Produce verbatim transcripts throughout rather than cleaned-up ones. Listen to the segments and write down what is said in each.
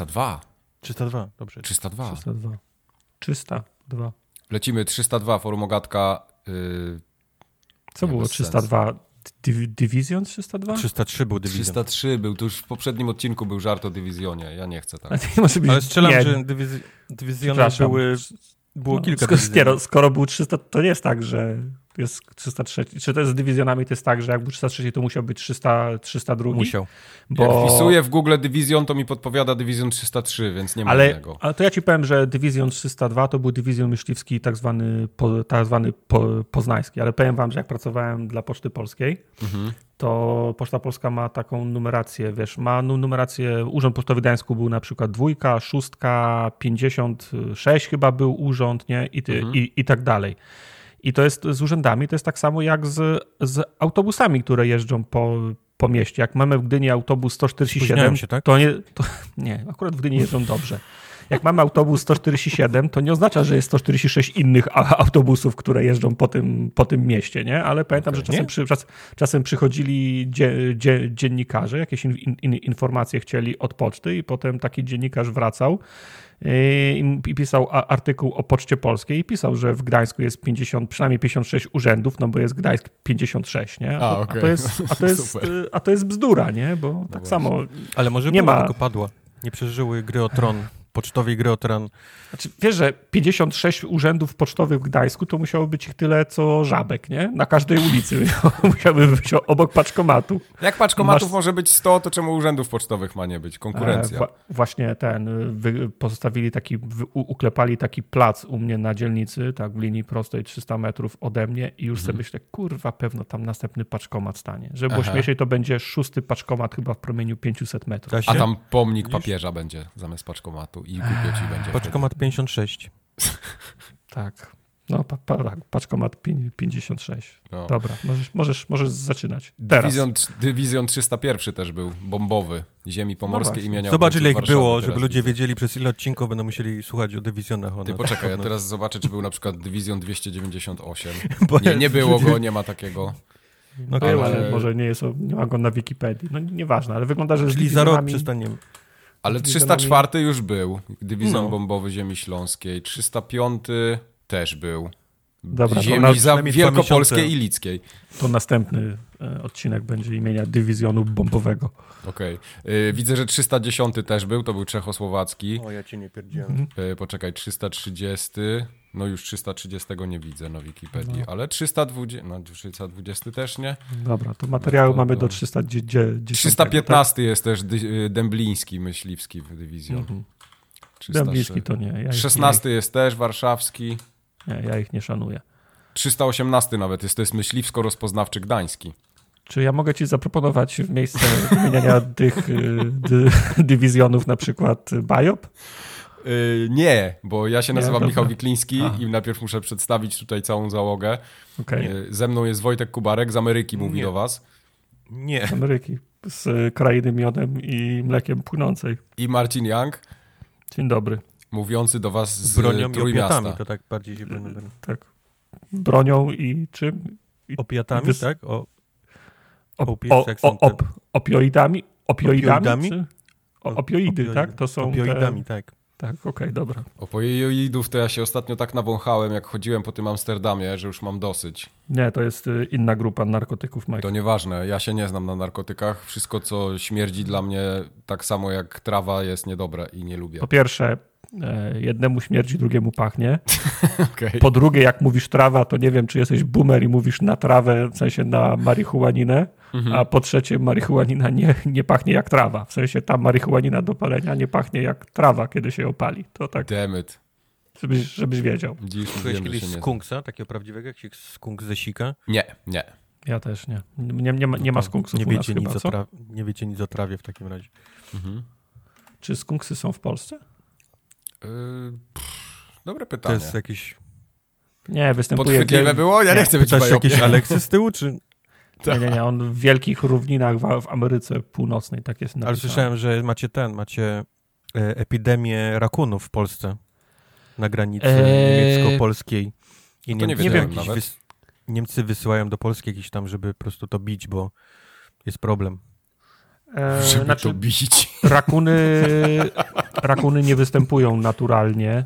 dwa. trzysta dwa, dobrze. trzysta dwa. trzysta dwa. trzysta dwa. Lecimy trzysta dwa, forum Ogatka. Yy... Co Nie, było bez trzysta dwa? Div- Division trzysta dwa? trzysta trzy był dywizjon. trzysta trzy był, to już w poprzednim odcinku był żart o dywizjonie. Ja nie chcę tak. Ale, to nie może być... Ale strzelam, nie. że dywiz- dywizjony Przepraszam. były... Było No, kilka skoro, nie, dywizjonów. no, skoro był trzysta, to nie jest tak, że jest trzysta trzy. Czy to jest z dywizjonami, to jest tak, że jak był trzysta trzy, to musiał być trzysta, trzysta dwa? Musiał. Bo... Jak wpisuję w Google dywizjon, to mi podpowiada dywizjon trzysta trzy, więc nie ma ale, innego. ale to ja ci powiem, że dywizjon trzysta dwa to był dywizjon myśliwski tak zwany, po, tak zwany po, poznański, ale powiem wam, że jak pracowałem dla Poczty Polskiej, Mhm. to Poczta Polska ma taką numerację, wiesz, ma nu- numerację, Urząd Pocztowy w Gdańsku był na przykład dwójka, szóstka, pięćdziesiąt sześć chyba był urząd, nie? I, ty, Mhm. i, i tak dalej. I to jest z urzędami, to jest tak samo jak z, z autobusami, które jeżdżą po, po mieście. Jak mamy w Gdyni autobus sto czterdzieści siedem, Spóźniają się, tak? to nie, to, nie, akurat w Gdyni jeżdżą dobrze. Jak mamy autobus sto czterdzieści siedem, to nie oznacza, że jest sto czterdzieści sześć innych a- autobusów, które jeżdżą po tym, po tym mieście, nie? Ale pamiętam, Okej. że czasem, Nie? przy, czas, czasem przychodzili dzie, dzie, dziennikarze, jakieś in, in, informacje chcieli od poczty i potem taki dziennikarz wracał i, i pisał a- artykuł o Poczcie Polskiej i pisał, że w Gdańsku jest pięćdziesiąt, przynajmniej pięćdziesiąt sześć urzędów, no bo jest Gdańsk pięćdziesiąt sześć, nie? A, A, to, okej. a, to, jest, a, to, jest, Super. a to jest bzdura, nie? Bo tak właśnie. samo... Ale może Nie nie ma ma- tylko padła. Nie przeżyły gry o tron, pocztowej gry o tron. Znaczy, wiesz, że pięćdziesiąt sześć urzędów pocztowych w Gdańsku to musiało być ich tyle, co żabek, nie? Na każdej ulicy musiały być obok paczkomatu. Jak paczkomatów Masz- może być sto, to czemu urzędów pocztowych ma nie być? Konkurencja. E, wła- właśnie ten, wy, pozostawili taki, wy, u- uklepali taki plac u mnie na dzielnicy, tak w linii prostej trzysta metrów ode mnie i już Mhm. sobie myślę, kurwa, pewno tam następny paczkomat stanie. Żeby było Aha. śmieszniej, to będzie szósty paczkomat chyba w promieniu pięćset metrów. Da się? A tam pomnik Widzisz? papieża będzie zamiast paczkomatu i głupio ci będzie. Paczkomat pięćdziesiąt sześć. Tak. No, pa, pa, tak, paczkomat pię- pięćdziesiąt sześć. No. Dobra, możesz, możesz, możesz zaczynać. Teraz. Dywizjon, dywizjon trzysta jeden też był, bombowy, ziemi pomorskiej właśnie. imienia Zobacz, ile ich obrońców było, Warszawy żeby teraz ludzie widzę. wiedzieli, przez ile odcinków będą musieli słuchać o dywizjonach. Ty One. poczekaj, ja teraz zobaczę, czy był na przykład dywizjon dwieście dziewięćdziesiąt osiem. Bo Nie, nie było go, nie ma takiego. No, Był, ale- ale może nie jest, nie ma go na Wikipedii. No nieważne, ale wygląda, że z Czyli za rok dywizjonami- przestaniemy. Ale Dywizjonami- trzysta cztery już był, dywizjon No. bombowy ziemi śląskiej. trzysta pięć też był. Dobra, to Ziemi na- za przynajmniej dwa wielkopolskiej miesiące. i lickiej. To następny e, odcinek będzie imienia dywizjonu bombowego. Okej. Y, Widzę, że trzysta dziesięć też był, to był czechosłowacki. O, ja cię nie pierdziłem. Mhm. Y, Poczekaj, trzysta trzydzieści. No już trzysta trzydzieści nie widzę na Wikipedii, No. ale trzysta dwadzieścia, no trzysta dwadzieścia też nie. Dobra, to materiału No to- mamy to- do trzysta dziesięć. trzysta piętnaście jest też dy, y, dębliński myśliwski dywizjon. Mhm. trzysta Dębliński to nie. Ja ich, szesnasty jest też warszawski. Nie, ja ich nie szanuję. trzysta osiemnaście nawet jest, to jest myśliwsko-rozpoznawczy gdański. Czy ja mogę ci zaproponować w miejsce wymieniania tych y, dy, dywizjonów na przykład Bajop? Yy, nie, bo ja się Nie, nazywam dobra. Michał Wikliński Aha. i najpierw muszę przedstawić tutaj całą załogę. Okej, Yy, ze mną jest Wojtek Kubarek, z Ameryki mówi Nie. do was. Nie. z Ameryki, z krainy miodem i mlekiem płynącej. I Marcin Young, Dzień dobry. mówiący do was Z z bronią i Trójmiasta. opiatami, to tak bardziej się będą. Tak. Bronią i czym? Opiatami, Wys- tak? O, Op, Opiates, o, jak są o, te- op, opioidami? Opioidami? Opioidami? Czy? O, opioidy, opioidy. tak? To są Opioidami, te... tak. Tak, okej, dobra. Opioidów to ja się ostatnio tak nawąchałem, jak chodziłem po tym Amsterdamie, że już mam dosyć. Nie, to jest y, inna grupa narkotyków, Mike. To nieważne, ja się nie znam na narkotykach. Wszystko, co śmierdzi dla mnie tak samo jak trawa, jest niedobre i nie lubię. Po pierwsze, e, jednemu śmierdzi, drugiemu pachnie. Okej. Po drugie, jak mówisz trawa, to nie wiem, czy jesteś boomer i mówisz na trawę, w sensie na marihuaninę. Mhm. A po trzecie, marihuanina nie, nie pachnie jak trawa. W sensie ta marihuanina do palenia nie pachnie jak trawa, kiedy się ją pali. To tak, Damn it. żebyś, żebyś wiedział. Dziś Byłeś wiem, że kiedyś się nie znam. skunksa, takiego prawdziwego, jak się skunk ze sika? Nie, nie. Ja też nie. Nie, nie, ma, nie ma skunksów Nie u nas wiecie, nic chyba, o co? tra- nie wiecie nic o trawie w takim razie. Mhm. Czy skunksy są w Polsce? Yy, pff, dobre To pytanie. jest jakiś... Nie, występuje... Podchwytliwe wiel- było? Ja nie, Nie, chcę być Pytasz bajopie. jakieś Aleksy z tyłu, czy... Nie, nie, nie. On w wielkich równinach w, w Ameryce Północnej, tak jest napisane. Ale słyszałem, że macie ten, macie e, epidemię rakunów w Polsce na granicy Eee, niemiecko-polskiej. I to nie Niemcy, wiedziałem jakiś nawet. wys- Niemcy wysyłają do Polski jakiś tam, żeby po prostu to bić, bo jest problem. E, Żeby znaczy, to bić. rakuny, rakuny nie występują naturalnie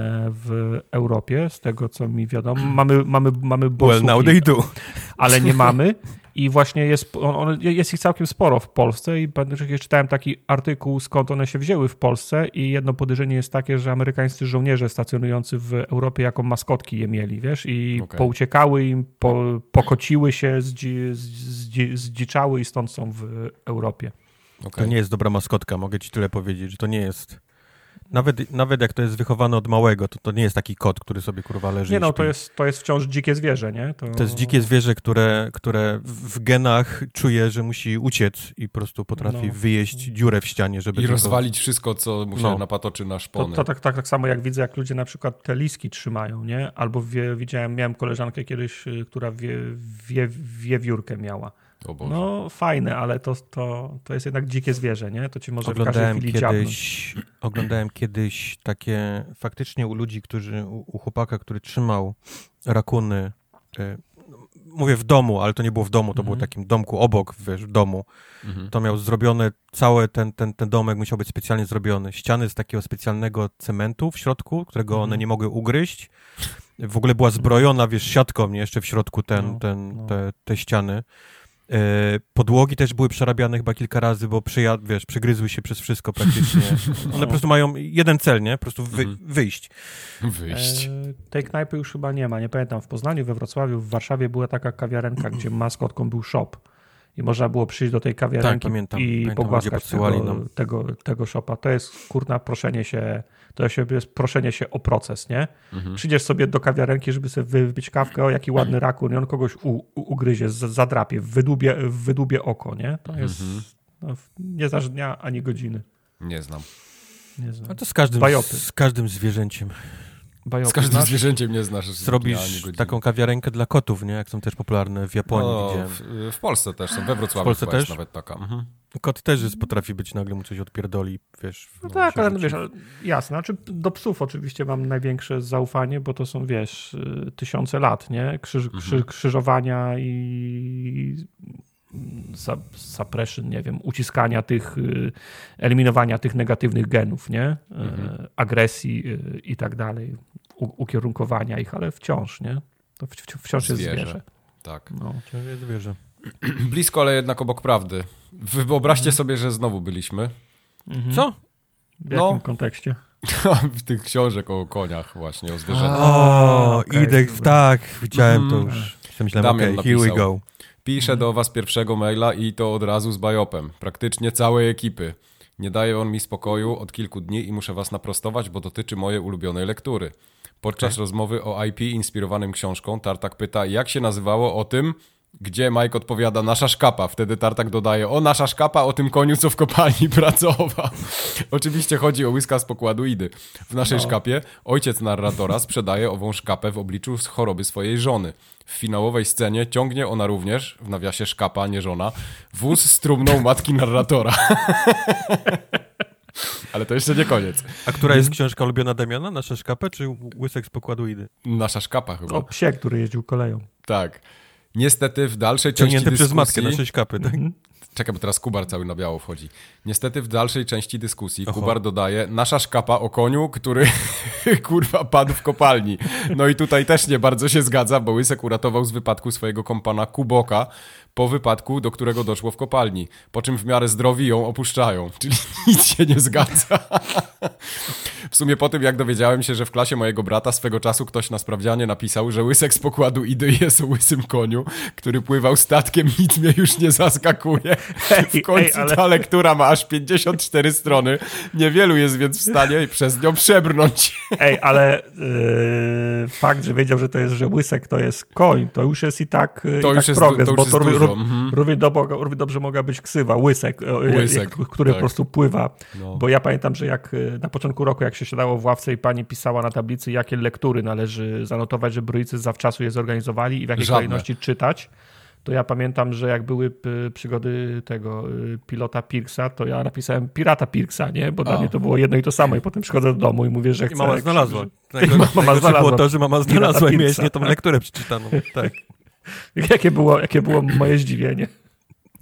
w Europie, z tego co mi wiadomo. Mamy, mamy, mamy borsuki, well, now they do. ale nie mamy. I właśnie jest, on, jest ich całkiem sporo w Polsce i pamiętam, że czytałem taki artykuł, skąd one się wzięły w Polsce i jedno podejrzenie jest takie, że amerykańscy żołnierze stacjonujący w Europie jako maskotki je mieli, wiesz, i okay. pouciekały im, po, pokociły się, zdzi, zdzi, zdziczały i stąd są w Europie. Okay. To nie jest dobra maskotka, mogę ci tyle powiedzieć, że to nie jest... Nawet, nawet jak to jest wychowane od małego, to to nie jest taki kot, który sobie kurwa leży. Nie i no, śpi. to jest, to jest wciąż dzikie zwierzę, nie? To... to jest dzikie zwierzę, które, które w genach czuje, że musi uciec i po prostu potrafi no. wyjeść dziurę w ścianie, żeby... I tylko... rozwalić wszystko, co mu się no. napatoczy na szpony. To, to tak, tak, tak samo jak widzę, jak ludzie na przykład te liski trzymają, nie? Albo wie, widziałem, miałem koleżankę kiedyś, która wie, wie, wiewiórkę miała. No fajne, ale to, to, to jest jednak dzikie zwierzę, nie? To cię może oglądałem w każdej chwili kiedyś, Oglądałem kiedyś takie faktycznie u ludzi, którzy, u, u chłopaka, który trzymał rakuny, y, mówię w domu, ale to nie było w domu, to mhm. było w takim domku obok, wiesz, w domu. Mhm. To miał zrobione, cały ten, ten, ten domek musiał być specjalnie zrobiony. Ściany z takiego specjalnego cementu w środku, którego mhm. one nie mogły ugryźć. W ogóle była zbrojona, wiesz, siatką, nie? Jeszcze w środku ten, no, ten, no. Te, te ściany. Podłogi też były przerabiane chyba kilka razy, bo przyjad, wiesz, przygryzły się przez wszystko praktycznie. One po prostu mają jeden cel, nie? Po prostu wy, wyjść. Wyjść. E, tej knajpy już chyba nie ma, nie pamiętam. W Poznaniu, we Wrocławiu, w Warszawie była taka kawiarenka, gdzie maskotką był shop. I można było przyjść do tej kawiarenki tak, pamiętam, i pamiętam, pogłaskać tego, tego, tego shopa. To jest, kurna, proszenie się, to jest proszenie się o proces, nie? Mhm. Przyjdziesz sobie do kawiarenki, żeby sobie wypić kawkę, o jaki ładny rakun i on kogoś u, u, ugryzie, zadrapie, wydłubie, wydłubie oko, nie? To jest, mhm. no, nie znasz dnia ani godziny. Nie znam. Nie znam. A to z każdym, z każdym zwierzęciem. Bajopy, z każdym znasz? zwierzęciem nie znasz. Zrobisz taką kawiarenkę dla kotów, nie? Jak są też popularne w Japonii. No, w, w Polsce też są, we Wrocławiu w Polsce też? Jest nawet taka. Mhm. Kot też jest, potrafi być, nagle mu coś odpierdoli, wiesz. No, no tak, ale wiesz, jasne. Znaczy, do psów oczywiście mam największe zaufanie, bo to są, wiesz, tysiące lat, nie? Krzyż, mhm. krzyż, krzyżowania i suppression, nie wiem, uciskania tych, eliminowania tych negatywnych genów, nie? Mhm. Agresji i tak dalej, U, ukierunkowania ich, ale wciąż, nie? To wciąż jest zwierzę. zwierzę. Tak. No. Wciąż jest zwierzę. Blisko, ale jednak obok prawdy. Wy wyobraźcie mhm. sobie, że znowu byliśmy. Mhm. Co? W jakim no. kontekście? W tych książek o koniach właśnie, o zwierzętach. O, okay. Idę, tak, widziałem to już. Myślałem, okej, okay, here we go. Piszę do was pierwszego maila i to od razu z bajopem. Praktycznie całej ekipy. Nie daje on mi spokoju od kilku dni i muszę was naprostować, bo dotyczy mojej ulubionej lektury. Podczas okay. rozmowy o I P inspirowanym książką Tartak pyta, jak się nazywało o tym, gdzie Mike odpowiada nasza szkapa. Wtedy Tartak dodaje, o nasza szkapa o tym koniu, co w kopalni pracował. Oczywiście chodzi o łyska z pokładu Idy. W naszej no. szkapie ojciec narratora sprzedaje ową szkapę w obliczu choroby swojej żony. W finałowej scenie ciągnie ona również, w nawiasie szkapa, nie żona, wóz z trumną matki narratora. Ale to jeszcze nie koniec. A która jest książka ulubiona Damiana? Nasza szkapa czy Łysek z pokładu Idy? Nasza szkapa chyba. O psie, który jeździł koleją. Tak. Niestety w dalszej części dyskusji... przez matkę naszej szkapy, tak? Mm-hmm. Czekaj, bo teraz Kubar cały na biało wchodzi. Niestety w dalszej części dyskusji Oho. Kubar dodaje nasza szkapa o koniu, który kurwa padł w kopalni. No i tutaj też nie bardzo się zgadza, bo Łysek uratował z wypadku swojego kompana Kuboka po wypadku, do którego doszło w kopalni. Po czym w miarę zdrowi ją opuszczają. Czyli nic się nie zgadza. W sumie po tym, jak dowiedziałem się, że w klasie mojego brata swego czasu ktoś na sprawdzianie napisał, że Łysek z pokładu Idy jest o łysym koniu, który pływał statkiem, nic mnie już nie zaskakuje. W końcu ej, ale... ta lektura ma aż pięćdziesiąt cztery strony. Niewielu jest więc w stanie przez nią przebrnąć. Ej, ale yy, fakt, że wiedział, że to jest, że Łysek to jest koń, to już jest i tak, to i już tak jest, progres, to już bo jest to równie, dużo. Mhm. równie, dobrze, równie dobrze mogła być ksywa, Łysek, Łysek który tak. po prostu pływa. No. Bo ja pamiętam, że jak na początku roku, jak się siadało w ławce i pani pisała na tablicy, jakie lektury należy zanotować, żeby rodzice zawczasu je zorganizowali i w jakiej Żadne. kolejności czytać, to ja pamiętam, że jak były przygody tego pilota Pirksa, to ja napisałem pirata Pirksa, nie? Bo dla mnie to było jedno i to samo. I potem przychodzę do domu i mówię, że chcę... I mama znalazła. I mama znalazła. było to, że mama znalazła i miałeś nie tą lekturę przeczytaną. Tak. Jakie było, jakie było moje zdziwienie.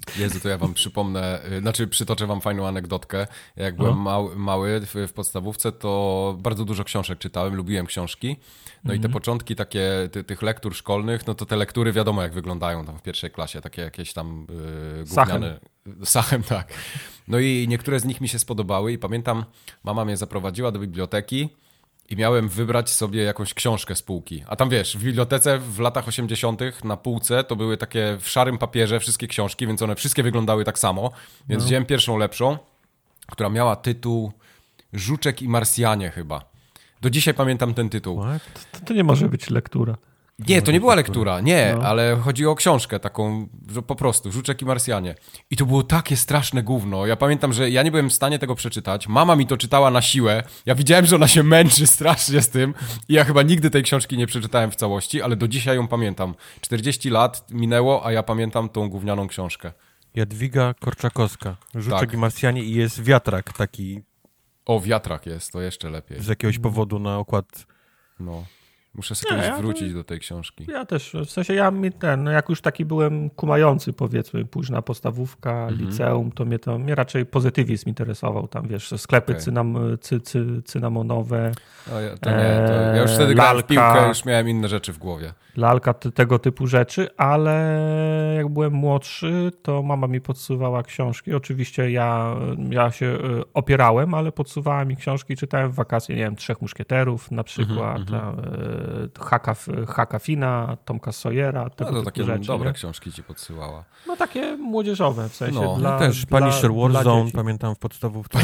Jezu, to ja wam przypomnę, znaczy przytoczę wam fajną anegdotkę. Jak byłem mały, mały w, w podstawówce, to bardzo dużo książek czytałem, lubiłem książki. No mm. i te początki takie ty, tych lektur szkolnych, no to te lektury wiadomo jak wyglądają tam w pierwszej klasie, takie jakieś tam yy, gówniane. Sachem. Sachem, tak. No i niektóre z nich mi się spodobały i pamiętam, mama mnie zaprowadziła do biblioteki i miałem wybrać sobie jakąś książkę z półki. A tam wiesz, w bibliotece w latach osiemdziesiątych na półce to były takie w szarym papierze wszystkie książki, więc one wszystkie wyglądały tak samo. Więc no. wziąłem pierwszą lepszą, która miała tytuł Żuczek i Marsjanie chyba. Do dzisiaj pamiętam ten tytuł. To, to nie może być lektura. Nie, to nie była lektura, nie, no. ale chodzi o książkę taką, że po prostu, Żuczek i Marsjanie. I to było takie straszne gówno. Ja pamiętam, że ja nie byłem w stanie tego przeczytać. Mama mi to czytała na siłę. Ja widziałem, że ona się męczy strasznie z tym i ja chyba nigdy tej książki nie przeczytałem w całości, ale do dzisiaj ją pamiętam. czterdzieści lat minęło, a ja pamiętam tą gównianą książkę. Jadwiga Korczakowska, Żuczek tak. i Marsjanie i jest wiatrak taki. O, wiatrak jest, to jeszcze lepiej. Z jakiegoś powodu na okład. No. Muszę sobie kiedyś ja wrócić to, do tej książki. Ja też, w sensie ja mi ten, no jak już taki byłem kumający, powiedzmy, późna podstawówka, mhm. liceum, to mnie to mnie raczej pozytywizm interesował. Tam wiesz, sklepy okay. cynam, cy, cy, cynamonowe. No, ja, to nie, to ja już wtedy grałem w piłkę, już miałem inne rzeczy w głowie. Lalka, tego typu rzeczy, ale jak byłem młodszy, to mama mi podsuwała książki. Oczywiście ja, ja się opierałem, ale podsuwała mi książki, czytałem w wakacje, nie wiem, Trzech Muszkieterów na przykład, mm-hmm. Haka, Haka Fina, Tomka Sawyera, tego no to typu takie rzeczy. dobre nie? książki ci podsyłała. No takie młodzieżowe w sensie. No, dla, ja też dla, Punisher Warzone, dzieci. pamiętam w podstawówce.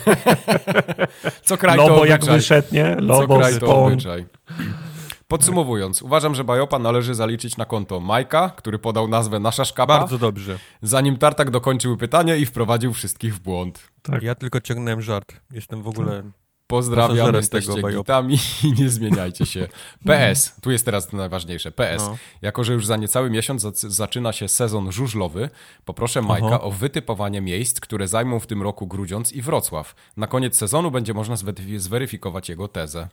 Co kraj Lobo to obyczaj. jak wyszedł, nie? Lobo, Co kraj to Spawn. obyczaj. Podsumowując, uważam, że Bajopa należy zaliczyć na konto Majka, który podał nazwę Nasza Szkapa. Bardzo dobrze. Zanim Tartak dokończył pytanie i wprowadził wszystkich w błąd. Tak. Ja tylko ciągnąłem żart. Jestem w ogóle... Pozdrawiam, jesteście gitami i nie zmieniajcie się. P S, tu jest teraz najważniejsze, P S. No. Jako, że już za niecały miesiąc zaczyna się sezon żużlowy, poproszę Majka Aha. o wytypowanie miejsc, które zajmą w tym roku Grudziądz i Wrocław. Na koniec sezonu będzie można zweryfikować jego tezę.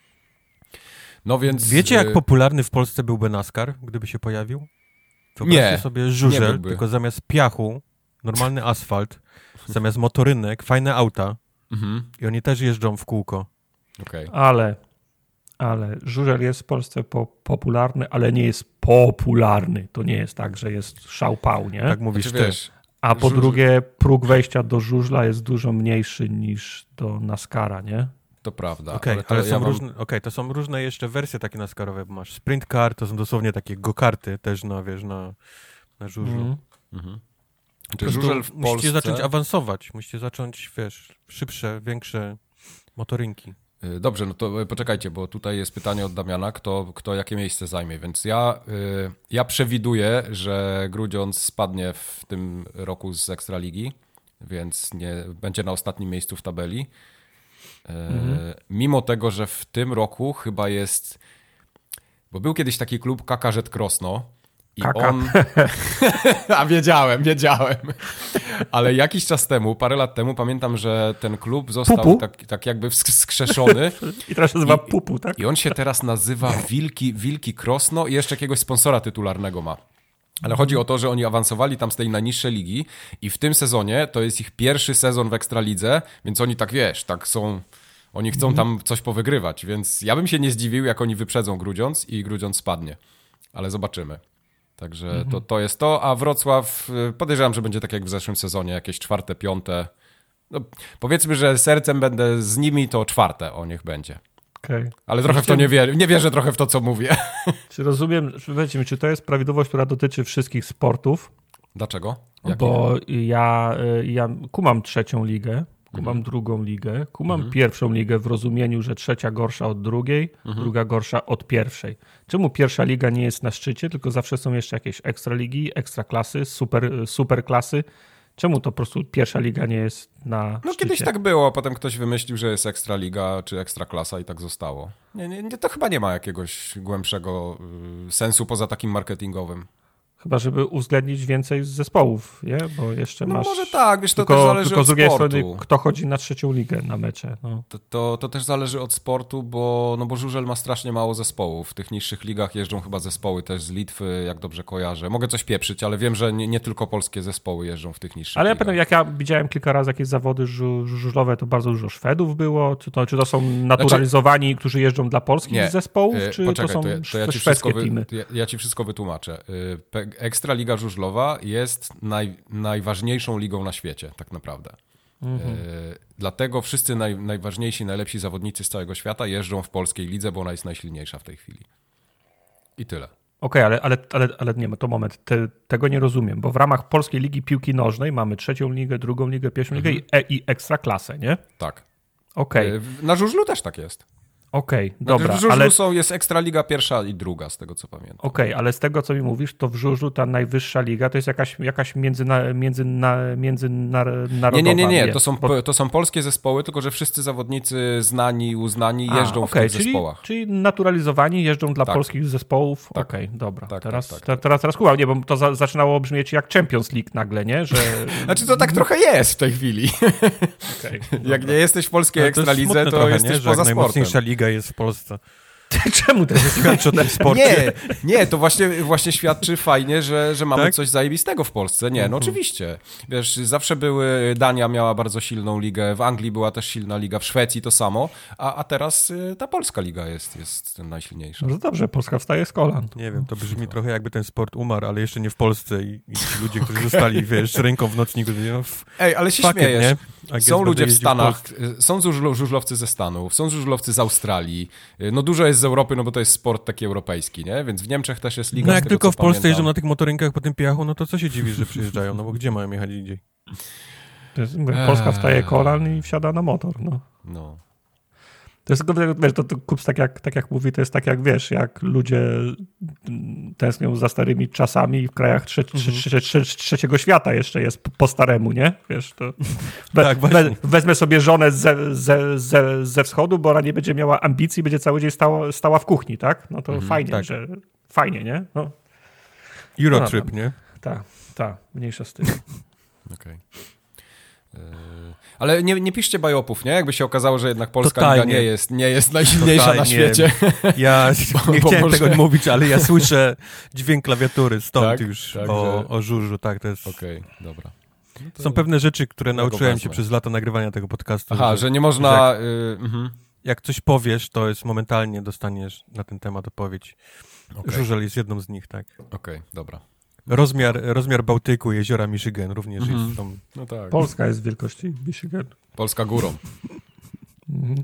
No więc... Wiecie, jak popularny w Polsce byłby NASCAR, gdyby się pojawił? Wyobraźcie nie, sobie żużel, tylko zamiast piachu, normalny asfalt, zamiast motorynek, fajne auta. Mhm. I oni też jeżdżą w kółko. Okay. Ale, ale żużel jest w Polsce po, popularny, ale nie jest popularny. To nie jest tak, że jest szałpał, nie? Tak mówisz znaczy, ty. Wiesz, A po żużel... drugie, próg wejścia do żużla jest dużo mniejszy niż do NASCARa, nie? To prawda. Okej, okay, ale, ale ja są mam... różne, okay, to są różne jeszcze wersje takie NASCARowe, bo masz sprint car, to są dosłownie takie go-karty też na, wiesz, na, na żużlu. Mm. Mhm. Czy żużel w Polsce... Musicie zacząć awansować, musicie zacząć, wiesz, szybsze, większe motorynki. Dobrze, no to poczekajcie, bo tutaj jest pytanie od Damiana, kto, kto jakie miejsce zajmie, więc ja, ja przewiduję, że Grudziądz spadnie w tym roku z Ekstraligi, więc nie będzie na ostatnim miejscu w tabeli. Mhm. Mimo tego, że w tym roku chyba jest, bo był kiedyś taki klub Kakażet Krosno, i Kaka. on... A wiedziałem, wiedziałem. Ale jakiś czas temu, parę lat temu, pamiętam, że ten klub został tak, tak jakby wskrzeszony. I teraz się nazywa Pupu, tak? I on się teraz nazywa Wilki, Wilki Krosno i jeszcze jakiegoś sponsora tytularnego ma. Ale chodzi o to, że oni awansowali tam z tej najniższej ligi i w tym sezonie to jest ich pierwszy sezon w Ekstralidze, więc oni tak, wiesz, tak są... Oni chcą tam coś powygrywać, więc ja bym się nie zdziwił, jak oni wyprzedzą Grudziądz i Grudziądz spadnie. Ale zobaczymy. Także mhm. to, to jest to, a Wrocław podejrzewam, że będzie tak jak w zeszłym sezonie, jakieś czwarte, piąte. No, powiedzmy, że sercem będę z nimi, to czwarte, o niech będzie. Okay. Ale trochę w to nie wierzę, nie wierzę trochę w to, co mówię. Czy rozumiem, powiedzcie mi, czy to jest prawidłowość, która dotyczy wszystkich sportów? Dlaczego? Jaki? Bo ja, ja kumam trzecią ligę, kumam mhm. drugą ligę, kumam mhm. pierwszą ligę w rozumieniu, że trzecia gorsza od drugiej, mhm. druga gorsza od pierwszej. Czemu pierwsza liga nie jest na szczycie, tylko zawsze są jeszcze jakieś ekstraligi, ekstraklasy, super, super klasy? Czemu to po prostu pierwsza liga nie jest na No szczycie? kiedyś tak było, a potem ktoś wymyślił, że jest ekstraliga czy ekstraklasa i tak zostało. Nie, nie, nie, to chyba nie ma jakiegoś głębszego y, sensu poza takim marketingowym. Chyba, żeby uwzględnić więcej zespołów, nie? Bo jeszcze No masz... może tak, wiesz, to tylko, też zależy tylko od z drugiej sportu. strony, kto chodzi na trzecią ligę na mecze. No. To, to, to też zależy od sportu, bo, no bo żużel ma strasznie mało zespołów. W tych niższych ligach jeżdżą chyba zespoły też z Litwy, jak dobrze kojarzę. Mogę coś pieprzyć, ale wiem, że nie, nie tylko polskie zespoły jeżdżą w tych niższych Ale ja ligach. pamiętam, jak ja widziałem kilka razy jakieś zawody żu- żużlowe, to bardzo dużo Szwedów było. Czy to, czy to są naturalizowani, znaczy, którzy jeżdżą dla polskich nie, zespołów, yy, czy poczekaj, to są to ja, to ja ci szwedzkie wszystko wy, teamy? ja, ja ci wszystko wytłumaczę. Yy, Ekstraliga żużlowa jest naj, najważniejszą ligą na świecie, tak naprawdę. Mhm. Yy, dlatego wszyscy naj, najważniejsi, najlepsi zawodnicy z całego świata jeżdżą w polskiej lidze, bo ona jest najsilniejsza w tej chwili. I tyle. Okej, okay, ale, ale, ale, ale nie, to moment, Te, tego nie rozumiem, bo w ramach Polskiej Ligi Piłki Nożnej mamy trzecią ligę, drugą ligę, pierwszą ligę mhm. i, i ekstraklasę, nie? Tak. Okej. Okay. Na żużlu też tak jest. Okej, okay, dobra. W żużlu ale... są, jest Ekstraliga pierwsza i druga, z tego co pamiętam. Okej, okay, ale z tego co mi mówisz, to w żużlu ta najwyższa liga to jest jakaś, jakaś międzyna, międzyna, międzynarodowa. Nie, nie, nie, nie. To są, bo... to są polskie zespoły, tylko że wszyscy zawodnicy znani, uznani jeżdżą A, okay, w tych czyli, zespołach. Czyli naturalizowani jeżdżą dla tak. polskich zespołów. Tak. Okej, okay, dobra. Tak, teraz, tak, tak, te, teraz, teraz kumam, nie, bo to za, zaczynało brzmieć jak Champions League nagle, nie? Że... Znaczy to tak trochę jest w tej chwili. Okay, jak nie jesteś w polskiej to ekstralidze, to, trochę, jesteś nie? poza sportem. Najmocniejsza liga jest w Polsce. Czemu to jest świadczy o tym sporcie? Nie, nie, to właśnie, właśnie świadczy fajnie, że, że mamy tak? coś zajebistego w Polsce. Nie, no oczywiście. Wiesz, zawsze były, Dania miała bardzo silną ligę, w Anglii była też silna liga, w Szwecji to samo, a, a teraz ta polska liga jest, jest najsilniejsza. No dobrze, Polska wstaje z kolan. Nie wiem, to brzmi trochę jakby ten sport umarł, ale jeszcze nie w Polsce i, i ci ludzie, którzy zostali, wiesz, ręką w nocniku. No, w... Ej, ale się Fuck śmiejesz. It, są ludzie w Stanach, w są żużlowcy ze Stanów, są żużlowcy z Australii, no dużo jest z Europy, no bo to jest sport taki europejski, nie? Więc w Niemczech też jest liga. No jak tego, tylko w Polsce pamiętam. jeżdżą na tych motorynkach po tym piachu, no to co się dziwisz, że przyjeżdżają? No bo gdzie mają jechać indziej? To jest, Polska wstaje kolan i wsiada na motor, no. No. To jest, wiesz, to, to Kups, tak jak, tak jak mówi, to jest tak jak, wiesz, jak ludzie tęsknią za starymi czasami w krajach trze, trze, trze, trze, trzeciego świata jeszcze jest po staremu, nie? Wiesz, to we, tak, we, wezmę sobie żonę ze, ze, ze, ze wschodu, bo ona nie będzie miała ambicji, będzie cały dzień stała, stała w kuchni, tak? No to mhm, fajnie, tak. że fajnie, nie? No. Eurotrip, no, nie? Tak, tak, mniejsza z tym. Okej. Okay. Ale nie, nie piszcie bajopów, nie? Jakby się okazało, że jednak polska Totalnie. liga nie jest, nie jest najsilniejsza Totalnie. na świecie. Ja bo, nie bo chciałem może... tego mówić, ale ja słyszę dźwięk klawiatury stąd tak? już tak, o, że... o żużlu. Tak, to jest... Okej, okay, dobra. No to... Są pewne rzeczy, które nauczyłem wezmę. się przez lata nagrywania tego podcastu. Aha, że, że nie można... Jak, y- mhm. jak coś powiesz, to jest momentalnie dostaniesz na ten temat odpowiedź. Okay. Żużel jest jedną z nich, tak. Okej, okay, dobra. Rozmiar, rozmiar Bałtyku, jeziora Michigan również mm-hmm. jest tą... No tak. Polska jest wielkości Michigan. Polska górą. mm-hmm.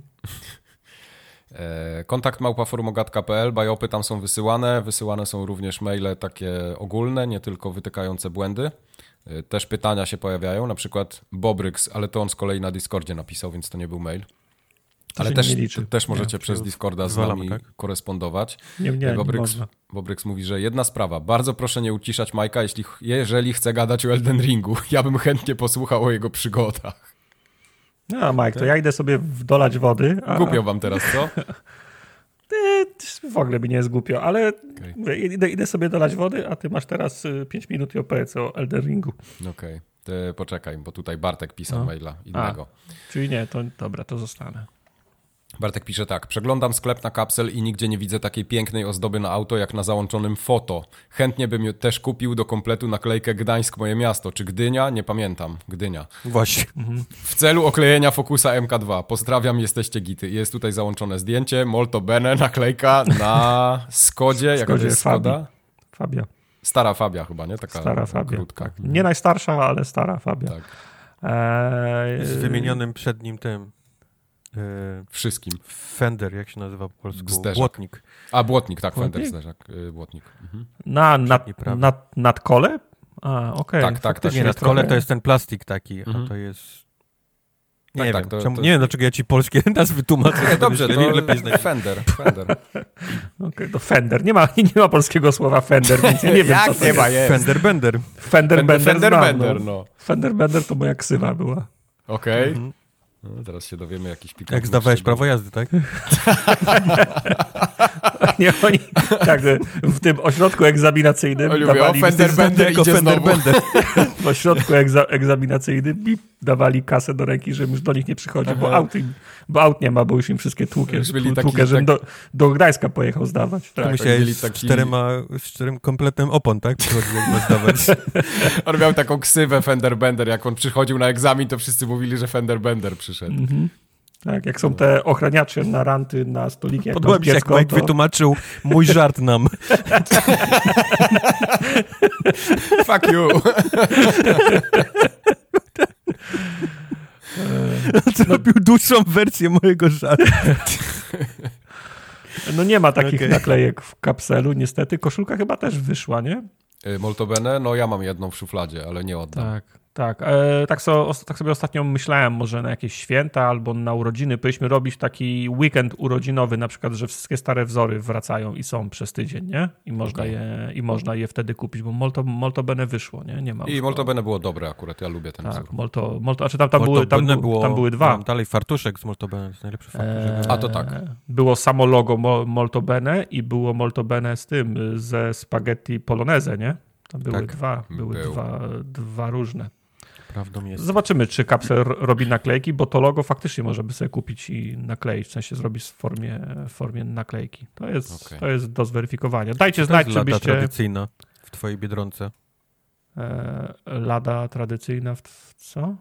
e, kontakt małpa forumogatka kropka p l, bajopy tam są wysyłane. Wysyłane są również maile takie ogólne, nie tylko wytykające błędy. E, też pytania się pojawiają, na przykład Bobryks, ale to on z kolei na Discordzie napisał, więc to nie był mail. Ale też, też możecie nie, przez Discorda z nami tak? korespondować. Nie, nie, Bobryks, nie Bobryks mówi, że jedna sprawa. Bardzo proszę nie uciszać Majka, jeśli, jeżeli chce gadać o Elden Ringu. Ja bym chętnie posłuchał o jego przygodach. No, Mike, to ja idę sobie dolać wody. A... Głupio wam teraz, co? W ogóle mi nie jest głupio, ale okay. idę, idę sobie dolać wody, a ty masz teraz pięć minut i opowiedz o Elden Ringu. Okej. Okay. Ty poczekaj, bo tutaj Bartek pisał no. maila innego. A, czyli nie, to dobra, to zostanę. Bartek pisze tak. Przeglądam sklep na kapsel i nigdzie nie widzę takiej pięknej ozdoby na auto jak na załączonym foto. Chętnie bym też kupił do kompletu naklejkę Gdańsk, moje miasto. Czy Gdynia? Nie pamiętam. Gdynia. Właśnie. W celu oklejenia Focusa M K dwa. Pozdrawiam, jesteście gity. Jest tutaj załączone zdjęcie. Molto bene, naklejka na Skodzie. Jaka to jest Skoda? Fabia. Stara Fabia chyba, nie? Taka stara Fabia. Krótka. Tak. Nie najstarsza, ale stara Fabia. Tak. Eee... Z wymienionym przed nim tym Wszystkim. Fender, jak się nazywa po polsku? Zderzak. Błotnik. A, błotnik, tak, Błotnik? Fender, zderzak, błotnik. Mhm. Na, nad, nad, nad kole? A, okej. Okay. Tak, tak, tak. Nie, nad kole to jest ten plastik taki, mhm. a to jest... Nie, tak, wiem, tak, to, czemu, to... nie wiem, dlaczego ja ci polskie nazwy tłumaczę. Nie, dobrze, to lepiej znać. Fender. Fender. Okay, to Fender. Nie ma, nie ma polskiego słowa Fender, więc ja nie wiem, jak co to nie ma, jest. jest. Fender Bender. Fender, Fender Bender, Fender znam, Bender, no. no. Fender Bender to moja ksywa była. Okej. Okay. Mhm. No, teraz się dowiemy jakiś pikantny. Jak zdawałeś prawo jazdy, tak? Nie, oni tak, w tym ośrodku egzaminacyjnym O, lubię, dawali... o, Fender Bender idzie Fender znowu. Bender. W ośrodku egza, egzaminacyjnym bip, dawali kasę do ręki, żebym już do nich nie przychodził, bo aut, im, bo aut nie ma, bo już im wszystkie tłukie, Już byli tłukie taki- żebym tak- do, do Gdańska pojechał zdawać. Tak. Tak. Musiałeś mieli z, taki- czterema, z czterem kompletem opon, tak? Przychodził, jak ma zdawać. On miał taką ksywę Fender Bender. Jak on przychodził na egzamin, to wszyscy mówili, że Fender Bender przyszedł. Mhm. Tak, jak są te ochraniacze na ranty na stoliku. jak Podoba masz mi się, jak dziecko, Mike to- wytłumaczył mój żart nam. Fuck you. Zrobił dłuższą wersję mojego żartu. No nie ma takich Okej. naklejek w kapselu, niestety. Koszulka chyba też wyszła, nie? Y, Molto Bene? No ja mam jedną w szufladzie, ale nie oddam. Tak, tak. E, tak, so, os- tak sobie ostatnio myślałem, może na jakieś święta albo na urodziny. Powinniśmy robić taki weekend urodzinowy, na przykład, że wszystkie stare wzory wracają i są przez tydzień, nie? I można, Okej. je, i można je wtedy kupić, bo Molto, Molto Bene wyszło, nie? Nie ma już I go. Molto Bene było dobre akurat, ja lubię ten Tak, wzór. Molto, Molto, znaczy tam, tam, Molto były, tam, Bene było, tam były dwa. Mam dalej fartuszek z Molto Bene, to jest najlepszy fartuszek. E, A, to tak. Było samo logo Mo- Molto Bene i było Molto Bene z tym, ze spaghetti poloneze, nie? Tam były Tak. dwa, były Był. dwa, dwa różne. Prawdą jest. Zobaczymy, czy kapsel r- robi naklejki, bo to logo faktycznie możemy sobie kupić i nakleić, w sensie zrobić w formie, w formie naklejki. To jest, Okej. to jest do zweryfikowania. Dajcie To znać, jest czy lada byście... tradycyjna w twojej Biedronce. E, lada tradycyjna w, w co?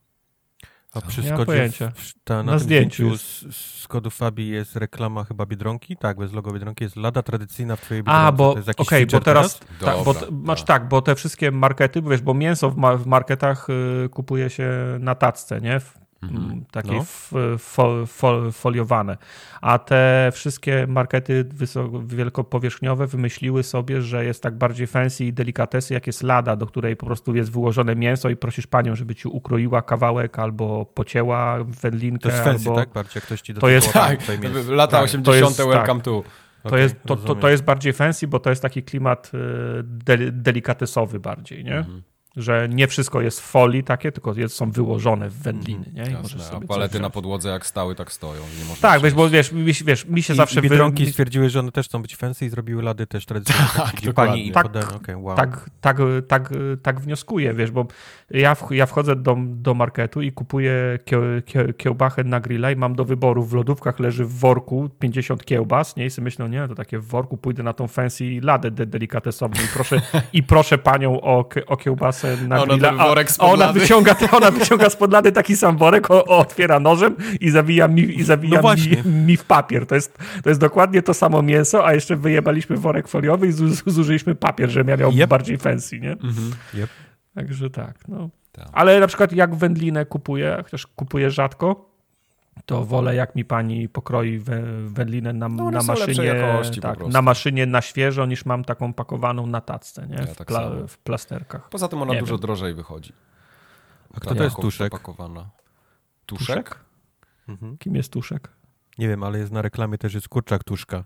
A przy Nie mam Skodzie, pojęcia. w- ta, na, Na tym zdjęciu zdjęciu jest. z, z kodu Fabii jest reklama chyba Biedronki? Tak, bez logo Biedronki jest lada tradycyjna w twojej Biedronce. A, bo To jest jakiś okej, bo feature teraz, Dobra, tak, bo, t- znaczy tak, bo te wszystkie markety, bo wiesz, bo mięso w, ma- w marketach y, kupuje się na tacce, nie? W, Mhm. m, takiej No. f, fo, fo, foliowane. A te wszystkie markety wysoko, wielkopowierzchniowe wymyśliły sobie, że jest tak bardziej fancy i delikatesy, jak jest lada, do której po prostu jest wyłożone mięso i prosisz panią, żeby ci ukroiła kawałek albo pocięła wędlinkę. To jest fancy, albo... tak? Bardziej jak ktoś ci do To tego jest- łapie Tak, tutaj mięso. lata Tak, osiemdziesiąte. to jest- welcome to. To, Okej, jest, to, to, rozumiem. to jest bardziej fancy, bo to jest taki klimat y, de, delikatesowy bardziej, nie? Mhm. Że nie wszystko jest w folii takie, tylko jest, są wyłożone w wędliny, nie? I możesz Jasne, a sobie palety coś na wziąć. podłodze jak stały, tak stoją. Nie można Tak, wiesz, przejść. bo wiesz, mi, się- wiesz, mi się I, zawsze... i Biedronki wy- stwierdziły, że one też chcą być fancy i zrobiły lady też tradycyjne. Tak, gdzie dokładnie. pani i Tak, podają. Okej, wow. Tak, tak, tak, tak wnioskuję, wiesz, bo ja, w, ja wchodzę do, do marketu i kupuję kie, kie, kiełbachę na grilla i mam do wyboru, w lodówkach leży w worku pięćdziesiąt kiełbas, nie? I sobie myślę, nie, to takie w worku, pójdę na tą fancy ladę de, delikatesową i proszę, i proszę panią o, kie- o kiełbasę na Ona grilla, ten a, worek a spod ona lady. wyciąga, ona wyciąga spod lady taki sam worek, o, o, otwiera nożem i zawija, mi, i zawija No właśnie. mi, mi w papier. To jest, to jest dokładnie to samo mięso, a jeszcze wyjebaliśmy worek foliowy i zu- zużyliśmy papier, że miał Yep. bardziej fancy, nie? Mhm. Yep. Także tak, no. Tak. Ale na przykład jak wędlinę kupuję, chociaż kupuję rzadko, to wolę jak mi pani pokroi wę- wędlinę na, No, one na są lepszej maszynie, jakości po tak, prostu. na maszynie na świeżo, niż mam taką pakowaną na tacce, nie? Ja w, tak pla, samo. w plasterkach. Poza tym ona Nie dużo wiem. drożej wychodzi. A kto to jest Tuszek? Pakowana. Tuszek? Mhm. Kim jest Tuszek? Nie wiem, ale jest na reklamie też jest kurczak Tuszka.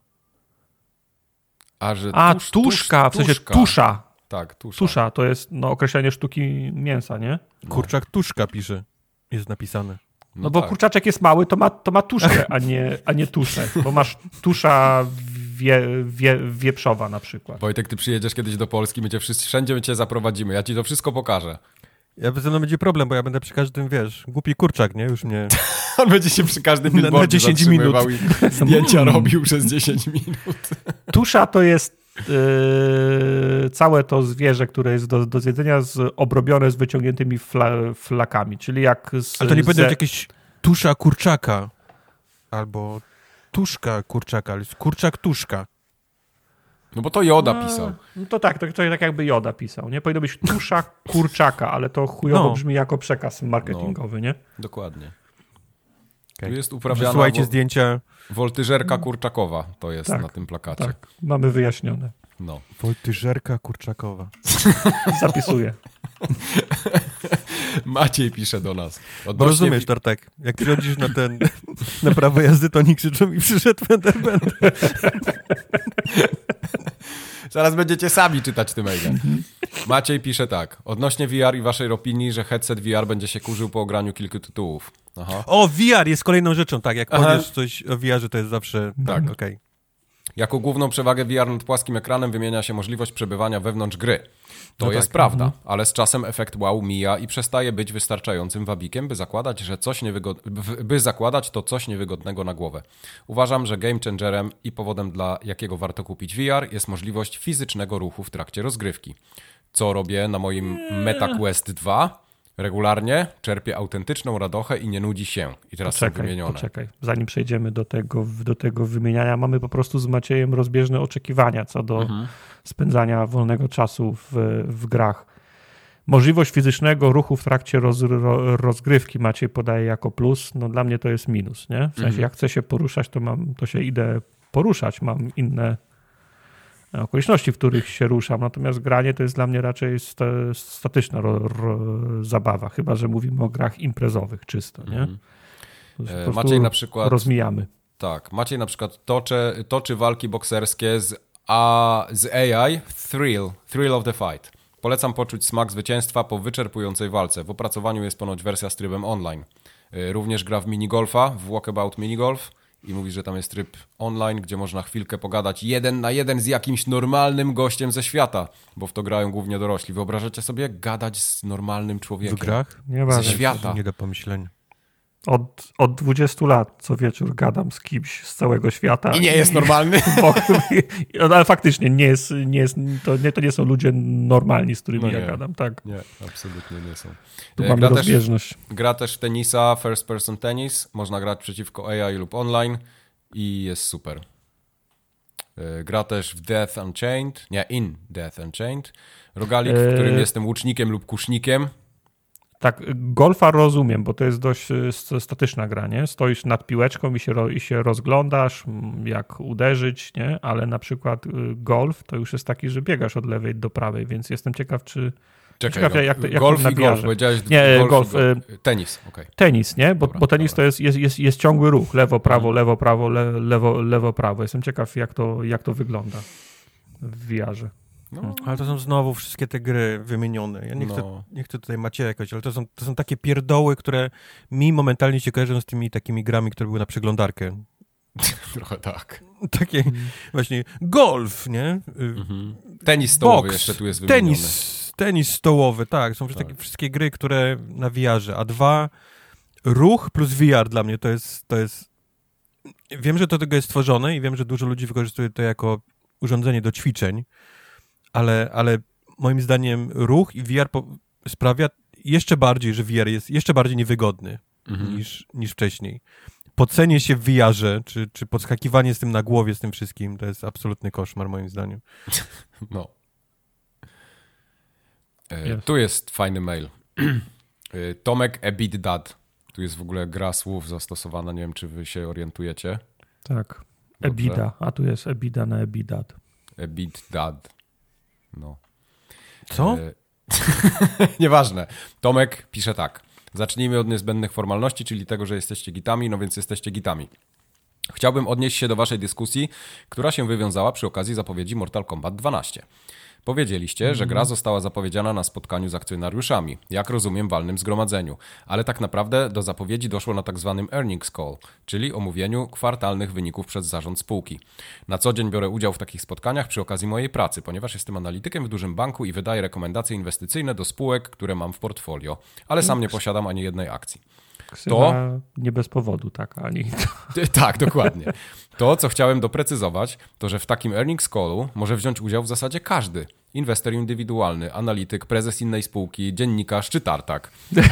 A, że A, tusz, tuszka, tusz, w sensie tuszka. tusza. Tak, tusza. Tusza to jest no, określenie sztuki mięsa, nie? No. Kurczak Tuszka pisze. Jest napisane. No, bo tak. kurczaczek jest mały, to ma, to ma tuszkę, a nie, a nie tuszę. Bo masz tusza wie, wie, wieprzowa na przykład. Wojtek, ty przyjedziesz kiedyś do Polski, my cię wszyscy, wszędzie my cię zaprowadzimy. Ja ci to wszystko pokażę. Ja ze mną będzie problem, bo ja będę przy każdym, wiesz, głupi kurczak, nie? Już mnie... On będzie się przy każdym Na- na billboardzie dziesięć zatrzymywał i zdjęcia robił przez dziesięć minut. Tusza to jest yy, całe to zwierzę, które jest do, do zjedzenia, z, obrobione z wyciągniętymi fla, flakami, czyli jak z, Ale to nie ze- będzie jakieś tusza kurczaka. Albo tuszka kurczaka, ale jest kurczak tuszka. No bo to Joda pisał. No to tak, to, to tak jakby Joda pisał, nie? Powinno być tusza kurczaka, ale to chujowo No. brzmi jako przekaz marketingowy, nie? Dokładnie. Okay. Tu jest uprawiana Słuchajcie wo- zdjęcia woltyżerka kurczakowa. To jest Tak, na tym plakacie. Tak, mamy wyjaśnione. No. woltyżerka kurczakowa. Zapisuję. Maciej pisze do nas. Bo Odnośnie rozumiesz, Tartek, jak przychodzisz na ten, na prawo jazdy, to oni krzyczą i przyszedł Fender Bender. Zaraz będziecie sami czytać te maile. Maciej pisze tak. Odnośnie V R i waszej opinii, że headset V R będzie się kurzył po ograniu kilku tytułów. Aha. O, V R jest kolejną rzeczą, tak, jak powiesz coś o V R-ze, to jest zawsze, tak, okej. Okay. Jako główną przewagę V R nad płaskim ekranem wymienia się możliwość przebywania wewnątrz gry. To no jest tak. prawda, mhm. ale z czasem efekt wow mija i przestaje być wystarczającym wabikiem, by zakładać, że coś niewygod... by zakładać to coś niewygodnego na głowę. Uważam, że game changerem i powodem, dla jakiego warto kupić V R, jest możliwość fizycznego ruchu w trakcie rozgrywki. Co robię na moim MetaQuest dwa? Regularnie czerpię autentyczną radochę i nie nudzi się. I teraz poczekaj, są wymienione. Poczekaj, zanim przejdziemy do tego, do tego wymieniania, mamy po prostu z Maciejem rozbieżne oczekiwania co do mhm. spędzania wolnego czasu w, w grach. Możliwość fizycznego ruchu w trakcie roz, ro, rozgrywki Maciej podaje jako plus, no dla mnie to jest minus, nie? W sensie mhm. jak chcę się poruszać, to, mam, to się idę poruszać, mam inne okoliczności, w których się ruszam, natomiast granie to jest dla mnie raczej st- statyczna ro- ro- zabawa, chyba że mówimy o grach imprezowych czysto, nie? Mm. E, Maciej na przykład... Rozmijamy. Tak, Maciej na przykład toczy, toczy walki bokserskie z, a, z A I Thrill, Thrill of the Fight. Polecam poczuć smak zwycięstwa po wyczerpującej walce. W opracowaniu jest ponoć wersja z trybem online. E, również gra w minigolfa, w Walkabout Minigolf. I mówi, że tam jest tryb online, gdzie można chwilkę pogadać jeden na jeden z jakimś normalnym gościem ze świata, bo w to grają głównie dorośli. Wyobrażacie sobie gadać z normalnym człowiekiem? W grach? Nie ze świata. Nie do pomyślenia. Od, od dwudziestu lat co wieczór gadam z kimś z całego świata. I nie jest normalny? No, ale faktycznie nie jest, nie jest, to, nie, to nie są ludzie normalni, z którymi no ja gadam. Tak. Nie, absolutnie nie są. Tu mamy gra rozbieżność. Też, gra też w tenisa, first person tennis. Można grać przeciwko A I lub online i jest super. Gra też w Death Unchained, nie, in Death Unchained. Rogalik, w którym jestem łucznikiem lub kusznikiem. Tak, golfa rozumiem, bo to jest dość statyczna gra, nie? Stoisz nad piłeczką i się, ro, i się rozglądasz, jak uderzyć, nie? Ale na przykład golf to już jest taki, że biegasz od lewej do prawej, więc jestem ciekaw, czy... Czekaj, ciekaw, no, jak, jak golf to i golf, powiedziałeś nie, golf, golf, golf. Tenis, okej. Okay. Tenis, nie? Bo, dobra, bo tenis dobra. to jest, jest, jest, jest ciągły ruch, lewo, prawo, lewo, prawo, le, lewo, lewo, prawo. Jestem ciekaw, jak to, jak to wygląda w V R-ze. No. Ale to są znowu wszystkie te gry wymienione. Ja nie chcę, no. nie chcę tutaj Macieja jakoś, ale to są, to są takie pierdoły, które mi momentalnie się kojarzą z tymi takimi grami, które były na przeglądarkę. Trochę tak. Takie mm. właśnie golf, nie? Mm-hmm. Tenis stołowy Box, jeszcze tu jest wymieniony. Tenis, tenis stołowy, tak. Są tak. takie wszystkie gry, które na V R-ze. A dwa, ruch plus V R dla mnie to jest, to jest... Wiem, że to tego jest stworzone i wiem, że dużo ludzi wykorzystuje to jako urządzenie do ćwiczeń, ale, ale moim zdaniem ruch i V R po- sprawia jeszcze bardziej, że V R jest jeszcze bardziej niewygodny mhm. niż, niż wcześniej. Pocenie się w V R-ze, czy, czy podskakiwanie z tym na głowie, z tym wszystkim, to jest absolutny koszmar moim zdaniem. No. E, tu jest fajny mail. e, Tomek Ebit Dad. Tu jest w ogóle gra słów zastosowana, nie wiem, czy wy się orientujecie. Tak. Ebida, a tu jest Ebida na Ebidad. Ebit Dad. No. Co? E... Nieważne. Tomek pisze tak. Zacznijmy od niezbędnych formalności, czyli tego, że jesteście gitami, no więc jesteście gitami. Chciałbym odnieść się do waszej dyskusji, która się wywiązała przy okazji zapowiedzi Mortal Kombat dwanaście. Powiedzieliście, mm. że gra została zapowiedziana na spotkaniu z akcjonariuszami, jak rozumiem walnym zgromadzeniu, ale tak naprawdę do zapowiedzi doszło na tak zwanym earnings call, czyli omówieniu kwartalnych wyników przez zarząd spółki. Na co dzień biorę udział w takich spotkaniach przy okazji mojej pracy, ponieważ jestem analitykiem w dużym banku i wydaję rekomendacje inwestycyjne do spółek, które mam w portfolio, ale sam nie posiadam ani jednej akcji. To nie bez powodu, tak, ani... Tak, dokładnie. To, co chciałem doprecyzować, to, że w takim earnings callu może wziąć udział w zasadzie każdy. Inwestor indywidualny, analityk, prezes innej spółki, dziennikarz czy tartak.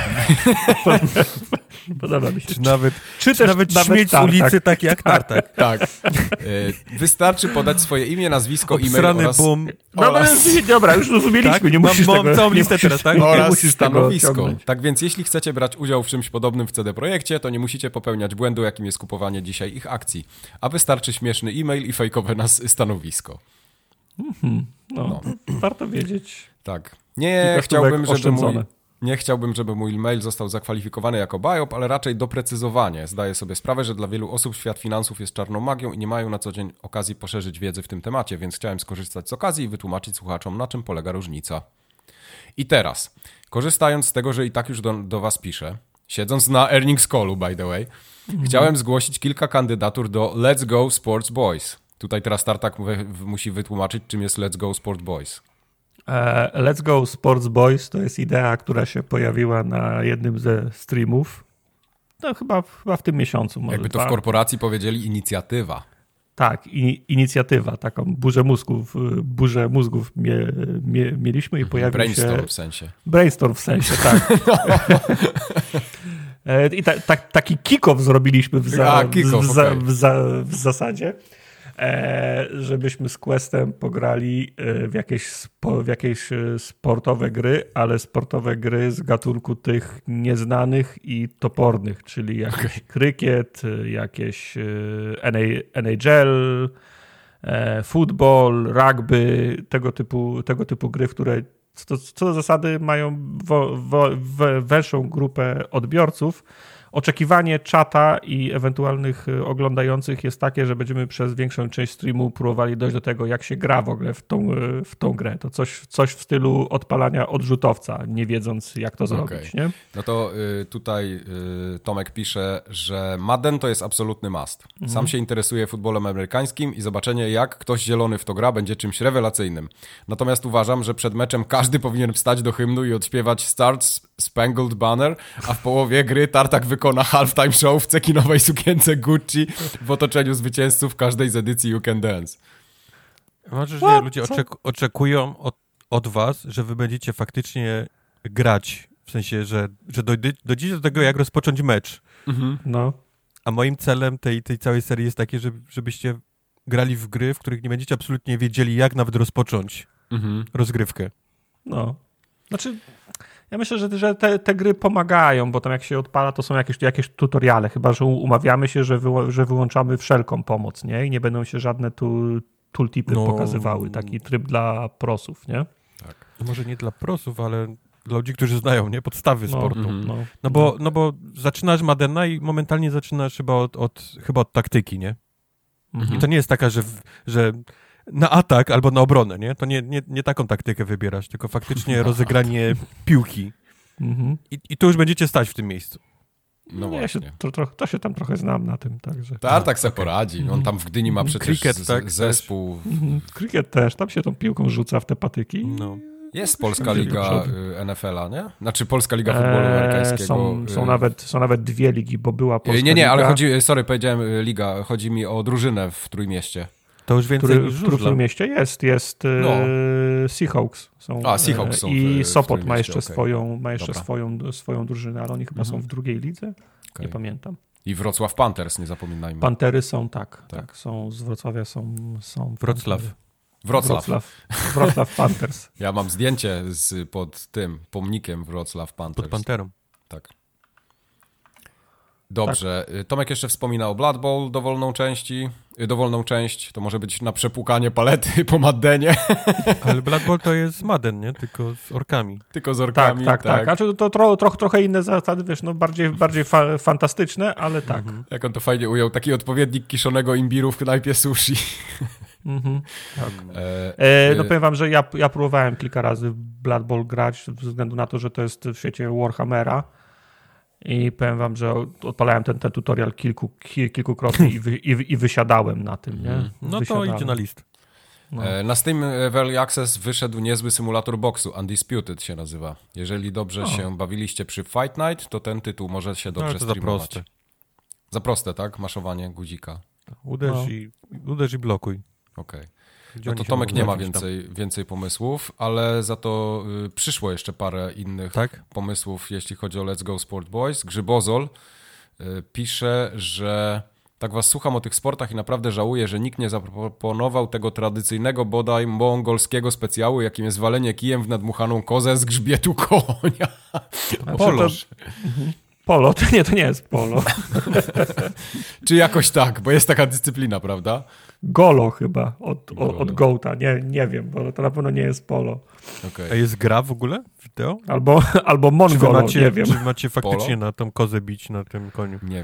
Podoba mi się. Czy nawet, czy czy też nawet nawet śmieć z ulicy, tak jak tartak. Tak. Wystarczy podać swoje imię, nazwisko, e-mail oraz... Boom. Oraz... No, dobra, już rozumieliśmy, tak? nie musisz mam, tego... Mam całą nie listę musisz, teraz, tak? Oraz musisz stanowisko. Tak więc jeśli chcecie brać udział w czymś podobnym w C D Projekcie, to nie musicie popełniać błędu, jakim jest kupowanie dzisiaj ich akcji. A wystarczy śmieszny e-mail i fejkowe nas stanowisko. Mm-hmm. No, no, warto wiedzieć. Tak. Nie chciałbym, żeby mój, nie chciałbym, żeby mój mail został zakwalifikowany jako biop, ale raczej doprecyzowanie. Zdaję sobie sprawę, że dla wielu osób świat finansów jest czarną magią i nie mają na co dzień okazji poszerzyć wiedzy w tym temacie, więc chciałem skorzystać z okazji i wytłumaczyć słuchaczom, na czym polega różnica. I teraz, korzystając z tego, że i tak już do, do was piszę, siedząc na earnings callu, by the way, mhm. chciałem zgłosić kilka kandydatur do Let's Go Sports Boys. Tutaj teraz Tartak musi wytłumaczyć, czym jest Let's Go Sports Boys. Let's Go Sports Boys to jest idea, która się pojawiła na jednym ze streamów. No chyba, chyba w tym miesiącu. Może Jakby to dwa. w korporacji powiedzieli inicjatywa. Tak, i, inicjatywa, taką burzę mózgów, burzę mózgów mie, mie, mieliśmy i pojawił Brainstorm się... Brainstorm w sensie. Brainstorm w sensie, tak. I ta, ta, taki kick-off zrobiliśmy w, za, A, kick-off, w, za, okay. w, za, w zasadzie, e, żebyśmy z Questem pograli w jakieś, spo, w jakieś sportowe gry, ale sportowe gry z gatunku tych nieznanych i topornych, czyli jakiś okay. krykiet, jakieś N H L, e, futbol, rugby, tego typu, tego typu gry, które co, co do zasady mają wo, wo, wo, węższą grupę odbiorców. Oczekiwanie czata i ewentualnych oglądających jest takie, że będziemy przez większą część streamu próbowali dojść do tego, jak się gra w ogóle w tą, w tą grę. To coś, coś w stylu odpalania odrzutowca, nie wiedząc, jak to zrobić. Okay. Nie? No to y, tutaj y, Tomek pisze, że Madden to jest absolutny must. Sam mhm. się interesuje futbolem amerykańskim i zobaczenie, jak ktoś zielony w to gra, będzie czymś rewelacyjnym. Natomiast uważam, że przed meczem każdy powinien wstać do hymnu i odśpiewać Start Spangled Banner, a w połowie gry Tartak wykona halftime show w cekinowej sukience Gucci w otoczeniu zwycięzców każdej z edycji You Can Dance. Mam wrażenie, że ludzie oczek- oczekują od, od was, że wy będziecie faktycznie grać, w sensie, że, że dojdzie, dojdziecie do tego, jak rozpocząć mecz. Mhm. No. A moim celem tej, tej całej serii jest takie, żeby, żebyście grali w gry, w których nie będziecie absolutnie wiedzieli, jak nawet rozpocząć mhm. rozgrywkę. No. Znaczy... Ja myślę, że, że te, te gry pomagają, bo tam jak się odpala, to są jakieś, jakieś tutoriale, chyba że umawiamy się, że, wy, że wyłączamy wszelką pomoc, nie? I nie będą się żadne tu, tooltipy no, pokazywały. Taki tryb dla prosów, nie? Tak. No może nie dla prosów, ale dla ludzi, którzy znają, nie? Podstawy no, sportu. Mm, no, no, bo, no bo zaczynasz Maddena i momentalnie zaczynasz chyba od, od, chyba od taktyki, nie? Mhm. I to nie jest taka, że, że na atak albo na obronę, nie? To nie, nie, nie taką taktykę wybierasz, tylko faktycznie rozegranie piłki. Mhm. I, I tu już będziecie stać w tym miejscu. No ja właśnie. Się, to, to, to się tam trochę znam na tym, także... Tartak se poradzi. On tam w Gdyni ma przecież Cricket, z, tak, zespół. Cricket też. Tam się tą piłką rzuca w te patyki. No. Jest Polska Liga N F L a, nie? Znaczy Polska Liga Futbolu Amerykańskiego. Są, są, nawet, są nawet dwie ligi, bo była Polska Nie, nie, Liga. ale chodzi, sorry, powiedziałem liga. Chodzi mi o drużynę w Trójmieście. To już więcej który, niż w Trójmieście jest, jest no. e, Seahawks. Są, A, Seahawks są I w, Sopot w ma jeszcze, okay. swoją, ma jeszcze swoją, swoją drużynę, ale oni chyba mhm. są w drugiej lidze. Okay. Nie pamiętam. I Wrocław Panthers, nie zapominajmy. Pantery są, tak. tak. tak są, z Wrocławia są... są Wrocław. Wrocław. Wrocław. Wrocław Panthers. Ja mam zdjęcie z, pod tym pomnikiem Wrocław Panthers. Pod Panterą. Tak. Dobrze. Tak. Tomek jeszcze wspomina o Blood Bowl, dowolną części. Dowolną część, to może być na przepłukanie palety po Maddenie. Ale Blood Bowl to jest Madden, nie? Tylko z orkami. Tylko z orkami, tak. Tak, tak. tak. Znaczy to tro, tro, trochę inne zasady, wiesz, no bardziej, bardziej fa- fantastyczne, ale tak. Mhm. Jak on to fajnie ujął, taki odpowiednik kiszonego imbiru w knajpie sushi. Mhm. Tak. E, e, no powiem wam, że ja, ja próbowałem kilka razy w Blood Bowl grać, ze względu na to, że to jest w świecie Warhammera. I powiem wam, że odpalałem ten, ten tutorial kilku, kilkukrotnie i, wy, i, i wysiadałem na tym, nie? No wysiadałem. to idzie na list. No. Na Steam w Early Access wyszedł niezły symulator boksu, Undisputed się nazywa. Jeżeli dobrze o. się bawiliście przy Fight Night, to ten tytuł może się dobrze no, to streamować. Za proste. Za proste, tak? Maszowanie guzika. Uderz, no. i, uderz i blokuj. Okej. Okay. No to Tomek nie ma więcej, więcej pomysłów, ale za to y, przyszło jeszcze parę innych tak? pomysłów, jeśli chodzi o Let's Go Sport Boys. Grzybozol y, pisze, że tak was słucham o tych sportach i naprawdę żałuję, że nikt nie zaproponował tego tradycyjnego bodaj mongolskiego specjału, jakim jest walenie kijem w nadmuchaną kozę z grzbietu konia. Polo. Polo, to nie, to nie jest polo. Czy jakoś tak, bo jest taka dyscyplina, prawda? Golo chyba, od, Golo. od Gołta, nie, nie wiem, bo to na pewno nie jest polo. Okay. A jest gra w ogóle? Wideo? Albo, albo Mongolo, macie, nie wiem. Czy macie faktycznie Polo? Na tą kozę bić na tym koniu? Nie wiem.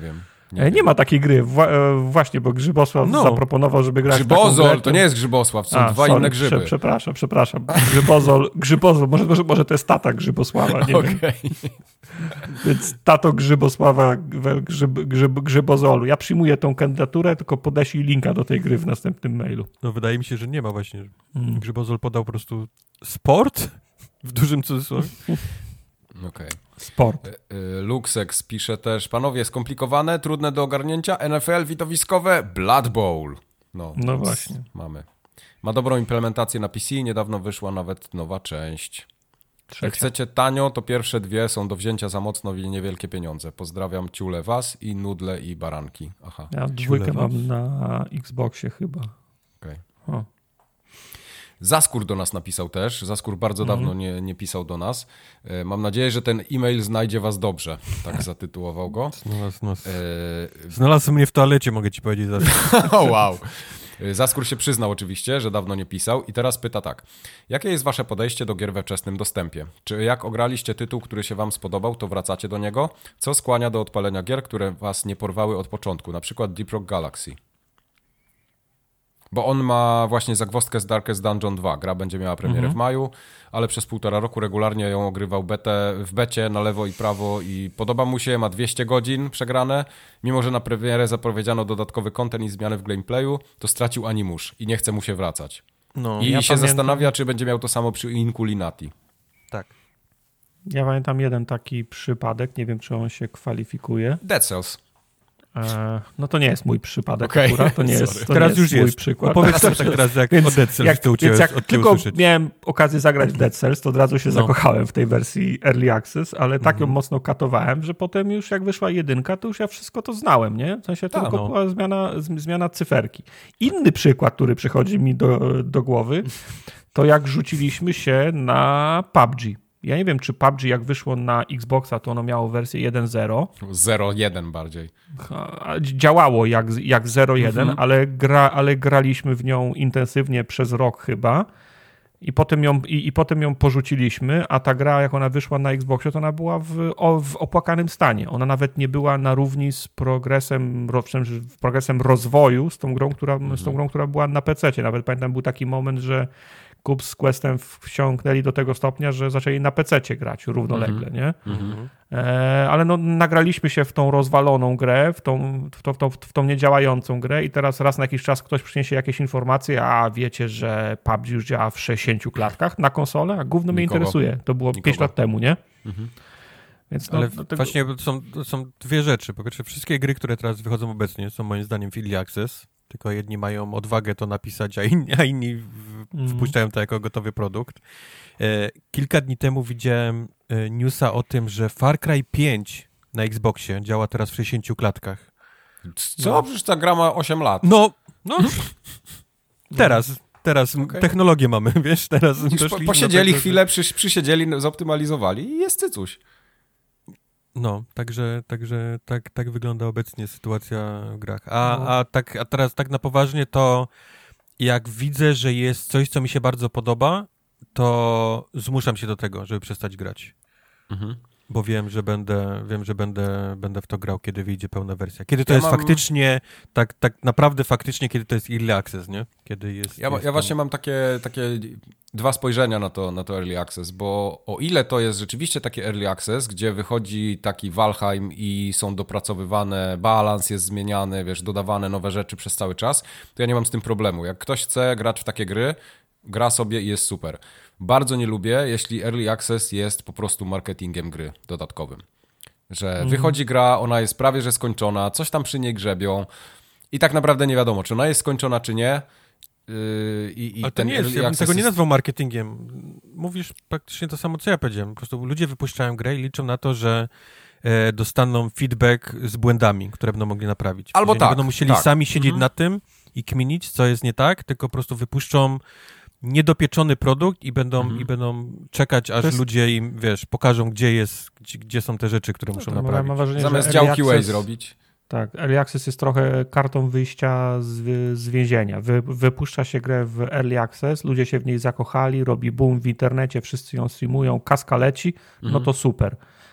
Nie, nie ma takiej gry. Wła- właśnie, bo Grzybosław no. zaproponował, żeby grać Grzybozol, w taką grę, to nie jest Grzybosław, są A, dwa sorry, inne grzyby. Prze- przepraszam, przepraszam. Grzybozol, Grzybozol może, może, może to jest tata Grzybosława, nie okay. wiem. Więc tato Grzybosława, grzyb, grzyb, Grzybozolu. Ja przyjmuję tą kandydaturę, tylko podeślij linka do tej gry w następnym mailu. No wydaje mi się, że nie ma właśnie. Hmm. Grzybozol podał po prostu sport w dużym cudzysłowie. Okej. Okay. Sport. Luxex pisze też, panowie, skomplikowane, trudne do ogarnięcia, N F L widowiskowe, Blood Bowl. No, no właśnie. Mamy. Ma dobrą implementację na P C, niedawno wyszła nawet nowa część. Trzecia. Jak chcecie tanio, to pierwsze dwie są do wzięcia za mocno i niewielkie pieniądze. Pozdrawiam ciule was i nudle i baranki. Aha. Ja dwójkę mam na Xboxie chyba. Okej. Okay. Zaskór do nas napisał też. Zaskór bardzo mm. dawno nie, nie pisał do nas. E, mam nadzieję, że ten e-mail znajdzie was dobrze. Tak zatytułował go. Znalazł, nas. E... Znalazł mnie w toalecie, mogę ci powiedzieć. O, wow. Zaskór się przyznał oczywiście, że dawno nie pisał i teraz pyta tak. Jakie jest wasze podejście do gier we wczesnym dostępie? Czy jak ograliście tytuł, który się wam spodobał, to wracacie do niego? Co skłania do odpalenia gier, które was nie porwały od początku? Na przykład Deep Rock Galaxy. Bo on ma właśnie zagwozdkę z Darkest Dungeon dwa. Gra będzie miała premierę mhm. w maju, ale przez półtora roku regularnie ją ogrywał betę, w becie na lewo i prawo i podoba mu się, ma dwieście godzin przegrane. Mimo że na premierę zapowiedziano dodatkowy content i zmiany w gameplayu, to stracił animusz i nie chce mu się wracać. No, I ja się pamiętam... zastanawia, czy będzie miał to samo przy Inculinati. Tak. Ja pamiętam jeden taki przypadek, nie wiem, czy on się kwalifikuje. Dead Cells. No to nie jest mój przypadek okay. akurat, to nie jest, to teraz nie jest już mój jest. przykład. Opowiedz tak teraz, jak więc, o Dead Cells jak, więc jak tylko usłyszeć. Miałem okazję zagrać w Dead Cells, to od razu się no. zakochałem w tej wersji Early Access, ale mm-hmm. tak ją mocno katowałem, że potem już jak wyszła jedynka, to już ja wszystko to znałem, nie? W sensie to Ta, tylko no. była zmiana, zmiana cyferki. Inny przykład, który przychodzi mi do, do głowy, to jak rzuciliśmy się na P U B G. Ja nie wiem, czy P U B G jak wyszło na Xboxa, to ono miało wersję jeden zero. zero jeden bardziej. Działało jak, jak zero jeden, mhm. ale, gra, ale graliśmy w nią intensywnie przez rok chyba i potem, ją, i, i potem ją porzuciliśmy, a ta gra jak ona wyszła na Xboxie, to ona była w, o, w opłakanym stanie. Ona nawet nie była na równi z progresem, progresem rozwoju z tą grą, która, mhm. z tą grą, która była na pececie. Nawet pamiętam, był taki moment, że Kup z Questem wsiąknęli do tego stopnia, że zaczęli na pececie grać równolegle, mm-hmm. nie? Mm-hmm. E, ale no, nagraliśmy się w tą rozwaloną grę, w tą, w, to, w, to, w tą niedziałającą grę i teraz raz na jakiś czas ktoś przyniesie jakieś informacje, a wiecie, że P U B G już działa w sześćdziesięciu klatkach na konsolę, a gówno mnie interesuje. To było Nikogo. pięć lat temu, nie? Mm-hmm. Więc no, ale tego... właśnie to są, to są dwie rzeczy. Po pierwsze, wszystkie gry, które teraz wychodzą obecnie, są moim zdaniem w Early Access. Tylko jedni mają odwagę to napisać, a inni, a inni w, wpuszczają to jako gotowy produkt. E, kilka dni temu widziałem e, newsa o tym, że Far Cry pięć na Xboxie działa teraz w sześćdziesięciu klatkach. Co? No. Przecież ta gra ma osiem lat. No, no. teraz, teraz okay. technologię mamy, wiesz, teraz po, posiedzieli tego, chwilę, przy, przysiedzieli, zoptymalizowali i jest cycuś. No, także, także tak, tak wygląda obecnie sytuacja w grach. A, no. a, tak, a teraz tak na poważnie to jak widzę, że jest coś, co mi się bardzo podoba, to zmuszam się do tego, żeby przestać grać. Mhm. Bo wiem, że będę, wiem, że będę, będę w to grał, kiedy wyjdzie pełna wersja. Kiedy to ja jest mam... faktycznie, tak, tak naprawdę faktycznie, kiedy to jest early access, nie? Kiedy jest... Ja, jest ja właśnie mam takie, takie dwa spojrzenia na to, na to early access, bo o ile to jest rzeczywiście takie early access, gdzie wychodzi taki Valheim i są dopracowywane, balans jest zmieniany, wiesz, dodawane nowe rzeczy przez cały czas, to ja nie mam z tym problemu. Jak ktoś chce grać w takie gry, gra sobie i jest super. Bardzo nie lubię, jeśli early access jest po prostu marketingiem gry dodatkowym. Że mm. wychodzi gra, ona jest prawie że skończona, coś tam przy niej grzebią i tak naprawdę nie wiadomo, czy ona jest skończona, czy nie. Yy, i, i Ale to nie jest, ja bym tego nie nazwał marketingiem. Mówisz praktycznie to samo, co ja powiedziałem. Po prostu ludzie wypuszczają grę i liczą na to, że e, dostaną feedback z błędami, które będą mogli naprawić. Albo Czyli tak. Nie będą musieli tak. sami siedzieć mhm. na tym i kminić, co jest nie tak, tylko po prostu wypuszczą niedopieczony produkt i będą, mhm. i będą czekać, aż jest... ludzie im, wiesz, pokażą, gdzie jest, gdzie, gdzie są te rzeczy, które muszą naprawić. Mam wrażenie, Zamiast działki Way zrobić. Tak, Early Access jest trochę kartą wyjścia z, z więzienia. Wy, wypuszcza się grę w Early Access, ludzie się w niej zakochali, robi boom w internecie, wszyscy ją streamują, kaska leci, mhm. no to super.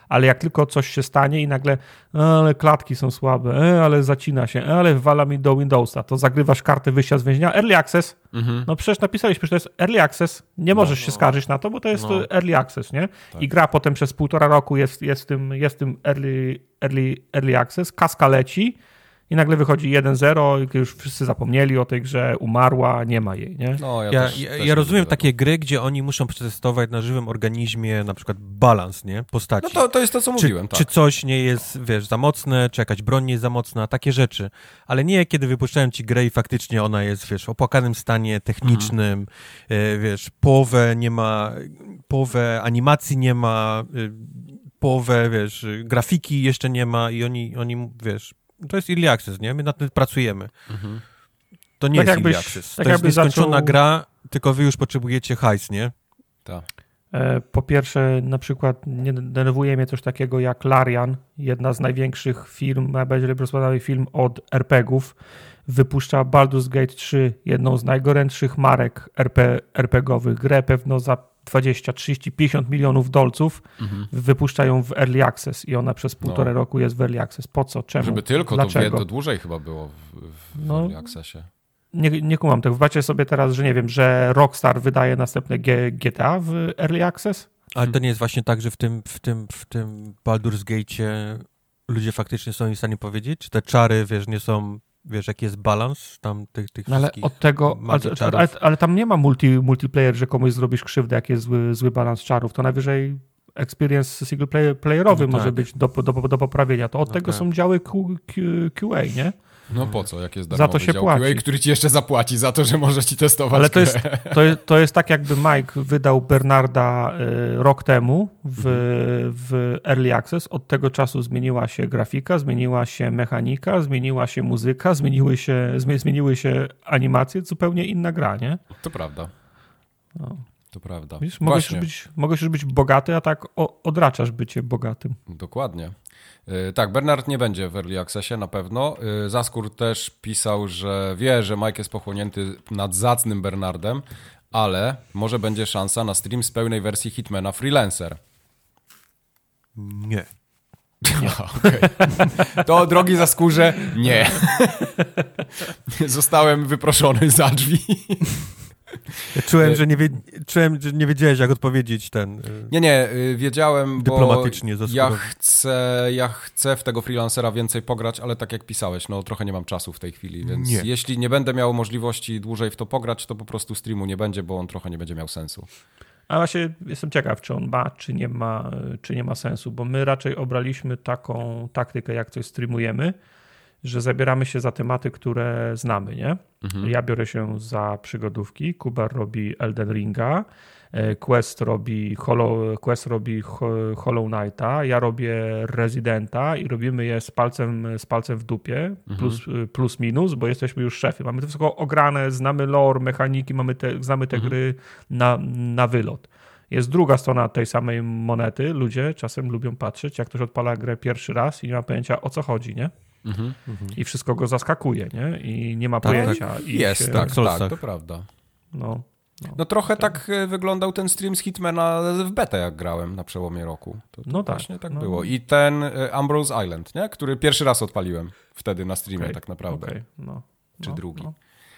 ale jak tylko coś się stanie i nagle e, ale klatki są słabe, e, ale zacina się, e, ale wala mi do Windowsa, to zagrywasz kartę wyjścia z więzienia, early access, mhm. no przecież napisaliśmy, że to jest early access, nie możesz no, się skarżyć na to, bo to jest no. early access, nie? Tak. I gra potem przez półtora roku jest, jest w tym, jest w tym early, early, early access, kaska leci, i nagle wychodzi jeden zero i już wszyscy zapomnieli o tej grze, umarła, nie ma jej, nie? No, ja ja, też, ja, też ja rozumiem takie gry, gdzie oni muszą przetestować na żywym organizmie na przykład balans, nie? Postaci. No to, to jest to, co czy, mówiłem, tak. Czy coś nie jest, wiesz, za mocne, czy jakaś broń nie jest za mocna, takie rzeczy. Ale nie kiedy wypuszczają ci grę i faktycznie ona jest, wiesz, w opłakanym stanie technicznym, mhm. y, wiesz, połowę nie ma, połowę animacji nie ma, y, połowę, wiesz, grafiki jeszcze nie ma i oni, oni wiesz... To jest early access, nie? My nad tym pracujemy. Mhm. To nie tak jest early access. Tak to jest nieskończona zaczął... gra, tylko wy już potrzebujecie hajs, nie? Tak. Po pierwsze, na przykład nie denerwuje mnie coś takiego jak Larian, jedna z największych firm, najbardziej rozpoznawalnych firm od er pe gie ów, wypuszcza Baldur's Gate trzy, jedną z najgorętszych marek er pe, er pe gie owych, grę pewno za dwadzieścia, trzydzieści, pięćdziesiąt milionów dolców, mhm. wypuszczają w Early Access i ona przez półtorej no. roku jest w Early Access. Po co? Czemu? Żeby tylko, Dlaczego? to, to dłużej chyba było w, w no, Early Accessie. Nie, nie kumam tego. Wyobraźcie sobie teraz, że nie wiem, że Rockstar wydaje następne G, G T A w Early Access? Ale to nie jest właśnie tak, że w tym, w tym, w tym Baldur's Gate'cie ludzie faktycznie są w stanie powiedzieć, czy te czary, wiesz, nie są... Wiesz, jaki jest balans tam tych, tych no ale wszystkich od tego, ale, ale, ale tam nie ma multi, multiplayer, że komuś zrobisz krzywdę, jak jest zły, zły balans czarów. To najwyżej experience single player, playerowy no może tak. być do, do, do poprawienia. To od no tego tak. są działy Q, Q, Q A, nie? No po co, jak jest darmowy za to się dział płaci. Q A, który ci jeszcze zapłaci za to, że może ci testować. Ale to jest, to, jest, to jest tak, jakby Mike wydał Bernarda y, rok temu w, w Early Access. Od tego czasu zmieniła się grafika, zmieniła się mechanika, zmieniła się muzyka, zmieniły się, zmieniły się animacje, zupełnie inna gra, nie? To prawda. No. To prawda. Wiesz, mogłeś, już być, mogłeś już być bogaty, a tak o, odraczasz bycie bogatym. Dokładnie. Yy, tak, Bernard nie będzie w Early Accessie na pewno. Yy, Zaskur też pisał, że wie, że Mike jest pochłonięty nad zacnym Bernardem, ale może będzie szansa na stream z pełnej wersji Hitmana Freelancer. Nie. nie. Okay. To drogi Zaskurze, nie. Zostałem wyproszony za drzwi. Ja czułem, że nie wie, czułem, że nie wiedziałeś, jak odpowiedzieć ten... Nie, nie, wiedziałem, dyplomatycznie bo ja chcę, ja chcę w tego freelancera więcej pograć, ale tak jak pisałeś, no trochę nie mam czasu w tej chwili, więc nie. jeśli nie będę miał możliwości dłużej w to pograć, to po prostu streamu nie będzie, bo on trochę nie będzie miał sensu. A właśnie jestem ciekaw, czy on ma, czy nie ma, czy nie ma sensu, bo my raczej obraliśmy taką taktykę, jak coś streamujemy, że zabieramy się za tematy, które znamy, nie? Mhm. Ja biorę się za przygodówki, Kubar robi Elden Ringa, Quest robi Hollow, Quest robi Hollow Knighta, ja robię Residenta i robimy je z palcem, z palcem w dupie, mhm. plus, plus minus, bo jesteśmy już szefy. Mamy to wszystko ograne, znamy lore, mechaniki, mamy te, znamy te mhm. gry na, na wylot. Jest druga strona tej samej monety. Ludzie czasem lubią patrzeć, jak ktoś odpala grę pierwszy raz i nie ma pojęcia, o co chodzi, nie? Mhm. I wszystko go zaskakuje, nie? I nie ma tak, pojęcia. Tak, I jest, się... tak, tak, to prawda. No, no. no trochę tak wyglądał ten stream z Hitmana w betę, jak grałem na przełomie roku. To, to no tak. Właśnie tak no. było. I ten Ambrose Island, nie? Który pierwszy raz odpaliłem wtedy na streamie okay, tak naprawdę. Okay, no, Czy no, drugi. No.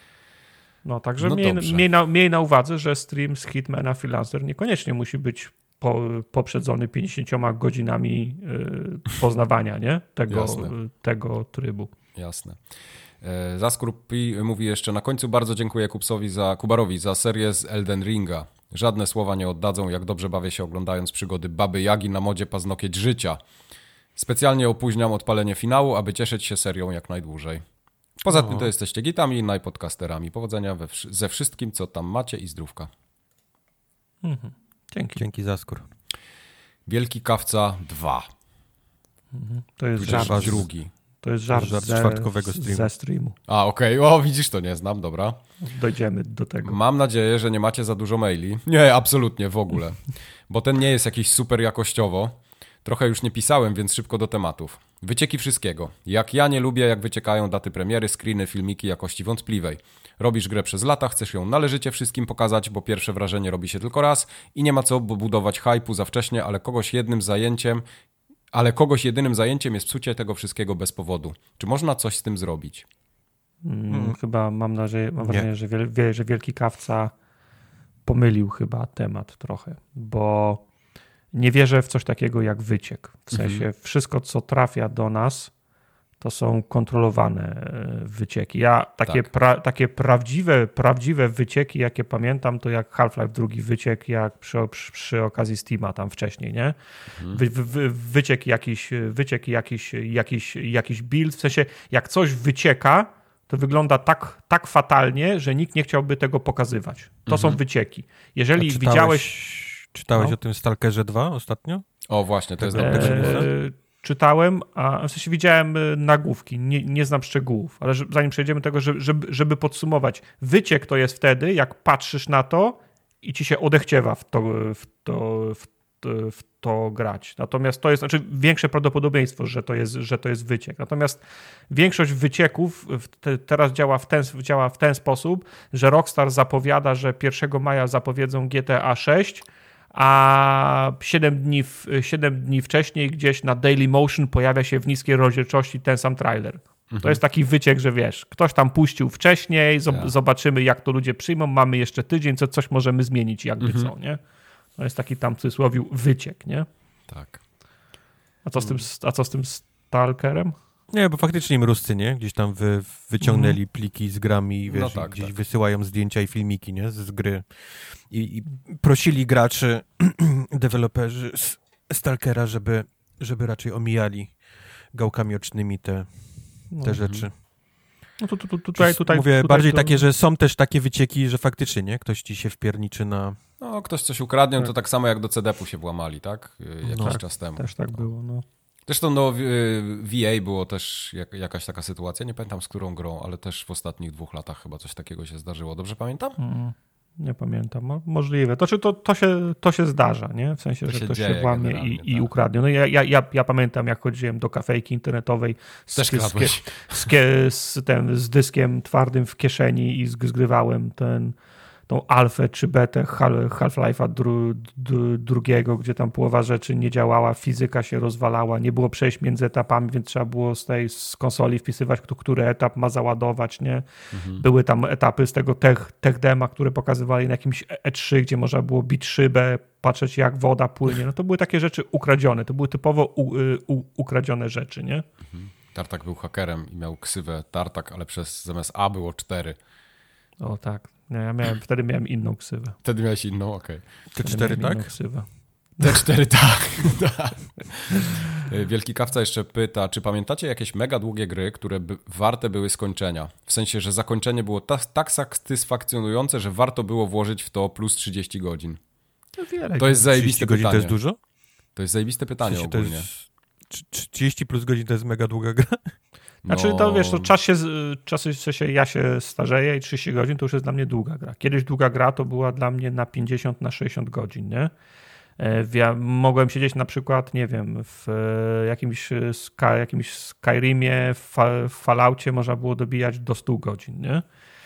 No także no miej, miej, na, miej na uwadze, że stream z Hitmana Freelancer niekoniecznie musi być po, poprzedzony pięćdziesięcioma godzinami y, poznawania, nie? Tego, tego trybu. Jasne. Zaskur mówi jeszcze na końcu: bardzo dziękuję Kupsowi za, Kubarowi za serię z Elden Ringa. Żadne słowa nie oddadzą, jak dobrze bawię się oglądając przygody Baby Jagi na modzie Paznokieć Życia. Specjalnie opóźniam odpalenie finału, aby cieszyć się serią jak najdłużej. Poza tym to jesteście gitami i najpodcasterami. Powodzenia we, ze wszystkim, co tam macie i zdrówka. Mhm. Dzięki. Dzięki, Zaskur. Wielki Kawca dwa. Mhm. To jest żart drugi. To jest żart, żart ze, czwartkowego streamu. ze streamu. A, okej. Okay. O, widzisz, to nie znam, dobra. Dojdziemy do tego. Mam nadzieję, że nie macie za dużo maili. Nie, absolutnie, w ogóle. Bo ten nie jest jakiś super jakościowo. Trochę już nie pisałem, więc szybko do tematów. Wycieki wszystkiego. Jak ja nie lubię, jak wyciekają daty premiery, screeny, filmiki jakości wątpliwej. Robisz grę przez lata, chcesz ją należycie wszystkim pokazać, bo pierwsze wrażenie robi się tylko raz i nie ma co budować hype'u za wcześnie, ale kogoś jednym zajęciem ale kogoś jedynym zajęciem jest psucie tego wszystkiego bez powodu. Czy można coś z tym zrobić? Hmm, hmm. Chyba mam nadzieję, mam wrażenie, że, wiel, że wielki kawca pomylił chyba temat trochę, bo nie wierzę w coś takiego jak wyciek. W sensie mhm. wszystko, co trafia do nas, to są kontrolowane wycieki. Ja takie, tak. pra, takie prawdziwe, prawdziwe wycieki, jakie pamiętam, to jak Half-Life drugi wyciek, jak przy, przy, przy okazji Steama tam wcześniej, nie? Mhm. Wy, wy, wyciek jakiś, wyciek jakiś, jakiś, jakiś build, w sensie jak coś wycieka, to wygląda tak, tak fatalnie, że nikt nie chciałby tego pokazywać. To mhm. są wycieki. Jeżeli czytałeś, widziałeś... Czytałeś no? o tym Stalkerze dwa ostatnio? O właśnie, to jest dobre. Eee, czytałem, a w sensie widziałem nagłówki, nie, nie znam szczegółów, ale że, zanim przejdziemy do tego, żeby, żeby, żeby podsumować, wyciek to jest wtedy, jak patrzysz na to i ci się odechciewa w to, w to, w to, w to grać. Natomiast to jest, znaczy większe prawdopodobieństwo, że to jest, że to jest wyciek. Natomiast większość wycieków te, teraz działa w, ten, działa w ten sposób, że Rockstar zapowiada, że pierwszego maja zapowiedzą G T A sześć, a siedem dni, siedem dni wcześniej gdzieś na Dailymotion pojawia się w niskiej rozdzielczości ten sam trailer. Mhm. To jest taki wyciek, że wiesz, ktoś tam puścił wcześniej, zob- ja. zobaczymy jak to ludzie przyjmą, mamy jeszcze tydzień, co coś możemy zmienić jakby mhm. co, nie? To jest taki tam w cudzysłowie wyciek, nie? Tak. A co z tym, a co z tym Stalkerem? Nie, bo faktycznie im Ruscy, nie? Gdzieś tam wy, wyciągnęli mm. pliki z grami, wiesz, no tak, gdzieś tak. wysyłają zdjęcia i filmiki, nie? Z, z gry. I, I prosili graczy, deweloperzy z Stalkera, żeby, żeby raczej omijali gałkami ocznymi te, te mm. rzeczy. No to, to, to, tutaj, tutaj, Mówię tutaj, bardziej to... takie, że są też takie wycieki, że faktycznie, nie? Ktoś ci się wpierniczy na... No, ktoś coś ukradnie, tak. to tak samo jak do C D P u się włamali, tak? Jakiś no, czas temu. Też tak było, no. Zresztą no, w E A było też jak, jakaś taka sytuacja, nie pamiętam z którą grą, ale też w ostatnich dwóch latach chyba coś takiego się zdarzyło. Dobrze pamiętam? Mm, nie pamiętam, możliwe. To, czy to, to, się, to się zdarza, nie? W sensie, to że się ktoś się włamie i, tak. i ukradnie. No ja, ja, ja, ja pamiętam, jak chodziłem do kafejki internetowej z, też z, z, z, z, ten, z dyskiem twardym w kieszeni i zgrywałem ten... tą alfę czy betę Half-Life'a dru, dru, drugiego, gdzie tam połowa rzeczy nie działała, fizyka się rozwalała, nie było przejść między etapami, więc trzeba było z tej z konsoli wpisywać, który etap ma załadować, nie? Mhm. Były tam etapy z tego tech, tech dema, które pokazywali na jakimś E trzy, gdzie można było bić szybę, patrzeć jak woda płynie. No to były takie rzeczy ukradzione, to były typowo u, u, ukradzione rzeczy, nie? Mhm. Tartak był hakerem i miał ksywę Tartak, ale przez zamiast A było cztery. O tak. Nie, ja miałem, wtedy miałem inną ksywę. Wtedy miałeś inną, okej. Okay. T cztery, tak? T cztery, tak. Wielki Kawca jeszcze pyta, czy pamiętacie jakieś mega długie gry, które by, warte były skończenia? W sensie, że zakończenie było ta, tak satysfakcjonujące, że warto było włożyć w to plus trzydzieści godzin. To, wiele, to jest zajebiste pytanie. Godzin to jest dużo? To jest zajebiste pytanie w sensie ogólnie. Jest, trzydzieści plus godzin to jest mega długa gra? Znaczy, to wiesz, to czas się, czas się, ja się starzeję i trzydzieści godzin to już jest dla mnie długa gra. Kiedyś długa gra to była dla mnie na pięćdziesiąt na sześćdziesiąt godzin, nie? Ja mogłem siedzieć na przykład, nie wiem, w jakimś, jakimś Skyrimie, w Falloutie można było dobijać do stu godzin, nie?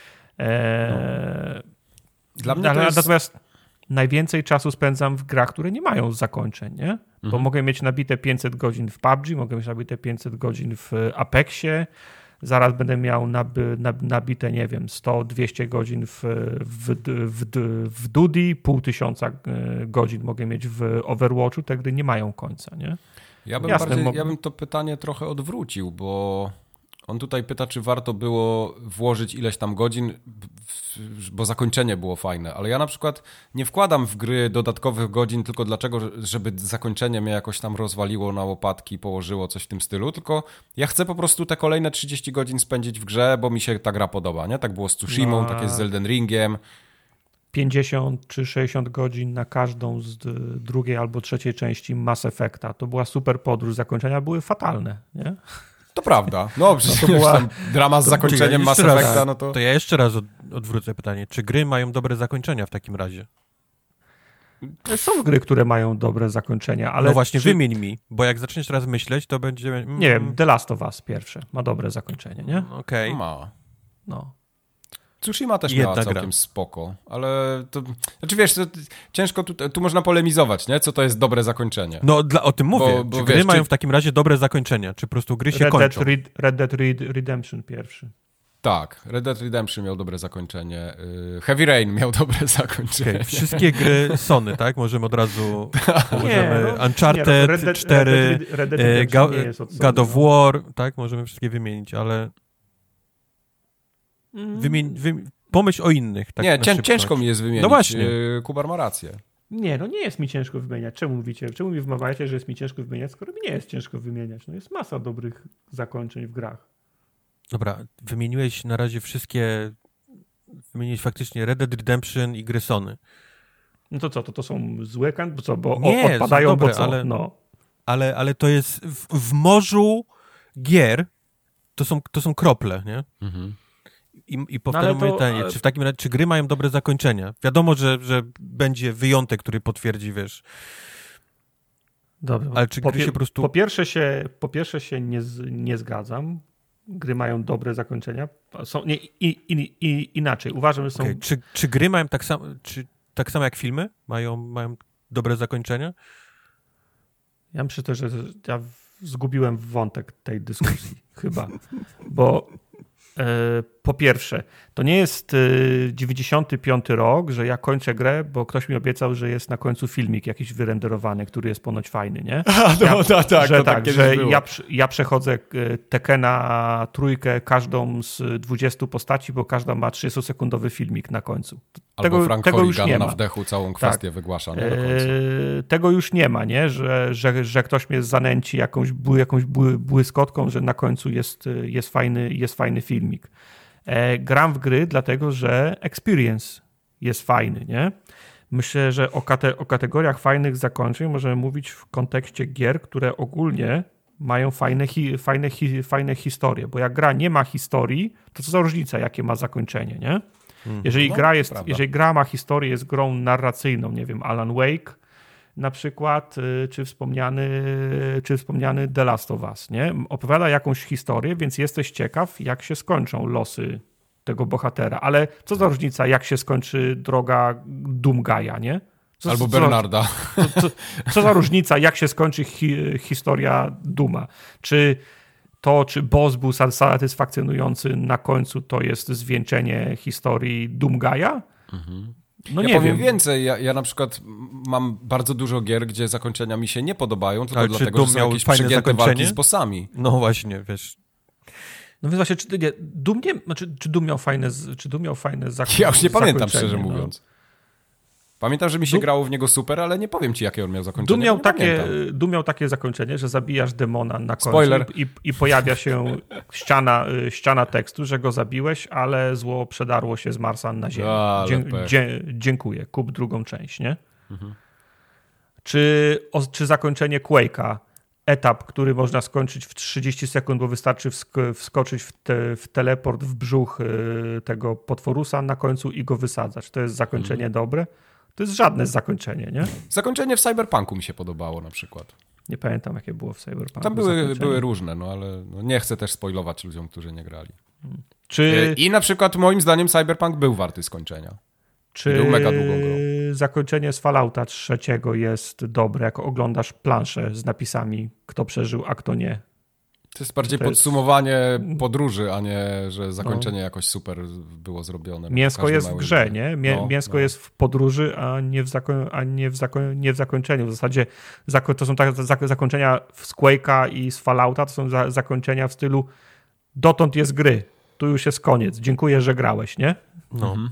Eee, dla mnie to jest... Natomiast najwięcej czasu spędzam w grach, które nie mają zakończeń, nie? Bo mhm. mogę mieć nabite pięćset godzin w P U B G, mogę mieć nabite pięćset godzin w Apexie, zaraz będę miał naby, nab, nabite, nie wiem, sto dwieście godzin w, w, w, w Dudi, pół tysiąca godzin mogę mieć w Overwatchu, te gry nie mają końca, nie? Ja bym, Jasne, bardziej, mo- ja bym to pytanie trochę odwrócił, bo on tutaj pyta, czy warto było włożyć ileś tam godzin, bo zakończenie było fajne, ale ja na przykład nie wkładam w gry dodatkowych godzin tylko dlaczego, żeby zakończenie mnie jakoś tam rozwaliło na łopatki, położyło coś w tym stylu, tylko ja chcę po prostu te kolejne trzydzieści godzin spędzić w grze, bo mi się ta gra podoba, nie? Tak było z Tsushimą, no, tak jest z Elden Ringiem. pięćdziesiąt czy sześćdziesiąt godzin na każdą z drugiej albo trzeciej części Mass Effecta. To była super podróż, zakończenia były fatalne, nie? To prawda. No przecież no to była... tam drama z zakończeniem ja Mass Effecta, no to... To ja jeszcze raz od, odwrócę pytanie. Czy gry mają dobre zakończenia w takim razie? Są gry, które mają dobre zakończenia, ale... No właśnie, czy... wymień mi, bo jak zaczniesz teraz myśleć, to będzie... Mm... Nie wiem, The Last of Us pierwsze ma dobre zakończenie, nie? Okej. Okay. Ma. No. Tsushima też miała całkiem gra. spoko, ale to... Znaczy wiesz, to, ciężko tu, tu można polemizować, nie? Co to jest dobre zakończenie. No dla, o tym mówię. Bo, bo czy gry wiesz, mają czy... w takim razie dobre zakończenia? Czy po prostu gry się Red kończą? Dead, Red Dead Redemption pierwszy. Tak, Red Dead Redemption miał dobre zakończenie. Heavy Rain miał dobre zakończenie. Okay. Wszystkie gry Sony, tak? Możemy od razu... możemy nie, no, Uncharted, nie, no, Red Dead, cztery, Red Dead, Red Dead Ga- nie jest od Sony, God of no. War, tak? Możemy wszystkie wymienić, ale... Wymień, wymi- pomyśl o innych. Tak nie, cię, ciężko mi jest wymienić. No właśnie. Kubar ma rację. Nie, no nie jest mi ciężko wymieniać. Czemu mówicie? Czemu mi wmawiacie, że jest mi ciężko wymieniać, skoro mi nie jest ciężko wymieniać? No jest masa dobrych zakończeń w grach. Dobra, wymieniłeś na razie wszystkie... Wymieniłeś faktycznie Red Dead Redemption i gry Sony. No to co, to, to są złe kan... Co, bo nie, odpadają, dobre, bo co? Ale, no. ale, ale to jest w, w morzu gier to są, to są krople, nie? Mhm. I, i powtarzam no pytanie, ale... czy w takim razie, czy gry mają dobre zakończenia? Wiadomo, że, że będzie wyjątek, który potwierdzi, wiesz. Dobrze. Ale czy po, gry się po prostu... Po pierwsze się, po pierwsze się nie, z, nie zgadzam. Gry mają dobre zakończenia. Są, nie, i, i, i, inaczej. Uważam, że są... Okay. Czy, czy gry mają tak samo, czy tak samo jak filmy? Mają, mają dobre zakończenia? Ja myślę też, że ja zgubiłem wątek tej dyskusji. Chyba. Bo e, po pierwsze, to nie jest e, dziewięćdziesiąty piąty rok, że ja kończę grę, bo ktoś mi obiecał, że jest na końcu filmik jakiś wyrenderowany, który jest ponoć fajny, nie? A, no, ja, tak, tak, że to tak, tak że było. ja, ja przechodzę Tekena trójkę, każdą z dwudziestu postaci, bo każda ma trzydziestosekundowy filmik na końcu. Albo tego, Frank tego już nie na ma. wdechu całą kwestię tak. wygłasza. Nie, do końca. Eee, tego już nie ma, nie? Że, że, że ktoś mnie zanęci jakąś, jakąś błyskotką, że na końcu jest, jest, fajny, jest fajny filmik. E, gram w gry dlatego, że experience jest fajny, nie? Myślę, że o, kate- o kategoriach fajnych zakończeń możemy mówić w kontekście gier, które ogólnie mają fajne, hi- fajne, hi- fajne historie, bo jak gra nie ma historii, to co za różnica, jakie ma zakończenie, nie? Jeżeli, no, gra jest, jeżeli gra ma historię, jest grą narracyjną, nie wiem, Alan Wake na przykład, czy wspomniany, czy wspomniany The Last of Us, nie? Opowiada jakąś historię, więc jesteś ciekaw, jak się skończą losy tego bohatera, ale co za różnica, jak się skończy droga Doomgaja, nie? Co, Albo co, Bernarda. Co, co, co za różnica, jak się skończy hi, historia Dooma? Czy to, czy boss był satysfakcjonujący na końcu, to jest zwieńczenie historii Doomgaja? Mhm. No ja nie powiem wiem. więcej, ja, ja na przykład mam bardzo dużo gier, gdzie zakończenia mi się nie podobają, tylko ale dlatego, że są jakieś przegięte walki z bossami. No właśnie, wiesz. No więc właśnie, czy, nie, Doom nie, znaczy, czy Doom miał fajne, czy Doom miał fajne zak- Ja już nie pamiętam, szczerze no. mówiąc. Pamiętam, że mi się Doom... grało w niego super, ale nie powiem ci, jakie on miał zakończenie. Doom miał, takie, Doom miał takie zakończenie, że zabijasz demona na końcu Spoiler. I, i pojawia się ściana, ściana tekstu, że go zabiłeś, ale zło przedarło się z Marsa na Ziemię. Dzie- dzie- dziękuję. Kup drugą część, nie? Mhm. Czy, o, czy zakończenie Quake'a, etap, który można skończyć w trzydzieści sekund, bo wystarczy wsk- wskoczyć w, te, w teleport w brzuch y, tego potworusa na końcu i go wysadzać. To jest zakończenie mhm. dobre? To jest żadne zakończenie, nie? Zakończenie w Cyberpunku mi się podobało na przykład. Nie pamiętam, jakie było w Cyberpunku. Tam były, były różne, no ale no nie chcę też spoilować ludziom, którzy nie grali. Czy... I na przykład moim zdaniem Cyberpunk był warty skończenia. Czy był mega długą grą. Zakończenie z Fallouta trzeciego jest dobre, jak oglądasz planszę z napisami, kto przeżył, a kto nie? To jest bardziej to podsumowanie jest... podróży, a nie, że zakończenie no. jakoś super było zrobione. Mięsko jest w grze, nie? Mię, no, mięsko no. jest w podróży, a nie w, zako- a nie w, zako- nie w zakończeniu. W zasadzie zako- to są tak zak- zakończenia z Quake'a i z Fallouta, to są za- zakończenia w stylu dotąd jest gry, tu już jest koniec, dziękuję, że grałeś, nie? No. Mhm.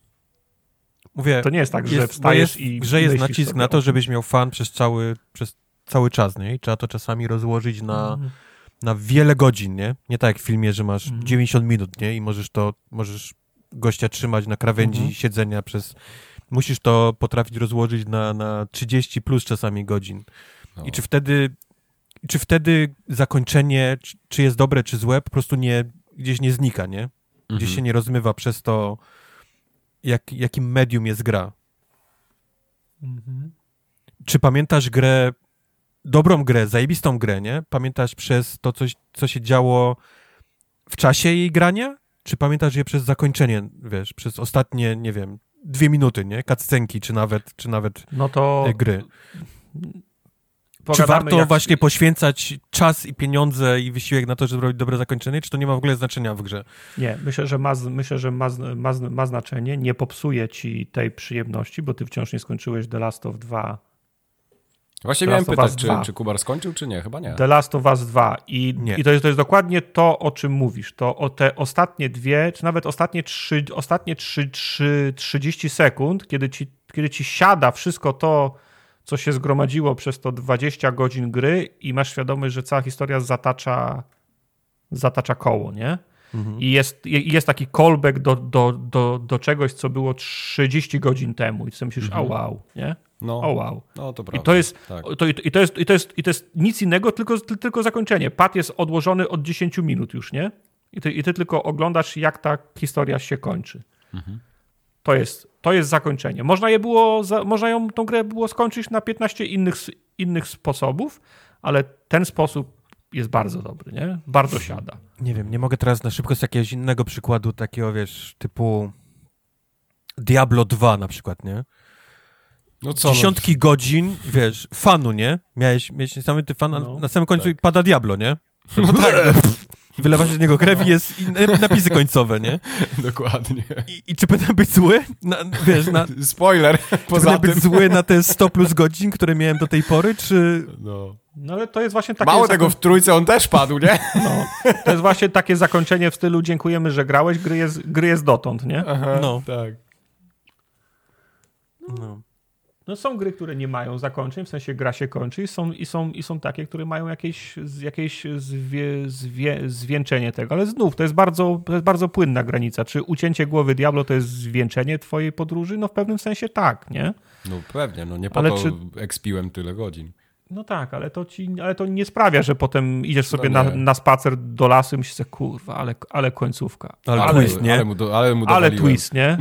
Mówię, to nie jest tak, że jest, wstajesz jest, i że jest nacisk sobie. Na to, żebyś miał fan przez cały, przez cały czas, nie? I trzeba to czasami rozłożyć na, mm. na wiele godzin, nie? Nie tak jak w filmie, że masz mm. dziewięćdziesiąt minut, nie? I możesz to, możesz gościa trzymać na krawędzi mm. siedzenia przez... Musisz to potrafić rozłożyć na, na trzydzieści plus czasami godzin. No. I czy wtedy, czy wtedy zakończenie, czy, czy jest dobre, czy złe, po prostu nie, gdzieś nie znika, nie? Gdzieś mm-hmm. się nie rozmywa przez to, Jak, jakim medium jest gra. Mhm. Czy pamiętasz grę, dobrą grę, zajebistą grę, nie? Pamiętasz przez to, coś, co się działo w czasie jej grania? czy pamiętasz je przez zakończenie, wiesz, przez ostatnie, nie wiem, dwie minuty, nie? Cutscenki, czy nawet, czy nawet no to... gry. Pogadamy, czy warto jak... właśnie poświęcać czas i pieniądze i wysiłek na to, żeby robić dobre zakończenie, czy to nie ma w ogóle znaczenia w grze? Nie, myślę, że ma, myślę, że ma, ma, ma znaczenie. Nie popsuje ci tej przyjemności, bo ty wciąż nie skończyłeś The Last of dwa. Właśnie miałem pytać, czy, czy Kubar skończył, czy nie? Chyba nie. The Last of Us dwa. I, nie. i to, jest, to jest dokładnie to, o czym mówisz. To o te ostatnie dwie, czy nawet ostatnie, trzy, ostatnie trzy, trzy, trzydzieści sekund, kiedy ci, kiedy ci siada wszystko to, co się zgromadziło przez to dwadzieścia godzin gry i masz świadomość, że cała historia zatacza, zatacza koło, nie? Mhm. I jest, jest taki callback do, do, do, do czegoś, co było trzydzieści godzin temu i ty sobie myślisz, mhm. o wow, nie? No, o wow. No, to prawda. I to jest, tak. to, i, to jest, i, to jest, I to jest nic innego, tylko, tylko zakończenie. Pad jest odłożony od dziesięć minut już, nie? I ty, i ty tylko oglądasz, jak ta historia się kończy. Mhm. To jest, to jest zakończenie. Można je było, można ją, tą grę było skończyć na piętnaście innych, innych sposobów, ale ten sposób jest bardzo dobry, nie? Bardzo siada. Nie wiem, nie mogę teraz na szybko z jakiegoś innego przykładu takiego, wiesz, typu Diablo dwa na przykład, nie? No co, Dziesiątki no... godzin, wiesz, fanu, nie? Miałeś, miałeś niesamowity fan, a no, na samym końcu tak. pada Diablo, nie? No tak. Wylewa się z niego krew i jest i napisy końcowe, nie? Dokładnie. I, i czy powinien być zły? Na, wiesz, na... Spoiler, poza tym. być zły na te sto plus godzin, które miałem do tej pory, czy... No. No ale to jest właśnie takie... Mało tego, w trójce on też padł, nie? No. To jest właśnie takie zakończenie w stylu dziękujemy, że grałeś, gry jest, gry jest dotąd, nie? Aha, no. Tak. No. No są gry, które nie mają zakończeń, w sensie gra się kończy i są, i są, i są takie, które mają jakieś, jakieś zwie, zwie, zwieńczenie tego, ale znów to jest, bardzo, to jest bardzo płynna granica. Czy ucięcie głowy Diablo to jest zwieńczenie twojej podróży? No w pewnym sensie tak, nie? No pewnie, no nie po ale to czy... ekspiłem tyle godzin. No tak, ale to ci, ale to nie sprawia, że potem idziesz sobie no na, na spacer do lasu i myślisz sobie, kurwa, ale, ale końcówka. Ale, ale twist, nie? Ale mu, do, ale mu ale twist, nie?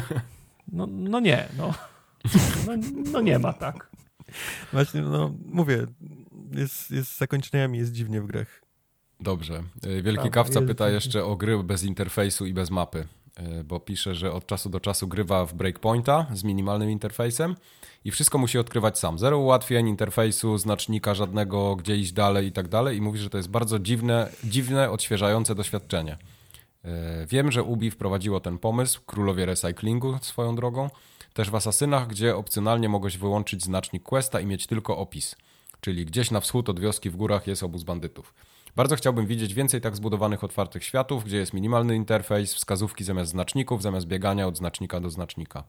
No, no nie, no. No, no nie ma tak. Właśnie, no mówię, jest, jest z zakończeniami, jest dziwnie w grach. Dobrze. Wielki tak, Kawca pyta dziwnie. jeszcze o gry bez interfejsu i bez mapy, bo pisze, że od czasu do czasu grywa w Breakpointa z minimalnym interfejsem i wszystko musi odkrywać sam. Zero ułatwień, interfejsu, znacznika żadnego, gdzie iść dalej i tak dalej i mówi, że to jest bardzo dziwne, dziwne, odświeżające doświadczenie. Wiem, że Ubi wprowadziło ten pomysł, królowie recyklingu swoją drogą, też w Asasynach, gdzie opcjonalnie mogłeś wyłączyć znacznik questa i mieć tylko opis, czyli gdzieś na wschód od wioski w górach jest obóz bandytów. Bardzo chciałbym widzieć więcej tak zbudowanych otwartych światów, gdzie jest minimalny interfejs, wskazówki zamiast znaczników, zamiast biegania od znacznika do znacznika.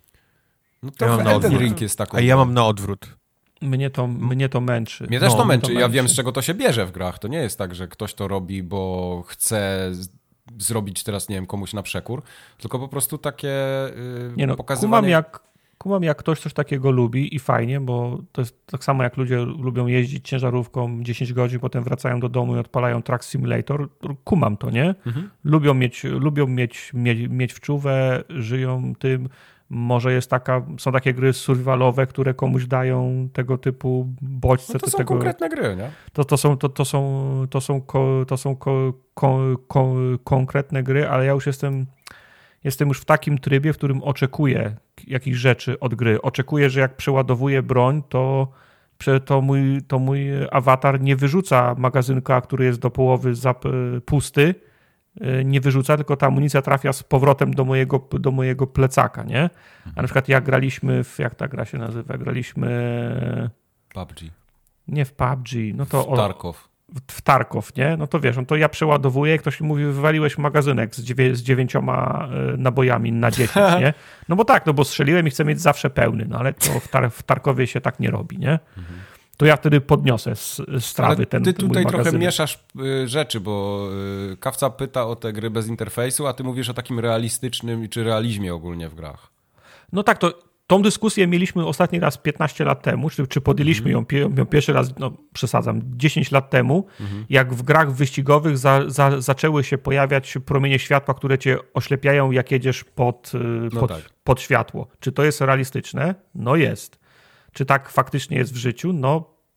No to ja Elden Ring jest taką... A ja mam na odwrót. Mnie to, mnie to męczy. Mnie też no, to męczy. to ja męczy. wiem, z czego to się bierze w grach. To nie jest tak, że ktoś to robi, bo chce zrobić teraz, nie wiem, komuś na przekór, tylko po prostu takie yy, nie no, pokazywanie... Kumam jak, kumam jak ktoś coś takiego lubi i fajnie, bo to jest tak samo jak ludzie lubią jeździć ciężarówką dziesięć godzin, potem wracają do domu i odpalają Truck Simulator. Kumam to, nie? Mhm. Lubią, mieć, lubią mieć, mieć, mieć wczuwę, żyją tym. Może jest taka, są takie gry survivalowe, które komuś dają tego typu bodźce. No to są tego, konkretne gry, nie? To, to są, to, to są, to są, ko, to są ko, ko, ko, konkretne gry, ale ja już jestem, jestem już w takim trybie, w którym oczekuję jakichś rzeczy od gry. Oczekuję, że jak przeładowuję broń, to, to, mój, to mój awatar nie wyrzuca magazynka, który jest do połowy zap, pusty, nie wyrzuca, tylko ta amunicja trafia z powrotem do mojego, do mojego plecaka, nie? A na przykład jak graliśmy w, jak ta gra się nazywa? Graliśmy... P U B G. Nie w P U B G, no to... W Tarkov. W, w Tarkov, nie? No to wiesz, no to ja przeładowuję i ktoś mi mówi, wywaliłeś magazynek z, dziewię, z dziewięcioma nabojami na dziesięć, nie? No bo tak, no bo strzeliłem i chcę mieć zawsze pełny, no ale to w, tar, w Tarkowie się tak nie robi, nie? Mhm. To ja wtedy podniosę z, z trawy ale ten ty ten tutaj mój trochę magazynek. mieszasz y, rzeczy, bo y, Kawca pyta o te gry bez interfejsu, a ty mówisz o takim realistycznym czy realizmie ogólnie w grach. No tak, to tą dyskusję mieliśmy ostatni raz piętnaście lat temu, czy, czy podjęliśmy mm. ją, ją pierwszy raz, no przesadzam, dziesięć lat temu, mm. jak w grach wyścigowych za, za, zaczęły się pojawiać promienie światła, które cię oślepiają, jak jedziesz pod, no pod, tak. pod światło. Czy to jest realistyczne? No jest. Czy tak faktycznie jest w życiu? No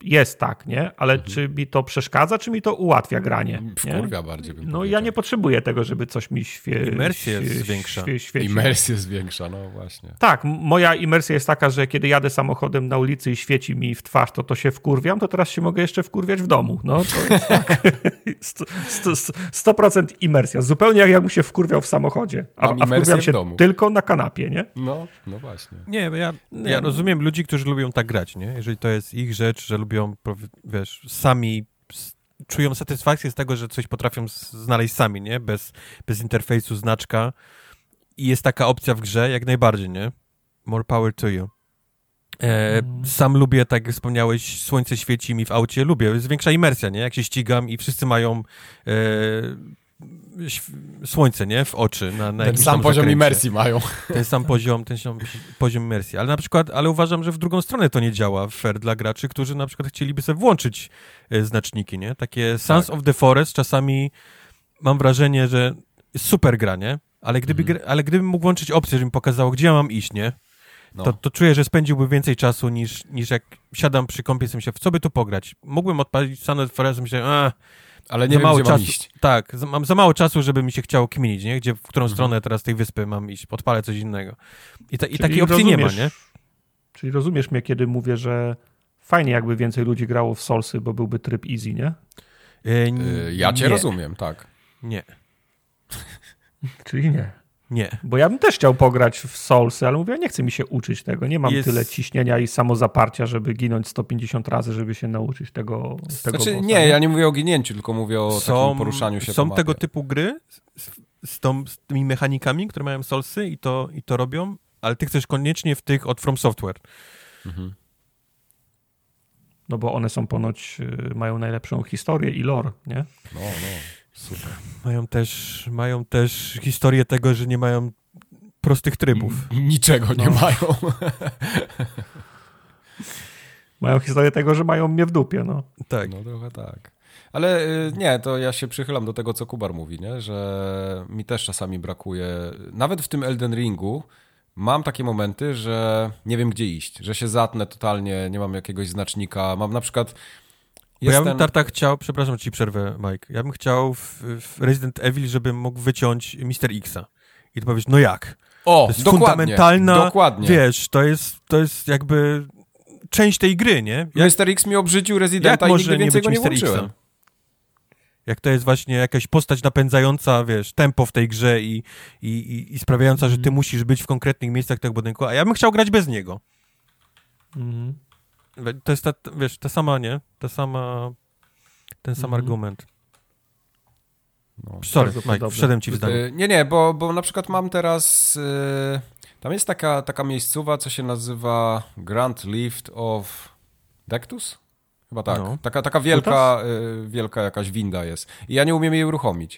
jest tak, nie? Ale mhm. czy mi to przeszkadza, czy mi to ułatwia granie? Wkurwia bardziej bym No powiedział. ja nie potrzebuję tego, żeby coś mi świe... Imersja jest świe... większa. Świe... świeciło. Imersja jest większa, no właśnie. Tak, moja imersja jest taka, że kiedy jadę samochodem na ulicy i świeci mi w twarz, to to się wkurwiam, to teraz się mogę jeszcze wkurwiać w domu. No to jest tak. sto procent imersja. Zupełnie jak jakbym się wkurwiał w samochodzie. A, a wkurwiam się domu. tylko na kanapie, nie? No, no właśnie. Nie, ja, ja rozumiem ludzi, którzy lubią tak grać, nie? Jeżeli to jest ich rzecz, że lubią, wiesz, sami czują satysfakcję z tego, że coś potrafią znaleźć sami, nie? Bez, bez interfejsu, znaczka. I jest taka opcja w grze, jak najbardziej, nie? More power to you. E, sam lubię, tak jak wspomniałeś, słońce świeci mi w aucie, lubię, jest większa imersja, nie? Jak się ścigam i wszyscy mają e, słońce, nie? W oczy. Na, na ten sam poziom zakręcie. Imersji mają. Ten sam poziom, ten sam poziom imersji. Ale na przykład, ale uważam, że w drugą stronę to nie działa fair dla graczy, którzy na przykład chcieliby sobie włączyć e, znaczniki, nie? Takie Sons tak. of the Forest czasami mam wrażenie, że super gra, nie? Ale, gdyby, mhm. ale gdybym mógł włączyć opcję, żeby mi pokazało, gdzie ja mam iść, nie? No. To, to czuję, że spędziłby więcej czasu niż, niż jak siadam przy kąpie i myślę, w co by tu pograć? Mógłbym odpalić Sons of the Forest i myślę, a, ale nie za wiem, mało gdzie czasu. mam iść. Tak, za, mam za mało czasu, żeby mi się chciało kminić, nie? Gdzie, w którą mhm. stronę teraz tej wyspy mam iść, odpalę coś innego. I, ta, i Czyli takiej opcji nie ma, nie? Czyli rozumiesz mnie, kiedy mówię, że fajnie jakby więcej ludzi grało w Soulsy, bo byłby tryb easy, nie? Yy, yy, ja cię nie. rozumiem, tak. Nie. Czyli nie. Nie. Bo ja bym też chciał pograć w Soulsy, ale mówię, nie chce mi się uczyć tego. Nie mam jest... tyle ciśnienia i samozaparcia, żeby ginąć sto pięćdziesiąt razy, żeby się nauczyć tego. tego znaczy, bossa, nie, nie, ja nie mówię o ginięciu, tylko mówię o są, takim poruszaniu się Są po tego mapie. typu gry z, z, tą, z tymi mechanikami, które mają Soulsy i to, i to robią, ale ty chcesz koniecznie w tych od From Software. Mhm. No bo one są ponoć, mają najlepszą historię i lore, nie? No, no, super. Mają też, mają też historię tego, że nie mają prostych trybów. Niczego no. nie mają. Mają historię tego, że mają mnie w dupie, no. Tak. No trochę tak. Ale nie, to ja się przychylam do tego, co Kubar mówi, nie? Że mi też czasami brakuje, nawet w tym Elden Ringu mam takie momenty, że nie wiem, gdzie iść, że się zatnę totalnie, nie mam jakiegoś znacznika, mam na przykład... Bo ja bym ten... Tarta chciał, przepraszam, ci przerwę, Mike, ja bym chciał w, w Resident Evil, żebym mógł wyciąć mister Xa. I to powiesz, no jak? O, to jest dokładnie, fundamentalna, dokładnie. Wiesz, to jest, to jest jakby część tej gry, nie? Jak, mister X mi obrzydził Residenta i nigdy więcej go nie włączyłem. Jak to jest właśnie jakaś postać napędzająca, wiesz, tempo w tej grze i, i, i, i sprawiająca, mm. że ty musisz być w konkretnych miejscach tego budynku, a ja bym chciał grać bez niego. Mm. To jest ta, wiesz, ta sama, nie? Ta sama, ten sam mm. argument. No, sorry, Mike, wszedłem ci w zdanie. Yy, nie, nie, bo, bo na przykład mam teraz... Yy, tam jest taka, taka miejscowa, co się nazywa Grand Lift of Dectus? Chyba tak. No. Taka, taka wielka, yy, wielka jakaś winda jest. I ja nie umiem jej uruchomić.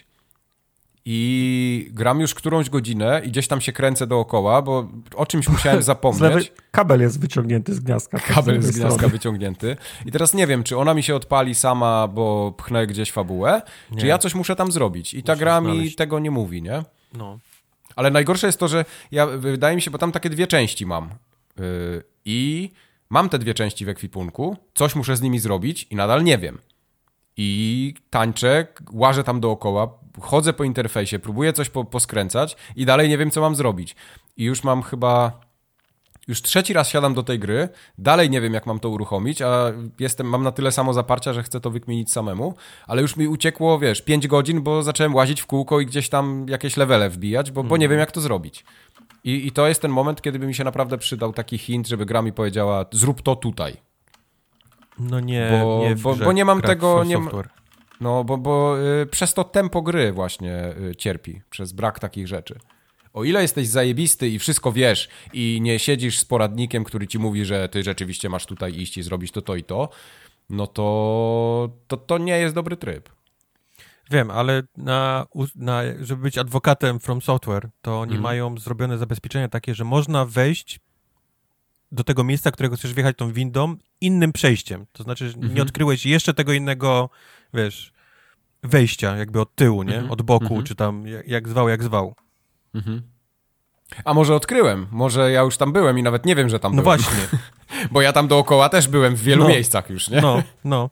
I gram już którąś godzinę i gdzieś tam się kręcę dookoła, bo o czymś musiałem zapomnieć. Lewej, kabel jest wyciągnięty z gniazdka. Kabel jest z gniazdka wyciągnięty. I teraz nie wiem, czy ona mi się odpali sama, bo pchnę gdzieś fabułę, nie. Czy ja coś muszę tam zrobić. I ta muszę gra znaleźć. Mi tego nie mówi, nie? No. Ale najgorsze jest to, że ja, wydaje mi się, bo tam takie dwie części mam. Yy, I mam te dwie części w ekwipunku, coś muszę z nimi zrobić i nadal nie wiem. I tańczę, łażę tam dookoła, chodzę po interfejsie, próbuję coś po, poskręcać i dalej nie wiem, co mam zrobić. I już mam chyba... Już trzeci raz siadam do tej gry, dalej nie wiem, jak mam to uruchomić, a jestem, mam na tyle samo zaparcia, że chcę to wykminić samemu, ale już mi uciekło, wiesz, pięć godzin, bo zacząłem łazić w kółko i gdzieś tam jakieś levele wbijać, bo, bo nie wiem, jak to zrobić. I, I to jest ten moment, kiedy by mi się naprawdę przydał taki hint, żeby gra mi powiedziała, zrób to tutaj. No nie, bo, nie bo, bo nie mam tego... Nie ma, no, bo, bo y, przez to tempo gry właśnie y, cierpi, przez brak takich rzeczy. O ile jesteś zajebisty i wszystko wiesz i nie siedzisz z poradnikiem, który ci mówi, że ty rzeczywiście masz tutaj iść i zrobić to, to i to, no to to, to nie jest dobry tryb. Wiem, ale na, na, żeby być adwokatem From Software, to oni mm. mają zrobione zabezpieczenia takie, że można wejść do tego miejsca, którego chcesz wjechać tą windą, innym przejściem. To znaczy, że mm-hmm. nie odkryłeś jeszcze tego innego, wiesz, wejścia jakby od tyłu, nie? Mm-hmm. Od boku, mm-hmm. czy tam jak, jak zwał, jak zwał. Mhm. A może odkryłem? Może ja już tam byłem i nawet nie wiem, że tam no byłem. No właśnie. Bo ja tam dookoła też byłem w wielu no, miejscach już, nie? No, no.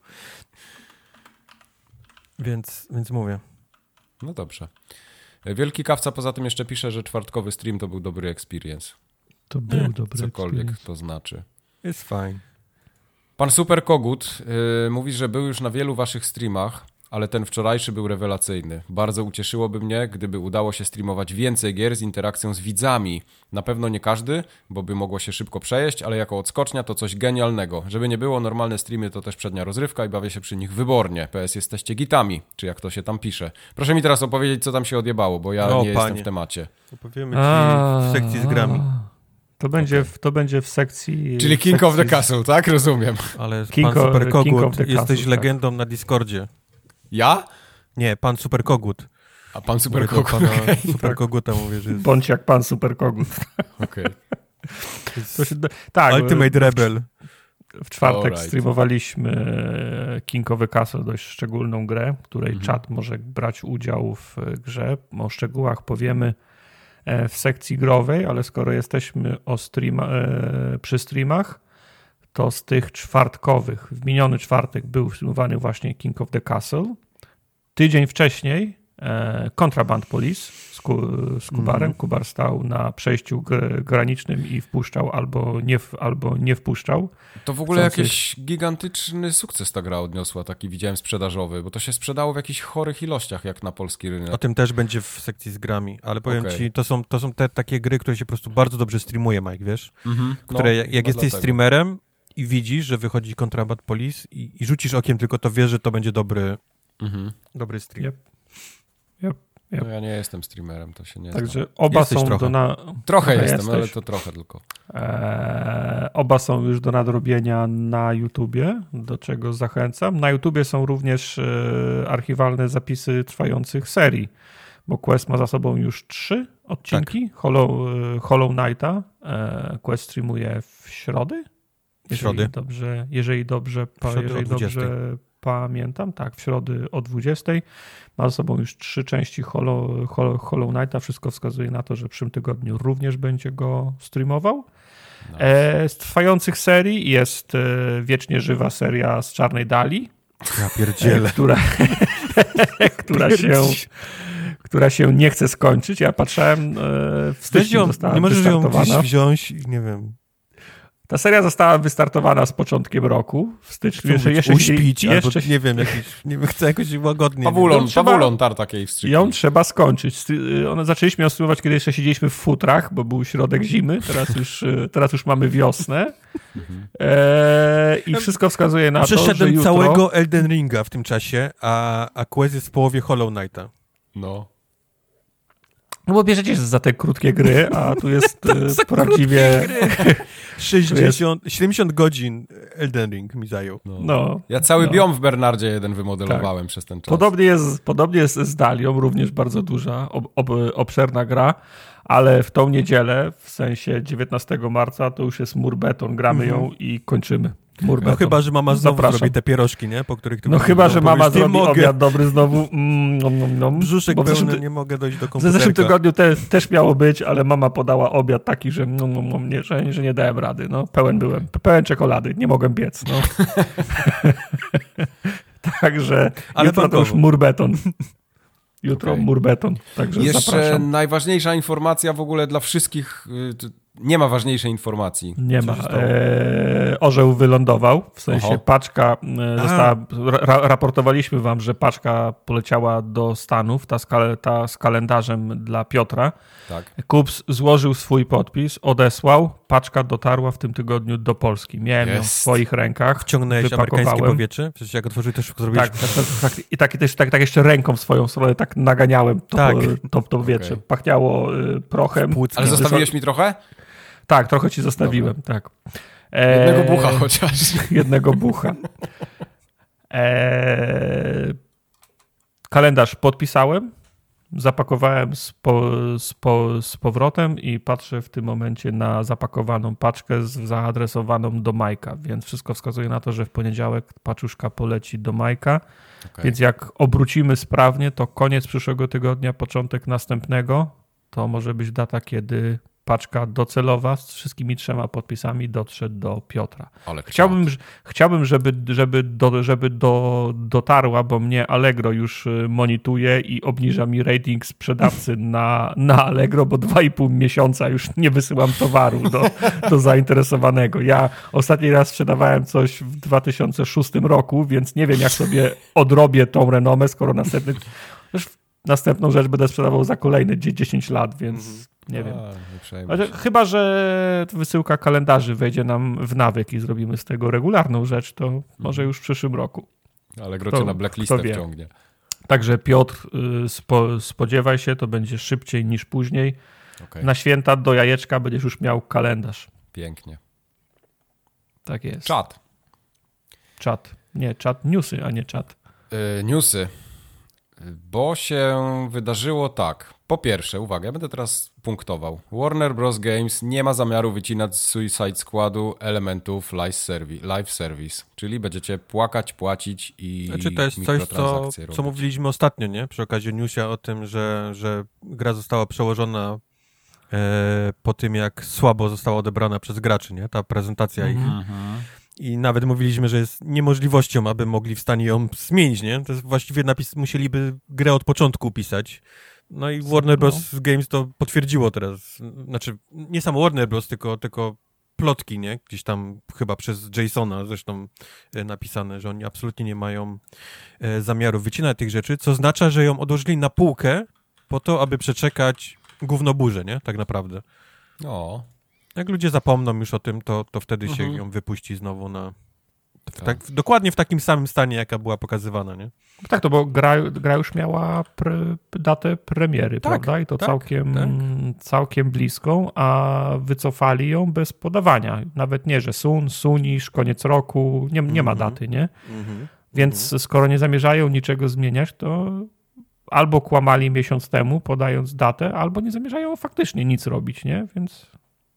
Więc, więc mówię. No dobrze. Wielki Kawca poza tym jeszcze pisze, że czwartkowy stream to był dobry experience. To był dobry Cokolwiek experience. to znaczy. It's fine. Pan Super Kogut yy, mówi, że był już na wielu waszych streamach, ale ten wczorajszy był rewelacyjny. Bardzo ucieszyłoby mnie, gdyby udało się streamować więcej gier z interakcją z widzami. Na pewno nie każdy, bo by mogło się szybko przejeść, ale jako odskocznia to coś genialnego. Żeby nie było, normalne streamy to też przednia rozrywka i bawię się przy nich wybornie. P S jesteście gitami, czy jak to się tam pisze. Proszę mi teraz opowiedzieć, co tam się odjebało, bo ja O, nie panie. jestem w temacie. Opowiemy ci w sekcji z grami. To będzie, Okay. w, to będzie w sekcji... Czyli w King sekcji of the Castle, tak? Rozumiem. Ale King pan o- Super King Kogut, of the jesteś Castle, legendą na Discordzie. Ja? Nie, pan Super Kogut. A pan Super Mówię do Kogut. pana Okay. Super Tak. Koguta mówię, że jest, Bądź jak pan Super Kogut. Okay. To się, tak, Ultimate Rebel. w czwartek Alright. streamowaliśmy King of the Castle, dość szczególną grę, w której Mhm. czat może brać udział w grze. O szczegółach powiemy w sekcji growej, ale skoro jesteśmy o streama, przy streamach, to z tych czwartkowych, w miniony czwartek był streamowany właśnie King of the Castle. Tydzień wcześniej e, Contraband Police z, ku, z Kubarem. Mhm. Kubar stał na przejściu gr- granicznym i wpuszczał albo nie, w, albo nie wpuszczał. To w ogóle Chcących- jakiś gigantyczny sukces ta gra odniosła, taki widziałem sprzedażowy, bo to się sprzedało w jakichś chorych ilościach jak na polski rynek. O tym też będzie w sekcji z grami, ale powiem Okej. ci, to są, to są te takie gry, które się po prostu bardzo dobrze streamuje, Mike, wiesz? Mhm. Które No, jak chyba jesteś dlatego. streamerem i widzisz, że wychodzi Contraband Police i, i rzucisz okiem, tylko to wiesz, że to będzie dobry, Mhm. dobry stream. Yep. Yep. No ja nie jestem streamerem, to się nie znam. Także oba Jesteś są trochę. do na... Trochę trochę jestem, jesteś. ale to trochę tylko. Eee, oba są już do nadrobienia na YouTubie, do czego zachęcam. Na YouTubie są również e, archiwalne zapisy trwających serii, bo Quest ma za sobą już trzy odcinki Hollow, e, Hollow Knighta. E, Quest streamuje w środy? Jeżeli środy. Dobrze, jeżeli dobrze, pa, W środy o jeżeli dwudziestej. dobrze pamiętam, tak, w środy o dwudziestej. Ma za sobą już trzy części Hollow, Hollow, Hollow Knighta. Wszystko wskazuje na to, że w przyszłym tygodniu również będzie go streamował. No. E, z trwających serii jest e, wiecznie żywa seria z Czarnej Dali, Ja pierdzielę. e, która, która, się, która się nie chce skończyć. Ja patrzyłem, e, w Weź styczniu ją, została nie możesz ją gdzieś wystartowana. wziąć i nie wiem, Ta seria została wystartowana z początkiem roku, w styczniu. Jeszcze, jeszcze, uśpić, jeszcze, albo nie wiem, jakiś, nie wiem, chcę jakoś łagodnie. Pawulon, No, trzeba- Pawulon Tartakiej wstrzyknij. ją trzeba skończyć. Stry- One zaczęliśmy ją streamować, kiedy jeszcze siedzieliśmy w futrach, bo był środek zimy. Teraz już, e, teraz już mamy wiosnę. E, I wszystko wskazuje na to, że Przeszedłem jutro... całego Elden Ringa w tym czasie, a, a Quest jest w połowie Hollow Knighta. No. No bo bierzecie za te krótkie gry, a tu jest e, prawdziwie... sześćdziesiąt, siedemdziesiąt godzin Elden Ring mi zajął. No. No, Ja cały no. biom w Bernardzie jeden wymodelowałem przez ten czas. Podobnie jest, podobnie jest z Dalią, również bardzo duża, ob, ob, obszerna gra, ale w tą niedzielę, w sensie dziewiętnastego marca, to już jest mur beton, gramy Mhm. ją i kończymy. Mur beton. No chyba, że mama znowu Zapraszam. zrobi te pierożki, nie? Po których ty No mówisz, chyba, że mama powiesz, nie zrobi mogę. obiad dobry znowu. Mm, nom, nom, nom. Brzuszek Bo w zeszłym, pełny, ty- nie mogę dojść do w komputerka. zeszłym tygodniu te, też miało być, ale mama podała obiad taki, że, nom, nom, nom, nie, że, że nie dałem rady. No, pełen byłem, pełen czekolady, nie mogłem biec. No. Także Ale jutro to bankowo. już mur beton. Jutro Okej. mur beton, także Jeszcze zapraszam. najważniejsza informacja w ogóle dla wszystkich. y, t- Nie ma ważniejszej informacji. Nie Co ma. się stało? E, orzeł wylądował, w sensie Oho. paczka e, została, ra, raportowaliśmy wam, że paczka poleciała do Stanów, ta z, kal, ta z kalendarzem dla Piotra. Tak. Kups złożył swój podpis, odesłał, paczka dotarła w tym tygodniu do Polski. Miałem ją w Jest. swoich rękach, Wciągnęłeś amerykańskie wypakowałem. powietrze? Przecież jak otworzyłeś, też zrobiłeś... Tak, tak, tak, tak, i tak, też, tak, tak jeszcze ręką w swoją stronę tak naganiałem to, Tak. to, to powietrze. Okej. Pachniało y, prochem. Płucki. Ale zostawiłeś mi trochę? Tak, trochę ci zostawiłem, tak. Jednego Eee, bucha chociaż. Jednego bucha. Eee, kalendarz podpisałem, zapakowałem z, po, z, po, z powrotem i patrzę w tym momencie na zapakowaną paczkę z, zaadresowaną do Majka, więc wszystko wskazuje na to, że w poniedziałek paczuszka poleci do Majka, Okay. więc jak obrócimy sprawnie, to koniec przyszłego tygodnia, początek następnego, to może być data, kiedy paczka docelowa z wszystkimi trzema podpisami dotrze do Piotra. Ale chciałbym, chciałbym żeby, żeby, do, żeby do, dotarła, bo mnie Allegro już monituje i obniża mi rating sprzedawcy na, na Allegro, bo dwa i pół miesiąca już nie wysyłam towaru do, do zainteresowanego. Ja ostatni raz sprzedawałem coś w dwa tysiące szóstym roku, więc nie wiem, jak sobie odrobię tą renomę, skoro następny... Następną rzecz będę sprzedawał za kolejne dziesięć lat, więc mm. nie wiem. A, nie Chyba że wysyłka kalendarzy wejdzie nam w nawyk i zrobimy z tego regularną rzecz, to mm. może już w przyszłym roku. Ale grocie na blacklistę wciągnie. Także Piotr, spo, spodziewaj się, to będzie szybciej niż później. Okay. Na święta do jajeczka będziesz już miał kalendarz. Pięknie. Tak jest. Czat. Czat. Nie, czat, newsy, a nie czat. Yy, newsy. Bo się wydarzyło tak. Po pierwsze, uwaga, ja będę teraz punktował. Warner Bros. Games nie ma zamiaru wycinać z Suicide Squadu elementów live service, live service, czyli będziecie płakać, płacić i znaczy, to jest coś, co, co mówiliśmy ostatnio, nie? Przy okazji newsia o tym, że, że gra została przełożona e, po tym, jak słabo została odebrana przez graczy, nie? Ta prezentacja ich. Mhm. I nawet mówiliśmy, że jest niemożliwością, aby mogli w stanie ją zmienić, nie? To jest właściwie napis, musieliby grę od początku pisać. No i Warner Bros. No. Games to potwierdziło teraz. Znaczy, nie samo Warner Bros., tylko, tylko plotki, nie? Gdzieś tam chyba przez Jasona zresztą e, napisane, że oni absolutnie nie mają e, zamiaru wycinać tych rzeczy, co oznacza, że ją odłożyli na półkę po to, aby przeczekać gównoburzę, nie? Tak naprawdę. No. Jak ludzie zapomną już o tym, to, to wtedy mhm. się ją wypuści znowu na... W tak, w, dokładnie w takim samym stanie, jaka była pokazywana, nie? Tak, to bo gra, gra już miała pre, datę premiery, tak, prawda? I to tak, całkiem, tak. całkiem bliską, a wycofali ją bez podawania. Nawet nie, że sun, sunisz, koniec roku, nie, nie ma mhm. daty, nie? Mhm. Więc mhm. skoro nie zamierzają niczego zmieniać, to albo kłamali miesiąc temu, podając datę, albo nie zamierzają faktycznie nic robić, nie? Więc...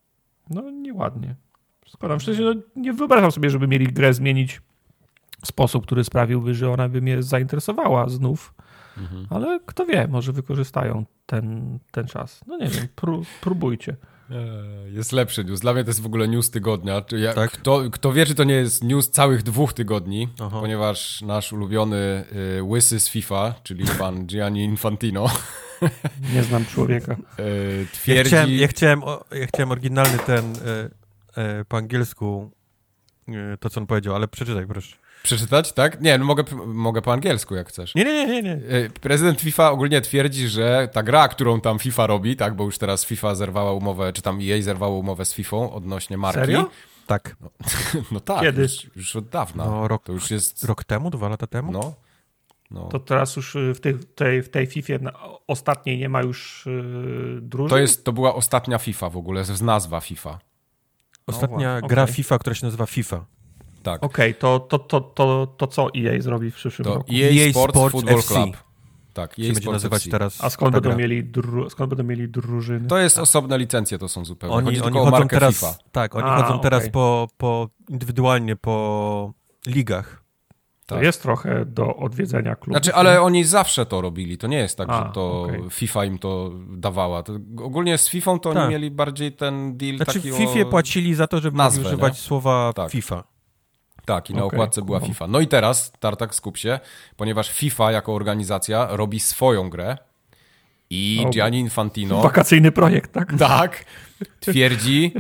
No nieładnie. Składam szczerze, no, nie wyobrażam sobie, żeby mieli grę zmienić w sposób, który sprawiłby, że ona by mnie zainteresowała znów. Mhm. Ale kto wie, może wykorzystają ten, ten czas. No nie wiem, pró- próbujcie. Jest lepszy news. Dla mnie to jest w ogóle news tygodnia. Ja, tak? kto, kto wie, czy to nie jest news całych dwóch tygodni, Aha. ponieważ nasz ulubiony y, łysy z FIFA, czyli pan Gianni Infantino, nie znam człowieka. y, twierdzi... Ja chciałem, ja chciałem, ja chciałem oryginalny ten y, y, po angielsku y, to, co on powiedział, ale przeczytaj, proszę. Przeczytać, tak? Nie, no mogę, mogę po angielsku, jak chcesz. Nie, nie, nie, nie. Prezydent FIFA ogólnie twierdzi, że ta gra, którą tam FIFA robi, tak, bo już teraz FIFA zerwała umowę, czy tam E A zerwała umowę z Fifą odnośnie marki. Serio? Tak. No, no tak, Kiedy? Już, już od dawna. No, rok, to już jest... rok temu, dwa lata temu? No. no. To teraz już w tej, tej, w tej Fifie ostatniej nie ma już yy, drużyn? To, jest, to była ostatnia FIFA w ogóle, z nazwa FIFA. Ostatnia no, gra okay. FIFA, która się nazywa FIFA. Tak. Okej, okay, to, to, to, to, to co E A zrobi w przyszłym to roku? E A Sports, Sports Football F C. Club. Tak, E A się będzie nazywać F C. teraz. A skąd będą, mieli dru, skąd będą mieli drużyny? To jest tak. Osobne licencje, to są zupełnie. Oni, Chodzi oni tylko o markę teraz, FIFA. Tak, oni A, chodzą okay. teraz po, po indywidualnie po ligach. To tak. jest trochę do odwiedzenia klubu. Znaczy, ale oni zawsze to robili. To nie jest tak, A, że to okay. FIFA im to dawała. To ogólnie z Fifą to tak. oni mieli bardziej ten deal znaczy, taki w Fifie o... płacili za to, żeby nazwę, używać nie? słowa tak. FIFA. Tak, i na okay, okładce była cool. FIFA. No i teraz, Tartak, skup się, ponieważ FIFA jako organizacja robi swoją grę i o, Gianni Infantino... Wakacyjny projekt, tak? Tak, twierdzi,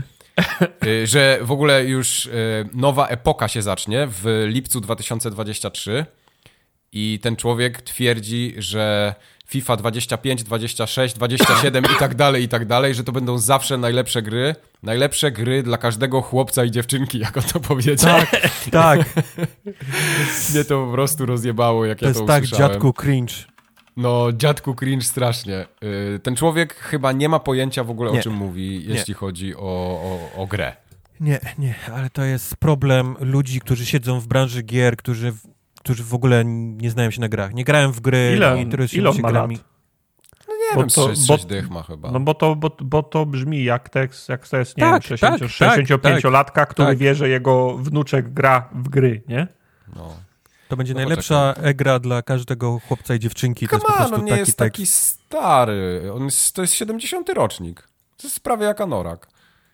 że w ogóle już nowa epoka się zacznie w lipcu dwa tysiące dwudziestym trzecim i ten człowiek twierdzi, że FIFA dwadzieścia pięć, dwadzieścia sześć, dwadzieścia siedem i tak dalej, i tak dalej, że to będą zawsze najlepsze gry, najlepsze gry dla każdego chłopca i dziewczynki, jak on to powiedział. Tak, tak. Mnie to po prostu rozjebało, jak to ja to usłyszałem. To jest tak, dziadku cringe. No, dziadku cringe strasznie. Ten człowiek chyba nie ma pojęcia w ogóle, nie. o czym mówi, jeśli nie. chodzi o, o, o grę. Nie, nie, ale to jest problem ludzi, którzy siedzą w branży gier, którzy... którzy w ogóle nie znają się na grach. Nie grałem w gry, ile, nie interesują ile on się ma grami. Lat? No nie bo wiem, to, sześć, bo, sześć dych ma chyba. No bo to, bo, bo to brzmi jak tekst, jak to jest, nie tak, wiem, tak, sześćdziesięciopięciolatka, tak, który tak. wie, że jego wnuczek gra w gry, nie? No. To będzie no najlepsza poczekaj. e-gra dla każdego chłopca i dziewczynki. Come to jest po prostu on, on nie taki jest tekst. taki stary. On jest, to jest siedemdziesiąty rocznik. To jest prawie jak anorak.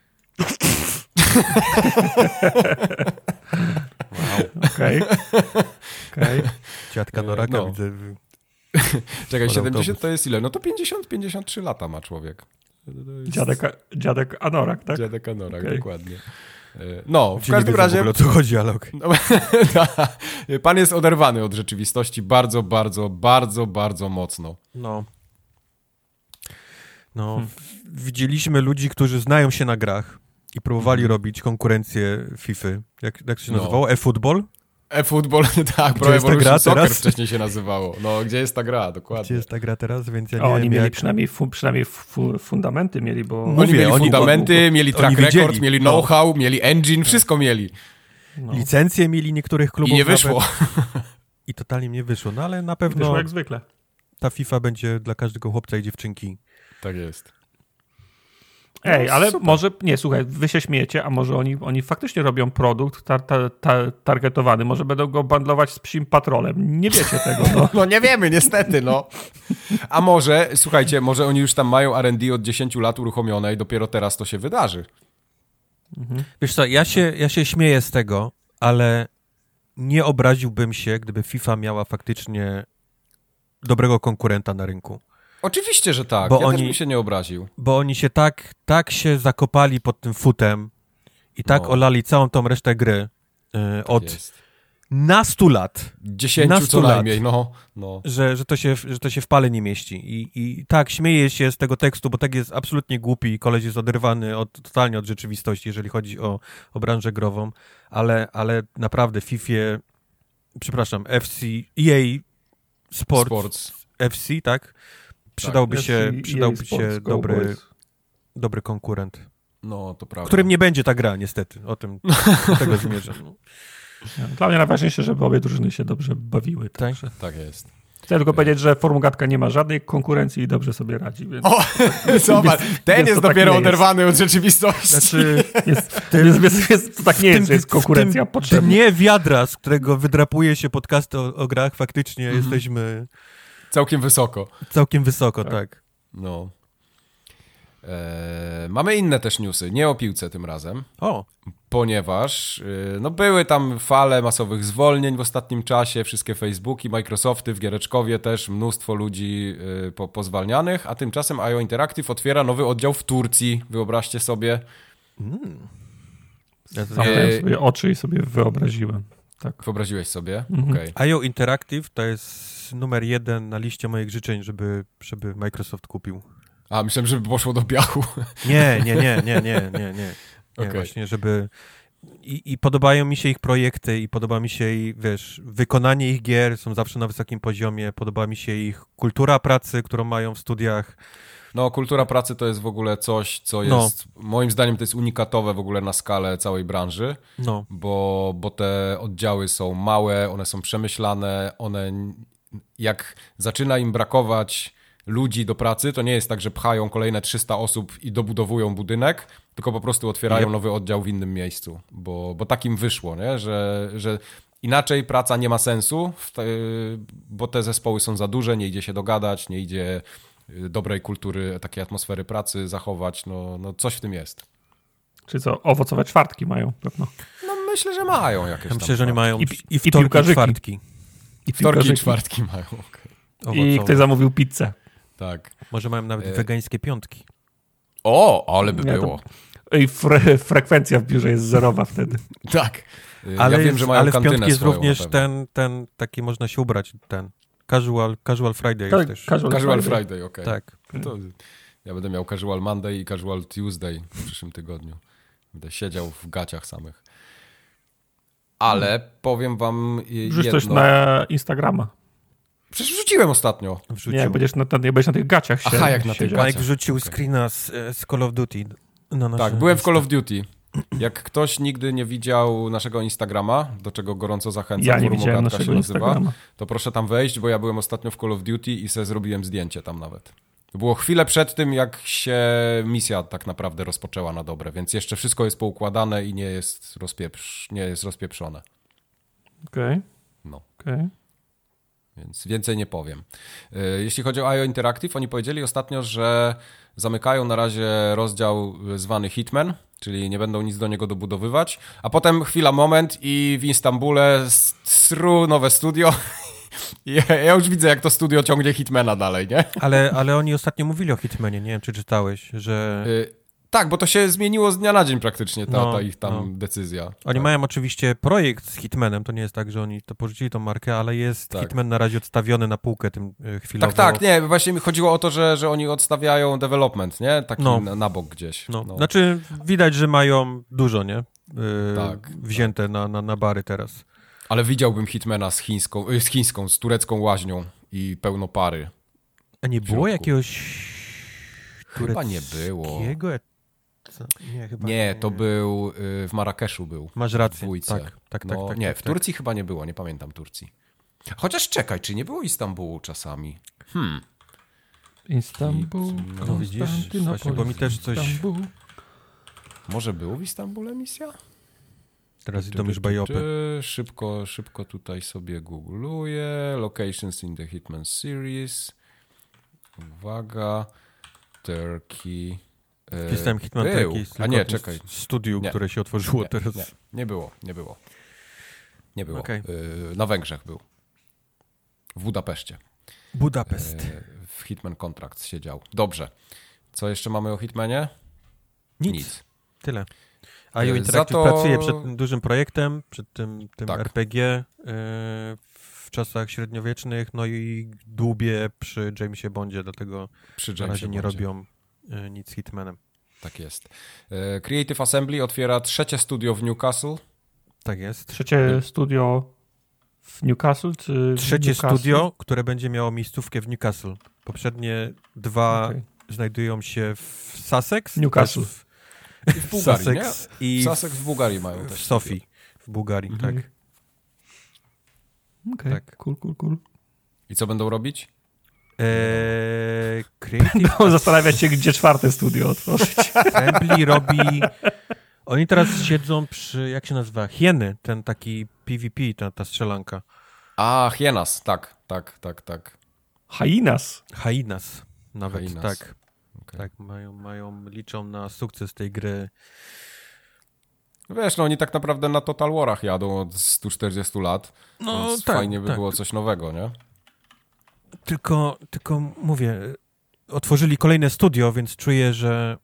Wow. Okej. Okay. Dziadka Noraka no. widzę. Czekaj, siedemdziesiąt to jest ile? No to pięćdziesiąt pięćdziesiąt trzy lata ma człowiek. Jest... Dziadek, dziadek Anorak, tak? Dziadek Anorak, okay. Dokładnie. No, w każdym razie... W ogóle o co chodzi, ale okej. Okay. Pan jest oderwany od rzeczywistości bardzo, bardzo, bardzo, bardzo mocno. No. No, hmm. widzieliśmy ludzi, którzy znają się na grach i próbowali hmm. robić konkurencję FIFA. Jak, jak to się nazywało? No. E-football? E-football, tak, Pro Evolution Soccer wcześniej się nazywało. No, gdzie jest ta gra, dokładnie. Gdzie jest ta gra teraz, więc ja nie o, wiem, Oni mieli jak... przynajmniej, fu, przynajmniej fu, fundamenty mieli, bo... Mówię, oni mieli oni, fundamenty, mieli track record, widzieli. mieli know-how, no. mieli engine, tak. wszystko mieli. No. Licencje mieli niektórych klubów. I nie wyszło. Nawet. I totalnie nie wyszło, no ale na pewno... Wyszło jak zwykle. Ta FIFA będzie dla każdego chłopca i dziewczynki. Tak jest. Ej, ale super. Może, nie, słuchaj, wy się śmiejecie, a może oni, oni faktycznie robią produkt tar, tar, tar, targetowany, może będą go bandlować z psim patrolem. Nie wiecie tego, no. No nie wiemy, niestety, no. A może, słuchajcie, może oni już tam mają R and D od dziesięciu lat uruchomione i dopiero teraz to się wydarzy. Mhm. Wiesz co, ja się, ja się śmieję z tego, ale nie obraziłbym się, gdyby FIFA miała faktycznie dobrego konkurenta na rynku. Oczywiście, że tak. Bo ja oni, też bym się nie obraził. Bo oni się tak, tak się zakopali pod tym futem i tak no. olali całą tą resztę gry yy, tak od jest. nastu lat. Dziesięciu co najmniej, no. no. Że, że, to się, że to się w pale nie mieści. I, I tak, śmieję się z tego tekstu, bo tak jest absolutnie głupi i koleś jest oderwany od, totalnie od rzeczywistości, jeżeli chodzi o, o branżę grową, ale, ale naprawdę Fifie, przepraszam, F C, E A Sports, Sports. F C, tak? Przydałby tak, się, przydałby się dobry, dobry konkurent. No, to prawda. Którym nie będzie ta gra, niestety. O tym do tego zmierzam. Dla mnie najważniejsze, żeby obie drużyny się dobrze bawiły. Tak, tak jest. Chcę tylko powiedzieć, że Formugatka nie ma żadnej konkurencji i dobrze sobie radzi. Więc... O, zobacz, ten jest, jest dopiero tak oderwany jest. od rzeczywistości. Znaczy, jest, tym, jest, jest, jest, to tak nie jest, że jest konkurencja potrzebna. Nie wiadra, z którego wydrapuje się podcast o, o grach, faktycznie mm. jesteśmy... Całkiem wysoko. Całkiem wysoko, tak. tak. No. Eee, mamy inne też newsy, nie o piłce tym razem. O. Ponieważ yy, no były tam fale masowych zwolnień w ostatnim czasie, wszystkie Facebooki, Microsofty, w Giereczkowie też mnóstwo ludzi yy, po, pozwalnianych, a tymczasem I O Interactive otwiera nowy oddział w Turcji, wyobraźcie sobie. Mm. Ja zamknąłem yy, sobie oczy i sobie wyobraziłem. Tak. Wyobraziłeś sobie? Mhm. Okay. I O Interactive to jest numer jeden na liście moich życzeń, żeby, żeby Microsoft kupił. A, myślałem, żeby poszło do biachu. Nie, nie, nie, nie, nie, nie, nie. Nie, okay. Właśnie, żeby... I, I podobają mi się ich projekty i podoba mi się ich, wiesz, wykonanie ich gier, są zawsze na wysokim poziomie, podoba mi się ich kultura pracy, którą mają w studiach. No, kultura pracy to jest w ogóle coś, co jest, no. moim zdaniem to jest unikatowe w ogóle na skalę całej branży, no. bo, bo te oddziały są małe, one są przemyślane, one jak zaczyna im brakować ludzi do pracy, to nie jest tak, że pchają kolejne trzysta osób i dobudowują budynek, tylko po prostu otwierają nowy oddział w innym miejscu, bo, bo tak im wyszło, nie? Że, że inaczej praca nie ma sensu, bo te zespoły są za duże, nie idzie się dogadać, nie idzie dobrej kultury, takiej atmosfery pracy zachować, no, no coś w tym jest. Czy co, owocowe czwartki mają pewno? No myślę, że mają jakieś tam. Myślę, że nie mają i, i wtorki, i czwartki. I wtorki i czwartki mają, okay. I ktoś zamówił pizzę. Tak. Może mają nawet e... wegańskie piątki. O, ale by nie, było. To... I fre... frekwencja w biurze jest zerowa wtedy. Tak. Ale, ja wiem, że mają ale w kantynę piątki jest swoją, również ten, ten, taki można się ubrać, ten casual, casual Friday tak, jest też. Casual, casual Friday, Friday okej. Okay. Tak. To ja będę miał Casual Monday i Casual Tuesday w przyszłym tygodniu. Będę siedział w gaciach samych. Ale hmm. powiem wam Wrzuć jedno. coś na Instagrama. Przecież wrzuciłem ostatnio. Wrzucił. Nie, jak będziesz na, jak będziesz na tych gaciach Aha, się, jak na tych gaciach. Mike wrzucił okay. screena z, z Call of Duty. Na nasze tak, byłem Insta. w Call of Duty. Jak ktoś nigdy nie widział naszego Instagrama, do czego gorąco zachęcam, ja nie widziałem naszego się nazywa, Instagrama. to proszę tam wejść, bo ja byłem ostatnio w Call of Duty i se zrobiłem zdjęcie tam nawet. To było chwilę przed tym, jak się misja tak naprawdę rozpoczęła na dobre, więc jeszcze wszystko jest poukładane i nie jest, rozpieprz, nie jest rozpieprzone. Okej. Okay. No. Okay. Więc więcej nie powiem. Jeśli chodzi o I O Interactive, oni powiedzieli ostatnio, że zamykają na razie rozdział zwany Hitman, czyli nie będą nic do niego dobudowywać, a potem chwila, moment i w Istambule sru nowe studio. Ja, ja już widzę, jak to studio ciągnie Hitmana dalej, nie? Ale, ale oni ostatnio mówili o Hitmanie, nie wiem, czy czytałeś, że... Y- tak, bo to się zmieniło z dnia na dzień praktycznie, ta, No, ta ich tam no. decyzja. Oni tak. mają oczywiście projekt z Hitmanem, to nie jest tak, że oni to porzucili tą markę, ale jest Tak. Hitman na razie odstawiony na półkę tym y, chwilowo. Tak, tak, nie, właśnie mi chodziło o to, że, że oni odstawiają development, nie? Taki No. na, na bok gdzieś. No. No. Znaczy widać, że mają dużo, nie? Y, Tak, wzięte Na, na, na bary teraz. Ale widziałbym Hitmana z chińską, y, z chińską, z turecką łaźnią i pełno pary. A nie W było środku. jakiegoś... Chyba nie było. tureckiego? Co? Nie, chyba Nie, to był, y, w Marrakeszu był. Masz W rację, dwójce. tak, tak, No, tak, tak. nie, tak, w tak. Turcji chyba nie było, nie pamiętam Turcji. Chociaż czekaj, czy nie było Istambułu czasami? Hmm. Istanbul, No widzisz, właśnie, bo mi też coś... Istanbul. Może było w Istambule misja? Teraz Ty, idą ty, już ty, bajopy. ty. Szybko, szybko tutaj sobie googluję. Locations in the Hitman series. Uwaga. Turkey. E, Wpisałem Hitman był. Turkey. A nie, czekaj. Studiu, Nie. które się otworzyło Nie, teraz. nie, nie było, nie było. Nie było. Okej. E, na Węgrzech był. W Budapeszcie. Budapest. E, w Hitman Contracts siedział. Dobrze. Co jeszcze mamy o Hitmanie? Nic. Tyle. A E, I O za Interactive to- pracuje przed tym dużym projektem, przed tym, tym Tak. R P G e, w czasach średniowiecznych, no i dłubie przy Jamesie Bondzie, dlatego Przy na Jamesie razie nie Bondzie. robią e, nic z Hitmanem. Tak jest. E, Creative Assembly otwiera trzecie studio w Newcastle. Tak jest. Trzecie studio w Newcastle, czy w Trzecie Newcastle? studio, które będzie miało miejscówkę w Newcastle. Poprzednie dwa Okej. znajdują się w Sussex. Newcastle. też w, I w Bułgarii, Sussex nie? i W Sussex w Bułgarii mają w też. Sofii w Bułgarii, Mhm. tak. Okej, Tak. cool, cool, cool. I co będą robić? Eee, Creative No, zastanawiać się, gdzie czwarte studio otworzyć. Assembly robi... Oni teraz siedzą przy, jak się nazywa? Hieny, ten taki P V P, ta, ta strzelanka. A, Hienas, tak, tak, tak, tak. Hyenas. Hyenas nawet, Hyenas. tak. Okay. Tak, mają, mają, liczą na sukces tej gry. Wiesz, no oni tak naprawdę na Total Warach jadą od stu czterdziestu lat, No więc tak, fajnie by tak. było coś nowego, nie? Tylko, tylko mówię, otworzyli kolejne studio, więc czuję, że,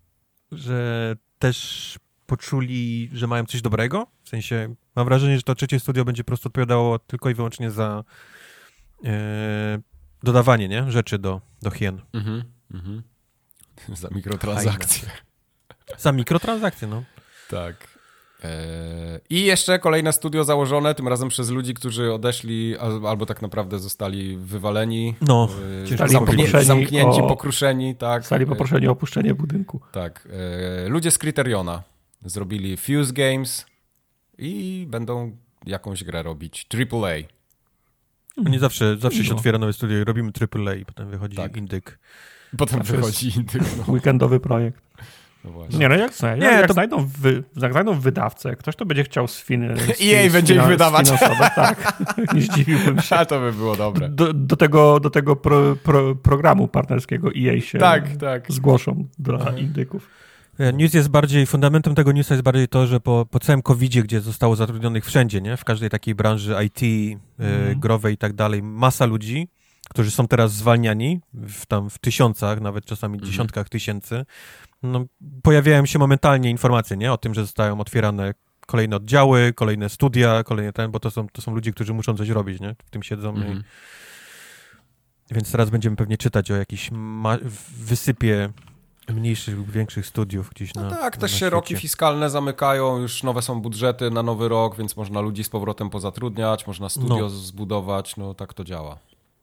że też poczuli, że mają coś dobrego. W sensie, mam wrażenie, że to trzecie studio będzie po prostu odpowiadało tylko i wyłącznie za e, dodawanie, nie? Rzeczy do, do hien. Mhm, mhm. Za mikrotransakcje. Za mikrotransakcje, no. Tak. Eee, I jeszcze kolejne studio założone, tym razem przez ludzi, którzy odeszli al- albo tak naprawdę zostali wywaleni. No, eee, ciężko zamknie- powiedzieć. zamknięci, O- pokruszeni, tak. Zostali poproszeni o opuszczenie budynku. Tak. E, ludzie z Criteriona zrobili Fuse Games i będą jakąś grę robić. triple A. oni zawsze, zawsze się No. otwiera nowe studio i robimy triple A i potem wychodzi Tak. indyk. Potem Zawsze wychodzi indyk. No, Weekendowy projekt. no właśnie. Nie, no jak, jak, Nie, jak, to- znajdą wy, jak znajdą wydawcę, ktoś to będzie chciał sfin... E A będzie ich wydawać. sfinansować, tak. Nie zdziwiłbym się. A to by było dobre. Do, do tego, do tego pro, pro, programu partnerskiego E A się Tak, tak. zgłoszą dla indyków. E, News jest bardziej, fundamentem tego newsa jest bardziej to, że po, po całym kowidzie, gdzie zostało zatrudnionych wszędzie, nie? W każdej takiej branży I T, Mhm. e, growej i tak dalej, masa ludzi, którzy są teraz zwalniani w, tam w tysiącach, nawet czasami Mhm. dziesiątkach tysięcy. No, pojawiają się momentalnie informacje, nie? O tym, że zostają otwierane kolejne oddziały, kolejne studia, kolejne ten, bo to są, to są ludzie, którzy muszą coś robić, nie? W tym siedzą. Mhm. I... Więc teraz będziemy pewnie czytać o jakiejś ma- wysypie mniejszych lub większych studiów gdzieś na No tak, na też się świecie. roki fiskalne zamykają, już nowe są budżety na nowy rok, więc można ludzi z powrotem pozatrudniać, można studio No. zbudować, no tak to działa.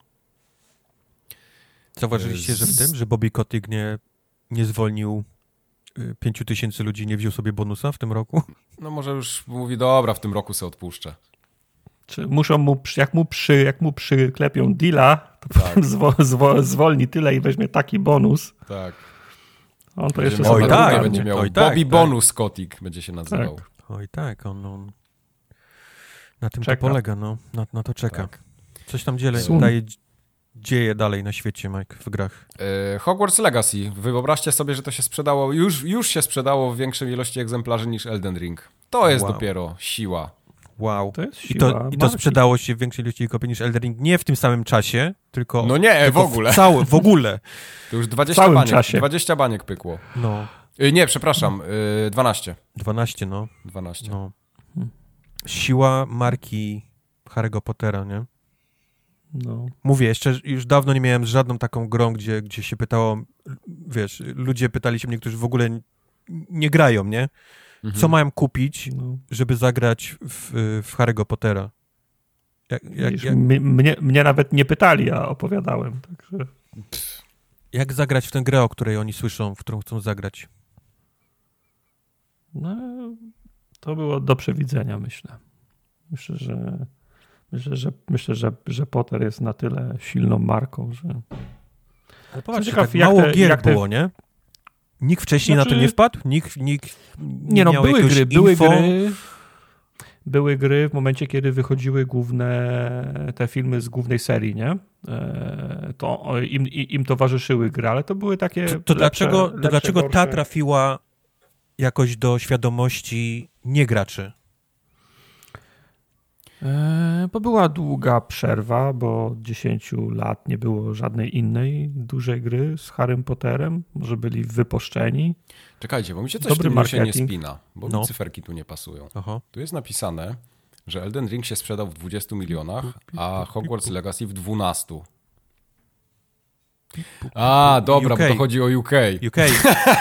Zauważyliście, że w Z- tym, że Bobby Kotick nie, nie zwolnił y, pięciu tysięcy ludzi, nie wziął sobie bonusa w tym roku? No może już mówi, dobra, w tym roku se odpuszczę. Czy muszą mu, przy- jak mu, przy, jak mu przyklepią deala, to Tak. potem zwo, zwo, zwolni tyle i weźmie taki bonus. Tak. On to Będzie jeszcze miał sobie Oj, nagródę, tak. ogarnie. będzie miał Oj, tak, Bobby tak. Bonus Kotick będzie się nazywał. Tak. Oj tak, on, on na tym Czeka. to polega, no. Na, na to czeka. Tak. Coś tam dzieje, Sun. daje, dzieje dalej na świecie, Mike, w grach. Yy, Hogwarts Legacy. Wyobraźcie sobie, że to się sprzedało, już, już się sprzedało w większej ilości egzemplarzy niż Elden Ring. To jest Wow. dopiero siła. Wow. To jest I siła to, I to marki. sprzedało się w większej ilości kopii niż Elden Ring. Nie w tym samym czasie, tylko... No nie, tylko w ogóle. W, całe, w ogóle. To już dwadzieścia całym baniek, czasie. dwadzieścia baniek pykło. No, Yy, nie, przepraszam, yy, dwanaście. dwanaście, no. dwanaście. no. Siła marki Harry'ego Pottera, nie? No. Mówię, jeszcze już dawno nie miałem z żadną taką grą, gdzie, gdzie się pytało, wiesz, ludzie pytali się mnie, którzy w ogóle n- nie grają, nie? Mhm. Co mają kupić, No. żeby zagrać w, w Harry'ego Pottera? Jak, jak, Widzisz, jak, m- mnie, mnie nawet nie pytali, a opowiadałem. Także... jak zagrać w tę grę, o której oni słyszą, w którą chcą zagrać? No, to było do przewidzenia, myślę. Myślę, że myślę, że, myślę, że, że Potter jest na tyle silną marką, że... Ale popatrzcie, ciekaw, tak jak mało te- gier jak te- było, nie? Nikt wcześniej Znaczy- na to nie wpadł? Nikt, nikt nie, Nie no, miał były jakiegoś gry, były info? gry. Były gry w momencie, kiedy wychodziły główne, te filmy z głównej serii, nie? E, To im, im towarzyszyły gry, ale to były takie To, to lepsze, dlaczego, lepsze, to dlaczego ta gorsze. trafiła jakoś do świadomości niegraczy? E, Bo była długa przerwa, bo od dziesięciu lat nie było żadnej innej dużej gry z Harrym Potterem. Może byli wypuszczeni. Czekajcie, bo mi się coś Dobry tu się nie marketing. spina, bo No. mi cyferki tu nie pasują. Aha. Tu jest napisane, że Elden Ring się sprzedał w dwudziestu milionach, a Hogwarts Legacy w dwunastu. A, dobra, U K. bo to chodzi o U K. U K.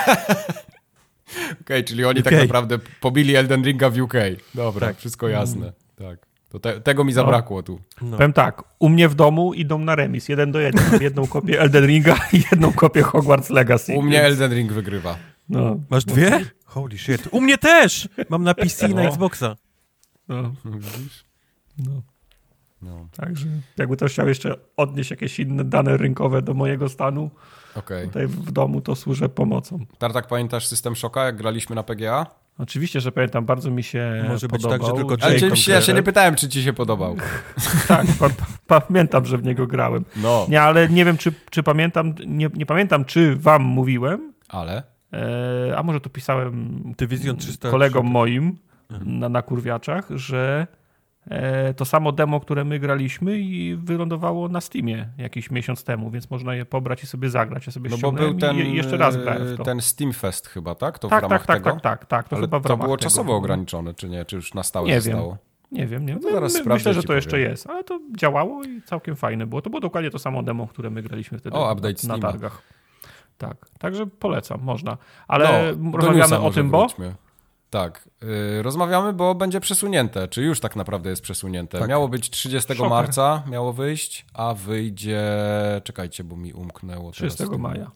Okej, czyli oni U K. tak naprawdę pobili Elden Ringa w U K. Dobra, Tak. wszystko jasne. Tak. To te, tego mi zabrakło tu. No. Powiem tak, u mnie w domu idą na remis, jeden do jeden. Mam jedną kopię Elden Ringa i jedną kopię Hogwarts Legacy. U mnie więc- Elden Ring wygrywa. No, Masz dwie? Holy shit. U mnie też! Mam na P C i na No. Xboxa. no, Widzisz? no. No, Także jakby ktoś chciał jeszcze odnieść jakieś inne dane rynkowe do mojego stanu, okej. tutaj w domu to służę pomocą. Tartak, pamiętasz System Shocka, jak graliśmy na P G A? Oczywiście, że pamiętam, bardzo mi się Może być podobał. tak, że tylko Ale Jacob oczywiście ja się nie grę. pytałem, czy ci się podobał. Tak, pa, pa, pamiętam, że w niego grałem. No, Nie, ale nie wiem, czy, czy pamiętam, nie, nie pamiętam, czy wam mówiłem, ale... e, a może to pisałem Division trzysta. kolegom moim Mhm. na, na kurwiaczach, że e, to samo demo, które my graliśmy i wylądowało na Steamie jakiś miesiąc temu, więc można je pobrać i sobie zagrać. Ja sobie No bo ściągnąłem był ten, i, i jeszcze raz grałem w to. ten Steam Fest chyba, tak? To w tak, ramach tak, tak, tego? tak, tak, tak. To Ale chyba w to ramach było tego. czasowo ograniczone, czy nie? Czy już na stałe Nie zostało? Nie wiem, nie wiem. No to zaraz My, sprawdzę myślę, i że ci to jeszcze powiem. jest, ale to działało i całkiem fajne było. To było dokładnie to samo demo, które my graliśmy wtedy O, update na, na Steama. targach. Tak, także polecam, można. Ale No, do rozmawiamy newsa o może tym, bo... wróćmy. Tak, yy, rozmawiamy, bo będzie przesunięte, czy już tak naprawdę jest przesunięte. Tak. Miało być trzydziestego Szoker. marca, miało wyjść, a wyjdzie... Czekajcie, bo mi umknęło teraz. trzydziestego maja.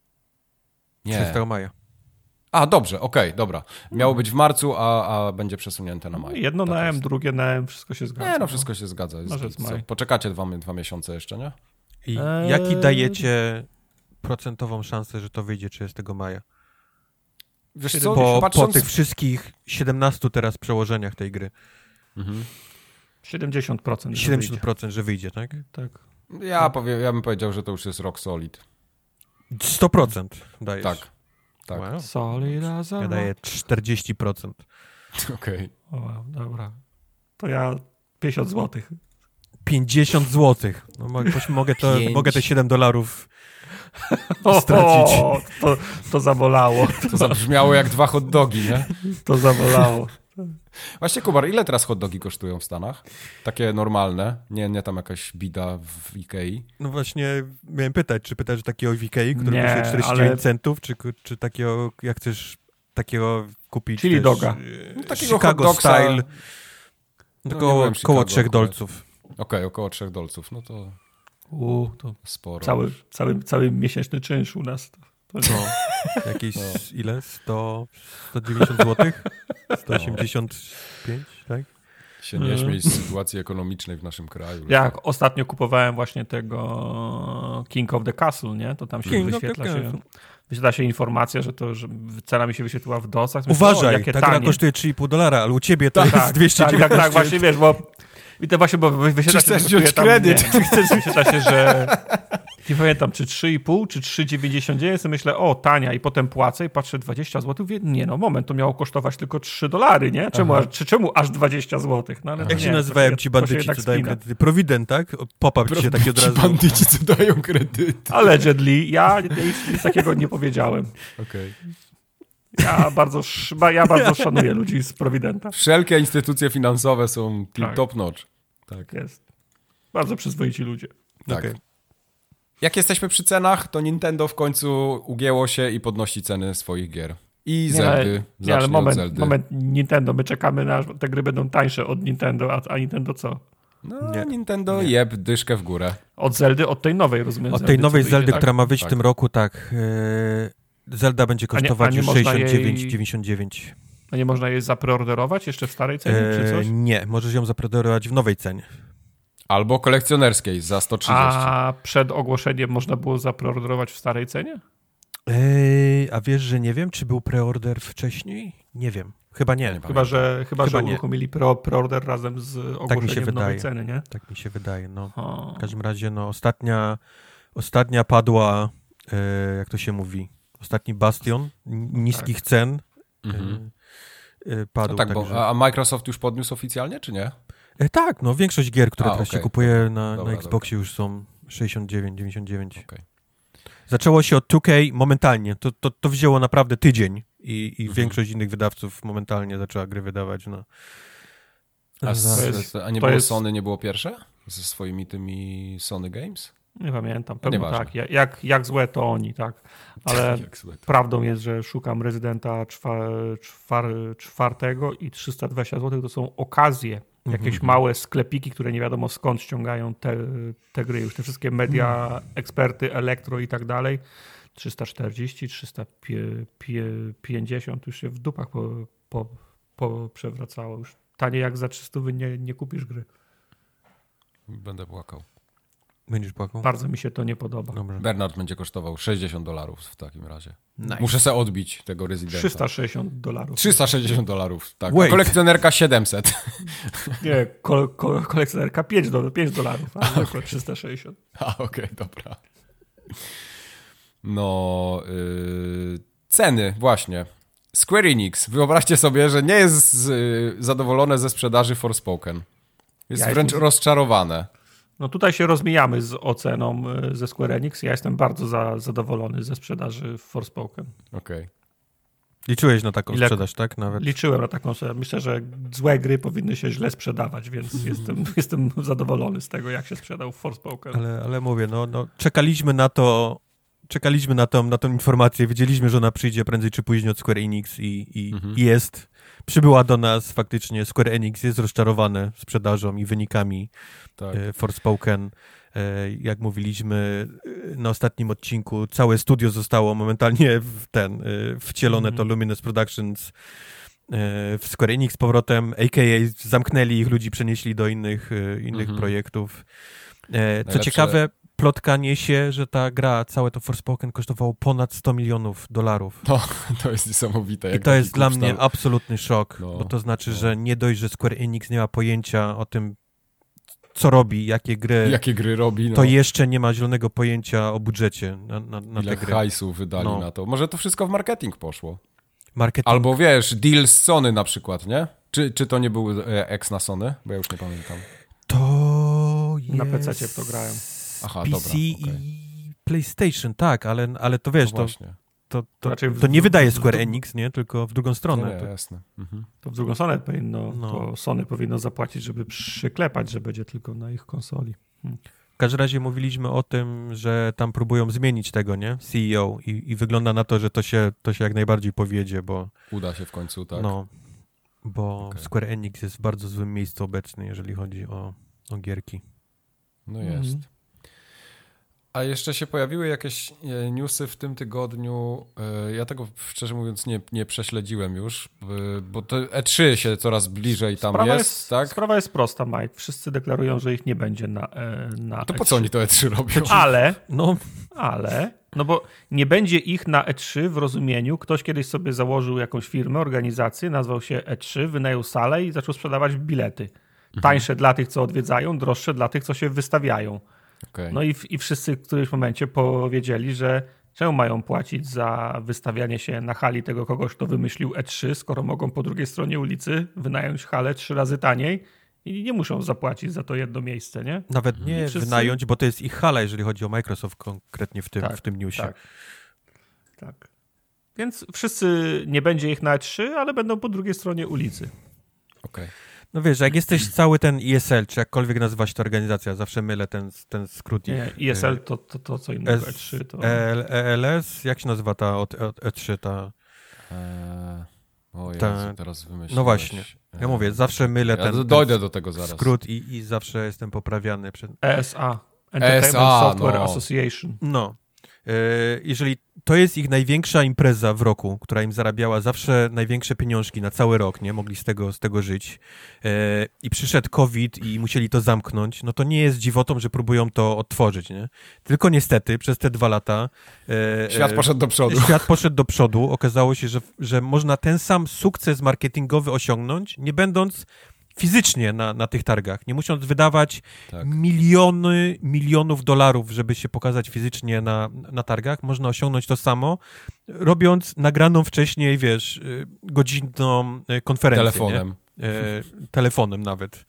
Nie. trzydziestego maja. A, dobrze, okej, dobra. Miało być w marcu, a, a będzie przesunięte na maj. Jedno Tak na M, jest. drugie na M, wszystko się zgadza. Nie, no wszystko się zgadza. Jest, Marzec, co, maj. poczekacie dwa, dwa miesiące jeszcze, nie? I Eee. jaki dajecie procentową szansę, że to wyjdzie trzydziestego maja? Wiesz co, Po, patrząc... po tych wszystkich siedemnastu teraz przełożeniach tej gry. Mhm. siedemdziesiąt procent. że siedemdziesiąt procent, że wyjdzie, tak? wyjdzie. Tak. Ja, powie, ja bym powiedział, że to już jest rock solid. sto procent dajesz. Tak, tak. Wow. Solid as a Ja rock. daję czterdzieści procent. Okej. O, wow, dobra. To ja pięćdziesiąt złotych. pięćdziesiąt złotych. No, mogę, mogę, to, Pięć. mogę te siedem dolarów O, stracić. o, to, to zabolało. To zabrzmiało jak dwa hot dogi, nie? To zabolało. Właśnie, Kubar, ile teraz hot dogi kosztują w Stanach? Takie normalne, nie, nie tam jakaś bida w Ikei. No właśnie miałem pytać, czy pytasz takiego w Ikei, który Nie, kosztuje czterdzieści dziewięć ale- centów, czy, czy takiego, jak chcesz takiego kupić Chili też, doga. e, No, takiego Chicago hot dogsa- style. No, nie Około, byłem w około Chicago trzech akurat. dolców. Okej, około trzech dolców, no to U, to sporo. cały, cały, cały miesięczny czynsz u nas. To, to nie. No, jakieś No. ile? sto, sto dziewięćdziesiąt złotych? sto osiemdziesiąt pięć, tak? Się nie śmiej z sytuacji ekonomicznej w naszym kraju. Jak ostatnio kupowałem właśnie tego King of the Castle, nie? To tam się King of the wyświetla się, Castle. wyświetla się informacja, że to, że cena mi się wyświetliła w dosach. Myślę, o, Uważaj, jakie ta gra tanie. kosztuje trzy i pół dolara, ale u ciebie to Tak, jest dwieście tak, tak, tak, właśnie wiesz, bo I to właśnie, bo wyświetla Czy chcesz się, wziąć tam, kredyt? Nie, chcesz, wyświetla się, że nie pamiętam, czy trzy i pół, czy trzy dziewięćdziesiąt dziewięć, to myślę, o, tania, i potem płacę i patrzę dwadzieścia złotych, mówię, nie no, moment, to miało kosztować tylko trzy dolary, nie? Czemu, aż, czy, czemu aż dwadzieścia złotych? No, ale Jak nie, się nazywają się, ci bandyci, co dają kredyty? Provident, tak? Pop-up ci się taki od razu... Bandyci, co dają kredyty. Allegedly, ja nic, nic takiego nie powiedziałem. Okej. Ja bardzo, ja bardzo szanuję ludzi z Providenta. Wszelkie instytucje finansowe są Tak. top notch. Tak. Jest. Bardzo przyzwoici ludzie. Tak. Okej. Jak jesteśmy przy cenach, to Nintendo w końcu ugięło się i podnosi ceny swoich gier. I Nie, ale- Zeldy. Nie, ale Zacznie moment, od Zeldy. moment, Nintendo, my czekamy na, te gry będą tańsze od Nintendo, a, a Nintendo co? No, Nie. Nintendo Nie. jeb dyszkę w górę. Od Zeldy, od tej nowej, rozumiem. Od Zeldy, tej co nowej wyjdzie, Zeldy, tak? która ma wyjść Tak. w tym roku, tak. Yy, Zelda będzie A nie- kosztować a nie już można sześćdziesiąt dziewięć jej- dziewięćdziesiąt dziewięć. A nie można jej zapreorderować jeszcze w starej cenie, czy Yy, coś? nie, możesz ją zapreorderować w nowej cenie. Albo kolekcjonerskiej za sto trzydzieści. A przed ogłoszeniem można było zapreorderować w starej cenie? Yy, a wiesz, że nie wiem, czy był preorder wcześniej? Nie wiem. Chyba nie. Nie Chyba, że, chyba, Chyba że nie. uruchomili pro, preorder razem z ogłoszeniem nowej wydaje. ceny, nie? Tak mi się wydaje, no. O. W każdym razie, no, ostatnia, ostatnia padła, e, jak to się mówi, ostatni bastion n- niskich cen Mhm. e, e, padł. No tak, także... bo, a Microsoft już podniósł oficjalnie, czy nie? e, tak, no, większość gier, które A, teraz okej. się kupuje na, Dobra, na Xboxie już są sześćdziesiąt dziewięć dziewięćdziesiąt dziewięć. Okej. Zaczęło się od dwa K momentalnie, to, to, to wzięło naprawdę tydzień i, i Mhm. większość innych wydawców momentalnie zaczęła gry wydawać, no. A, Za- z, jest- a nie to było jest- Sony, nie było pierwsze? Ze swoimi tymi Sony Games? Nie pamiętam, pewnie nieważne. tak. Ja- Jak, jak złe to oni, tak. Ale Jak złe to. prawdą jest, że szukam Rezydenta czwa, czwar, czwartego i trzysta dwadzieścia złotych to są okazje. Jakieś Mhm. małe sklepiki, które nie wiadomo skąd ściągają te, te gry. Już te wszystkie media, eksperty, elektro i tak dalej. trzysta czterdzieści, trzysta pięćdziesiąt już się w dupach po, po, po przewracało. Już taniej jak za trzysta nie, nie kupisz gry. Będę płakał. Będziesz płakał? Bardzo mi się to nie podoba. Dobrze. Bernard będzie kosztował sześćdziesiąt dolarów w takim razie. Nice. Muszę se odbić tego Residenta. trzysta sześćdziesiąt dolarów. trzysta sześćdziesiąt dolarów, tak. Wait. A kolekcjonerka siedemset. Nie, ko, ko, kolekcjonerka pięć dolarów, a tylko trzysta sześćdziesiąt. A, okej, dobra. No, yy, ceny, właśnie. Square Enix, wyobraźcie sobie, że nie jest z, zadowolone ze sprzedaży Forspoken. Jest Ja wręcz jestem- rozczarowane. No tutaj się rozmijamy z oceną y, ze Square Enix. Ja jestem bardzo za, zadowolony ze sprzedaży Forspoken. Okej. Liczyłeś na taką Ile- sprzedaż, tak? Nawet. Liczyłem na taką sprzedaż. Myślę, że złe gry powinny się źle sprzedawać, więc jestem, jestem zadowolony z tego, jak się sprzedał Forspoken. Ale, ale mówię, no, no czekaliśmy na to, czekaliśmy na tą, na tą informację, wiedzieliśmy, że ona przyjdzie prędzej czy później od Square Enix i, i Mhm. jest. Przybyła do nas faktycznie, Square Enix jest rozczarowane sprzedażą i wynikami Tak. e, Forspoken. E, jak mówiliśmy e, na ostatnim odcinku, całe studio zostało momentalnie w ten, e, wcielone, Mhm. to Luminous Productions e, w Square Enix z powrotem, a k a zamknęli ich, ludzi przenieśli do innych, e, innych Mhm. projektów. E, co Najlepsze- ciekawe, plotka niesie, że ta gra, całe to Forspoken kosztowało ponad sto milionów dolarów. To, to jest niesamowite. I jak to taki jest dla klub mnie stał- absolutny szok, No, bo to znaczy, no. że nie dość, że Square Enix nie ma pojęcia o tym, co robi, jakie gry, Jakie gry robi, no. to jeszcze nie ma zielonego pojęcia o budżecie na, na, na Ile te gry. hajsu wydali No. na to. Może to wszystko w marketing poszło. Marketing. Albo wiesz, deal z Sony na przykład, nie? Czy, czy to nie był e, ex na Sony? Bo ja już nie pamiętam. To jest... Na pececie w to grałem. Aha, P C dobra, i okej. PlayStation, tak, ale, ale to wiesz, No to, właśnie. to, to, Raczej w- to nie wydaje w- w- Square Enix, nie? Tylko w drugą No stronę. nie, To, jasne. Mhm. To w drugą stronę powinno, No. to Sony powinno zapłacić, żeby przyklepać, że będzie tylko na ich konsoli. w każdym razie mówiliśmy o tym, że tam próbują zmienić tego, nie? C E O i, i wygląda na to, że to się, to się jak najbardziej powiedzie, bo Uda się w końcu, tak? no, bo Okej. Square Enix jest w bardzo złym miejscu obecny, jeżeli chodzi o, o gierki. No Mhm. jest. A jeszcze się pojawiły jakieś e, newsy w tym tygodniu. E, Ja tego szczerze mówiąc nie, nie prześledziłem już, b- bo to E trzy się coraz bliżej tam Sprawa jest, tak? Sprawa jest prosta, Mike. Wszyscy deklarują, że ich nie będzie na, e, na To po E co trzy. oni to E trzy robią? Ale, No, ale, no bo nie będzie ich na E trzy w rozumieniu. Ktoś kiedyś sobie założył jakąś firmę, organizację, nazwał się E trzy, wynajął salę i zaczął sprzedawać bilety. Tańsze dla tych, co odwiedzają, droższe dla tych, co się wystawiają. Okay. No i, i wszyscy w którymś momencie powiedzieli, że czemu mają płacić za wystawianie się na hali tego kogoś, kto wymyślił E trzy, skoro mogą po drugiej stronie ulicy wynająć halę trzy razy taniej i nie muszą zapłacić za to jedno miejsce, nie? Nawet nie wszyscy... wynająć, bo to jest ich hala, jeżeli chodzi o Microsoft konkretnie w tym, tak, w tym newsie. Tak. tak. Więc wszyscy, nie będzie ich na E trzy, ale będą po drugiej stronie ulicy. Okej. Okay. No wiesz, jak jesteś cały ten I S L, czy jakkolwiek nazywa się ta organizacja, zawsze mylę ten, ten skrót. Nie, I S L to, to, to co innego, S, E trzy to... E L S? Jak się nazywa ta od, od E trzy, ta... Eee, o Jezu, ta... teraz wymyśliłeś. No właśnie, ja mówię, zawsze mylę ja ten, dojdę ten do tego zaraz. skrót i, i zawsze jestem poprawiany. Przed... E S A, Entertainment E S A, Software no. Association. No. Jeżeli to jest ich największa impreza w roku, która im zarabiała zawsze największe pieniążki na cały rok, nie? Mogli z tego, z tego żyć i przyszedł COVID i musieli to zamknąć, no to nie jest dziwotą, że próbują to odtworzyć, nie? Tylko niestety przez te dwa lata świat poszedł do przodu. Świat poszedł do przodu. Okazało się, że, że można ten sam sukces marketingowy osiągnąć, nie będąc fizycznie na, na tych targach, nie musząc wydawać tak. miliony, milionów dolarów, żeby się pokazać fizycznie na, na targach, można osiągnąć to samo, robiąc nagraną wcześniej, wiesz, godzinną konferencję. Telefonem. E, telefonem nawet.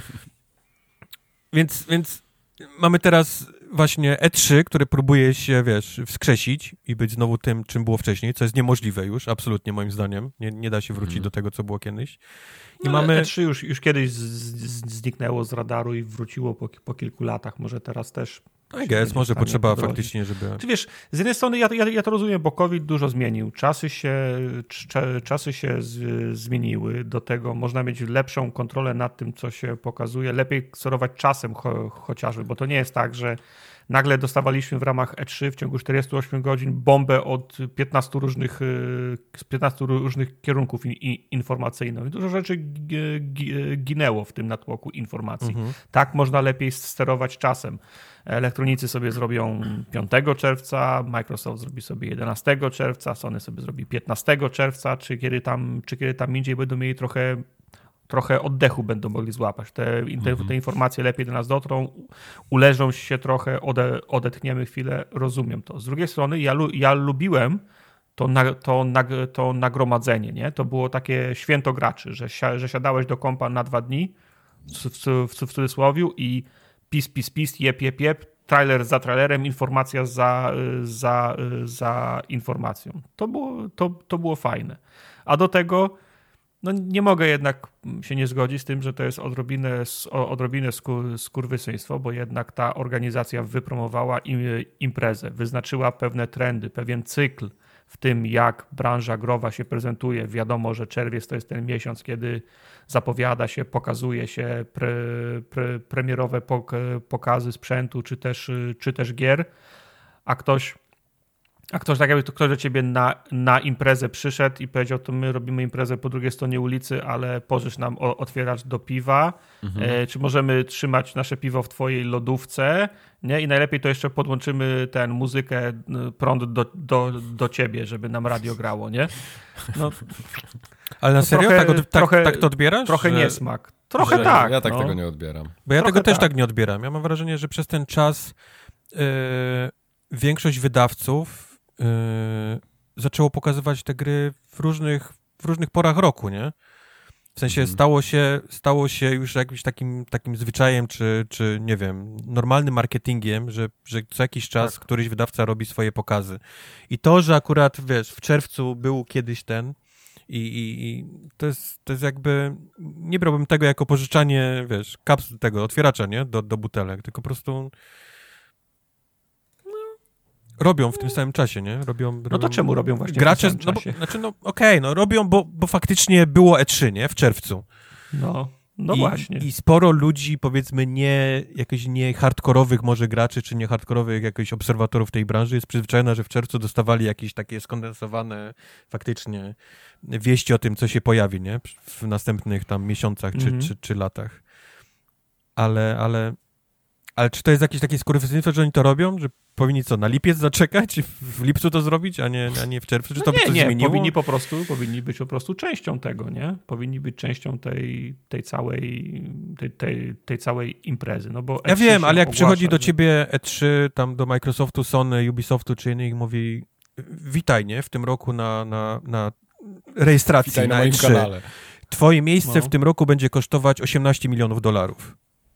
więc, więc mamy teraz właśnie E trzy, które próbuje się, wiesz, wskrzesić i być znowu tym, czym było wcześniej, co jest niemożliwe już, absolutnie moim zdaniem. Nie, nie da się wrócić mm. do tego, co było kiedyś. I no, mamy... E trzy już, już kiedyś z, z, zniknęło z radaru i wróciło po, po kilku latach. Może teraz też... I guess, może potrzeba faktycznie, żeby... Czy wiesz, z jednej strony ja, ja, ja to rozumiem, bo COVID dużo zmienił. Czasy się, cz, czasy się z, zmieniły. Do tego można mieć lepszą kontrolę nad tym, co się pokazuje. Lepiej sterować czasem cho, chociażby, bo to nie jest tak, że nagle dostawaliśmy w ramach E trzy w ciągu czterdziestu ośmiu godzin bombę od piętnastu różnych, z piętnastu różnych kierunków in, in, informacyjnych. Dużo rzeczy g, g, ginęło w tym natłoku informacji. Mhm. Tak można lepiej sterować czasem. Elektronicy sobie zrobią piątego czerwca, Microsoft zrobi sobie jedenastego czerwca, Sony sobie zrobi piętnastego czerwca, czy kiedy tam, czy kiedy tam indziej będą mieli trochę trochę oddechu będą mogli złapać. Te, te, te informacje lepiej do nas dotrą, uleżą się trochę, ode, odetchniemy chwilę, rozumiem to. Z drugiej strony ja, ja lubiłem to, na, to, na, to nagromadzenie, nie? To było takie święto graczy, że, że siadałeś do kompa na dwa dni, w, w, w, w cudzysłowiu, i pis, pis, pis, jep, jep, jep, trailer za trailerem, informacja za, za, za informacją. To było, to, to było fajne. A do tego no nie mogę jednak się nie zgodzić z tym, że to jest odrobinę, odrobinę skurwysyństwo, bo jednak ta organizacja wypromowała imprezę, wyznaczyła pewne trendy, pewien cykl w tym, jak branża growa się prezentuje. Wiadomo, że czerwiec to jest ten miesiąc, kiedy zapowiada się, pokazuje się pre, pre, premierowe pokazy sprzętu, czy też, czy też gier, a ktoś A ktoś tak jakby ktoś do ciebie na, na imprezę przyszedł i powiedział, to my robimy imprezę po drugiej stronie ulicy, ale pożycz nam o, otwieracz do piwa, mhm. e, czy możemy trzymać nasze piwo w twojej lodówce, nie? I najlepiej to jeszcze podłączymy ten muzykę, prąd do, do, do ciebie, żeby nam radio grało, nie? No, ale na no serio? trochę, tak, od, tak, trochę, tak to odbierasz? Trochę że... niesmak. Trochę że tak. Ja tak no. tego nie odbieram. Bo ja trochę tego też tak. tak nie odbieram. Ja mam wrażenie, że przez ten czas yy, większość wydawców Yy, zaczęło pokazywać te gry w różnych, w różnych porach roku, nie? W sensie mm. stało się, stało się już jakimś takim, takim zwyczajem, czy, czy nie wiem, normalnym marketingiem, że, że co jakiś czas tak. któryś wydawca robi swoje pokazy. I to, że akurat, wiesz, w czerwcu był kiedyś ten i, i, i to, jest, to jest jakby, nie brałbym tego jako pożyczanie, wiesz, kaps tego otwieracza, nie? Do, do butelek, tylko po prostu robią w tym samym czasie, nie? Robią, robią... No to czemu robią właśnie gracze, w tym samym czasie? No bo, znaczy, no okej, okay, no robią, bo, bo faktycznie było E trzy, nie? W czerwcu. No, no I, właśnie. I sporo ludzi, powiedzmy, nie jakichś nie hardkorowych może graczy, czy nie hardkorowych jakichś obserwatorów tej branży jest przyzwyczajona, że w czerwcu dostawali jakieś takie skondensowane faktycznie wieści o tym, co się pojawi, nie? W następnych tam miesiącach, czy, mm-hmm. czy, czy latach. Ale, ale Ale czy to jest jakieś takie skurwysyństwo, że oni to robią? Że powinni co, na lipiec zaczekać? W lipcu to zrobić, a nie, a nie w czerwcu? Czy to no nie, by coś nie, zmieniło? powinni po prostu, powinni być po prostu częścią tego, nie? Powinni być częścią tej, tej całej tej, tej, tej całej imprezy, no bo E trzy Ja wiem, ale jak ogłasza, przychodzi do że... ciebie E trzy, tam do Microsoftu, Sony, Ubisoftu czy innych, mówi witaj, nie? W tym roku na, na, na rejestracji Witaj na, na moim E trzy. kanale. Twoje miejsce No. w tym roku będzie kosztować osiemnaście milionów dolarów.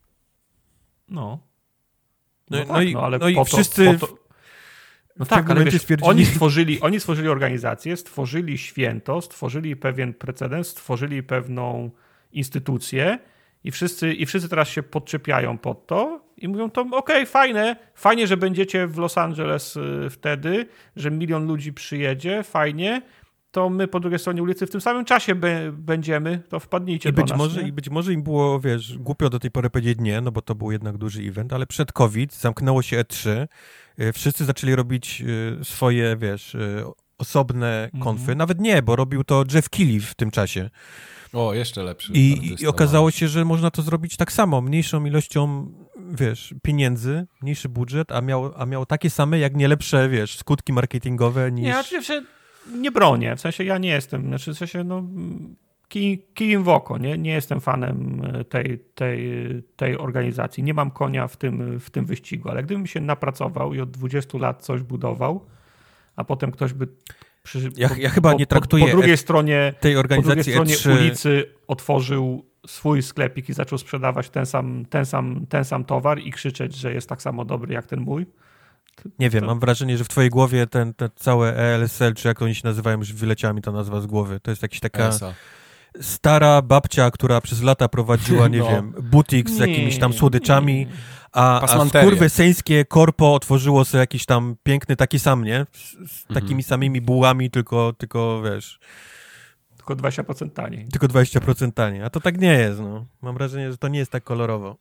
No. No, No, no, tak, i, no, ale no i po to, wszyscy... po to... No w tak, tym ale momencie wiesz, stwierdzili- oni, stworzyli, oni stworzyli organizację, stworzyli święto, stworzyli pewien precedens, stworzyli pewną instytucję i wszyscy, i wszyscy teraz się podczepiają pod to i mówią to okej, okay, fajne, fajnie, że będziecie w Los Angeles y, wtedy, że milion ludzi przyjedzie, fajnie, to my po drugiej stronie ulicy w tym samym czasie be, będziemy, to wpadnijcie I do być, nas. może, nie? I być może im było, wiesz, głupio do tej pory powiedzieć nie, no bo to był jednak duży event, ale przed COVID zamknęło się E trzy, y, wszyscy zaczęli robić y, swoje, wiesz, y, osobne konfy. Mhm. Nawet nie, bo robił to Jeff Keighley w tym czasie. O, jeszcze lepszy. I, artysta, I okazało się, że można to zrobić tak samo, mniejszą ilością, wiesz, pieniędzy, mniejszy budżet, a miał, a miał takie same, jak nie lepsze, wiesz, skutki marketingowe niż... Nie, oczywiście nie bronię, w sensie ja nie jestem, znaczy w sensie no kij, kijem w oko, nie, nie jestem fanem tej, tej, tej organizacji, nie mam konia w tym, w tym wyścigu, ale gdybym się napracował i od dwudziestu lat coś budował, a potem ktoś by przy, Ja, po, ja chyba po, nie po, traktuję po drugiej e- stronie tej po drugiej organizacji stronie E trzy... ulicy otworzył swój sklepik i zaczął sprzedawać ten sam, ten sam, ten sam towar i krzyczeć, że jest tak samo dobry jak ten mój. Nie wiem, to... mam wrażenie, że w twojej głowie ten, ten całe E L S L, czy jak oni się nazywają, już wyleciała mi ta nazwa z głowy. To jest jakaś taka Esa. stara babcia, która przez lata prowadziła, nie No. wiem, butik z jakimiś tam słodyczami, a, a Pasmanterię. skurwysyńskie korpo otworzyło sobie jakiś tam piękny taki sam, nie? Z, z Mhm. takimi samymi bułami, tylko, tylko wiesz, Tylko dwadzieścia procent taniej. tylko dwadzieścia procent taniej. A to tak nie jest, no. Mam wrażenie, że to nie jest tak kolorowo.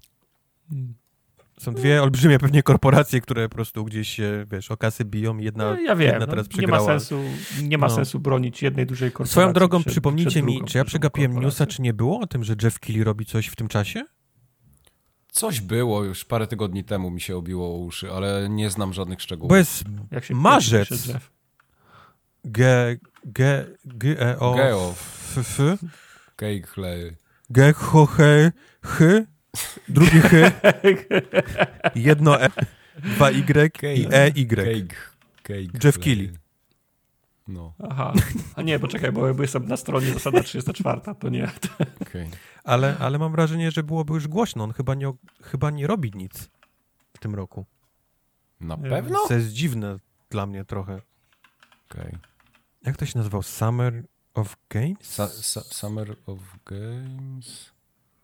Są dwie olbrzymie pewnie korporacje, które po prostu gdzieś się, wiesz, o kasy biją i jedna, No, ja wiem, jedna teraz no, nie ma przegrała. sensu, nie ma No. sensu bronić jednej dużej korporacji. Swoją drogą, przed, przypomnijcie przed mi, drugą czy ja dużą przegapiłem newsa, korporacją. czy nie było o tym, że Jeff Keighley robi coś w tym czasie? Coś było już parę tygodni temu mi się obiło o uszy, ale nie znam żadnych szczegółów. Bo jest Jak się marzec. pisze drzew? G, G, G, E, O, Geo. F, F, Cake, chlej. G, H, H, H, drugi H, jedno E, dwa Y i E, Y. Cake, cake. Jeff chlej. Keighley. No, Aha. A nie, poczekaj, bo jakby jestem na stronie zasada trzydziesta czwarta, to nie. okej. Ale, ale mam wrażenie, że byłoby już głośno. On chyba nie, chyba nie robi nic w tym roku. Na Nie. pewno? Co jest dziwne dla mnie trochę. Okej. Jak to się nazywał? Summer of Games? Sa- sa- Summer of Games?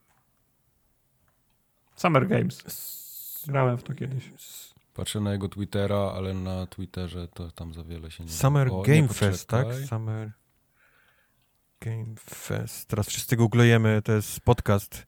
Summer Games. Grałem w to kiedyś. Patrzę na jego Twittera, ale na Twitterze to tam za wiele się nie... Summer O, Game nie, Fest, tak? poczekaj. Summer Game Fest. Teraz wszyscy googlujemy, to jest podcast.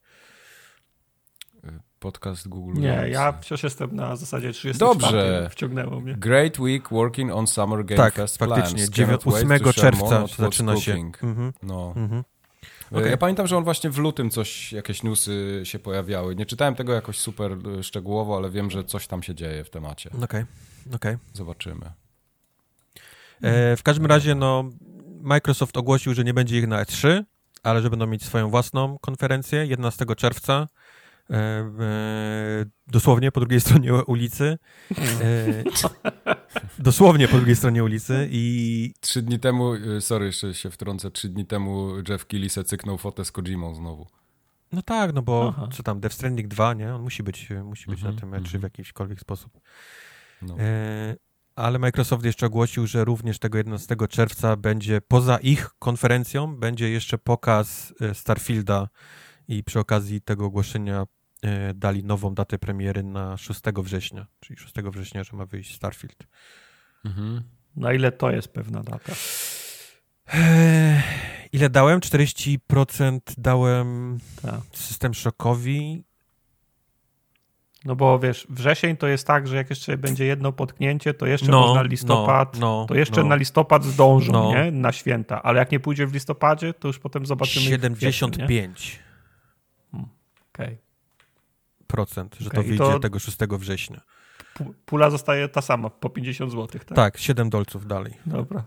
Podcast Google. Nie, Docs. ja wciąż jestem na zasadzie trzydziestej czwartej. Dobrze. Wciągnęło mnie. Great week working on Summer Game Tak, Fest faktycznie. plans. dziewięć- Cannot wait ósmego to share czerwca more of what's zaczyna się. cooking. Mhm, No. mhm. E, Okej. Ja pamiętam, że on właśnie w lutym coś, jakieś newsy się pojawiały. Nie czytałem tego jakoś super e, szczegółowo, ale wiem, że coś tam się dzieje w temacie. Okej, okej. Zobaczymy. E, W każdym razie, no, Microsoft ogłosił, że nie będzie ich na E trzy, ale że będą mieć swoją własną konferencję jedenastego czerwca. E, e, dosłownie po drugiej stronie ulicy. E, dosłownie po drugiej stronie ulicy i Trzy dni temu, e, sorry, jeszcze się wtrącę, trzy dni temu Jeff Keighley se cyknął fotę z Kojimą znowu. no tak, no bo Aha. co tam, Death Stranding dwa, nie? On musi być, musi być Mhm, na tym E trzy w mhm. jakikolwiek sposób. No. E, ale Microsoft jeszcze ogłosił, że również tego jedenastego czerwca będzie, poza ich konferencją, będzie jeszcze pokaz e, Starfielda i przy okazji tego ogłoszenia e, dali nową datę premiery na szóstego września, czyli szóstego września, że ma wyjść Starfield. Mhm. Na ile to jest pewna data? E, ile dałem? czterdzieści procent dałem Tak. System Shockowi. No bo wiesz, wrzesień to jest tak, że jak jeszcze będzie jedno potknięcie, to jeszcze No, można listopad, no, no, to jeszcze no. na listopad zdążą, No. nie? Na święta. Ale jak nie pójdzie w listopadzie, to już potem zobaczymy. ich w siedemdziesiąt kwietniu, nie? pięć. Okej. procent, że Okay, to wyjdzie to tego szóstego września. Pula zostaje ta sama, po pięćdziesiąt złotych, tak? Tak, siedem dolców dalej. Dobra.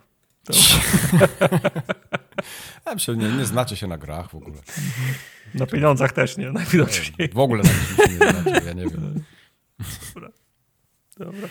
Ja myślę, nie, nie znacie się na grach w ogóle. Na pieniądzach też nie, najwidoczniej. W ogóle na niczym się nie znacie, ja nie wiem. Dobra. Dobra.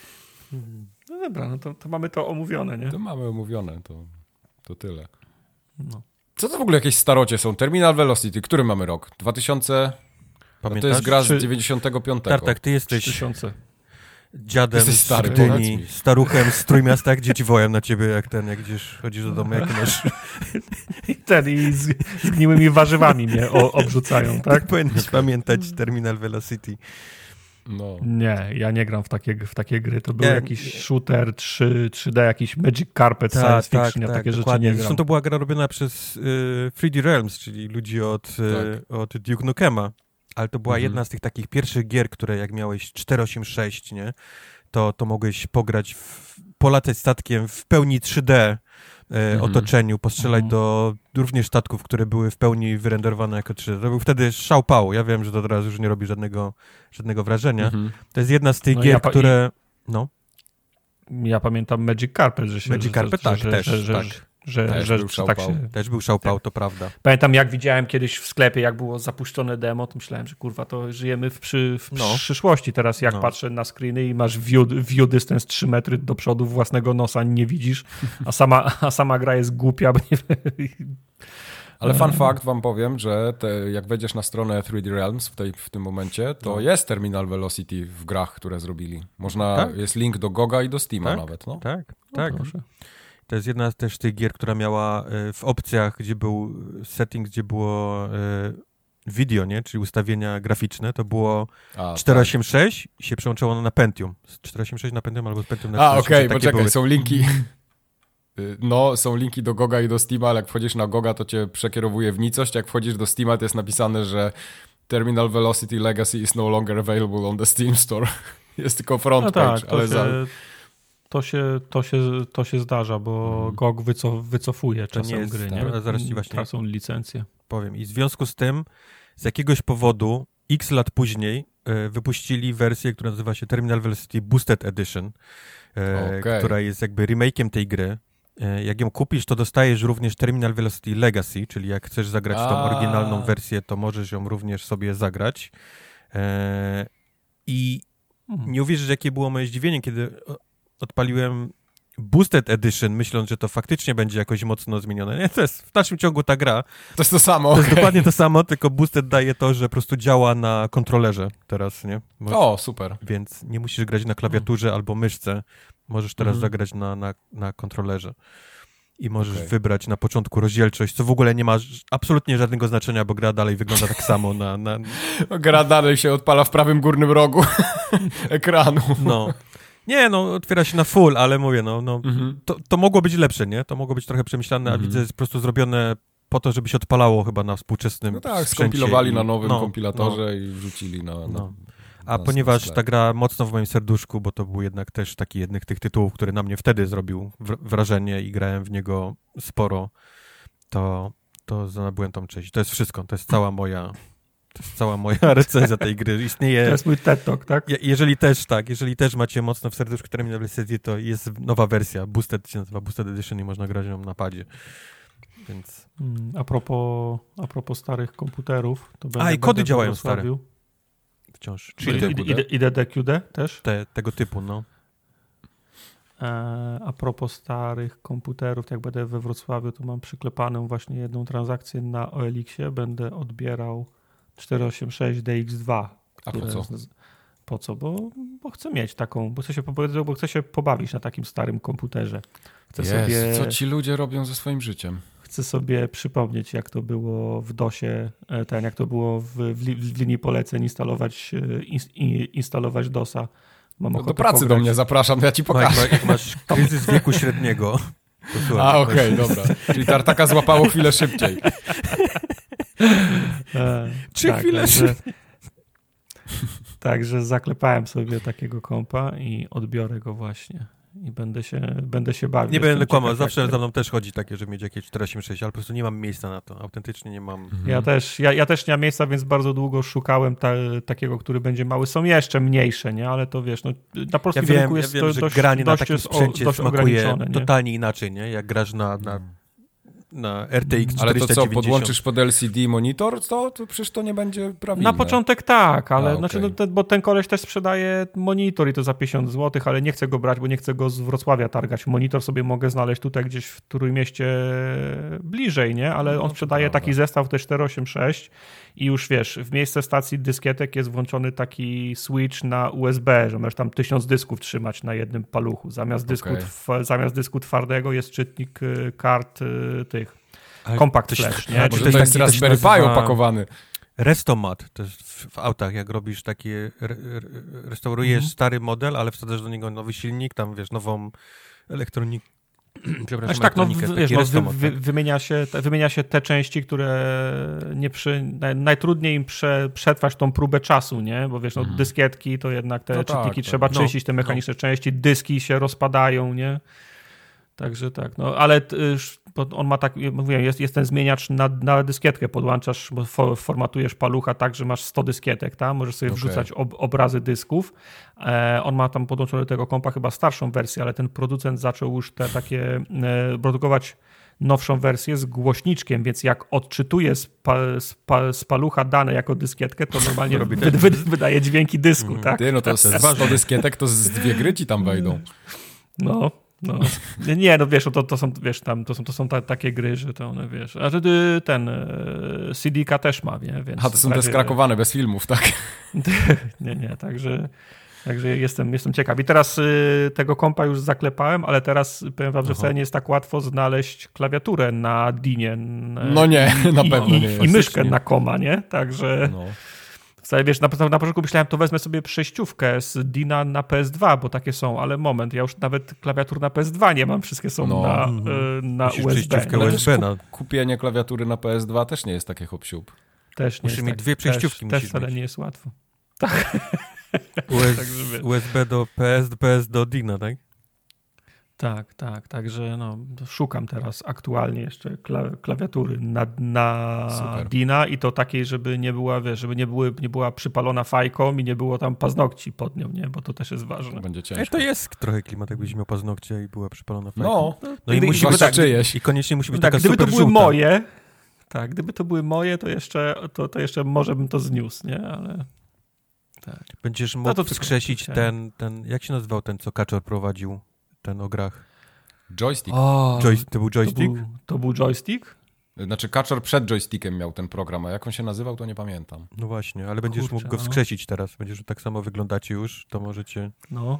No dobra, no to, to mamy to omówione, nie? To mamy omówione, to, to tyle. No. Co to w ogóle jakieś starocie są? Terminal Velocity, który mamy rok? dwa tysiące... Pamiętasz? To jest gra z Czy- dziewięćdziesiątego piątego. Tartak, ty jesteś tysiące. dziadem Jesteś z stary, Gdyni, powiedz mi. staruchem z Trójmiasta, jak dzieci wołają na ciebie, jak ten, jak gdzieś chodzisz do domu, jak masz... I ten, i z, zgniłymi warzywami mnie o, obrzucają, tak? Powinieneś pamiętać Terminal Velocity. No. Nie, ja nie gram w takie, w takie gry. To był Nie. jakiś shooter trzy, 3D, jakiś Magic Carpet, Tak, science tak, fiction, ja tak, takie rzeczy dokładnie. nie Zresztą gram. to była gra robiona przez y, trzy D Realms, czyli ludzi od, y, od Duke Nukema, ale to była Mhm. jedna z tych takich pierwszych gier, które jak miałeś cztery osiem sześć, nie, to, to mogłeś pograć, w, polatać statkiem w pełni trzy D y, Mhm. otoczeniu, postrzelać Mhm. do również statków, które były w pełni wyrenderowane jako trzy D. To był wtedy szał pał. Ja wiem, że to teraz już nie robi żadnego, żadnego wrażenia. Mhm. To jest jedna z tych No gier, ja pa- które... No, Ja pamiętam Magic Carpet, że się... Magic że, Carpet, że, tak, że, też, że, że, tak. Że, Też że, był że tak szałpał. się... też był szał pał, to prawda. Pamiętam, jak widziałem kiedyś w sklepie, jak było zapuszczone demo, to myślałem, że kurwa, to żyjemy w, przy, w No. przyszłości. Teraz jak No. patrzę na screeny i masz view, view distance trzy metry do przodu, własnego nosa nie widzisz, a sama, a sama gra jest głupia. Bo nie... Ale fun fact wam powiem, że te, jak wejdziesz na stronę trzy D Realms w, tej, w tym momencie, to No. jest Terminal Velocity w grach, które zrobili. Można, Tak? jest link do Goga i do Steama Tak? nawet. No. Tak, tak. proszę. To jest jedna z też tych gier, która miała y, w opcjach, gdzie był setting, gdzie było y, video, nie? Czyli ustawienia graficzne, to było A, czterysta osiemdziesiąt sześć i się przełączało na Pentium. Z czterysta osiemdziesiąt sześć na Pentium albo z Pentium na A, czterysta osiemdziesiąt okej, takie poczekaj, były. są linki. Y, No, są linki do Goga i do Steama, ale jak wchodzisz na Goga, to cię przekierowuje w nicość. Jak wchodzisz do Steama, to jest napisane, że Terminal Velocity Legacy is no longer available on the Steam Store. Jest tylko front No page, tak, to, ale się, za... to, się, to, się, to się zdarza, bo Mhm. G O G wycof, wycofuje czasem nie jest gry, stare, nie? a zaraz ci właśnie- Tracą licencję. Powiem. I w związku z tym, z jakiegoś powodu, x lat później y, wypuścili wersję, która nazywa się Terminal Velocity Boosted Edition, y, Okej. która jest jakby remake'iem tej gry. Y, jak ją kupisz, to dostajesz również Terminal Velocity Legacy, czyli jak chcesz zagrać tą A. oryginalną wersję, to możesz ją również sobie zagrać. Y, I Hmm. nie uwierzysz, jakie było moje zdziwienie, kiedy o- odpaliłem Boosted Edition, myśląc, że to faktycznie będzie jakoś mocno zmienione. Nie, to jest w dalszym ciągu ta gra. To jest to samo. To jest okej. dokładnie to samo, tylko Boosted daje to, że po prostu działa na kontrolerze teraz, nie? Możesz, O, super. Więc nie musisz grać na klawiaturze albo myszce. Możesz teraz Mhm. zagrać na, na, na kontrolerze. I możesz Okej. wybrać na początku rozdzielczość, co w ogóle nie ma ż- absolutnie żadnego znaczenia, bo gra dalej wygląda tak samo na... na Gra dalej się odpala w prawym górnym rogu ekranu. no. Nie, no, otwiera się na full, ale mówię, no, no Mhm. to, to mogło być lepsze, nie? To mogło być trochę przemyślane, Mhm. a widzę, jest po prostu zrobione po to, żeby się odpalało chyba na współczesnym No tak, sprzęcie skompilowali i- na nowym no, kompilatorze i wrzucili na... na, No. A na ponieważ sklep. ta gra mocno w moim serduszku, bo to był jednak też taki jednych tych tytułów, który na mnie wtedy zrobił wr- wrażenie i grałem w niego sporo, to, to nabyłem tą część. To jest wszystko, to jest cała moja, to jest cała moja recenzja tej gry. To Istnieje... jest mój TED Talk, tak? Je, jeżeli też, tak, jeżeli też macie mocno w serduszku Terminal Velocity, to jest nowa wersja, Boosted się nazywa, Boosted Edition i można grać ją na padzie. Więc... Mm, A propos, a propos starych komputerów, to będę, A, i kody będę w działają Wrocławiu. Wciąż. Czyli D I- Q D? I- I D D Q D też? Te, tego typu, no. E, a propos starych komputerów, to jak będę we Wrocławiu, to mam przyklepaną właśnie jedną transakcję na O L X-ie. Będę odbierał czterysta osiemdziesiąt sześć D X dwa. A po które co? z- Po co? Bo, bo chcę mieć taką, bo chcę, się, po- bo chcę się pobawić na takim starym komputerze. Chcę, Jezu, sobie, co ci ludzie robią ze swoim życiem? chcę sobie przypomnieć, jak to było w dosie, e, ten, jak to było w, w, li, w linii poleceń instalować, e, ins, i, instalować dosa. Mam No, do ochotę pracy do pograć. mnie zapraszam, ja ci Jak, pokażę. ma- jak masz kryzys wieku średniego, to słuchaj, A, okej, dobra. Czyli Tartaka złapało chwilę szybciej. E, Trzy tak, chwile Także, także zaklepałem sobie takiego kompa i odbiorę go właśnie i będę się, będę się bawił. Nie będę kłamał, ciekaw, zawsze jak... za mną też chodzi takie, żeby mieć jakieś cztery osiem sześć, ale po prostu nie mam miejsca na to, autentycznie nie mam. Mhm. Ja, też, ja, ja też nie mam miejsca, więc bardzo długo szukałem ta, takiego, który będzie mały. Są jeszcze mniejsze, nie? Ale to wiesz, no, na polskim ja wiem, rynku jest ja wiem, to że dość, granie dość, na takim jest sprzęcie dość smakuje nie? totalnie inaczej, nie? Jak grasz na, na, na R T X czterysta dziewięćdziesiąt. Ale to co, podłączysz pod L C D monitor, to, to przecież to nie będzie prawidłne. Na początek tak, ale A, znaczy, okay. no, ten, bo ten koleś też sprzedaje monitor i to za pięćdziesiąt złotych, ale nie chcę go brać, bo nie chcę go z Wrocławia targać. Monitor sobie mogę znaleźć tutaj gdzieś w Trójmieście bliżej, nie? Ale no, on sprzedaje taki zestaw te cztery osiem sześć i już wiesz, w miejsce stacji dyskietek jest włączony taki switch na U S B, że możesz tam tysiąc dysków trzymać na jednym paluchu. Zamiast dysku, okay. tw- zamiast dysku twardego jest czytnik kart y, tych Ale Compact coś, Flash, nie? Może Czy to, to to jest taki- Raspberry to się Pi nazywa- opakowany. Restomat, to jest w, w autach, jak robisz taki, re, re, restaurujesz Mhm. stary model, ale wsadzasz do niego nowy silnik, tam wiesz, nową elektronikę. Przepraszam, Znaczy tak, no, elektronikę, w, wiesz, taki no, wy, restomat, wy, tak? wymienia, się, te, wymienia się te części, które nie przy, naj, najtrudniej im prze, przetrwać tą próbę czasu, nie? Bo wiesz, no, Mhm. dyskietki to jednak te No tak, czytniki tak. trzeba No, czyścić, te mechaniczne części, dyski się rozpadają, nie? Także tak, no ale t, już, bo on ma tak, mówiłem, jest, jest ten zmieniacz na, na dyskietkę, podłączasz, bo for, formatujesz palucha tak, że masz sto dyskietek, tam możesz sobie Okay. wrzucać ob, obrazy dysków. E, on ma tam podłączony do tego kompa chyba starszą wersję, ale ten producent zaczął już te takie e, produkować nowszą wersję z głośniczkiem, więc jak odczytuje z, pa, z, pa, z palucha dane jako dyskietkę, to normalnie Robi wy, ten- wy, wydaje dźwięki dysku, Mhm. tak? Ty, no to z sto dyskietek to z dwie gry ci tam wejdą. No, no. Nie, no wiesz, to, to są, wiesz, tam, to są, to są ta, takie gry, że to one, wiesz, a ty ten e, C D K też ma, nie? Więc A to są te razie- skrakowane, bez filmów, tak? Nie, nie, także, także jestem, jestem ciekaw. I teraz y, tego kompa już zaklepałem, ale teraz powiem wam, że Aha. wcale nie jest tak łatwo znaleźć klawiaturę na Dinie. n- No nie, na i, pewno i, nie I jest. myszkę Faktycznie. na koma, nie? Także No. wcale, wiesz, na, na początku myślałem, to wezmę sobie przejściówkę z Dina na P S dwa, bo takie są, ale moment, ja już nawet klawiatur na P S dwa nie mam, wszystkie są No. na, Mhm. y, na Musisz U S B. przejściówkę No, Ale U S też B kup, na... kupienie klawiatury na P S dwa też nie jest takie hop-siup. też nie Musisz jest mieć tak, dwie przejściówki, Też, musisz też wcale mieć. nie jest łatwo. U S, Także wiesz. U S B do P S, P S do Dina, tak? Tak, tak, także no, szukam teraz aktualnie jeszcze kla, klawiatury na, na Super. Dina i to takiej, żeby nie była, wiesz, żeby nie, były, nie była przypalona fajką i nie było tam paznokci pod nią, nie, bo to też jest To ważne. będzie Ej, ciężko. to jest trochę klimat, jakbyś miał paznokcie i była przypalona fajka. No, no i gdy- musi gdyby być zwłaszcza tak, czyjeś. I koniecznie musi być Tak, taka gdyby to super były żółta. moje, tak, gdyby to były moje, to jeszcze, to, to jeszcze może bym to zniósł, nie, ale tak. Będziesz mógł No to tylko wskrzesić chciałem. ten, ten, jak się nazywał ten, co Kaczor prowadził, ten o grach? Joystick. O, Joyst- to był to, joystick? był, to był joystick? Znaczy Kaczor przed joystickiem miał ten program, a jak on się nazywał, to nie pamiętam. No właśnie, ale będziesz Kurczę, mógł go no. wskrzesić teraz. Będziesz tak samo wyglądacie już, to możecie... No.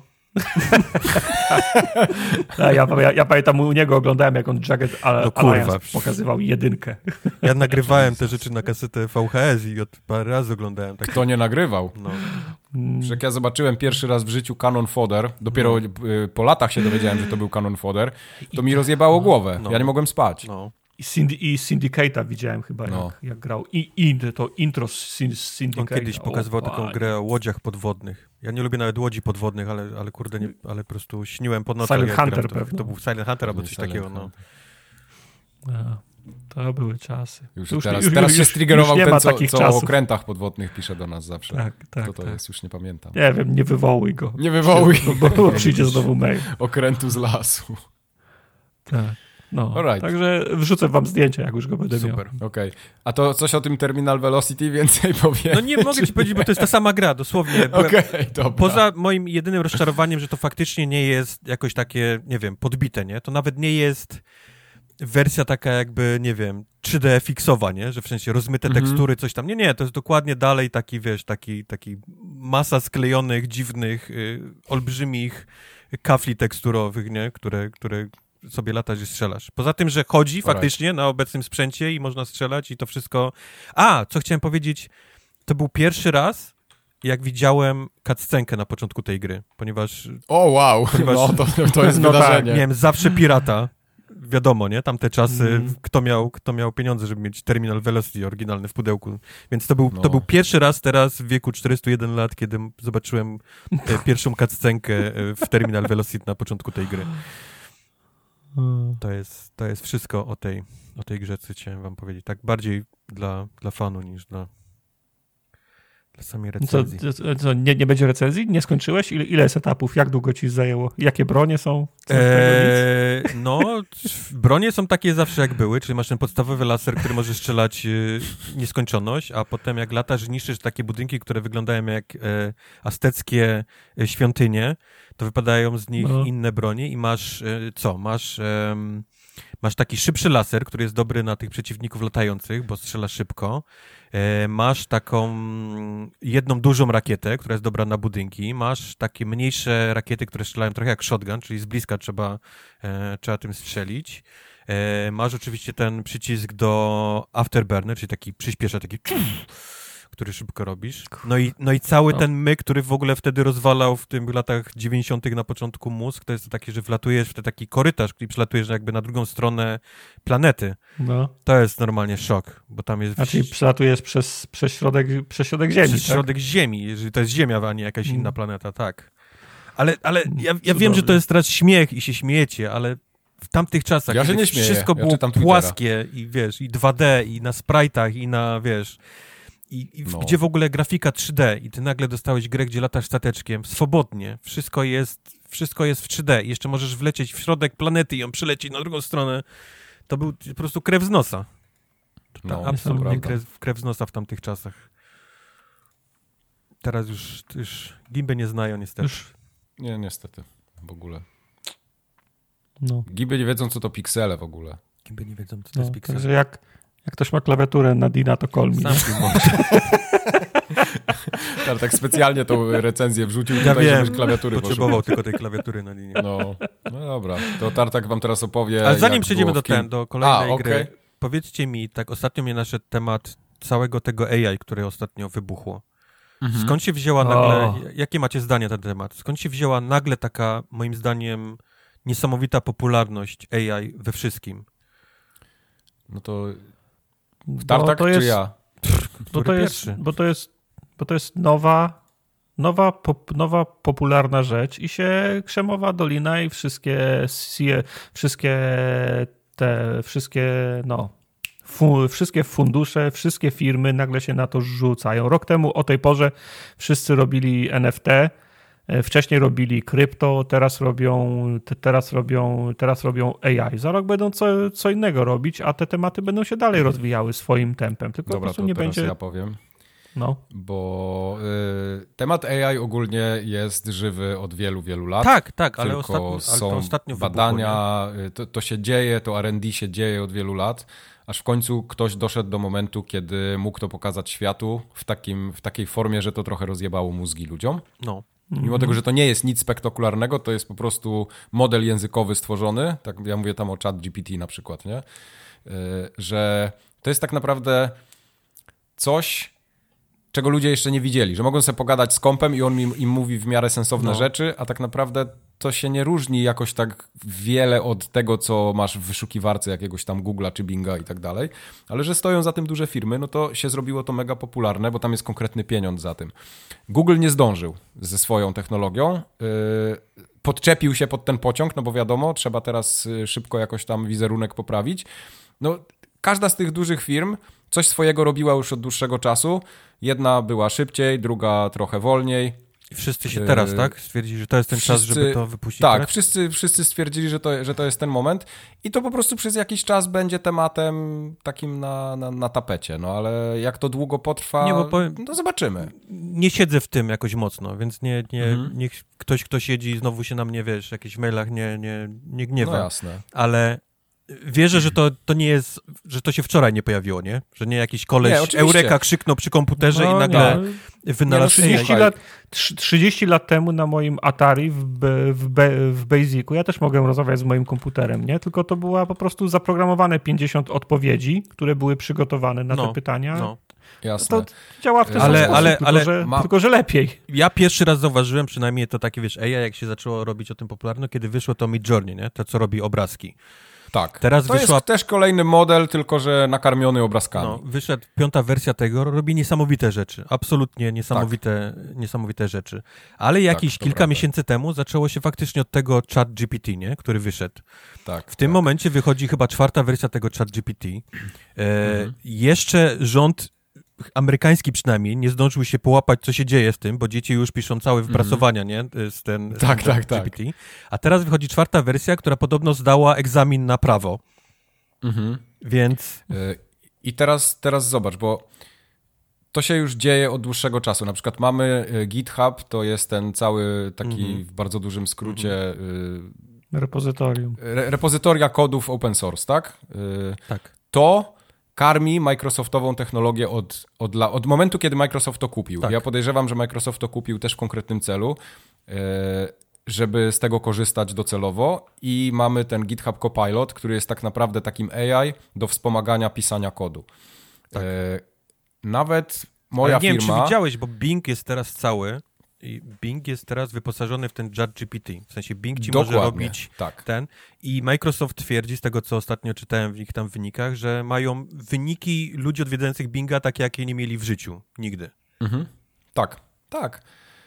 ja, ja, ja, ja pamiętam u niego oglądałem, jak on Jagged Al- No kurwa. Alliance pokazywał jedynkę. Ja nagrywałem te rzeczy na kasetę V H S i od parę razy oglądałem. Tak, Kto nie nagrywał? no. Że jak ja zobaczyłem pierwszy raz w życiu Canon Fodder, dopiero y, po latach się dowiedziałem, że to był Canon Fodder, to mi rozjebało głowę. No. Ja nie mogłem spać. no. I, Syndy, I Syndicate'a widziałem chyba, No. jak, jak grał. I, i to intro z Syn- Syndicate'a. On kiedyś pokazywał O, taką panie. grę o łodziach podwodnych. Ja nie lubię nawet łodzi podwodnych, ale, ale kurde, nie, ale po prostu śniłem pod nocą. Silent jak grałem Hunter w to, pewno. to był Silent Hunter albo coś Silent takiego, no. Hunter. A, to były czasy. Już, Już- teraz już- teraz już- się już striggerował nie ma ten, co, takich co o czasów. okrętach podwodnych pisze do nas zawsze. Tak, tak, Kto to tak. jest? Już nie pamiętam. Nie wiem, nie wywołuj go. Nie wywołuj Bo, bo przyjdzie znowu mail. okrętu z lasu. Tak. No, Alright. także wrzucę wam zdjęcia, jak już go będę miał. Super. Okej. A to coś o tym Terminal Velocity więcej powiem? No nie mogę ci powiedzieć, bo to jest ta sama gra, dosłownie. Byłem- Okej, dobra. Poza moim jedynym rozczarowaniem, że to faktycznie nie jest jakoś takie, nie wiem, podbite, nie? To nawet nie jest wersja taka jakby, nie wiem, trzy D F X-owa, nie? Że w sensie rozmyte Mhm. tekstury, coś tam. Nie, nie, to jest dokładnie dalej taki, wiesz, taki, taki masa sklejonych, dziwnych, y, olbrzymich kafli teksturowych, nie? Które, które sobie latasz i strzelasz. Poza tym, że chodzi Alright. faktycznie na obecnym sprzęcie i można strzelać i to wszystko... A, co chciałem powiedzieć, to był pierwszy raz, jak widziałem cutscenkę na początku tej gry, ponieważ O, wow. Ponieważ- No, to, to jest No tak, wydarzenie. miałem zawsze pirata wiadomo, nie? Tamte czasy, Mm. kto miał, kto miał pieniądze, żeby mieć Terminal Velocity oryginalny w pudełku. Więc to był, No. to był pierwszy raz teraz w wieku czterystu jeden lat, kiedy zobaczyłem e, pierwszą cutscenkę e, w Terminal Velocity na początku tej gry. To jest, to jest wszystko o tej, o tej grze, co chciałem wam powiedzieć. Tak bardziej dla, dla fanu niż dla, dla samej Co, recenzji. co, co nie, nie będzie recenzji? Nie skończyłeś? Ile, ile jest etapów? Jak długo ci zajęło? Jakie bronie są? Co Eee, no, bronie są takie zawsze jak były, czyli masz ten podstawowy laser, który może strzelać e, nieskończoność, a potem jak latasz, niszczysz takie budynki, które wyglądają jak e, azteckie e, świątynie, to wypadają z nich No. inne bronie i masz, e, co, masz... em, Masz taki szybszy laser, który jest dobry na tych przeciwników latających, bo strzela szybko. E, masz taką jedną dużą rakietę, która jest dobra na budynki. Masz takie mniejsze rakiety, które strzelają trochę jak shotgun, czyli z bliska trzeba, e, trzeba tym strzelić. E, masz oczywiście ten przycisk do afterburner, czyli taki przyspiesza, taki który szybko robisz. No i, no i cały No. ten myk, który w ogóle wtedy rozwalał w tych latach dziewięćdziesiątych na początku mózg, to jest takie, że wlatujesz w ten taki korytarz i przelatujesz jakby na drugą stronę planety. No. To jest normalnie szok, bo tam jest A czyli przelatujesz przez, przez, środek, przez środek Ziemi, przez tak? środek Ziemi, jeżeli to jest Ziemia, a nie jakaś Mm. inna planeta, tak. Ale, ale ja, ja Cudownie. wiem, że to jest teraz śmiech i się śmiejecie, ale w tamtych czasach, Ja się kiedy nie śmieję, wszystko ja było czytam Twittera. płaskie i wiesz, i dwa D, i na sprite'ach, i na, wiesz... I, i w, No. gdzie w ogóle grafika trzy D i ty nagle dostałeś grę, gdzie latasz stateczkiem, swobodnie, wszystko jest, wszystko jest w trzy D i jeszcze możesz wlecieć w środek planety i ją przylecieć na drugą stronę, to był po prostu krew z nosa. No, to Absolutnie prawda. krew, krew z nosa w tamtych czasach. Teraz już, już Gimby nie znają niestety. Już, Nie, niestety. W ogóle. no. Giby nie wiedzą, co to piksele w ogóle. Gimby nie wiedzą, co to No, jest Pixel. także jak, jak ktoś ma klawiaturę na Dina, to call me. Sam nie? film może. Ale tak specjalnie tą recenzję wrzucił Ja tutaj, wiem, żebyś klawiatury potrzebował poszukał. tylko tej klawiatury na linii. No, no dobra. To Tartak wam teraz opowie, Ale zanim jak przejdziemy było do, w kin- ten, do kolejnej A, okej. gry, powiedzcie mi, tak ostatnio mnie naszedł temat całego tego A I, które ostatnio wybuchło. Mhm. Skąd się wzięła O. nagle, jakie macie zdanie na ten temat? Skąd się wzięła nagle taka, moim zdaniem, niesamowita popularność A I we wszystkim? No to Bo Tartak to czy jest, ja? bo to Który jest, pierwszy? bo to jest, bo to jest nowa, nowa, pop, nowa popularna rzecz i się Krzemowa Dolina i wszystkie, sie- wszystkie te, wszystkie, no, fu, wszystkie fundusze, wszystkie firmy nagle się na to rzucają. Rok temu o tej porze wszyscy robili N F T, e, wcześniej robili krypto, teraz robią, te, teraz robią, teraz robią A I. Za rok będą co, co innego robić, a te tematy będą się dalej rozwijały swoim tempem. Tylko po Dobra, prostu to nie teraz będzie. ja powiem. No. Bo y, temat A I ogólnie jest żywy od wielu, wielu lat. Tak, tak, ale Tylko ostatnio, ale są to ostatnio badania, y, to, to się dzieje, to R and D się dzieje od wielu lat, aż w końcu ktoś doszedł do momentu, kiedy mógł to pokazać światu w, takim, w takiej formie, że to trochę rozjebało mózgi ludziom. No. Mimo tego, że to nie jest nic spektakularnego, to jest po prostu model językowy stworzony, tak ja mówię tam o ChatGPT na przykład, nie? Y, że to jest tak naprawdę coś, czego ludzie jeszcze nie widzieli, że mogą sobie pogadać z kompem i on im, im mówi w miarę sensowne No. rzeczy, a tak naprawdę to się nie różni jakoś tak wiele od tego, co masz w wyszukiwarce jakiegoś tam Google'a czy Binga i tak dalej, ale że stoją za tym duże firmy, no to się zrobiło to mega popularne, bo tam jest konkretny pieniądz za tym. Google nie zdążył ze swoją technologią, yy, podczepił się pod ten pociąg, no bo wiadomo, trzeba teraz y, szybko jakoś tam wizerunek poprawić. No, każda z tych dużych firm coś swojego robiła już od dłuższego czasu. Jedna była szybciej, druga trochę wolniej. I wszyscy się Yy, teraz, tak? Stwierdzili, że to jest ten czas, wszyscy- żeby to wypuścić. Tak, wszyscy, wszyscy stwierdzili, że to, że to jest ten moment i to po prostu przez jakiś czas będzie tematem takim na, na, na tapecie. No ale jak to długo potrwa, Nie, bo powiem- no zobaczymy. Nie siedzę w tym jakoś mocno, więc nie, nie, Mhm. niech ktoś, kto siedzi i znowu się na mnie, wiesz, w jakichś mailach nie, nie, nie gniewa. No jasne. Ale wierzę, że to, to nie jest, że to się wczoraj nie pojawiło, nie? Że nie jakiś koleś Nie, oczywiście. Eureka krzyknął przy komputerze No, i nagle nie. wynalazł Nie, no, trzydzieści Słuchaj. lat, trzy- trzydzieści lat temu na moim Atari w, B- w, B- w Basicu ja też mogłem rozmawiać z moim komputerem, nie? Tylko to była po prostu zaprogramowane pięćdziesiąt odpowiedzi, które były przygotowane na No, te pytania. No. Jasne. To działa w ten Ale- sam sposób, ale- tylko, ale że, ma- tylko że lepiej. Ja pierwszy raz zauważyłem, przynajmniej to takie, wiesz, A I, jak się zaczęło robić o tym popularno, kiedy wyszło to Midjourney, nie? To, co robi obrazki. Tak. Teraz to wyszła... jest też kolejny model, tylko że nakarmiony obrazkami. No, wyszedł piąta wersja tego, robi niesamowite rzeczy. Absolutnie niesamowite, tak. niesamowite rzeczy. Ale jakieś tak, kilka prawda. miesięcy temu zaczęło się faktycznie od tego ChatGPT, nie? Który wyszedł. Tak, w tym tak. momencie wychodzi chyba czwarta wersja tego ChatGPT. E, mhm. Jeszcze rząd amerykański przynajmniej nie zdążył się połapać, co się dzieje z tym, bo dzieci już piszą całe wypracowania, mm. nie? Z ten, tak, z ten tak, tak. A teraz wychodzi czwarta wersja, która podobno zdała egzamin na prawo. Mhm. Więc... I teraz, teraz zobacz, bo to się już dzieje od dłuższego czasu. Na przykład mamy GitHub, to jest ten cały taki mhm. w bardzo dużym skrócie... Mhm. Repozytorium. Re, repozytoria kodów open source, tak? Tak. To karmi Microsoftową technologię od, od, od momentu, kiedy Microsoft to kupił. Tak. Ja podejrzewam, że Microsoft to kupił też w konkretnym celu, żeby z tego korzystać docelowo i mamy ten GitHub Copilot, który jest tak naprawdę takim A I do wspomagania pisania kodu. Tak. Nawet moja Ale nie firma... wiem, czy widziałeś, bo Bing jest teraz cały i Bing jest teraz wyposażony w ten ChatGPT. W sensie Bing ci Dokładnie, może robić tak. ten. I Microsoft twierdzi, z tego co ostatnio czytałem w ich tam wynikach, że mają wyniki ludzi odwiedzających Binga takie, jakie nie mieli w życiu. Nigdy. Mhm. Tak, tak.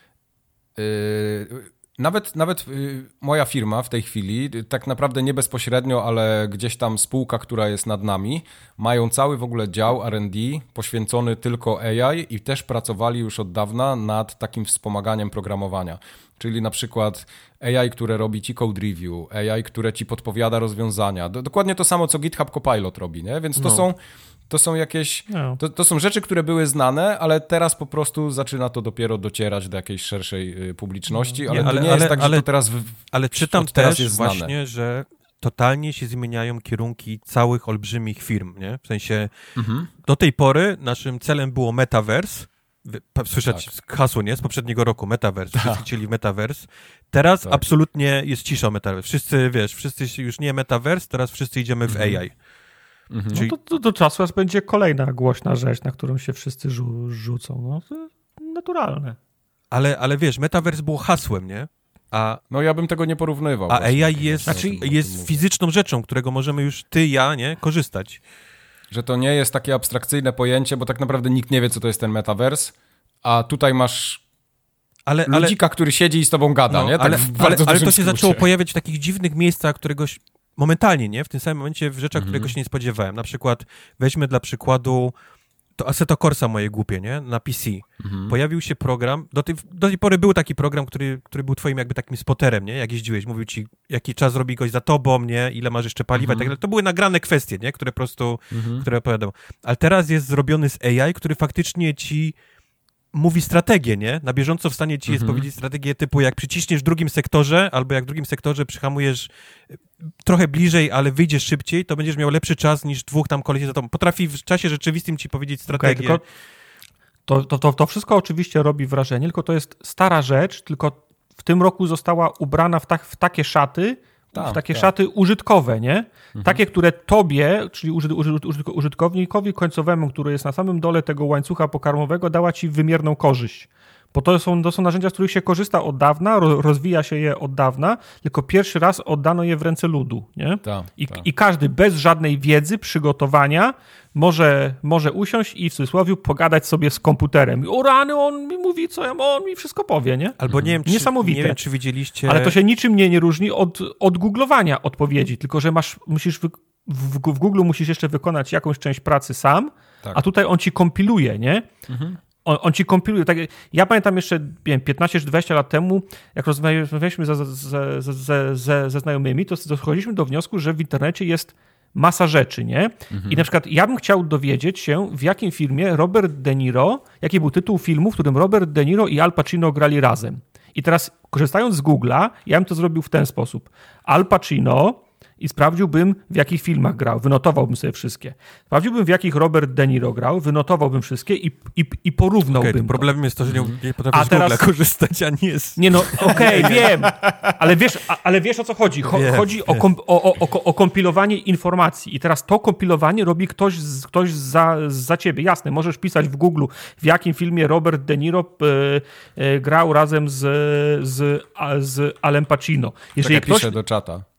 Yy, nawet nawet yy, moja firma w tej chwili, tak naprawdę nie bezpośrednio, ale gdzieś tam spółka, która jest nad nami, mają cały w ogóle dział R and D poświęcony tylko A I i też pracowali już od dawna nad takim wspomaganiem programowania. Czyli na przykład A I, które robi ci code review, A I, które ci podpowiada rozwiązania. Dokładnie to samo, co GitHub Copilot robi, nie? Więc to no. są... To są jakieś, no. to, to są rzeczy, które były znane, ale teraz po prostu zaczyna to dopiero docierać do jakiejś szerszej y, publiczności, ale, nie, ale to nie ale, jest tak, ale, że to teraz w, Ale czytam teraz też jest znane. właśnie, że totalnie się zmieniają kierunki całych olbrzymich firm, nie? W sensie mhm. do tej pory naszym celem było metaverse. Słyszeć tak. hasło, nie? Z poprzedniego roku, metaverse. Wszyscy chcieli metaverse. Teraz tak. absolutnie jest cisza o metaverse. Wszyscy, wiesz, wszyscy już nie metaverse, teraz wszyscy idziemy w mhm. A I. Mhm. Czyli... No to, to do czasu aż będzie kolejna głośna rzecz, na którą się wszyscy rzu- rzucą. No to naturalne. Ale, ale wiesz, metaverse było hasłem, nie? A, no ja bym tego nie porównywał. A właśnie. A I jest, znaczy, jest fizyczną rzeczą, którego możemy już ty, ja, nie? Korzystać. Że to nie jest takie abstrakcyjne pojęcie, bo tak naprawdę nikt nie wie, co to jest ten metaverse, a tutaj masz ale, ludzika, ale, który siedzi i z tobą gada, no, nie? Tak ale, w bardzo ale, ale to się skrócie. zaczęło pojawiać w takich dziwnych miejscach, któregoś momentalnie, nie? W tym samym momencie w rzeczach, mhm. którego się nie spodziewałem. Na przykład, weźmy dla przykładu to Assetto Corsa moje głupie, nie? Na P C. Mhm. Pojawił się program, do tej, do tej pory był taki program, który, który był twoim jakby takim spoterem, nie? Jak jeździłeś, mówił ci, jaki czas robi goś za tobą, nie? Ile masz jeszcze paliwa mhm. i tak dalej. To były nagrane kwestie, nie? Które po prostu, mhm. które opowiadał. Ale teraz jest zrobiony z A I, który faktycznie ci mówi strategię, nie? Na bieżąco w stanie ci jest mhm. powiedzieć strategię typu, jak przyciśniesz w drugim sektorze, albo jak w drugim sektorze przyhamujesz trochę bliżej, ale wyjdziesz szybciej, to będziesz miał lepszy czas niż dwóch tam kolesi za tobą. Potrafi w czasie rzeczywistym ci powiedzieć strategię. Okay, to, to, to, to wszystko oczywiście robi wrażenie, tylko to jest stara rzecz, tylko w tym roku została ubrana w, tak, w takie szaty, tak, w takie tak. szaty użytkowe, nie? Mhm. Takie, które tobie, czyli użyt, użyt, użyt, użytkownikowi końcowemu, który jest na samym dole tego łańcucha pokarmowego, dała ci wymierną korzyść. Bo to są, to są narzędzia, z których się korzysta od dawna, rozwija się je od dawna, tylko pierwszy raz oddano je w ręce ludu, nie? Ta, I, ta. I każdy bez żadnej wiedzy, przygotowania może, może usiąść i w cudzysłowie pogadać sobie z komputerem. O rany, on mi mówi, co ja on mi wszystko powie, nie? Albo nie wiem, czy, Niesamowite. Nie wiem, czy widzieliście... Ale to się niczym nie, nie różni od, od googlowania odpowiedzi, tylko że masz, musisz wy, w, w Google musisz jeszcze wykonać jakąś część pracy sam, tak. a tutaj on ci kompiluje, nie? Mhm. On, on ci kompiluje. Tak, ja pamiętam jeszcze nie wiem, piętnaście czy dwadzieścia lat temu, jak rozmawialiśmy ze, ze, ze, ze, ze znajomymi, to dochodziliśmy do wniosku, że w internecie jest masa rzeczy, nie? Mhm. I na przykład ja bym chciał dowiedzieć się, w jakim filmie Robert De Niro, jaki był tytuł filmu, w którym Robert De Niro i Al Pacino grali razem. I teraz, korzystając z Google'a, ja bym to zrobił w ten sposób. Al Pacino i sprawdziłbym, w jakich filmach grał. Wynotowałbym sobie wszystkie. Sprawdziłbym, w jakich Robert De Niro grał, wynotowałbym wszystkie i, i, i porównałbym okay, to. Problemem jest to, że nie, nie potrafisz z teraz... Google'a korzystać, a nie jest... Nie no, okej, okay, wiem, ale wiesz, ale wiesz o co chodzi. Cho, wiem, chodzi wiem. O, kom, o, o, o, o kompilowanie informacji i teraz to kompilowanie robi ktoś, ktoś za, za ciebie. Jasne, możesz pisać w Google, w jakim filmie Robert De Niro e, e, grał razem z, z, z Alem Pacino. Jeżeli tak ktoś... pisze do czata.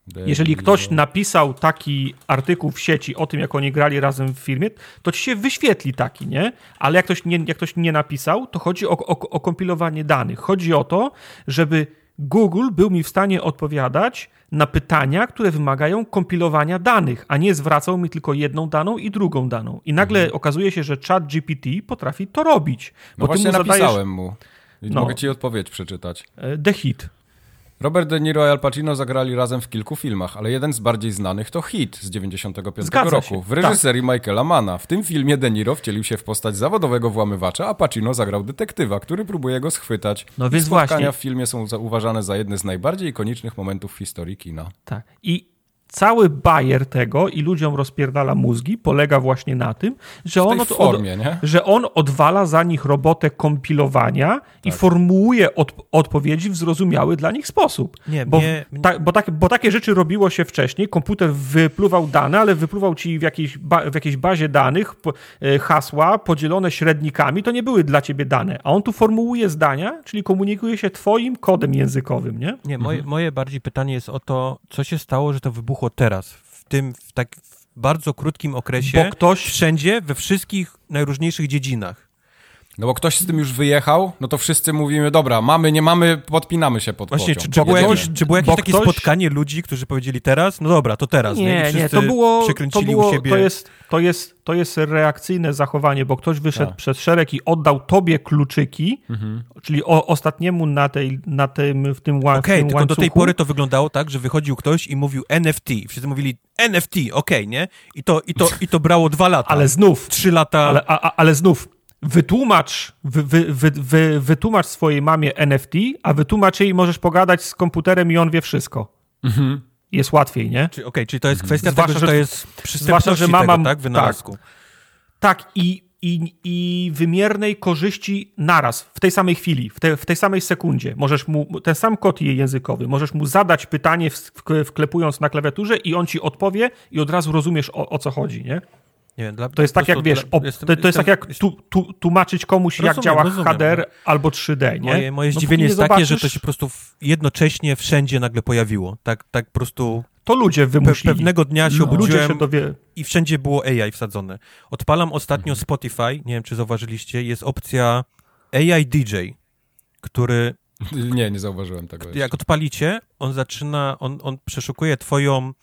Jeżeli ktoś napisał taki artykuł w sieci o tym, jak oni grali razem w firmie, to ci się wyświetli taki, nie? Ale jak ktoś nie, jak ktoś nie napisał, to chodzi o, o, o kompilowanie danych. Chodzi o to, żeby Google był mi w stanie odpowiadać na pytania, które wymagają kompilowania danych, a nie zwracał mi tylko jedną daną i drugą daną. I nagle mhm. okazuje się, że ChatGPT potrafi to robić. No bo właśnie mu napisałem zadajesz... mu. I no. Mogę ci odpowiedź przeczytać. The Hit. Robert De Niro i Al Pacino zagrali razem w kilku filmach, ale jeden z bardziej znanych to Hit z dziewięćdziesiątego piątego roku się. w reżyserii tak. Michaela Manna. W tym filmie De Niro wcielił się w postać zawodowego włamywacza, a Pacino zagrał detektywa, który próbuje go schwytać. No więc spotkania właśnie. w filmie są uważane za jedne z najbardziej ikonicznych momentów w historii kina. Tak. I cały bajer tego i ludziom rozpierdala mózgi polega właśnie na tym, że, on, od, formie, nie? że on odwala za nich robotę kompilowania tak. i formułuje od, odpowiedzi w zrozumiały dla nich sposób. Nie, bo, mnie... ta, bo, tak, bo takie rzeczy robiło się wcześniej. Komputer wypluwał dane, ale wypluwał ci w jakiejś, ba, w jakiejś bazie danych po, e, hasła podzielone średnikami. To nie były dla ciebie dane. A on tu formułuje zdania, czyli komunikuje się twoim kodem językowym, nie? Nie, moje, mhm. moje bardziej pytanie jest o to, co się stało, że to wybuchło teraz, w tym w tak w bardzo krótkim okresie, bo ktoś... wszędzie, we wszystkich najróżniejszych dziedzinach. No bo ktoś z tym już wyjechał, no to wszyscy mówimy, dobra, mamy, nie mamy, podpinamy się pod Właśnie, pociąg. Czy, czy, było jakieś, czy było jakieś takie ktoś... spotkanie ludzi, którzy powiedzieli teraz, no dobra, to teraz. Nie, nie, nie, to było, przekręcili to, było u siebie. to, jest, to, jest, to jest reakcyjne zachowanie, bo ktoś wyszedł tak. przez szereg i oddał tobie kluczyki, mhm. czyli o, ostatniemu na, tej, na tym, w tym, ła, okay, w tym tylko łańcuchu. Do tej pory to wyglądało tak, że wychodził ktoś i mówił N F T. Wszyscy mówili N F T, okej, okay, nie? I to, i, to, I to brało dwa lata. Ale znów. Trzy lata. Ale, a, ale znów. Wytłumacz, wy, wy, wy, wy, wytłumacz swojej mamie N F T, a wytłumacz jej możesz pogadać z komputerem i on wie wszystko. Mhm. Jest łatwiej, nie? Okej, okay, czyli to jest kwestia mhm. tego, że to jest przystępności że mama, tego, tak? Wynalazku. Tak, tak i, i, i wymiernej korzyści naraz, w tej samej chwili, w, te, w tej samej sekundzie. Możesz mu, ten sam kod językowy, możesz mu zadać pytanie wklepując na klawiaturze i on ci odpowie i od razu rozumiesz, o, o co chodzi, nie? Nie wiem, dla, to jest tak jak, wiesz, dla, jestem, to, to jest tak jak tu, tu, tłumaczyć komuś, rozumiem, jak działa rozumiem, H D R no. albo trzy D, nie? Moje, moje zdziwienie no, jest takie, że to się po prostu jednocześnie wszędzie nagle pojawiło. Tak, tak po prostu... To ludzie wymusili. Pe- pewnego dnia się no. obudziłem się dowie... i wszędzie było A I wsadzone. Odpalam ostatnio mhm. Spotify, nie wiem, czy zauważyliście, jest opcja A I D J, który... Nie, nie zauważyłem tego jeszcze. Jak odpalicie, on zaczyna, on, on przeszukuje twoją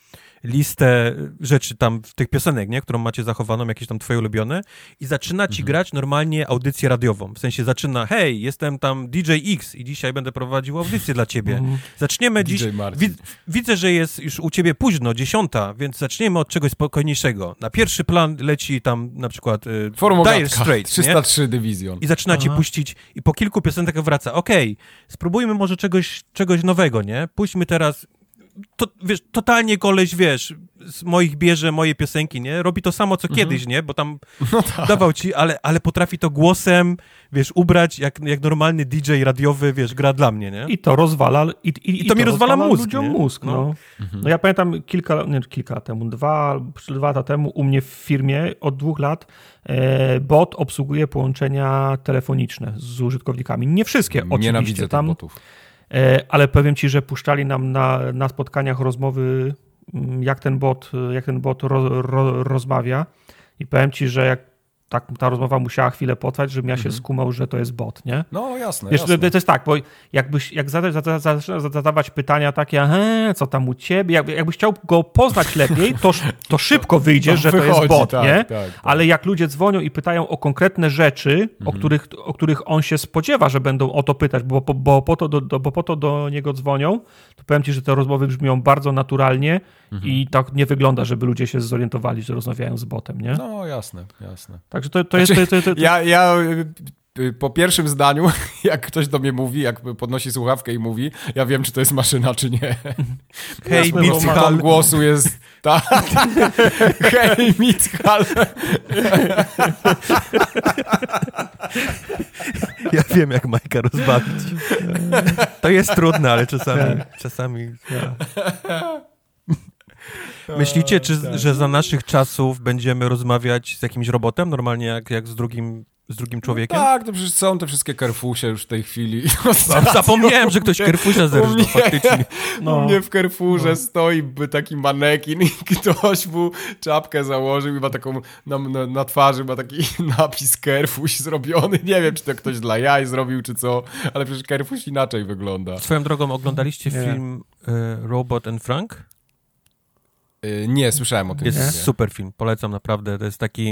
listę rzeczy tam, tych piosenek, nie, którą macie zachowaną, jakieś tam twoje ulubione i zaczyna ci mhm. grać normalnie audycję radiową. W sensie zaczyna, hej, jestem tam D J X i dzisiaj będę prowadził audycję dla ciebie. Mhm. Zaczniemy dziś... Wi- widzę, że jest już u ciebie późno, dziesiąta, więc zaczniemy od czegoś spokojniejszego. Na pierwszy plan leci tam na przykład y, Dire Straits, trzysta trzy Division. I zaczyna Aha. ci puścić i po kilku piosenkach wraca, okej, okay, spróbujmy może czegoś, czegoś nowego, nie? Puśćmy teraz... To, wiesz, totalnie koleś, wiesz, z moich bierze moje piosenki, nie? Robi to samo, co mhm. kiedyś, nie? Bo tam no tak. dawał ci, ale, ale potrafi to głosem, wiesz, ubrać, jak, jak normalny D J radiowy, wiesz, gra dla mnie, nie? I to rozwala... I, i, I to, to mi rozwala, rozwala mózg, ludziom nie? mózg, no. No. Mhm. no ja pamiętam kilka, nie, kilka lat temu, dwa, dwa lata temu u mnie w firmie od dwóch lat e, bot obsługuje połączenia telefoniczne z użytkownikami. Nie wszystkie, oczywiście. Nienawidzę tam, tych botów. Ale powiem ci, że puszczali nam na, na spotkaniach rozmowy, jak ten bot, jak ten bot ro, ro, rozmawia i powiem ci, że jak tak ta rozmowa musiała chwilę potrwać, żebym ja się mhm. skumał, że to jest bot, nie? No jasne, Wiesz, jasne. To jest tak, bo jakbyś, jak zaczynasz zadawać pytania takie, aha, co tam u ciebie, jak, jakbyś chciał go poznać lepiej, to, to szybko wyjdzie, to że wychodzi, to jest bot, tak, nie? Tak, tak. Ale jak ludzie dzwonią i pytają o konkretne rzeczy, mhm. o, których, o których on się spodziewa, że będą o to pytać, bo, bo, bo, po, to do, do, bo po to do niego dzwonią, to powiem ci, że te rozmowy brzmią bardzo naturalnie mhm. i tak nie wygląda, żeby ludzie się zorientowali, że rozmawiają z botem, nie? No jasne, jasne. Także to, to, jest, to, to, to, to... Ja, ja po pierwszym zdaniu, jak ktoś do mnie mówi, jak podnosi słuchawkę i mówi, ja wiem, czy to jest maszyna, czy nie. Hej, Michal. Głosu jest... Tak. Hej, Michal. Ja wiem, jak Majka rozbawić. To jest trudne, ale czasami... czasami ja. Myślicie, czy, że za naszych czasów będziemy rozmawiać z jakimś robotem, normalnie jak, jak z drugim z drugim człowiekiem? No tak, to przecież są te wszystkie Carrefoursie już w tej chwili. Zapomniałem, że ktoś Carrefoursia zerżnął, faktycznie. No. U mnie w Carrefourze no. stoi taki manekin i ktoś mu czapkę założył i ma taką, na, na, na twarzy ma taki napis Carrefour zrobiony. Nie wiem, czy to ktoś dla jaj zrobił, czy co, ale przecież Carrefour inaczej wygląda. Swoją drogą, oglądaliście nie. film y, Robot and Frank? Y, nie, słyszałem o tym. Jest nie. super film, polecam naprawdę. To jest taki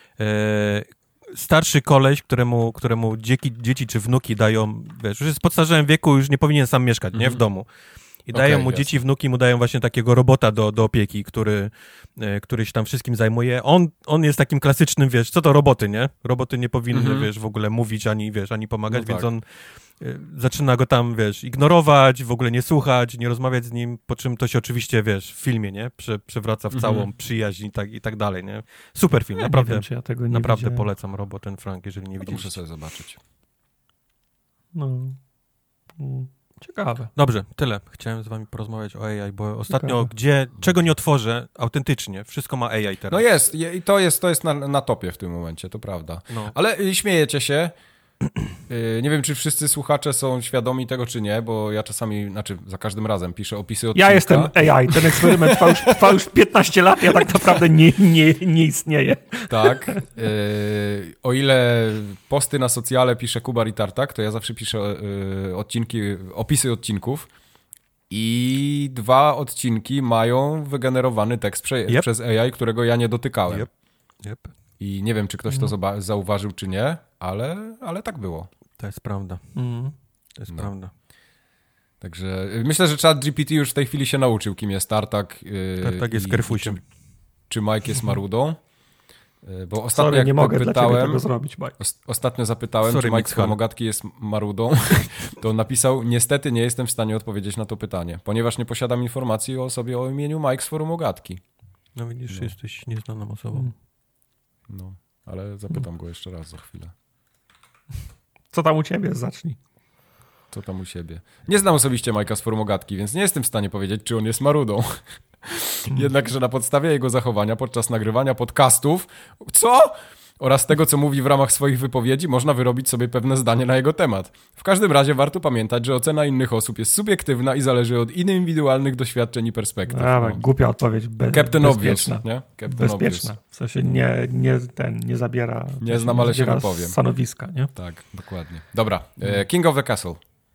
y, starszy koleś, któremu, któremu dzieci, dzieci czy wnuki dają, wiesz, już jest w podstarzałym wieku, już nie powinien sam mieszkać, mm-hmm. nie, w domu. I dają okay, mu, jasne. dzieci, wnuki mu dają właśnie takiego robota do, do opieki, który, e, który się tam wszystkim zajmuje. On, on jest takim klasycznym, wiesz, co to roboty, nie? Roboty nie powinny, mm-hmm. wiesz, w ogóle mówić, ani, wiesz, ani pomagać, no więc tak. on e, zaczyna go tam, wiesz, ignorować, w ogóle nie słuchać, nie rozmawiać z nim, po czym to się oczywiście, wiesz, w filmie, nie? Prze, przewraca w całą mm-hmm. przyjaźń i tak, i tak dalej, nie? Super film, ja naprawdę, nie wiem, czy ja tego nie naprawdę widziałem. Polecam Robot and Frank, jeżeli nie widzieliście. Muszę sobie zobaczyć. No... Mm. Ciekawe. Dobrze, tyle. Chciałem z wami porozmawiać o A I, bo ostatnio Ciekawe. gdzie, czego nie otworzę, autentycznie, wszystko ma A I teraz. No jest, i to jest, to jest na, na topie w tym momencie, to prawda. No. Ale śmiejecie się. Nie wiem, czy wszyscy słuchacze są świadomi tego, czy nie, bo ja czasami, znaczy za każdym razem piszę opisy odcinka. Ja jestem A I, ten eksperyment trwa już, trwa już piętnaście lat, ja tak naprawdę nie, nie, nie istnieję. Tak. Yy, o ile posty na socjale pisze Kubar i Tartak, to ja zawsze piszę yy, odcinki, opisy odcinków i dwa odcinki mają wygenerowany tekst prze, yep. przez A I, którego ja nie dotykałem. Yep. Yep. I nie wiem, czy ktoś to zoba- zauważył, czy nie, ale, ale tak było. To jest prawda. Mm. To jest no. prawda. Także myślę, że ChatGPT już w tej chwili się nauczył, kim jest Tartak. Yy, Tartak jest Carrefourem. Czy, czy Mike jest Marudą. Yy, bo ostatnio Sorry, jak nie mogę pytałem, tego zrobić, Mike. Os- ostatnio zapytałem, Sorry, czy Mike z Formogatki jest Marudą, to on napisał, niestety nie jestem w stanie odpowiedzieć na to pytanie, ponieważ nie posiadam informacji o sobie o imieniu Mike z Formogatki. No widzisz, no. jesteś nieznaną osobą. Hmm. No, ale zapytam go jeszcze raz za chwilę. Co tam u ciebie? Zacznij. Co tam u siebie? Nie znam osobiście Majka z Formogatki, więc nie jestem w stanie powiedzieć, czy on jest marudą. Jednakże na podstawie jego zachowania podczas nagrywania podcastów, co? Oraz tego, co mówi w ramach swoich wypowiedzi, można wyrobić sobie pewne zdanie na jego temat. W każdym razie warto pamiętać, że ocena innych osób jest subiektywna i zależy od indywidualnych doświadczeń i perspektyw. A, no. Głupia odpowiedź. Be- Captain bezpieczna. Obvious, nie? Captain bezpieczna. Obvious. W sensie nie, nie, ten, nie zabiera, nie znam, ale się wypowiem. Stanowiska, nie? Tak, dokładnie. Dobra, e, King of the Castle.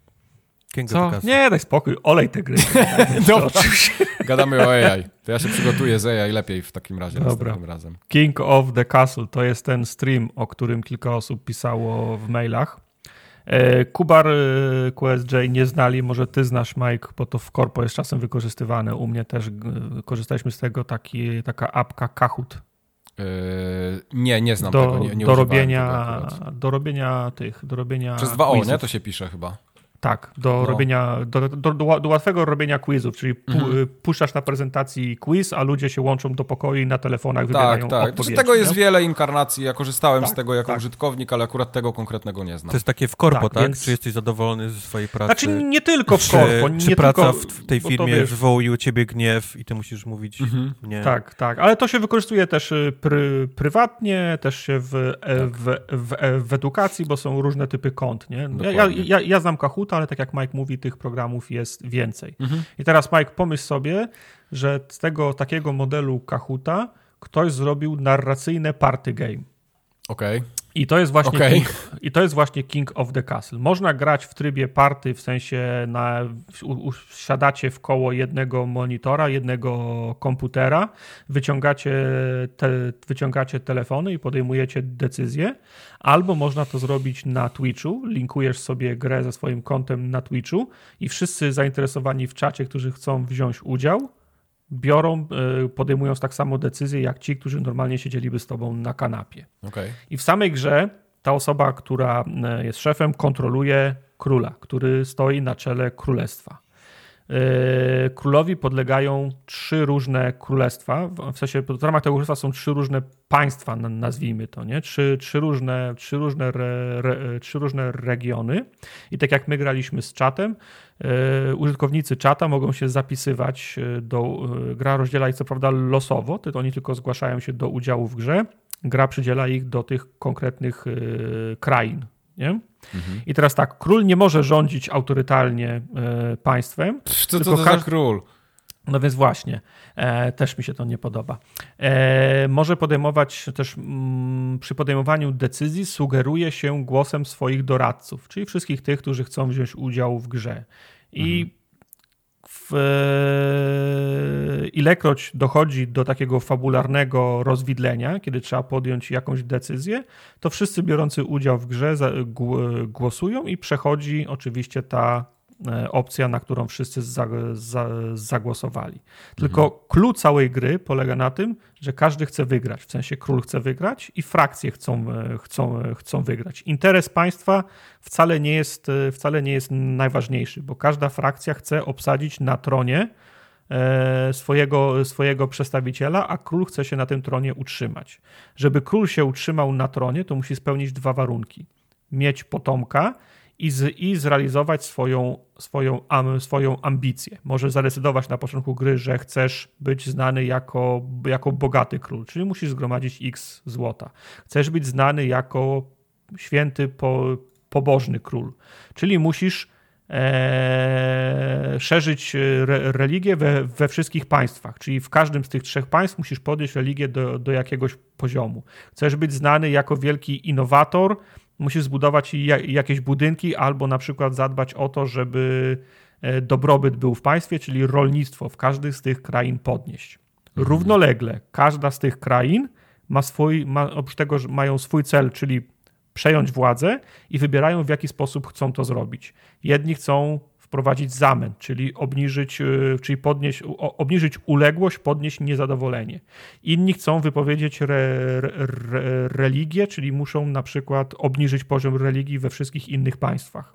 King Co? of the Castle. Nie, daj spokój, olej te gry. Dobra, gadamy o A I. To ja się przygotuję z A I lepiej w takim razie Dobra. następnym razem. King of the Castle to jest ten stream, o którym kilka osób pisało w mailach. Kubar, Q S J nie znali, może ty znasz, Mike, bo to w korpo jest czasem wykorzystywane. U mnie też korzystaliśmy z tego, taki, taka apka Kahoot. Yy, nie, nie znam do, tego, nie, nie do robienia, do robienia tych, do robienia Przez dwa O, quizów. nie? To się pisze chyba. Tak, do no. robienia, do, do, do, do łatwego robienia quizów, czyli pu, mhm. puszczasz na prezentacji quiz, a ludzie się łączą do pokoju i na telefonach wybierają tak, tak. odpowiedzi. Z tego jest nie? wiele inkarnacji, ja korzystałem tak, z tego jako tak. użytkownik, ale akurat tego konkretnego nie znam. To jest takie w korpo, tak? tak? Więc... Czy jesteś zadowolony ze swojej pracy? Znaczy nie tylko w korpo. Czy, nie czy praca tylko, w tej firmie wiesz... wywołuje u ciebie gniew i ty musisz mówić mhm. nie? Tak, tak, ale to się wykorzystuje też pry, prywatnie, też się w, tak. w, w, w edukacji, bo są różne typy kont, nie? Ja, ja, ja, ja znam Kahoota, ale tak jak Mike mówi, tych programów jest więcej. Mhm. I teraz, Mike, pomyśl sobie, że z tego takiego modelu Kahoota ktoś zrobił narracyjne party game. Okej. Okay. I to jest właśnie okay. King, i to jest właśnie King of the Castle. Można grać w trybie party, w sensie na, siadacie w koło jednego monitora, jednego komputera, wyciągacie, te, wyciągacie telefony i podejmujecie decyzje, albo można to zrobić na Twitchu, linkujesz sobie grę ze swoim kontem na Twitchu i wszyscy zainteresowani w czacie, którzy chcą wziąć udział, biorą, podejmują tak samo decyzje jak ci, którzy normalnie siedzieliby z tobą na kanapie. Okay. I w samej grze ta osoba, która jest szefem, kontroluje króla, który stoi na czele królestwa. Królowi podlegają trzy różne królestwa, w sensie w ramach tego królestwa są trzy różne państwa, nazwijmy to, nie? Trzy, trzy, różne, trzy, różne, re, re, trzy różne regiony i tak jak my graliśmy z czatem, użytkownicy czata mogą się zapisywać do, gra rozdziela ich co prawda losowo, to oni tylko zgłaszają się do udziału w grze gra przydziela ich do tych konkretnych y, krain. Nie? Mhm. I teraz tak, król nie może rządzić autorytalnie y, państwem. Co to, to za każ... król? No więc właśnie, e, też mi się to nie podoba. E, może podejmować też mm, przy podejmowaniu decyzji sugeruje się głosem swoich doradców, czyli wszystkich tych, którzy chcą wziąć udział w grze. I mhm. w, e, ilekroć dochodzi do takiego fabularnego rozwidlenia, kiedy trzeba podjąć jakąś decyzję, to wszyscy biorący udział w grze za, g, głosują i przechodzi oczywiście ta opcja, na którą wszyscy za, za, zagłosowali. Tylko mhm. klucz całej gry polega na tym, że każdy chce wygrać. W sensie król chce wygrać i frakcje chcą, chcą, chcą wygrać. Interes państwa wcale nie jest, wcale nie jest najważniejszy, bo każda frakcja chce obsadzić na tronie swojego, swojego przedstawiciela, a król chce się na tym tronie utrzymać. Żeby król się utrzymał na tronie, to musi spełnić dwa warunki. Mieć potomka I, z, i zrealizować swoją, swoją, am, swoją ambicję. Możesz zadecydować na początku gry, że chcesz być znany jako, jako bogaty król, czyli musisz zgromadzić x złota. Chcesz być znany jako święty, po, pobożny król, czyli musisz e, szerzyć re, religię we, we wszystkich państwach, czyli w każdym z tych trzech państw musisz podnieść religię do, do jakiegoś poziomu. Chcesz być znany jako wielki innowator, musisz zbudować jakieś budynki albo na przykład zadbać o to, żeby dobrobyt był w państwie, czyli rolnictwo w każdej z tych krain podnieść. Mhm. Równolegle każda z tych krain ma swój, ma, oprócz tego, że mają swój cel, czyli przejąć władzę i wybierają, w jaki sposób chcą to zrobić. Jedni chcą wprowadzić zamęt, czyli obniżyć, czyli podnieść, obniżyć uległość, podnieść niezadowolenie. Inni chcą wypowiedzieć re, re, religię, czyli muszą na przykład obniżyć poziom religii we wszystkich innych państwach.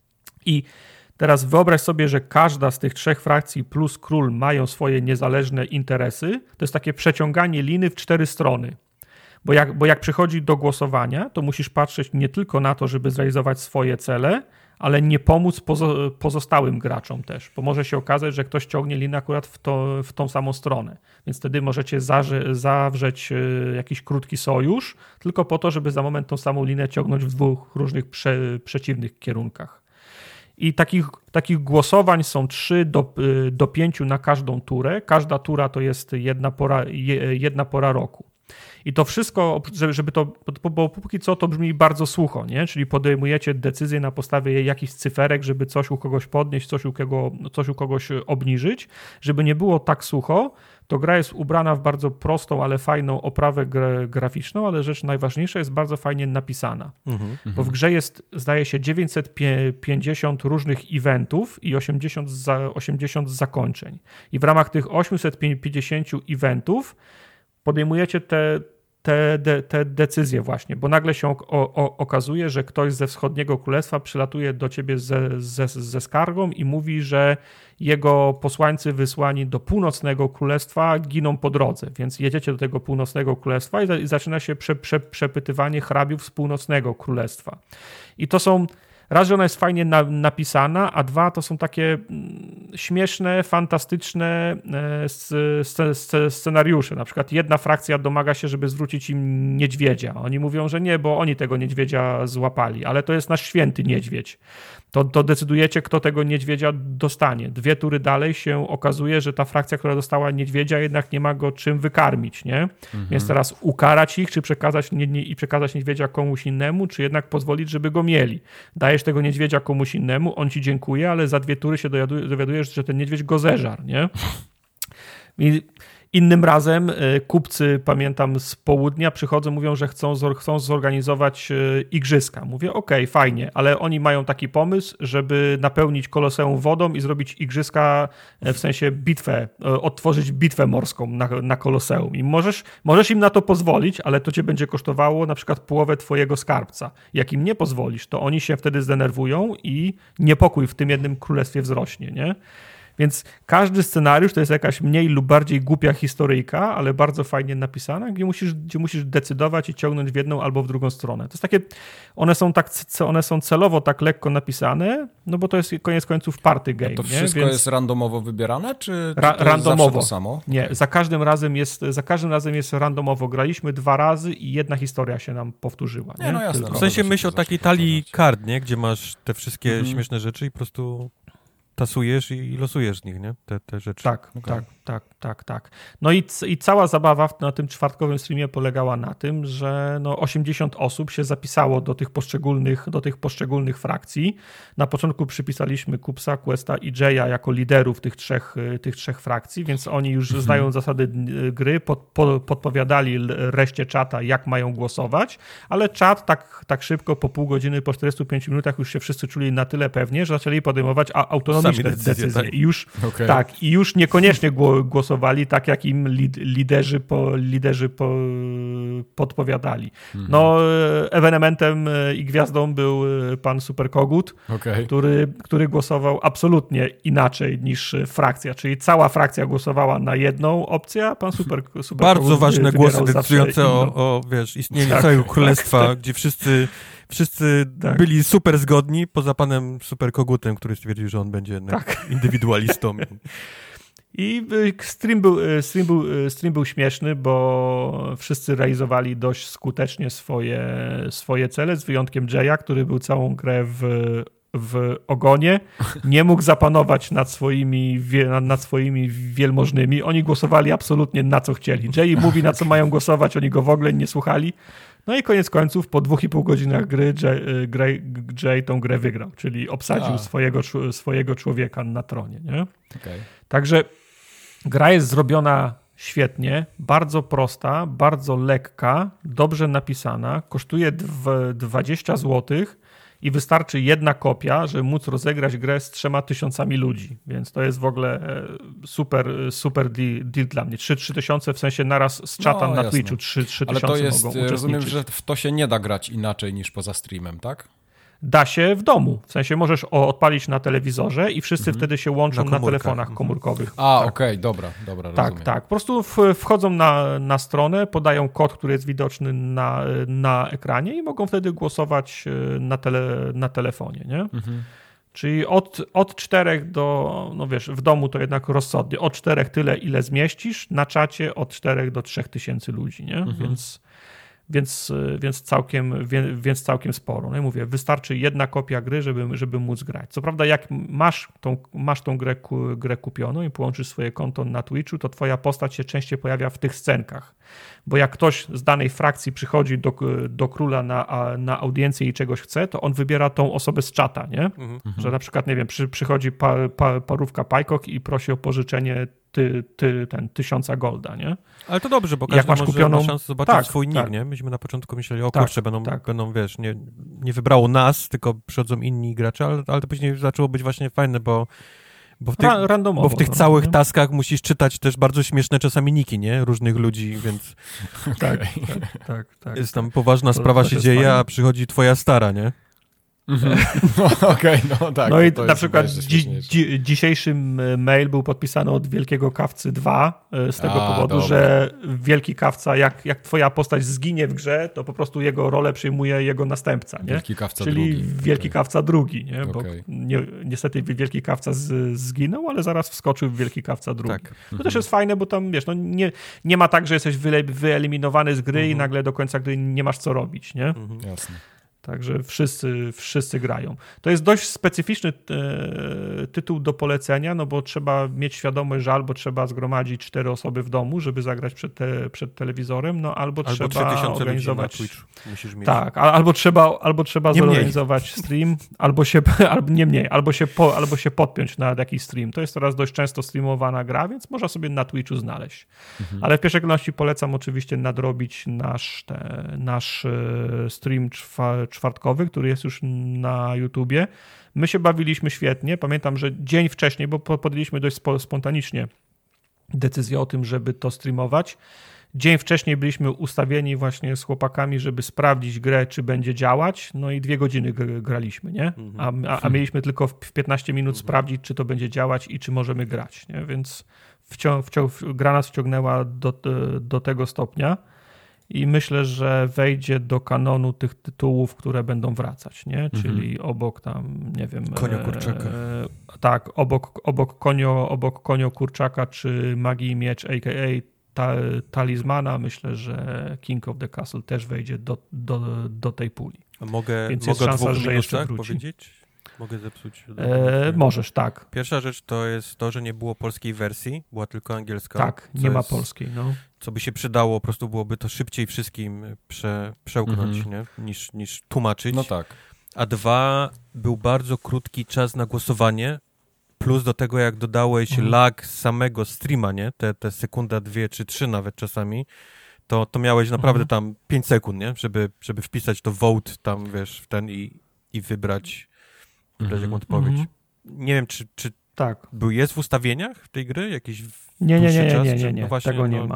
I teraz wyobraź sobie, że każda z tych trzech frakcji plus król mają swoje niezależne interesy. To jest takie przeciąganie liny w cztery strony. Bo jak, bo jak przychodzi do głosowania, to musisz patrzeć nie tylko na to, żeby zrealizować swoje cele, ale nie pomóc pozo- pozostałym graczom też, bo może się okazać, że ktoś ciągnie linę akurat w, to, w tą samą stronę. Więc wtedy możecie zaży- zawrzeć y, jakiś krótki sojusz, tylko po to, żeby za moment tą samą linę ciągnąć w dwóch różnych prze- przeciwnych kierunkach. I takich, takich głosowań są trzy do, y, do pięciu na każdą turę. Każda tura to jest jedna pora, je, jedna pora roku. I to wszystko, żeby to, bo póki co to brzmi bardzo sucho, nie? Czyli podejmujecie decyzję na podstawie jakichś cyferek, żeby coś u kogoś podnieść, coś u, kogo, coś u kogoś obniżyć. Żeby nie było tak sucho, to gra jest ubrana w bardzo prostą, ale fajną oprawę graficzną, ale rzecz najważniejsza jest bardzo fajnie napisana. Mhm. Bo w grze jest, zdaje się, dziewięćset pięćdziesiąt różnych eventów i osiemdziesiąt, za, osiemdziesiąt zakończeń. I w ramach tych osiemset pięćdziesiąt eventów podejmujecie te, te, de, te decyzje właśnie, bo nagle się o, o, okazuje, że ktoś ze wschodniego królestwa przylatuje do ciebie ze, ze, ze skargą i mówi, że jego posłańcy wysłani do północnego królestwa giną po drodze, więc jedziecie do tego północnego królestwa i, i zaczyna się prze, prze, przepytywanie hrabiów z północnego królestwa. I to są raz, że ona jest fajnie na, napisana, a dwa, to są takie śmieszne, fantastyczne e, scenariusze. Na przykład jedna frakcja domaga się, żeby zwrócić im niedźwiedzia. Oni mówią, że nie, bo oni tego niedźwiedzia złapali, ale to jest nasz święty niedźwiedź. To, to decydujecie, kto tego niedźwiedzia dostanie. Dwie tury dalej się okazuje, że ta frakcja, która dostała niedźwiedzia, jednak nie ma go czym wykarmić, nie? Mhm. Więc teraz ukarać ich, czy przekazać nie, nie, i przekazać niedźwiedzia komuś innemu, czy jednak pozwolić, żeby go mieli. Dajesz tego niedźwiedzia komuś innemu, on ci dziękuje, ale za dwie tury się dowiadujesz, dowiadujesz że ten niedźwiedź go zeżarł, nie? I innym razem kupcy, pamiętam z południa, przychodzą, mówią, że chcą, chcą zorganizować igrzyska. Mówię, okej, okay, fajnie, ale oni mają taki pomysł, żeby napełnić Koloseum wodą i zrobić igrzyska, w sensie bitwę, odtworzyć bitwę morską na, na Koloseum. I możesz, możesz im na to pozwolić, ale to cię będzie kosztowało na przykład połowę twojego skarbca. Jak im nie pozwolisz, to oni się wtedy zdenerwują i niepokój w tym jednym królestwie wzrośnie, nie? Więc każdy scenariusz to jest jakaś mniej lub bardziej głupia historyjka, ale bardzo fajnie napisana, gdzie musisz, gdzie musisz decydować i ciągnąć w jedną albo w drugą stronę. To jest takie, one są tak, one są celowo tak lekko napisane, no bo to jest koniec końców party game. A to nie? wszystko Więc jest randomowo wybierane, czy, czy ra- to randomowo. jest zawsze to samo? Nie, za każdym razem jest, za każdym razem jest randomowo. Graliśmy dwa razy i jedna historia się nam powtórzyła. Nie, Nie, no jasne. Tylko. W sensie się myśl to o takiej zacznie talii powtarzać. kart, nie? Gdzie masz te wszystkie Mhm. śmieszne rzeczy i po prostu tasujesz i losujesz z nich, nie? Te, te rzeczy. Tak, Okay. tak, tak, tak, tak. No i, i cała zabawa na tym czwartkowym streamie polegała na tym, że no osiemdziesiąt osób się zapisało do tych poszczególnych, do tych poszczególnych frakcji. Na początku przypisaliśmy Kupsa, Questa i Jaya jako liderów tych trzech, tych trzech frakcji, więc oni już Mhm. znają zasady gry, pod, po, podpowiadali reszcie czata, jak mają głosować, ale czat tak, tak szybko, po pół godziny, po czterdziestu pięciu minutach już się wszyscy czuli na tyle pewnie, że zaczęli podejmować autonomiczne Sami decyzje, decyzje. tak. I już Okay. tak, i już niekoniecznie głosowali tak, jak im lid, liderzy, po, liderzy po, podpowiadali. Mhm. No, ewenementem i gwiazdą był pan Superkogut, Okay. który, który głosował absolutnie inaczej niż frakcja, czyli cała frakcja głosowała na jedną opcję, a pan Super, Superkogut Bardzo ważne wybierał głosy zawsze decydujące o, inną. o, wiesz, istnieniu Tak, całego tak, królestwa, tak. gdzie wszyscy, wszyscy Tak. byli super zgodni, poza panem Superkogutem, który stwierdził, że on będzie Tak. indywidualistą. I stream był, stream, był, stream był śmieszny, bo wszyscy realizowali dość skutecznie swoje, swoje cele, z wyjątkiem Jaya, który był całą grę w, w ogonie. Nie mógł zapanować nad swoimi, nad swoimi wielmożnymi. Oni głosowali absolutnie na co chcieli. Jay mówi, na co mają głosować, oni go w ogóle nie słuchali. No i koniec końców, po dwóch i pół godzinach gry, Jay, Jay, Jay tą grę wygrał, czyli obsadził swojego, swojego człowieka na tronie. Nie? Okay. Także gra jest zrobiona świetnie, bardzo prosta, bardzo lekka, dobrze napisana, kosztuje dwadzieścia złotych i wystarczy jedna kopia, żeby móc rozegrać grę z trzema tysiącami ludzi, więc to jest w ogóle super, super deal, deal dla mnie. trzy tysiące w sensie naraz z czata No, na jasne. Twitchu, trzy tysiące Ale to jest, mogą rozumiem, uczestniczyć. że w to się nie da grać inaczej niż poza streamem, tak? Da się w domu. W sensie możesz odpalić na telewizorze i wszyscy Mhm. wtedy się łączą Na na, komórkach. telefonach Mhm. komórkowych. A, tak. okej, okay, dobra, dobra, Tak, rozumiem. tak. Po prostu w, wchodzą na, na stronę, podają kod, który jest widoczny na, na ekranie i mogą wtedy głosować na, tele, na telefonie, nie? Mhm. Czyli od, od czterech do, no wiesz, w domu to jednak rozsądnie, od czterech tyle, ile zmieścisz, na czacie od czterech do trzech tysięcy ludzi, nie? Mhm. Więc... Więc, więc, całkiem, więc całkiem sporo. No i mówię, wystarczy jedna kopia gry, żeby, żeby móc grać. Co prawda, jak masz tą, masz tą grę, grę kupioną i połączysz swoje konto na Twitchu, to twoja postać się częściej pojawia w tych scenkach. Bo jak ktoś z danej frakcji przychodzi do, do króla na, na audiencję i czegoś chce, to on wybiera tą osobę z czata, nie? Mhm. Że na przykład, nie wiem, przy, przychodzi pa, pa, parówka Pajkok i prosi o pożyczenie ty, ty, ten tysiąca golda, nie? Ale to dobrze, bo Jak każdy masz może kupioną- ma szansę zobaczyć Tak, swój nick, tak. nie? Myśmy na początku myśleli, o Tak, kurczę, będą, tak. będą, wiesz, nie, nie wybrało nas, tylko przychodzą inni gracze, ale, ale to później zaczęło być właśnie fajne, bo, bo w tych, Ra, randomowo. bo w tych trochę, całych nie? taskach musisz czytać też bardzo śmieszne czasami niki, nie? Różnych ludzi, więc Tak, tak, tak, tak. jest tam poważna To- sprawa to się jest dzieje, fajne. a przychodzi twoja stara, nie? Mhm. No, okej, no tak. No i to na jest przykład jeszcze dzi, śmieszniejsze. dzi, dzisiejszy mail był podpisany od Wielkiego Kawcy dwa z tego A, powodu, dobra. że Wielki Kawca, jak, jak twoja postać zginie w grze, to po prostu jego rolę przyjmuje jego następca, nie? Wielki Kawca Czyli drugi. Wielki Okej. Kawca drugi, nie? Bo Okej. nie, niestety Wielki Kawca z, zginął, ale zaraz wskoczył Wielki Kawca drugi. Tak. To też jest fajne, bo tam, wiesz, no nie, nie ma tak, że jesteś wyle, wyeliminowany z gry Mhm. i nagle do końca gry nie masz co robić, nie? Mhm. Jasne. Także wszyscy, wszyscy grają. To jest dość specyficzny e, tytuł do polecenia, no bo trzeba mieć świadomość, że albo trzeba zgromadzić cztery osoby w domu, żeby zagrać przed, te, przed telewizorem, no albo, Albo trzy trzeba tysiące ludzi na organizować... Twitch musisz mieć. Tak, a- albo trzeba, albo trzeba Nie mniej. zorganizować stream, albo się, albo nie mniej, albo się, po, albo się podpiąć na jakiś stream. To jest teraz dość często streamowana gra, więc można sobie na Twitchu znaleźć. Mhm. Ale w pierwszej kolejności polecam oczywiście nadrobić nasz, te, nasz e, stream czwa, czwartkowy, który jest już na YouTubie. My się bawiliśmy świetnie. Pamiętam, że dzień wcześniej, bo po- podjęliśmy dość spo, spontanicznie decyzję o tym, żeby to streamować. dzień wcześniej byliśmy ustawieni właśnie z chłopakami, żeby sprawdzić grę, czy będzie działać, no i dwie godziny g- graliśmy, nie? A, a, a mieliśmy tylko w piętnaście minut sprawdzić, czy to będzie działać i czy możemy grać, nie? Więc wcią- wcią- gra nas wciągnęła do, do tego stopnia i myślę, że wejdzie do kanonu tych tytułów, które będą wracać, nie? Czyli mhm. obok tam, nie wiem... Konio Kurczaka. E, tak, obok, obok, konio, obok Konio Kurczaka czy Magii i Miecz, a k a. Ta, Talizmana, myślę, że King of the Castle też wejdzie do, do, do tej puli. A mogę, Więc mogę jest szansa, że jeszcze tak wróci. powiedzieć? Mogę zepsuć? E, możesz, tak. Pierwsza rzecz to jest to, że nie było polskiej wersji, była tylko angielska. Tak, nie ma polskiej, no. Co by się przydało, po prostu byłoby to szybciej wszystkim prze, przełknąć, mm-hmm. nie? Niż, niż tłumaczyć. No tak. A dwa, był bardzo krótki czas na głosowanie, plus do tego, jak dodałeś mm. lag samego streama, nie? Te, te sekunda, dwie czy trzy nawet czasami, to, to miałeś naprawdę mm. tam pięć sekund, nie? Żeby, żeby wpisać to vote tam, wiesz, w ten i, i wybrać, wybrać mm. jaką odpowiedź. Mm. Nie wiem, czy, czy tak. był, jest w ustawieniach tej gry jakiś nie, nie, nie, nie, czas, nie, nie, czy, nie. no właśnie, tego nie no, ma.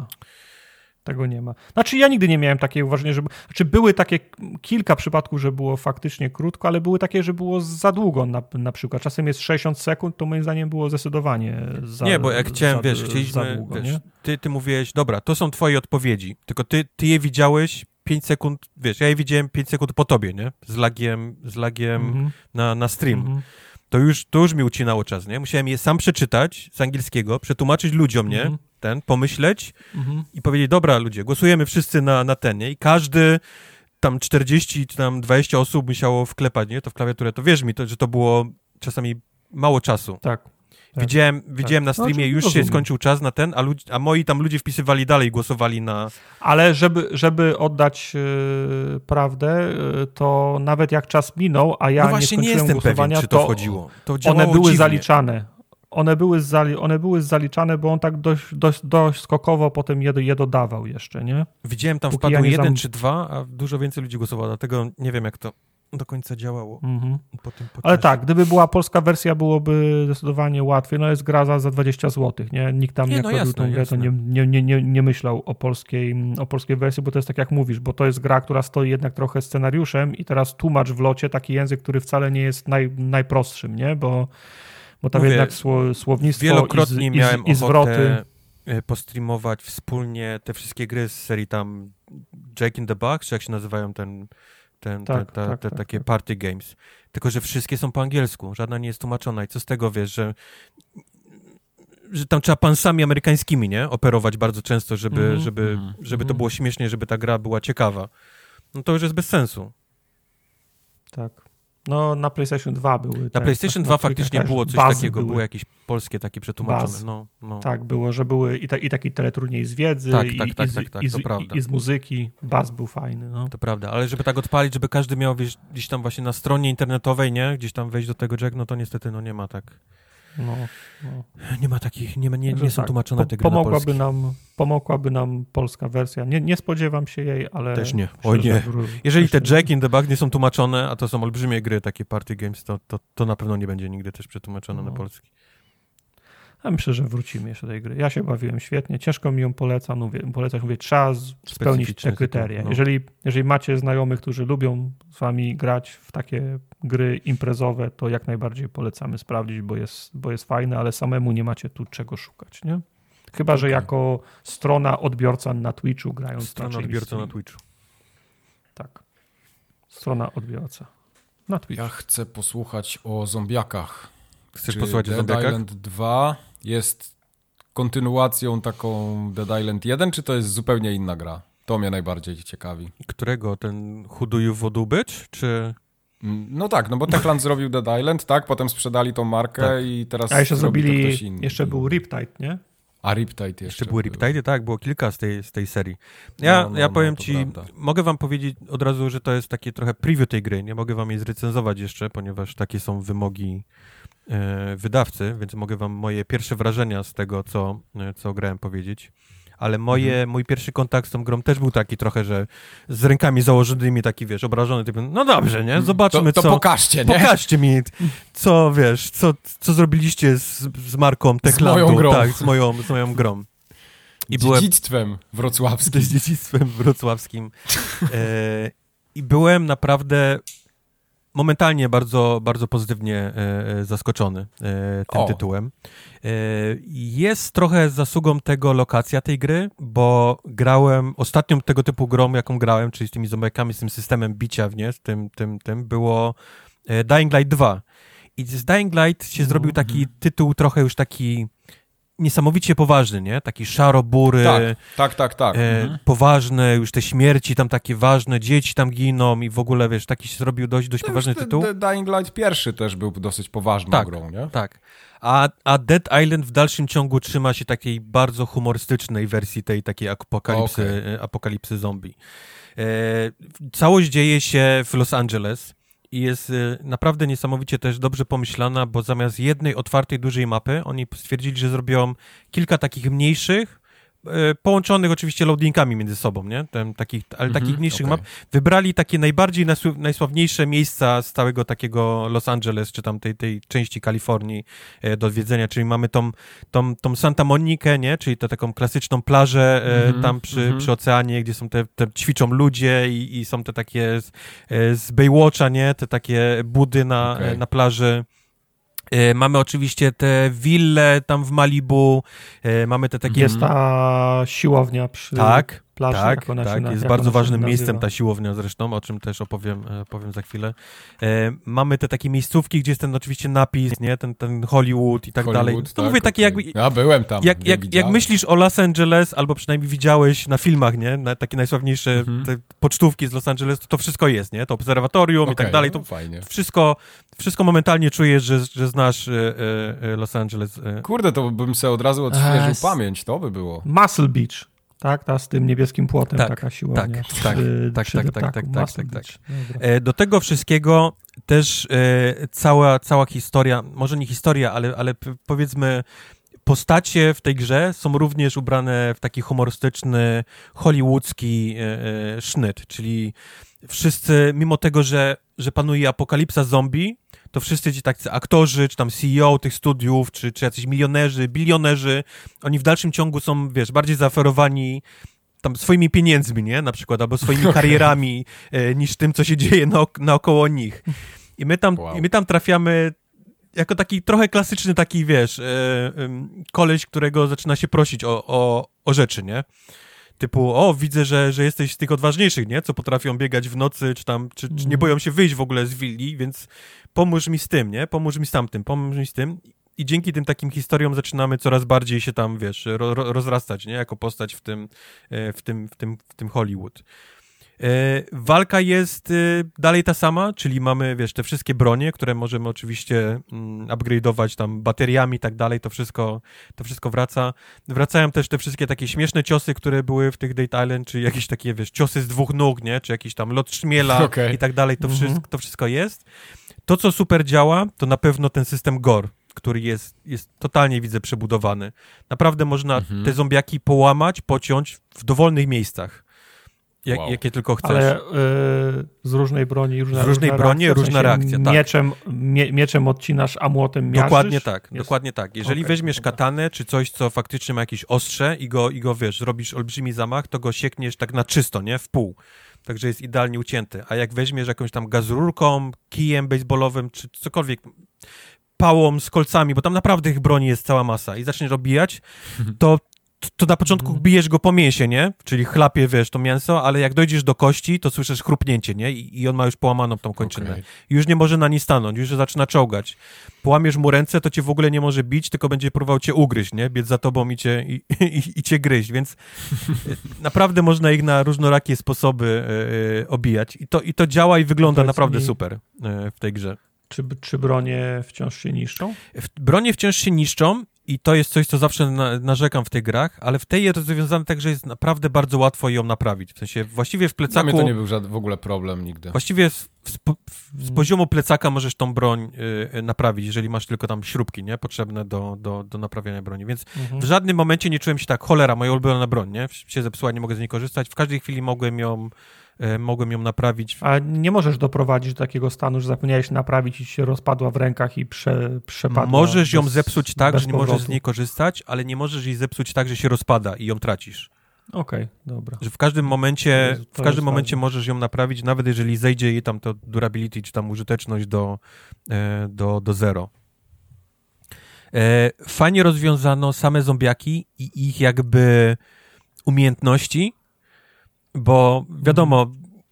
Tego nie ma. Znaczy ja nigdy nie miałem takiej uważania, że... Znaczy były takie kilka przypadków, że było faktycznie krótko, ale były takie, że było za długo na, na przykład. Czasem jest sześćdziesiąt sekund, to moim zdaniem było zdecydowanie za Nie, bo jak chciałem, za, wiesz, chcieliśmy... długo, wiesz, nie? ty, ty mówiłeś, dobra, to są twoje odpowiedzi, tylko ty, ty je widziałeś pięć sekund, wiesz, ja je widziałem pięć sekund po tobie, nie? Z lagiem, z lagiem mm-hmm. na, na stream. Mm-hmm. To już, to już mi ucinało czas, nie? Musiałem je sam przeczytać z angielskiego, przetłumaczyć ludziom, nie? Mm-hmm. Ten, pomyśleć mm-hmm. i powiedzieć, dobra ludzie, głosujemy wszyscy na, na ten, nie? I każdy tam czterdzieści czy tam dwadzieścia osób musiało wklepać, nie? To w klawiaturę, to wierz mi, to, że to było czasami mało czasu. Tak. Widziałem, tak. widziałem na streamie, no, już rozumiem. się skończył czas na ten, a, ludzi, a moi tam ludzie wpisywali dalej, głosowali na... Ale żeby, żeby oddać yy, prawdę, yy, to nawet jak czas minął, a ja no właśnie nie skończyłem nie jestem głosowania, pewien, czy to, to wchodziło. To one były dziwnie. zaliczane. One były, zali, one były zaliczane, bo on tak dość, dość, dość skokowo potem je, je dodawał jeszcze, nie? Widziałem tam Póki wpadło ja jeden zam... czy dwa, a dużo więcej ludzi głosowało, dlatego nie wiem, jak to do końca działało. Mm-hmm. Po tym, po Ale tak, gdyby była polska wersja, byłoby zdecydowanie łatwiej. No jest gra za, za dwadzieścia złotych, nie? Nikt tam nie, jak no robił jasne, tę grę, to nie, nie, nie, nie, nie myślał o polskiej, o polskiej wersji, bo to jest tak jak mówisz, bo to jest gra, która stoi jednak trochę scenariuszem i teraz tłumacz w locie taki język, który wcale nie jest naj, najprostszym, nie? Bo, bo tam Mówię, jednak sło, słownictwo wielokrotnie i, miałem i, i zwroty. Postreamować wspólnie te wszystkie gry z serii tam Jack in the Box, czy jak się nazywają ten... Ten, tak, te, te, tak, te tak, takie tak. party games. Tylko, że wszystkie są po angielsku. Żadna nie jest tłumaczona. I co z tego, wiesz, że, że tam trzeba pansami amerykańskimi, nie? Operować bardzo często, żeby, mm, żeby, mm, żeby mm. to było śmiesznie, żeby ta gra była ciekawa. No to już jest bez sensu. Tak. No na PlayStation dwa były. Na te, PlayStation dwa faktycznie było coś takiego, były. było jakieś polskie takie przetłumaczone. No, no. Tak, było, że były i, ta, i taki teleturniej z wiedzy, tak, i, tak, tak, i, tak, tak, i, to i, prawda. i z muzyki. Bas był fajny. No. To prawda, ale żeby tak odpalić, żeby każdy miał wiesz, gdzieś tam właśnie na stronie internetowej, nie? Gdzieś tam wejść do tego Jack, no to niestety no nie ma tak. No, no. Nie ma takich, nie, ma, nie, nie są tak, tłumaczone po, te gry pomogłaby na polski. nam, pomogłaby nam polska wersja. Nie, nie spodziewam się jej, ale... Też nie. Oj nie. Jeżeli te Jack in the Box nie są tłumaczone, a to są olbrzymie gry, takie party games, to, to, to na pewno nie będzie nigdy też przetłumaczone no. na polski. Ja myślę, że wrzucimy jeszcze do tej gry. Ja się bawiłem świetnie, ciężko mi ją polecam, mówię, polecać, mówię, trzeba spełnić te kryteria. No. Jeżeli, jeżeli macie znajomych, którzy lubią z wami grać w takie gry imprezowe, to jak najbardziej polecamy sprawdzić, bo jest, bo jest fajne, ale samemu nie macie tu czego szukać, nie? Chyba, okay. że jako strona odbiorca na Twitchu grając Strona na odbiorca stream. na Twitchu. Tak. Strona odbiorca na Twitchu. Ja chcę posłuchać o zombiakach. Chcesz Czy posłuchać o Dead zombiakach? Island dwa jest kontynuacją taką Dead Island jeden, czy to jest zupełnie inna gra? To mnie najbardziej ciekawi. Którego? Ten Who Do You Voodoo Bitch? Czy... No tak, no bo Techland zrobił Dead Island, tak? Potem sprzedali tą markę tak. i teraz A jeszcze zrobili, to ktoś inny. jeszcze był Riptide, nie? A Riptide jeszcze. Jeszcze były Riptide, tak, było kilka z tej, z tej serii. Ja, no, no, ja powiem no, ci, prawda. Mogę wam powiedzieć od razu, że to jest takie trochę preview tej gry, nie mogę wam jej zrecenzować jeszcze, ponieważ takie są wymogi e, wydawcy, więc mogę wam moje pierwsze wrażenia z tego, co, co grałem, powiedzieć. Ale moje, mhm. mój pierwszy kontakt z tą grą też był taki trochę, że z rękami założonymi, taki, wiesz, obrażony, typu, no dobrze, nie, zobaczmy, to, to co... pokażcie, nie? Pokażcie mi, co, wiesz, co, co zrobiliście z, z marką Techlandu. Z moją grą. Tak, z moją, z moją grą. I dziedzictwem byłem, wrocławskim. Z dziedzictwem wrocławskim. E, I byłem naprawdę momentalnie bardzo, bardzo pozytywnie e, zaskoczony e, tym o. tytułem. E, jest trochę zasługą tego lokacja tej gry, bo grałem, ostatnią tego typu grą, jaką grałem, czyli z tymi zombiakami, z tym systemem bicia w nie, z tym, tym, tym, było e, Dying Light dwa. I z Dying Light się mm-hmm. zrobił taki tytuł trochę już taki niesamowicie poważny, nie? Taki szaro-bury. Tak, tak, tak. tak. E, mhm. Poważne, już te śmierci tam takie ważne, dzieci tam giną i w ogóle, wiesz, taki się zrobił dość, dość poważny the, tytuł. The Dying Light pierwszy też był dosyć poważną tak, grą, nie? Tak, a, a Dead Island w dalszym ciągu trzyma się takiej bardzo humorystycznej wersji tej takiej apokalipsy, okay. apokalipsy zombie. E, całość dzieje się w Los Angeles i jest naprawdę niesamowicie też dobrze pomyślana, bo zamiast jednej otwartej, dużej mapy, oni stwierdzili, że zrobią kilka takich mniejszych, połączonych oczywiście loadingami między sobą, nie? Tem, takich, ale mm-hmm, takich mniejszych okay. map. Wybrali takie najbardziej nasł- najsławniejsze miejsca z całego takiego Los Angeles, czy tam tej, tej części Kalifornii e, do odwiedzenia, czyli mamy tą, tą, tą Santa Monikę, nie? Czyli tę taką klasyczną plażę e, mm-hmm, tam przy, mm-hmm. przy oceanie, gdzie są te, te ćwiczą ludzie i, i są te takie z, e, z Baywatcha, nie? Te takie budy na, okay. e, na plaży. E, mamy oczywiście te wille tam w Malibu, e, mamy te takie... Jest ta siłownia przy tak, plaży. Tak, jak ona tak, się, jest jak bardzo ona ważnym się miejscem ta siłownia zresztą, o czym też opowiem, powiem za chwilę. E, mamy te takie miejscówki, gdzie jest ten oczywiście napis, nie, ten, ten Hollywood i tak Hollywood, dalej. To tak, mówię takie okay. jakby... Ja byłem tam. Jak, jak, jak myślisz o Los Angeles, albo przynajmniej widziałeś na filmach, nie, na takie najsławniejsze mm-hmm. te pocztówki z Los Angeles, to, to wszystko jest, nie, to obserwatorium okay, i tak dalej, to fajnie. Wszystko, wszystko momentalnie czujesz, że, że znasz e, e, Los Angeles. E. Kurde, to bym sobie od razu odświeżył es... pamięć, to by było. Muscle Beach. Tak, ta z tym niebieskim płotem, tak, taka siłownia. Tak, przy, tak, przy tak, tak, tak, tak, tak, tak, tak. E, do tego wszystkiego też e, cała, cała historia, może nie historia, ale, ale p- powiedzmy postacie w tej grze są również ubrane w taki humorystyczny, hollywoodzki e, e, sznyt, czyli wszyscy, mimo tego, że, że panuje apokalipsa zombie, to wszyscy ci tacy aktorzy, czy tam C E O tych studiów, czy, czy jacyś milionerzy, bilionerzy, oni w dalszym ciągu są, wiesz, bardziej zaoferowani tam swoimi pieniędzmi, nie? Na przykład, albo swoimi okay. karierami, e, niż tym, co się dzieje naok- naokoło nich. I my tam, wow. i my tam trafiamy jako taki trochę klasyczny taki, wiesz, e, e, koleś, którego zaczyna się prosić o, o, o rzeczy, nie? Typu, o, widzę, że, że jesteś z tych odważniejszych, nie? Co potrafią biegać w nocy, czy tam, czy, czy nie boją się wyjść w ogóle z willi, więc pomóż mi z tym, nie? Pomóż mi z tamtym, pomóż mi z tym. I dzięki tym takim historiom zaczynamy coraz bardziej się tam, wiesz, ro, ro, rozrastać, nie? Jako postać w tym, w tym, w tym, w tym Hollywood. E, walka jest e, dalej ta sama, czyli mamy, wiesz, te wszystkie bronie, które możemy oczywiście mm, upgrade'ować tam bateriami i tak dalej, to wszystko, to wszystko wraca. Wracają też te wszystkie takie śmieszne ciosy, które były w tych Dead Island, czy jakieś takie, wiesz, ciosy z dwóch nóg, nie, czy jakiś tam lot szmiela okay. i tak dalej, to, mm-hmm. wszystko, to wszystko jest. To, co super działa, to na pewno ten system gore, który jest, jest totalnie, widzę, przebudowany. Naprawdę można mm-hmm. te zombiaki połamać, pociąć w dowolnych miejscach. Jak, wow. Jakie tylko chcesz. Ale y, z różnej broni różna, z różnej różna broni reakcja, różna w sensie reakcja, tak. Mieczem, mie, mieczem odcinasz, a młotem miażdżysz? Dokładnie tak, jest... dokładnie tak. Jeżeli okay, weźmiesz dobra. katanę, czy coś, co faktycznie ma jakieś ostrze i go, i go, wiesz, zrobisz olbrzymi zamach, to go siekniesz tak na czysto, nie? W pół. Także jest idealnie ucięty. A jak weźmiesz jakąś tam gazurką, kijem baseballowym, czy cokolwiek, pałą z kolcami, bo tam naprawdę ich broni jest cała masa i zaczniesz obijać, to to na początku bijesz go po mięsie, nie? Czyli chlapie, wiesz, to mięso, ale jak dojdziesz do kości, to słyszysz chrupnięcie, nie? I, i on ma już połamaną tą kończynę. Okay. Już nie może na niej stanąć, już zaczyna czołgać. Połamiesz mu ręce, to cię w ogóle nie może bić, tylko będzie próbował cię ugryźć, nie? Biec za tobą i cię, i, i, i cię gryźć, więc naprawdę można ich na różnorakie sposoby e, obijać. I to, i to działa i wygląda naprawdę mi... super e, w tej grze. Czy, czy bronie wciąż się niszczą? Bronie wciąż się niszczą i to jest coś, co zawsze na, narzekam w tych grach, ale w tej jest rozwiązane tak, że jest naprawdę bardzo łatwo ją naprawić. W sensie właściwie w plecaku... Dla mnie to nie był żaden w ogóle problem nigdy. Właściwie z, z, z poziomu plecaka możesz tą broń y, naprawić, jeżeli masz tylko tam śrubki, nie? Potrzebne do, do, do naprawiania broni. Więc mhm. w żadnym momencie nie czułem się tak, cholera, moja ulubiona broń, nie? Się zepsuła, nie mogę z niej korzystać. W każdej chwili mogłem ją e, mogłem ją naprawić. A nie możesz doprowadzić do takiego stanu, że zapomniałeś naprawić i się rozpadła w rękach i prze, przepadła. Możesz ją bez, zepsuć tak, że nie powrotu. możesz z niej korzystać, ale nie możesz jej zepsuć tak, że się rozpada i ją tracisz. Okej, okay, dobra. Że w każdym momencie, to jest, to w każdym momencie ważne. możesz ją naprawić, nawet jeżeli zejdzie jej tam to durability, czy tam użyteczność do, e, do, do zero. E, fajnie rozwiązano same zombiaki i ich jakby umiejętności, bo wiadomo,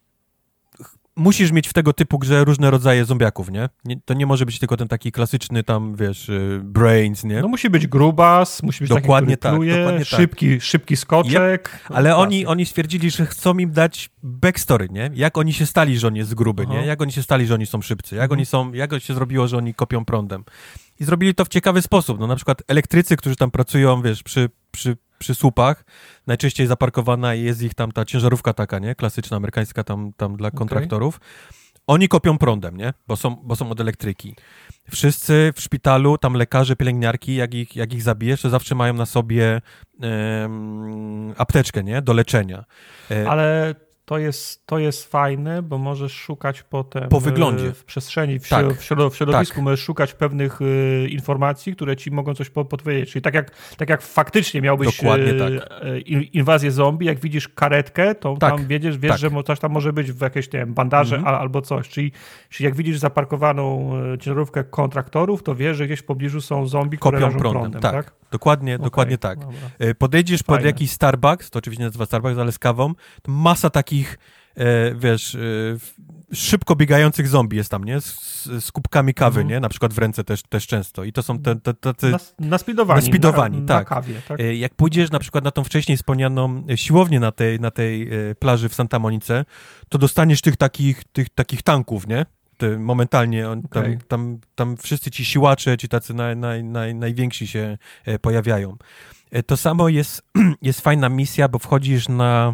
musisz mieć w tego typu grze różne rodzaje zombiaków, nie? nie? To nie może być tylko ten taki klasyczny tam, wiesz, brains, nie? No musi być grubas, musi być dokładnie taki, który tak, pluje, dokładnie szybki, tak. szybki skoczek. Yep. Ale oni, oni stwierdzili, że chcą im dać backstory, nie? Jak oni się stali, że on jest gruby, Aha. nie? Jak oni się stali, że oni są szybcy? Jak mhm. oni są, jak się zrobiło, że oni kopią prądem? I zrobili to w ciekawy sposób. No na przykład elektrycy, którzy tam pracują, wiesz, przy, przy, przy słupach, najczęściej zaparkowana i jest ich tam ta ciężarówka taka, nie? Klasyczna, amerykańska tam, tam dla kontraktorów. Okay. Oni kopią prądem, nie? Bo są, bo są od elektryki. Wszyscy w szpitalu, tam lekarze, pielęgniarki, jak ich, jak ich zabijesz, to zawsze mają na sobie um, apteczkę, nie? Do leczenia. Ale to jest, to jest fajne, bo możesz szukać potem po wyglądzie. w przestrzeni, w, tak. w, środow- w środowisku, tak. możesz szukać pewnych y, informacji, które ci mogą coś po- podpowiedzieć. Czyli tak jak, tak jak faktycznie miałbyś y, tak. y, inwazję zombie, jak widzisz karetkę, to tak. tam wiedziesz, wiesz, tak. że coś tam może być w jakieś, nie wiem, bandaże mm-hmm. a, albo coś. Czyli, czyli jak widzisz zaparkowaną ciężarówkę kontraktorów, to wiesz, że gdzieś w pobliżu są zombie, które kopią rażą prądem. prądem, tak? tak? Dokładnie, okay. dokładnie tak. Dobra. Podejdziesz Fajne. pod jakiś Starbucks, to oczywiście nazywa Starbucks, ale z kawą, to masa takich E, wiesz, e, szybko biegających zombie jest tam, nie? Z, z kubkami kawy, mm. nie? Na przykład w ręce też, też często. I to są te, te, tacy... Na, naspidowani. Naspidowani, na, tak. Na kawie, tak. E, jak pójdziesz na przykład na tą wcześniej wspomnianą siłownię na tej, na tej e, plaży w Santa Monice, to dostaniesz tych takich, tych takich tanków, nie? Te, momentalnie on, tam, okay. tam, tam wszyscy ci siłacze, ci tacy naj, naj, naj, najwięksi się e, pojawiają. E, to samo jest, jest fajna misja, bo wchodzisz na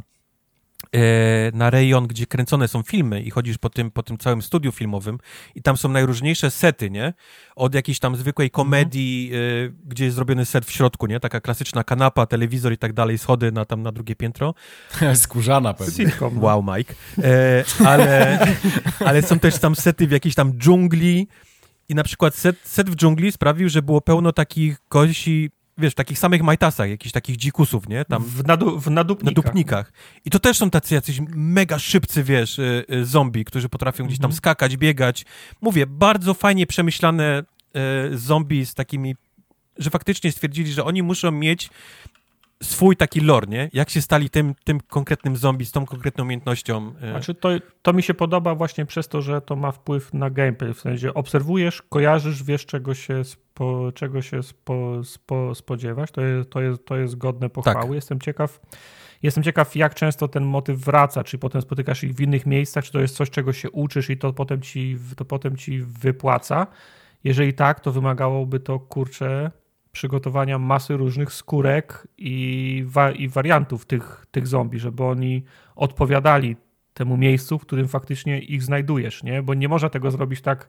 na rejon, gdzie kręcone są filmy i chodzisz po tym, po tym całym studiu filmowym i tam są najróżniejsze sety, nie? Od jakiejś tam zwykłej komedii, mm. y, gdzie jest zrobiony set w środku, nie? Taka klasyczna kanapa, telewizor i tak dalej, schody na, tam na drugie piętro. Skórzana pewnie. Wow, Mike. E, ale, ale są też tam sety w jakiejś tam dżungli i na przykład set, set w dżungli sprawił, że było pełno takich gości, wiesz, w takich samych majtasach, jakichś takich dzikusów, nie? Tam w, nadu, w nadupnikach. nadupnikach. I to też są tacy jacyś mega szybcy, wiesz, y, y, zombie, którzy potrafią gdzieś tam mm-hmm. skakać, biegać. Mówię, bardzo fajnie przemyślane y, zombie z takimi, że faktycznie stwierdzili, że oni muszą mieć swój taki lore, nie? Jak się stali tym, tym konkretnym zombie z tą konkretną umiejętnością. Y. Znaczy to, to mi się podoba właśnie przez to, że to ma wpływ na gameplay. W sensie obserwujesz, kojarzysz, wiesz czego się, spo, czego się spo, spo, spodziewać. To jest, to, jest, to jest godne pochwały. Tak. Jestem ciekaw, jestem ciekaw, jak często ten motyw wraca. Czy potem spotykasz ich w innych miejscach, czy to jest coś, czego się uczysz i to potem ci, to potem ci wypłaca. Jeżeli tak, to wymagałoby to, kurczę, przygotowania masy różnych skórek i, wa- i wariantów tych, tych zombie, żeby oni odpowiadali temu miejscu, w którym faktycznie ich znajdujesz, nie? Bo nie można tego zrobić tak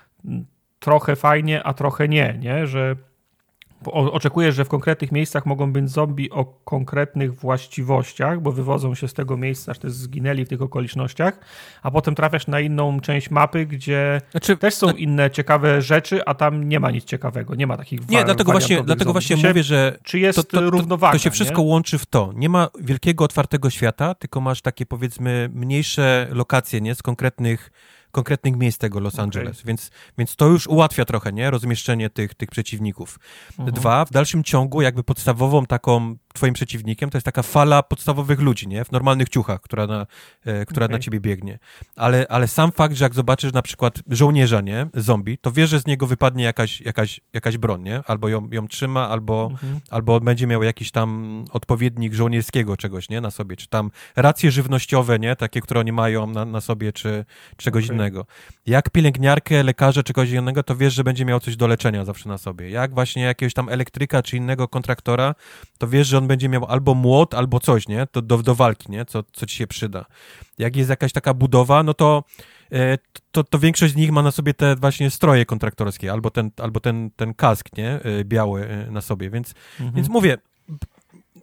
trochę fajnie, a trochę nie, nie? Że oczekujesz, że w konkretnych miejscach mogą być zombie o konkretnych właściwościach, bo wywodzą się z tego miejsca, że też zginęli w tych okolicznościach, a potem trafiasz na inną część mapy, gdzie znaczy, też są inne ciekawe rzeczy, a tam nie ma nic ciekawego, nie ma takich Nie, dlatego właśnie, dlatego właśnie mówię, że czy jest to, to, to, równowaga, to się wszystko nie? łączy w to. Nie ma wielkiego, otwartego świata, tylko masz takie, powiedzmy, mniejsze lokacje, nie? Z konkretnych konkretnych miejsc tego Los Angeles, okay. więc, więc to już ułatwia trochę, nie? Rozmieszczenie tych, tych przeciwników. Uh-huh. Dwa, w dalszym ciągu jakby podstawową taką twoim przeciwnikiem to jest taka fala podstawowych ludzi, nie? W normalnych ciuchach, która na, e, która okay. na ciebie biegnie. Ale, ale sam fakt, że jak zobaczysz na przykład żołnierza, nie? Zombie, to wiesz, że z niego wypadnie jakaś, jakaś, jakaś broń, nie? Albo ją, ją trzyma, albo, uh-huh. albo będzie miał jakiś tam odpowiednik żołnierskiego czegoś, nie? Na sobie, czy tam racje żywnościowe, nie? Takie, które oni mają na, na sobie, czy czegoś okay. innego. Jak pielęgniarkę, lekarza czy kogoś innego, to wiesz, że będzie miał coś do leczenia zawsze na sobie. Jak właśnie jakiegoś tam elektryka czy innego kontraktora, to wiesz, że on będzie miał albo młot, albo coś, nie? To do, do walki, nie? Co, co ci się przyda. Jak jest jakaś taka budowa, no to, e, to, to większość z nich ma na sobie te właśnie stroje kontraktorskie, albo ten, albo ten, ten kask, nie? E, biały e, na sobie, więc, mhm. więc mówię,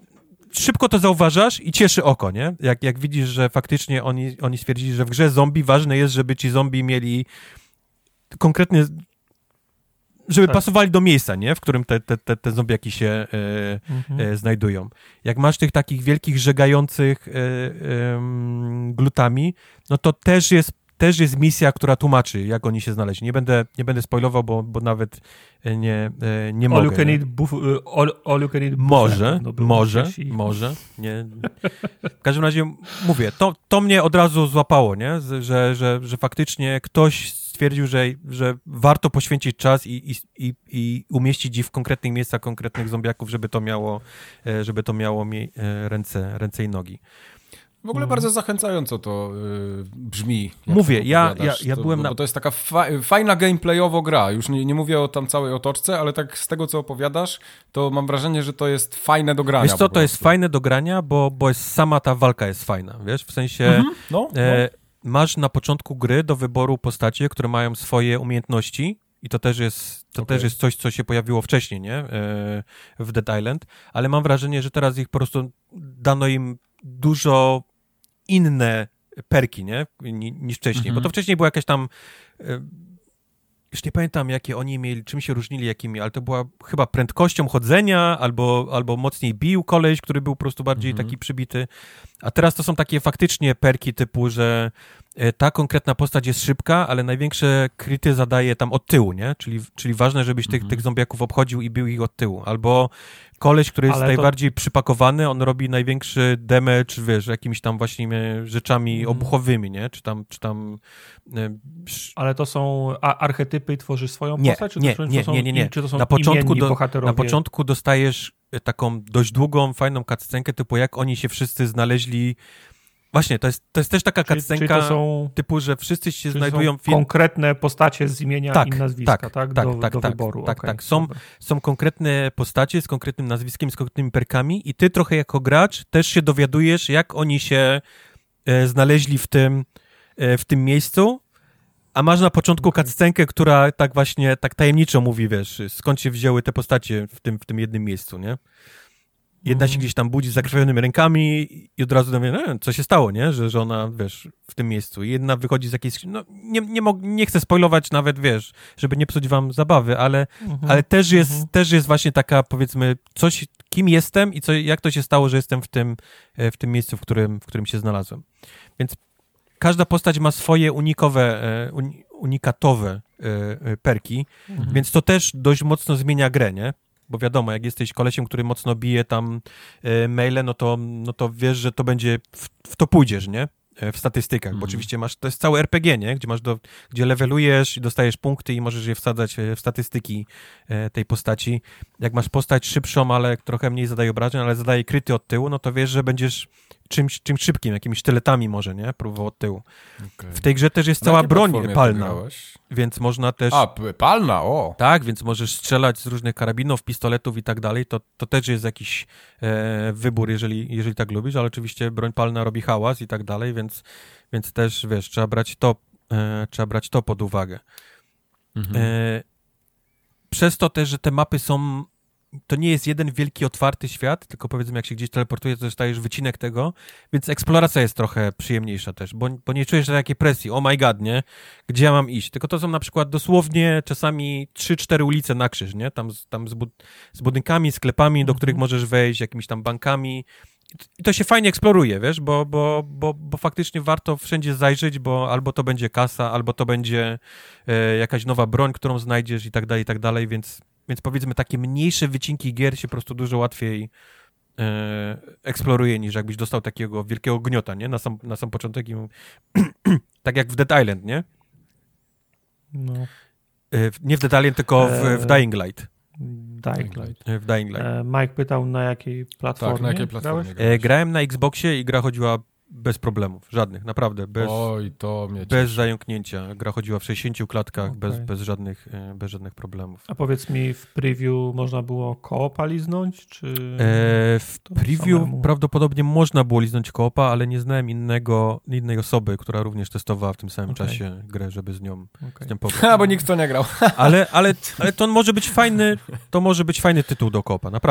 szybko to zauważasz i cieszy oko, nie? Jak, jak widzisz, że faktycznie oni, oni stwierdzili, że w grze zombie ważne jest, żeby ci zombie mieli konkretnie, żeby tak. pasowali do miejsca, nie? W którym te, te, te, te zombiaki się e, mhm. e, znajdują. Jak masz tych takich wielkich, żegających e, e, glutami, no to też jest, też jest misja, która tłumaczy, jak oni się znaleźli. Nie będę, nie będę spoilował, bo, bo nawet nie, nie all mogę. You can eat buf, all, all you can eat może, no, może, i... może. Nie. W każdym razie mówię, to, to mnie od razu złapało, nie? Że, że, że faktycznie ktoś stwierdził, że, że warto poświęcić czas i, i, i, i umieścić ich w konkretnych miejscach konkretnych zombiaków, żeby to miało, żeby to miało mi ręce, ręce i nogi. W ogóle bardzo zachęcająco to y, brzmi. Mówię, ja, ja, ja to, byłem bo, na... Bo to jest taka fa fajna gameplayowo gra. Już nie, nie mówię o tam całej otoczce, ale tak z tego, co opowiadasz, to mam wrażenie, że to jest fajne do grania. Wiesz co, to jest fajne do grania, bo, bo jest, sama ta walka jest fajna, wiesz? W sensie mhm, no, e, no. masz na początku gry do wyboru postacie, które mają swoje umiejętności i to też jest, to okay. też jest coś, co się pojawiło wcześniej, nie? E, w Dead Island, ale mam wrażenie, że teraz ich po prostu dano im dużo inne perki, nie? Niż wcześniej. Mhm. Bo to wcześniej była jakaś tam... Już nie pamiętam, jakie oni mieli, czym się różnili, jakimi, ale to była chyba prędkością chodzenia, albo, albo mocniej bił koleś, który był po prostu bardziej mhm. taki przybity. A teraz to są takie faktycznie perki typu, że ta konkretna postać jest szybka, ale największe kryty zadaje tam od tyłu, nie? Czyli, czyli ważne, żebyś tych, mhm. tych zombiaków obchodził i bił ich od tyłu. Albo koleś, który jest ale najbardziej to... przypakowany, on robi największy damage, wiesz, jakimiś tam właśnie rzeczami mhm. obuchowymi, nie? Czy tam... Czy tam ale to są archetypy i tworzysz swoją nie, postać? Czy nie, to, nie, są, nie, nie, nie. Czy to są na początku, do, bohaterowie? na początku dostajesz taką dość długą, fajną cutscenkę, typu jak oni się wszyscy znaleźli. Właśnie, to jest, to jest też taka cutscenka są, typu, że wszyscy się znajdują... Są konkretne postacie z imienia tak, i nazwiska, tak? tak? Tak, do, tak, do tak, wyboru. Tak, okay, tak. Są, są konkretne postacie z konkretnym nazwiskiem, z konkretnymi perkami i ty trochę jako gracz też się dowiadujesz, jak oni się e, znaleźli w tym, e, w tym miejscu, a masz na początku okay. cutscenkę, która tak właśnie, tak tajemniczo mówi, wiesz, skąd się wzięły te postacie w tym, w tym jednym miejscu, nie? Jedna się gdzieś tam budzi z zakrwawionymi rękami i od razu dowie, no, co się stało, nie? Że, że ona, wiesz, w tym miejscu. Jedna wychodzi z jakiejś... No, nie, nie, mog, nie chcę spoilować nawet, wiesz, żeby nie psuć wam zabawy, ale, mhm. ale też, jest, mhm. też jest właśnie taka, powiedzmy, coś, kim jestem i co, jak to się stało, że jestem w tym, w tym miejscu, w którym, w którym się znalazłem. Więc każda postać ma swoje unikowe, uni, unikatowe perki, mhm. więc to też dość mocno zmienia grę, nie? Bo wiadomo, jak jesteś kolesiem, który mocno bije tam e, maile, no to, no to wiesz, że to będzie, w, w to pójdziesz, nie? E, w statystykach, mm. bo oczywiście masz, to jest całe er pe gie, nie? Gdzie masz, do, gdzie levelujesz i dostajesz punkty i możesz je wsadzać w statystyki e, tej postaci. Jak masz postać szybszą, ale trochę mniej zadaje obrażeń, ale zadaje kryty od tyłu, no to wiesz, że będziesz czymś, czymś szybkim, jakimiś sztyletami może, nie? Próbował od tyłu. Okay. W tej grze też jest cała broń palna, więc można też... A, palna, o! Tak, więc możesz strzelać z różnych karabinów, pistoletów i tak dalej, to, to też jest jakiś e, wybór, jeżeli, jeżeli tak lubisz, ale oczywiście broń palna robi hałas i tak dalej, więc, więc też, wiesz, trzeba brać to, e, trzeba brać to pod uwagę. Mhm. E, przez to też, że te mapy są... To nie jest jeden wielki, otwarty świat, tylko powiedzmy, jak się gdzieś teleportuje, to dostajesz wycinek tego, więc eksploracja jest trochę przyjemniejsza też, bo, bo nie czujesz takiej presji, oh my god, nie? Gdzie ja mam iść? Tylko to są na przykład dosłownie czasami trzy cztery ulice na krzyż, nie? Tam, tam z, bud- z budynkami, sklepami, do których możesz wejść, jakimiś tam bankami. I to się fajnie eksploruje, wiesz, bo, bo, bo, bo faktycznie warto wszędzie zajrzeć, bo albo to będzie kasa, albo to będzie e, jakaś nowa broń, którą znajdziesz i tak dalej, i tak dalej, więc Więc powiedzmy, takie mniejsze wycinki gier się po prostu dużo łatwiej e, eksploruje, niż jakbyś dostał takiego wielkiego gniota, nie? Na sam, na sam początek. I, tak jak w Dead Island, nie? No. E, nie w Dead Island, tylko w, w Dying Light. Dying Light. W Dying Light. E, Mike pytał, na jakiej platformie Tak, na jakiej platformie e, grałem na Xboxie i gra chodziła bez problemów, żadnych, naprawdę, bez, Oj, to mnie bez zająknięcia. Gra chodziła w sześćdziesięciu klatkach, okay. bez, bez, żadnych, bez żadnych problemów. A powiedz mi, w preview można było koopa liznąć, czy... E, w preview samemu? Prawdopodobnie można było liznąć koopa, ale nie znałem innego, innej osoby, która również testowała w tym samym okay. czasie grę, żeby z nią, okay. z nią pograć. Ha, bo nikt to nie grał. ale, ale, ale to może być fajny, to może być fajny tytuł do koopa, naprawdę.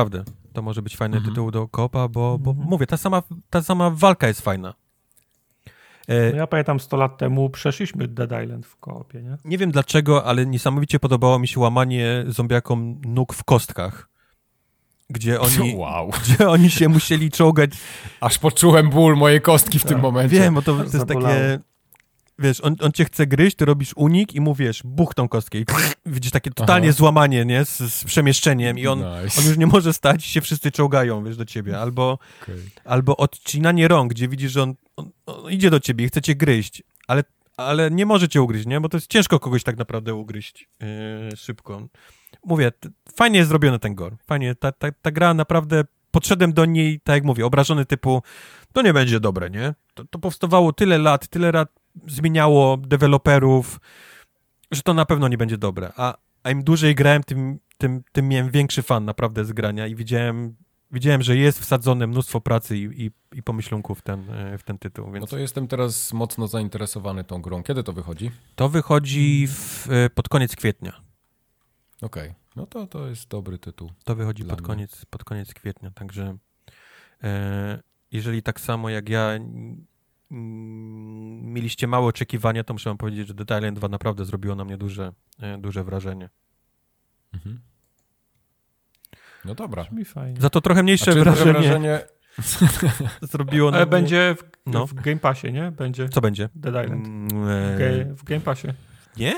To może być fajny Mhm. tytuł do koopa, bo, bo Mhm. mówię, ta sama, ta sama walka jest fajna. E, No ja pamiętam sto lat temu przeszliśmy Dead Island w koopie, nie? nie wiem dlaczego, ale niesamowicie podobało mi się łamanie zombiakom nóg w kostkach, gdzie oni, Wow. gdzie oni się musieli czołgać. Aż poczułem ból mojej kostki w Tak. tym momencie. Wiem, bo to, to jest Zabolało. takie... Wiesz, on, on cię chce gryźć, ty robisz unik i mówisz, buch tą kostkę i widzisz takie totalnie Aha. złamanie, nie, z, z przemieszczeniem i on, Nice. on już nie może stać i się wszyscy czołgają, wiesz, do ciebie. Albo, Okay. albo odcinanie rąk, gdzie widzisz, że on, on, on idzie do ciebie i chce cię gryźć, ale, ale nie może cię ugryźć, nie, bo to jest ciężko kogoś tak naprawdę ugryźć yy, szybko. Mówię, t- fajnie jest zrobiony ten gore, fajnie, ta, ta, ta gra naprawdę, podszedłem do niej, tak jak mówię, obrażony typu, to nie będzie dobre, nie? To, to powstawało tyle lat, tyle lat zmieniało deweloperów, że to na pewno nie będzie dobre. A, a im dłużej grałem, tym, tym, tym miałem większy fan naprawdę z grania i widziałem, widziałem, że jest wsadzone mnóstwo pracy i, i, i pomyślunków w ten, w ten tytuł. Więc No to jestem teraz mocno zainteresowany tą grą. Kiedy to wychodzi? to wychodzi w, pod koniec kwietnia. Okej, okay. No to, to jest dobry tytuł. To wychodzi Dla pod mnie. koniec, pod koniec kwietnia, także e, jeżeli tak samo jak ja mm, mieliście małe oczekiwania, to muszę wam powiedzieć, że Dead Island dwa naprawdę zrobiło na mnie duże, e, duże wrażenie. Mhm. No dobra. Brzmi fajnie. Za to trochę A mniejsze czy duże wrażenie, wrażenie... zrobiło na Ale mnie... będzie w, No. w Game Passie, nie? Będzie Co będzie? Dead Island. Mm, W, e, ge, w Game Passie. nie?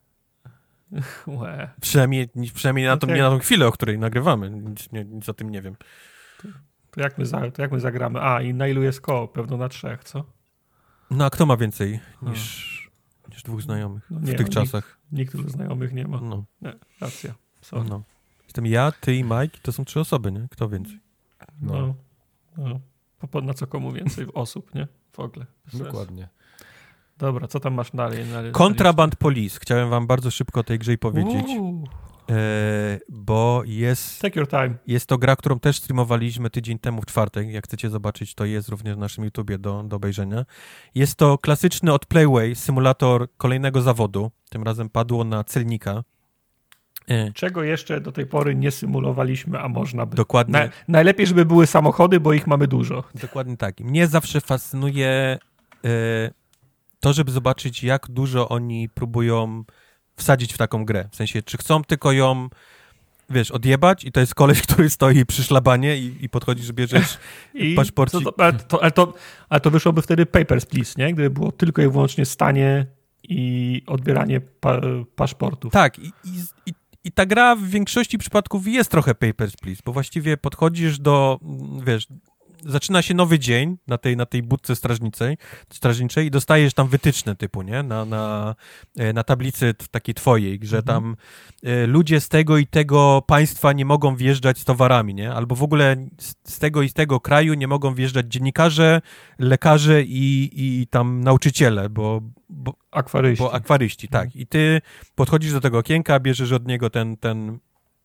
Łe. Przynajmniej, przynajmniej na, tą, Okej. nie na tą chwilę, o której nagrywamy. Nic, nie, nic o tym nie wiem. To jak, my za, to jak my zagramy? A, i na ilu jest koło? Pewno na trzech, co? No a kto ma więcej niż, niż dwóch znajomych No w nie, tych no, czasach? Nikt tylu znajomych nie ma. No, Nie, racja. Sorry. no. Jestem ja, ty i Mike, to są trzy osoby, nie? Kto więcej? No. no. Po- po- Na co komu więcej osób, nie? W ogóle. Bez sensu. Dokładnie. Dobra, co tam masz dalej? Na, Contraband Police. Chciałem wam bardzo szybko o tej grze powiedzieć, Uuu, e, bo jest, take your time. jest to gra, którą też streamowaliśmy tydzień temu w czwartek. Jak chcecie zobaczyć, to jest również na naszym YouTubie do, do obejrzenia. Jest to klasyczny od Playway symulator kolejnego zawodu. Tym razem padło na celnika. E, Czego jeszcze do tej pory nie symulowaliśmy, a można by. dokładnie. Na, najlepiej, żeby były samochody, bo ich mamy dużo. Dokładnie tak. I mnie zawsze fascynuje e, to, żeby zobaczyć, jak dużo oni próbują wsadzić w taką grę. W sensie, czy chcą tylko ją, wiesz, odjebać i to jest koleś, który stoi przy szlabanie i, i podchodzisz, bierzesz I paszporcik. co to, ale, to, ale, to, ale to wyszłoby wtedy Papers, Please, nie? Gdyby było tylko i wyłącznie stanie i odbieranie pa, paszportów. Tak, i, i, i, i ta gra w większości przypadków jest trochę Papers, Please, bo właściwie podchodzisz do, wiesz, zaczyna się nowy dzień na tej, na tej budce strażniczej, strażniczej i dostajesz tam wytyczne typu, nie? Na, na, na tablicy t- takiej twojej, że Mhm. tam e, ludzie z tego i tego państwa nie mogą wjeżdżać z towarami, nie? Albo w ogóle z, z tego i z tego kraju nie mogą wjeżdżać dziennikarze, lekarze i, i tam nauczyciele, bo, bo, Akwaryści. bo akwaryści, tak. I ty podchodzisz do tego okienka, bierzesz od niego ten, ten,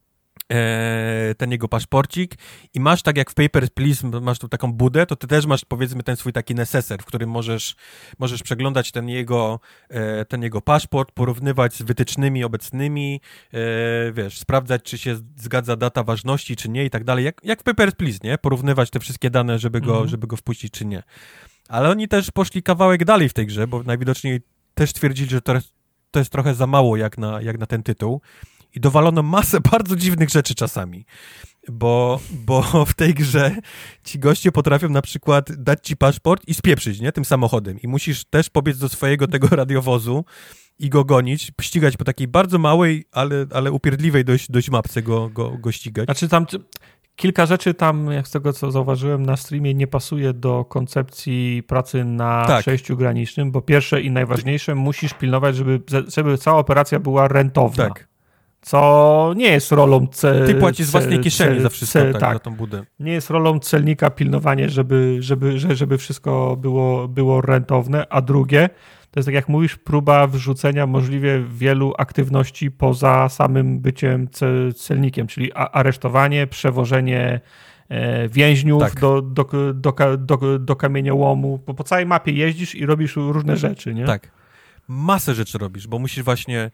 e, ten jego paszporcik i masz tak jak w Papers, Please, masz tu taką budę, to ty też masz powiedzmy ten swój taki neseser, w którym możesz, możesz przeglądać ten jego, e, ten jego paszport, porównywać z wytycznymi obecnymi, e, wiesz, sprawdzać, czy się zgadza data ważności, czy nie i tak dalej. Jak, jak w Papers, Please, nie? Porównywać te wszystkie dane, żeby go, Mhm. żeby go wpuścić, czy nie. Ale oni też poszli kawałek dalej w tej grze, bo najwidoczniej też twierdzili, że to jest, to jest trochę za mało jak na, jak na ten tytuł. I dowalono masę bardzo dziwnych rzeczy czasami. Bo, bo w tej grze ci goście potrafią na przykład dać ci paszport i spieprzyć, nie? Tym samochodem. I musisz też pobiec do swojego tego radiowozu i go gonić, ścigać po takiej bardzo małej, ale, ale upierdliwej dość, dość mapce go, go, go ścigać. Znaczy tam t- kilka rzeczy tam, jak z tego co zauważyłem na streamie, nie pasuje do koncepcji pracy na Tak. przejściu granicznym, bo pierwsze i najważniejsze, musisz pilnować, żeby, żeby cała operacja była rentowna. Tak. Co nie jest rolą ce, Ty płacisz z ce- własnej kieszeni ce- za wszystko, ce- tak, tak. za tą budę. Nie jest rolą celnika pilnowanie, żeby, żeby, że- żeby wszystko było, było rentowne, a drugie, to jest tak jak mówisz, próba wrzucenia możliwie wielu aktywności poza samym byciem ce- celnikiem, czyli a- aresztowanie, przewożenie e, więźniów Tak. do, do, do, ka- do, do kamieniołomu, bo po całej mapie jeździsz i robisz różne rzeczy, nie? Tak. Masę rzeczy robisz, bo musisz właśnie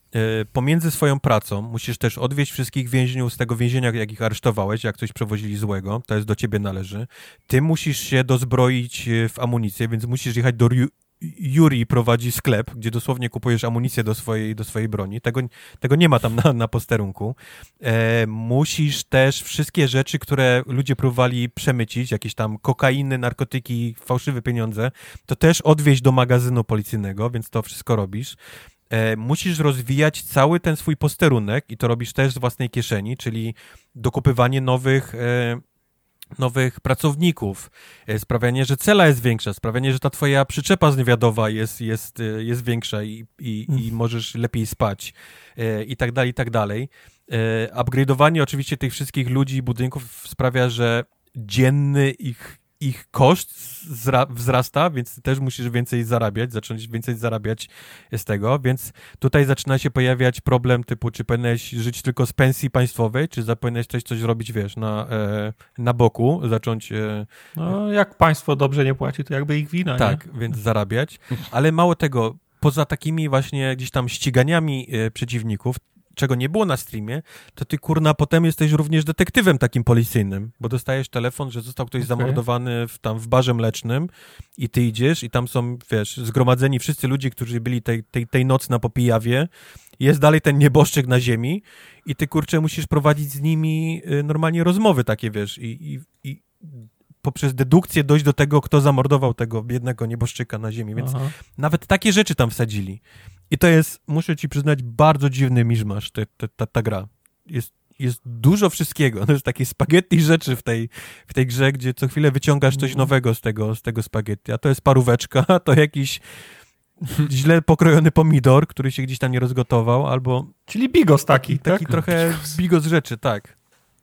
pomiędzy swoją pracą musisz też odwieźć wszystkich więźniów z tego więzienia, jak ich aresztowałeś, jak coś przewozili złego, to jest do ciebie należy. Ty musisz się dozbroić w amunicję, więc musisz jechać do Riu- Yuri prowadzi sklep, gdzie dosłownie kupujesz amunicję do swojej, do swojej broni. Tego, tego nie ma tam na, na posterunku. E, musisz też wszystkie rzeczy, które ludzie próbowali przemycić, jakieś tam kokainy, narkotyki, fałszywe pieniądze, to też odwieźć do magazynu policyjnego, więc to wszystko robisz. E, musisz rozwijać cały ten swój posterunek i to robisz też z własnej kieszeni, czyli dokupywanie nowych e, nowych pracowników, sprawianie, że cela jest większa, sprawianie, że ta twoja przyczepa zniewiadowa jest, jest, jest większa i, i, mm. i możesz lepiej spać i tak dalej, i tak dalej. Upgrade'owanie oczywiście tych wszystkich ludzi i budynków sprawia, że dzienny ich ich koszt zra- wzrasta, więc też musisz więcej zarabiać, zacząć więcej zarabiać z tego, więc tutaj zaczyna się pojawiać problem typu, czy powinieneś żyć tylko z pensji państwowej, czy powinieneś coś, coś robić, wiesz, na, e, na boku, zacząć... E, no, jak państwo dobrze nie płaci, to jakby ich wina, tak, nie? więc zarabiać, ale mało tego, poza takimi właśnie gdzieś tam ściganiami e, przeciwników, czego nie było na streamie, to ty, kurna, potem jesteś również detektywem takim policyjnym, bo dostajesz telefon, że został ktoś okay. zamordowany w, tam w barze mlecznym i ty idziesz i tam są, wiesz, zgromadzeni wszyscy ludzie, którzy byli tej, tej, tej nocy na Popijawie, jest dalej ten nieboszczyk na ziemi i ty, kurczę, musisz prowadzić z nimi y, normalnie rozmowy takie, wiesz, i, i, i poprzez dedukcję dojść do tego, kto zamordował tego biednego nieboszczyka na ziemi, więc Aha. nawet takie rzeczy tam wsadzili. I to jest, muszę ci przyznać, bardzo dziwny miszmasz, te, te, ta, ta gra. Jest, jest dużo wszystkiego. To jest takie spaghetti rzeczy w tej, w tej grze, gdzie co chwilę wyciągasz coś nowego z tego, z tego spaghetti. A to jest paróweczka, to jakiś źle pokrojony pomidor, który się gdzieś tam nie rozgotował, albo... Czyli bigos taki, taki, taki tak? trochę bigos. bigos rzeczy, tak.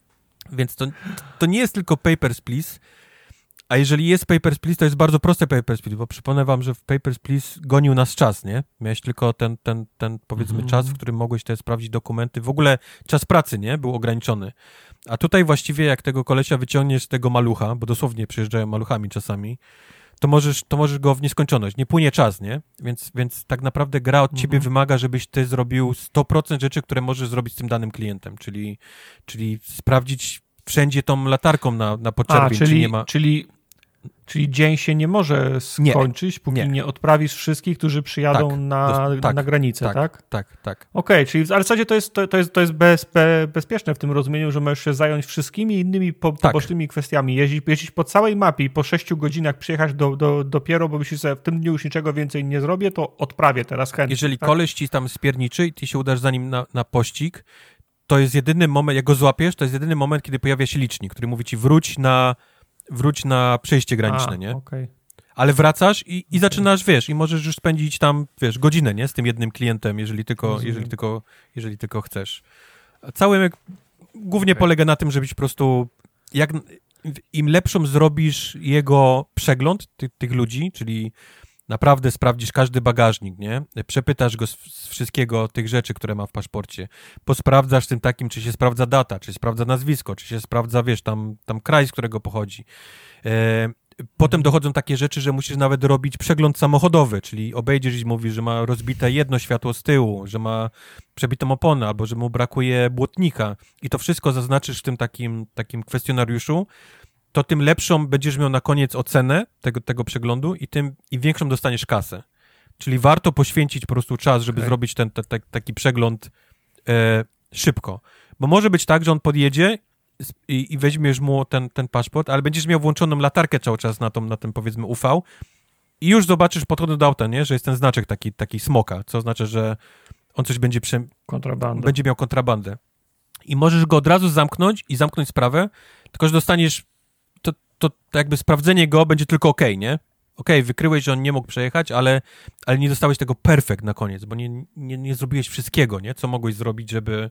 Więc to, to nie jest tylko Papers, Please. A jeżeli jest Papers, Please, to jest bardzo proste Papers, Please, bo przypomnę wam, że w Papers, Please gonił nas czas, nie? Miałeś tylko ten, ten, ten powiedzmy, mm. czas, w którym mogłeś te sprawdzić dokumenty. W ogóle czas pracy, nie? Był ograniczony. A tutaj właściwie jak tego kolesia wyciągniesz z tego malucha, bo dosłownie przyjeżdżają maluchami czasami, to możesz, to możesz go w nieskończoność. Nie płynie czas, nie? Więc, więc tak naprawdę gra od ciebie mm. wymaga, żebyś ty zrobił sto procent rzeczy, które możesz zrobić z tym danym klientem, czyli, czyli sprawdzić wszędzie tą latarką na, na poczerwień, A, czyli, czy nie ma... Czyli... Czyli dzień się nie może skończyć, nie, póki nie. nie odprawisz wszystkich, którzy przyjadą tak, na, tak, na granicę, tak? Tak, tak, tak. Okej, okay, czyli ale w zasadzie to jest, to, to jest, to jest bez, be, bezpieczne w tym rozumieniu, że możesz się zająć wszystkimi innymi po, tak. pobocznymi kwestiami. Jeździć, jeździć po całej mapie i po sześciu godzinach przyjechać do, do, dopiero, bo myślisz sobie, w tym dniu już niczego więcej nie zrobię, to odprawię teraz chętnie. Jeżeli tak? koleś ci tam spierniczy i ty się udasz za nim na, na pościg, to jest jedyny moment, jak go złapiesz, to jest jedyny moment, kiedy pojawia się licznik, który mówi ci wróć na, wróć na przejście graniczne, A, nie? Okay. Ale wracasz i, i zaczynasz, wiesz, i możesz już spędzić tam, wiesz, godzinę, nie? Z tym jednym klientem, jeżeli tylko, jeżeli tylko, jeżeli tylko chcesz. A cały jak głównie okay. polega na tym, żebyś po prostu, jak im lepszą zrobisz jego przegląd ty, tych ludzi, czyli naprawdę sprawdzisz każdy bagażnik, nie? Przepytasz go z, z wszystkiego tych rzeczy, które ma w paszporcie. Posprawdzasz tym takim, czy się sprawdza data, czy się sprawdza nazwisko, czy się sprawdza, wiesz, tam, tam kraj, z którego pochodzi. E, Potem dochodzą takie rzeczy, że musisz nawet robić przegląd samochodowy, czyli obejdziesz i mówisz, że ma rozbite jedno światło z tyłu, że ma przebitą oponę, albo że mu brakuje błotnika i to wszystko zaznaczysz w tym takim, takim kwestionariuszu, to tym lepszą będziesz miał na koniec ocenę tego, tego przeglądu i tym i większą dostaniesz kasę. Czyli warto poświęcić po prostu czas, żeby okay. zrobić ten, ten, ten taki przegląd e, szybko. Bo może być tak, że on podjedzie I, i weźmiesz mu ten, ten paszport, ale będziesz miał włączoną latarkę cały czas na, tą, na ten, powiedzmy, U V i już zobaczysz podchodząc do auta, nie? Że jest ten znaczek taki, taki smoka, co oznacza, że on coś będzie prze... Kontrabandę. będzie miał kontrabandę. I możesz go od razu zamknąć i zamknąć sprawę, tylko że dostaniesz to, to, to jakby sprawdzenie go będzie tylko okej, okay, nie? Okej, okay, wykryłeś, że on nie mógł przejechać, ale, ale nie dostałeś tego perfekt na koniec, bo nie, nie, nie zrobiłeś wszystkiego, nie? Co mogłeś zrobić, żeby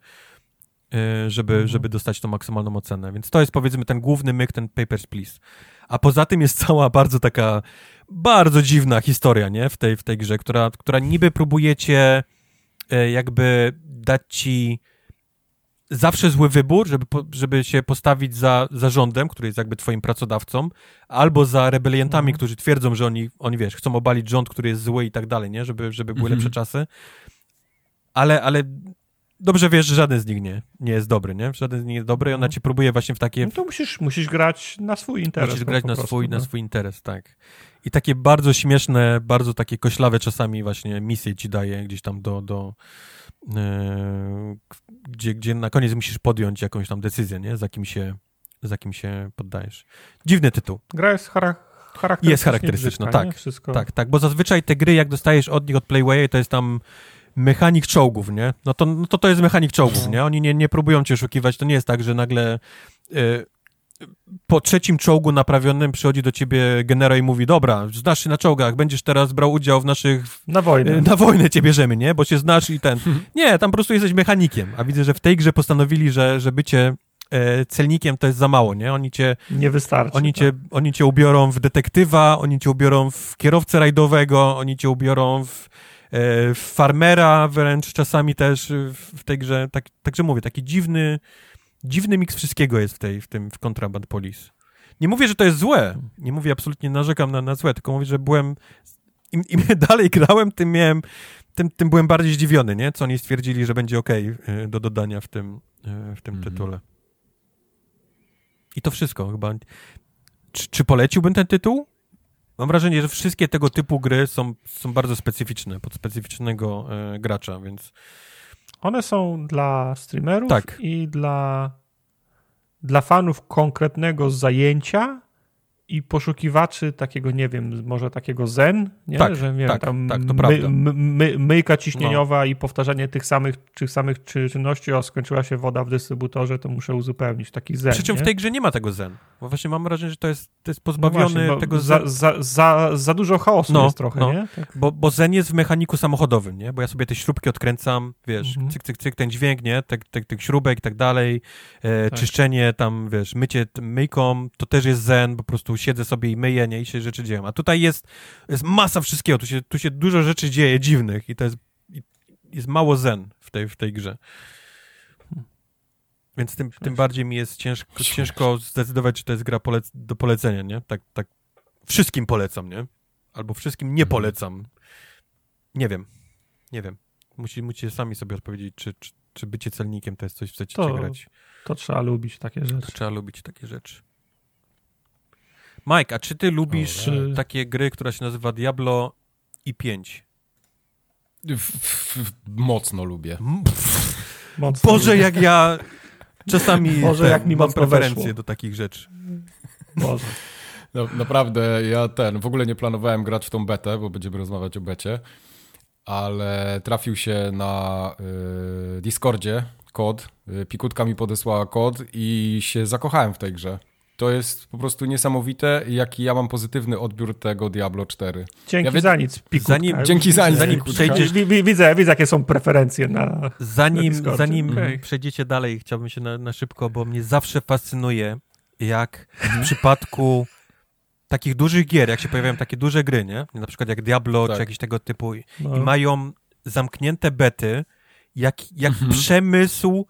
żeby, mhm. żeby dostać tą maksymalną ocenę. Więc to jest, powiedzmy, ten główny myk, ten Papers, Please. A poza tym jest cała bardzo taka, bardzo dziwna historia, nie? W tej, w tej grze, która, która niby próbuje cię jakby dać ci zawsze zły wybór, żeby, żeby się postawić za, za rządem, który jest jakby twoim pracodawcą, albo za rebeliantami, mhm. którzy twierdzą, że oni, oni, wiesz, chcą obalić rząd, który jest zły i tak dalej, nie? Żeby, żeby były mhm. lepsze czasy. ale, ale dobrze wiesz, że żaden z nich nie, nie jest dobry, nie? Żaden z nich jest dobry i ona ci próbuje właśnie w takie... No to musisz, musisz grać na swój interes. Musisz grać po na prostu, swój, no. na swój interes, tak. I takie bardzo śmieszne, bardzo takie koślawe czasami właśnie misje ci daje gdzieś tam do... do e, gdzie, gdzie na koniec musisz podjąć jakąś tam decyzję, nie? Za kim się, za kim się poddajesz. Dziwny tytuł. Gra jest charak- charakterystyczna. Jest charakterystyczna, brzydka, tak. nie? Wszystko... Tak, tak, bo zazwyczaj te gry, jak dostajesz od nich, od Playway, to jest tam mechanik czołgów, nie? No to no to, to jest mechanik czołgów, No. nie? Oni nie, nie próbują cię oszukiwać, to nie jest tak, że nagle y, po trzecim czołgu naprawionym przychodzi do ciebie generał i mówi, dobra, znasz się na czołgach, będziesz teraz brał udział w naszych... Na wojnę. y, Na wojnę cię bierzemy, nie? Bo się znasz i ten... Nie, tam po prostu jesteś mechanikiem, a widzę, że w tej grze postanowili, że, że bycie e, celnikiem to jest za mało, nie? Oni cię... Nie wystarczy. Oni tak. cię, oni cię ubiorą w detektywa, oni cię ubiorą w kierowcę rajdowego, oni cię ubiorą w, e, w farmera wręcz czasami też w, w tej grze. Tak, także mówię, taki dziwny, dziwny miks wszystkiego jest w tej, w tym, w Contraband Police. Nie mówię, że to jest złe, nie mówię, absolutnie narzekam na, na złe, tylko mówię, że byłem, im, im dalej grałem, tym miałem, tym, tym byłem bardziej zdziwiony, nie? Co oni stwierdzili, że będzie okej okay do dodania w tym, w tym Mhm. tytule. I to wszystko chyba. Czy, czy poleciłbym ten tytuł? Mam wrażenie, że wszystkie tego typu gry są, są bardzo specyficzne, pod specyficznego e, gracza, więc... One są dla streamerów Tak. i dla, dla fanów konkretnego zajęcia i poszukiwaczy takiego, nie wiem, może takiego zen, nie? Tak, że nie wiem, tak, tam tak, to my, prawda. my, my, myjka ciśnieniowa i powtarzanie tych samych, tych samych czy, czynności, o skończyła się woda w dystrybutorze, to muszę uzupełnić, taki zen. Przy czym nie? w tej grze nie ma tego zen, bo właśnie mam wrażenie, że to jest, to jest No pozbawiony właśnie, bo tego za, zen, za, za, za dużo chaosu No, jest trochę, no. nie? Tak. bo, bo zen jest w mechaniku samochodowym, nie? Bo ja sobie te śrubki odkręcam, wiesz, Mhm. cyk, cyk, cyk, ten dźwięk, nie? Tych, tych, tych śrubek i tak dalej, e, Tak. czyszczenie tam, wiesz, mycie tym myjką, to też jest zen, po prostu siedzę sobie i myję, nie? I się rzeczy dzieją. A tutaj jest, jest masa wszystkiego, tu się, tu się dużo rzeczy dzieje dziwnych i to jest, i jest mało zen w tej, w tej grze. Więc tym, tym bardziej mi jest ciężko, ciężko zdecydować, czy to jest gra polec- do polecenia, nie? Tak, tak wszystkim polecam, nie? Albo wszystkim nie polecam. Nie wiem. Nie wiem. Musi, musicie sami sobie odpowiedzieć, czy, czy, czy bycie celnikiem to jest coś, w co chcecie To- grać. To trzeba lubić takie To rzeczy. trzeba lubić takie rzeczy. Mike, a czy ty lubisz Alright. e, takie gry, która się nazywa Diablo i pięć? W, w, mocno lubię. Mocno Boże, lubię. jak ja czasami Boże, ten, jak mi mam mocno preferencje weszło. do takich rzeczy. Boże. No, naprawdę, ja ten, w ogóle nie planowałem grać w tą betę, bo będziemy rozmawiać o becie, ale trafił się na y, Discordzie kod, y, Pikutka mi podesłała kod i się zakochałem w tej grze. To jest po prostu niesamowite, jaki ja mam pozytywny odbiór tego Diablo cztery. Dzięki Ja wie- za nic, Pikutka. Zanim- Dzięki za nic, zanim Pikutka. przejdziesz- Wi- wi- Widzę, widzę, jakie są preferencje na... Zanim, Na Discordzie. zanim Okej. przejdziecie dalej, chciałbym się na, na szybko, bo mnie zawsze fascynuje, jak w przypadku takich dużych gier, jak się pojawiają takie duże gry, nie? Na przykład jak Diablo, Tak. czy jakieś tego typu, i No. mają zamknięte bety, jak, jak Mhm. przemysł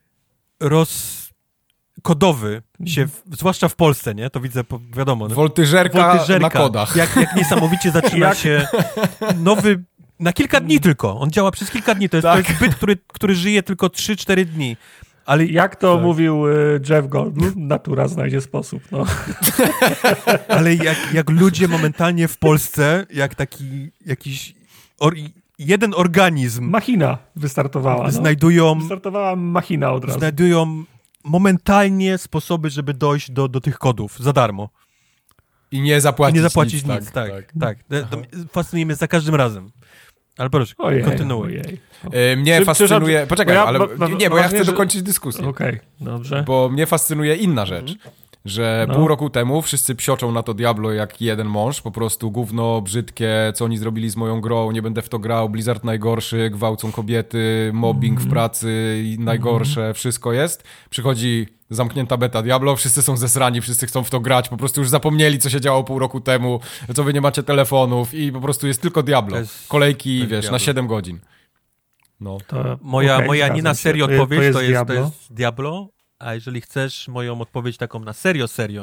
rozkodowy się, w, zwłaszcza w Polsce, nie? To widzę, po, wiadomo. no. Woltyżerka, Woltyżerka. na kodach. Jak, jak niesamowicie zaczyna Jak- się nowy... Na kilka dni tylko. On działa przez kilka dni. To jest, Tak. to jest byt, który, który żyje tylko trzy cztery dni. Ale Jak to Tak. mówił y, Jeff Goldblum, natura znajdzie sposób, no. Ale jak, jak ludzie momentalnie w Polsce, jak taki jakiś or, jeden organizm Machina wystartowała, no. znajdują, Wystartowała machina od razu. znajdują momentalnie sposoby, żeby dojść do, do tych kodów za darmo. I nie I zapłacić nie zapłacić nic. nic. Tak, tak. tak. To, to fascynuje mnie za każdym razem. Ale proszę, Ojej, kontynuuj. ojej. E, Mnie Czy- fascynuje... czy- Poczekaj, bo ja- ale... bo- bo- nie, bo ja ważne, chcę że- dokończyć dyskusję. Okej, dobrze. Bo mnie fascynuje inna rzecz, że No. pół roku temu wszyscy psioczą na to Diablo jak jeden mąż, po prostu gówno, brzydkie, co oni zrobili z moją grą, nie będę w to grał, Blizzard najgorszy, gwałcą kobiety, mobbing w pracy i najgorsze, wszystko jest. Przychodzi zamknięta beta Diablo, wszyscy są zesrani, wszyscy chcą w to grać, po prostu już zapomnieli, co się działo pół roku temu, co wy nie macie telefonów i po prostu jest tylko Diablo. To jest- Kolejki, to jest wiesz, Diablo. na siedem godzin. No. To, Moja, okej, moja nie zgadzam na się. serio To jest- odpowiedź to jest, to Diablo. jest Diablo, a jeżeli chcesz moją odpowiedź taką na serio, serio,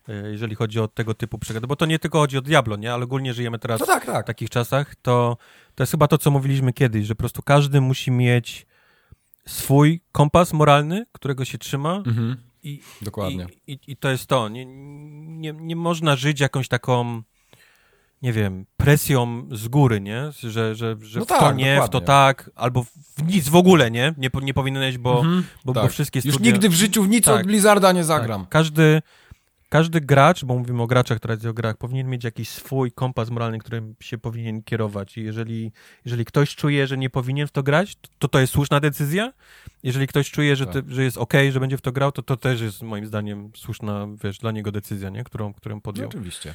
jeżeli chodzi o tego typu przygody, bo to nie tylko chodzi o Diablo, nie? Ale ogólnie żyjemy teraz no tak, tak. w takich czasach, to, to jest chyba to, co mówiliśmy kiedyś, że po prostu każdy musi mieć swój kompas moralny, którego się trzyma Mhm. i, Dokładnie. i, i, i to jest to. Nie, nie, nie można żyć jakąś taką, nie wiem, presją z góry, nie? Że, że, że No w tak, to nie, dokładnie. w to tak, albo w nic w ogóle, nie? Nie, nie powinieneś, bo, Mhm. bo, tak. bo wszystkie Już studia... nigdy w życiu w nic Tak. od Blizzarda nie zagram. Tak. Każdy, każdy gracz, bo mówimy o graczach, teraz o grach, powinien mieć jakiś swój kompas moralny, którym się powinien kierować. I jeżeli, jeżeli ktoś czuje, że nie powinien w to grać, to to jest słuszna decyzja. Jeżeli ktoś czuje, że, Tak. to, że jest okej, okay, że będzie w to grał, to to też jest moim zdaniem słuszna, wiesz, dla niego decyzja, nie? Którą, którą No, podjął. oczywiście.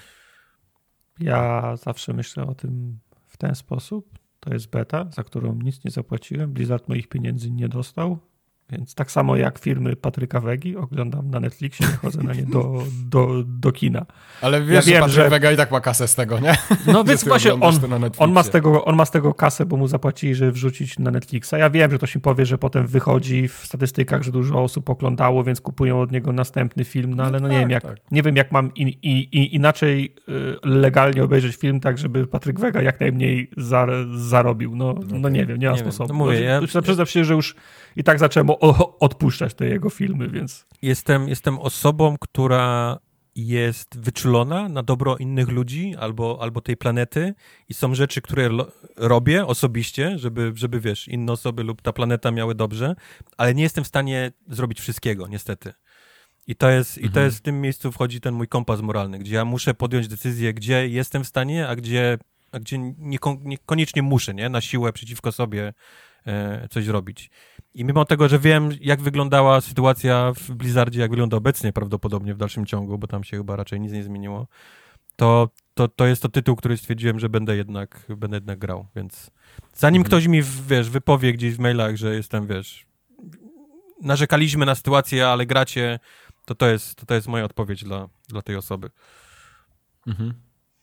Ja zawsze myślę o tym w ten sposób. To jest beta, za którą nic nie zapłaciłem. Blizzard moich pieniędzy nie dostał. Więc tak samo jak filmy Patryka Wegi oglądam na Netflixie, nie chodzę na nie do, do, do kina. Ale wiesz, Ja wiem, że Patryk że- Wega i tak ma kasę z tego, nie? No Że więc ty właśnie oglądasz on, to na Netflixie. on, ma z tego, on ma z tego kasę, bo mu zapłacili, żeby wrzucić na Netflixa. Ja wiem, że ktoś mi powie, że potem wychodzi w statystykach, że dużo osób oglądało, więc kupują od niego następny film, no ale no, nie, tak, wiem, jak, tak. nie wiem jak mam in, i, i, inaczej y, legalnie obejrzeć film tak, żeby Patryk Wega jak najmniej zar, zarobił. No, no nie wiem, nie ma Nie wiem. sposobu. No mówię, ja- ja... Przyznam się, że już i tak zacząłem o, odpuszczać te jego filmy, więc... Jestem, jestem osobą, która jest wyczulona na dobro innych ludzi albo, albo tej planety i są rzeczy, które lo- robię osobiście, żeby, żeby, wiesz, inne osoby lub ta planeta miały dobrze, ale nie jestem w stanie zrobić wszystkiego, niestety. I to jest, i to jest w tym miejscu wchodzi ten mój kompas moralny, gdzie ja muszę podjąć decyzję, gdzie jestem w stanie, a gdzie, a gdzie nieko- niekoniecznie muszę, nie? Na siłę przeciwko sobie e, coś zrobić. I mimo tego, że wiem, jak wyglądała sytuacja w Blizzardzie, jak wygląda obecnie prawdopodobnie w dalszym ciągu, bo tam się chyba raczej nic nie zmieniło, to, to, to jest to tytuł, który stwierdziłem, że będę jednak, będę jednak grał, więc zanim Mhm. ktoś mi, wiesz, wypowie gdzieś w mailach, że jestem, wiesz, narzekaliśmy na sytuację, ale gracie, to to jest, to, to jest moja odpowiedź dla, dla tej osoby. Mhm.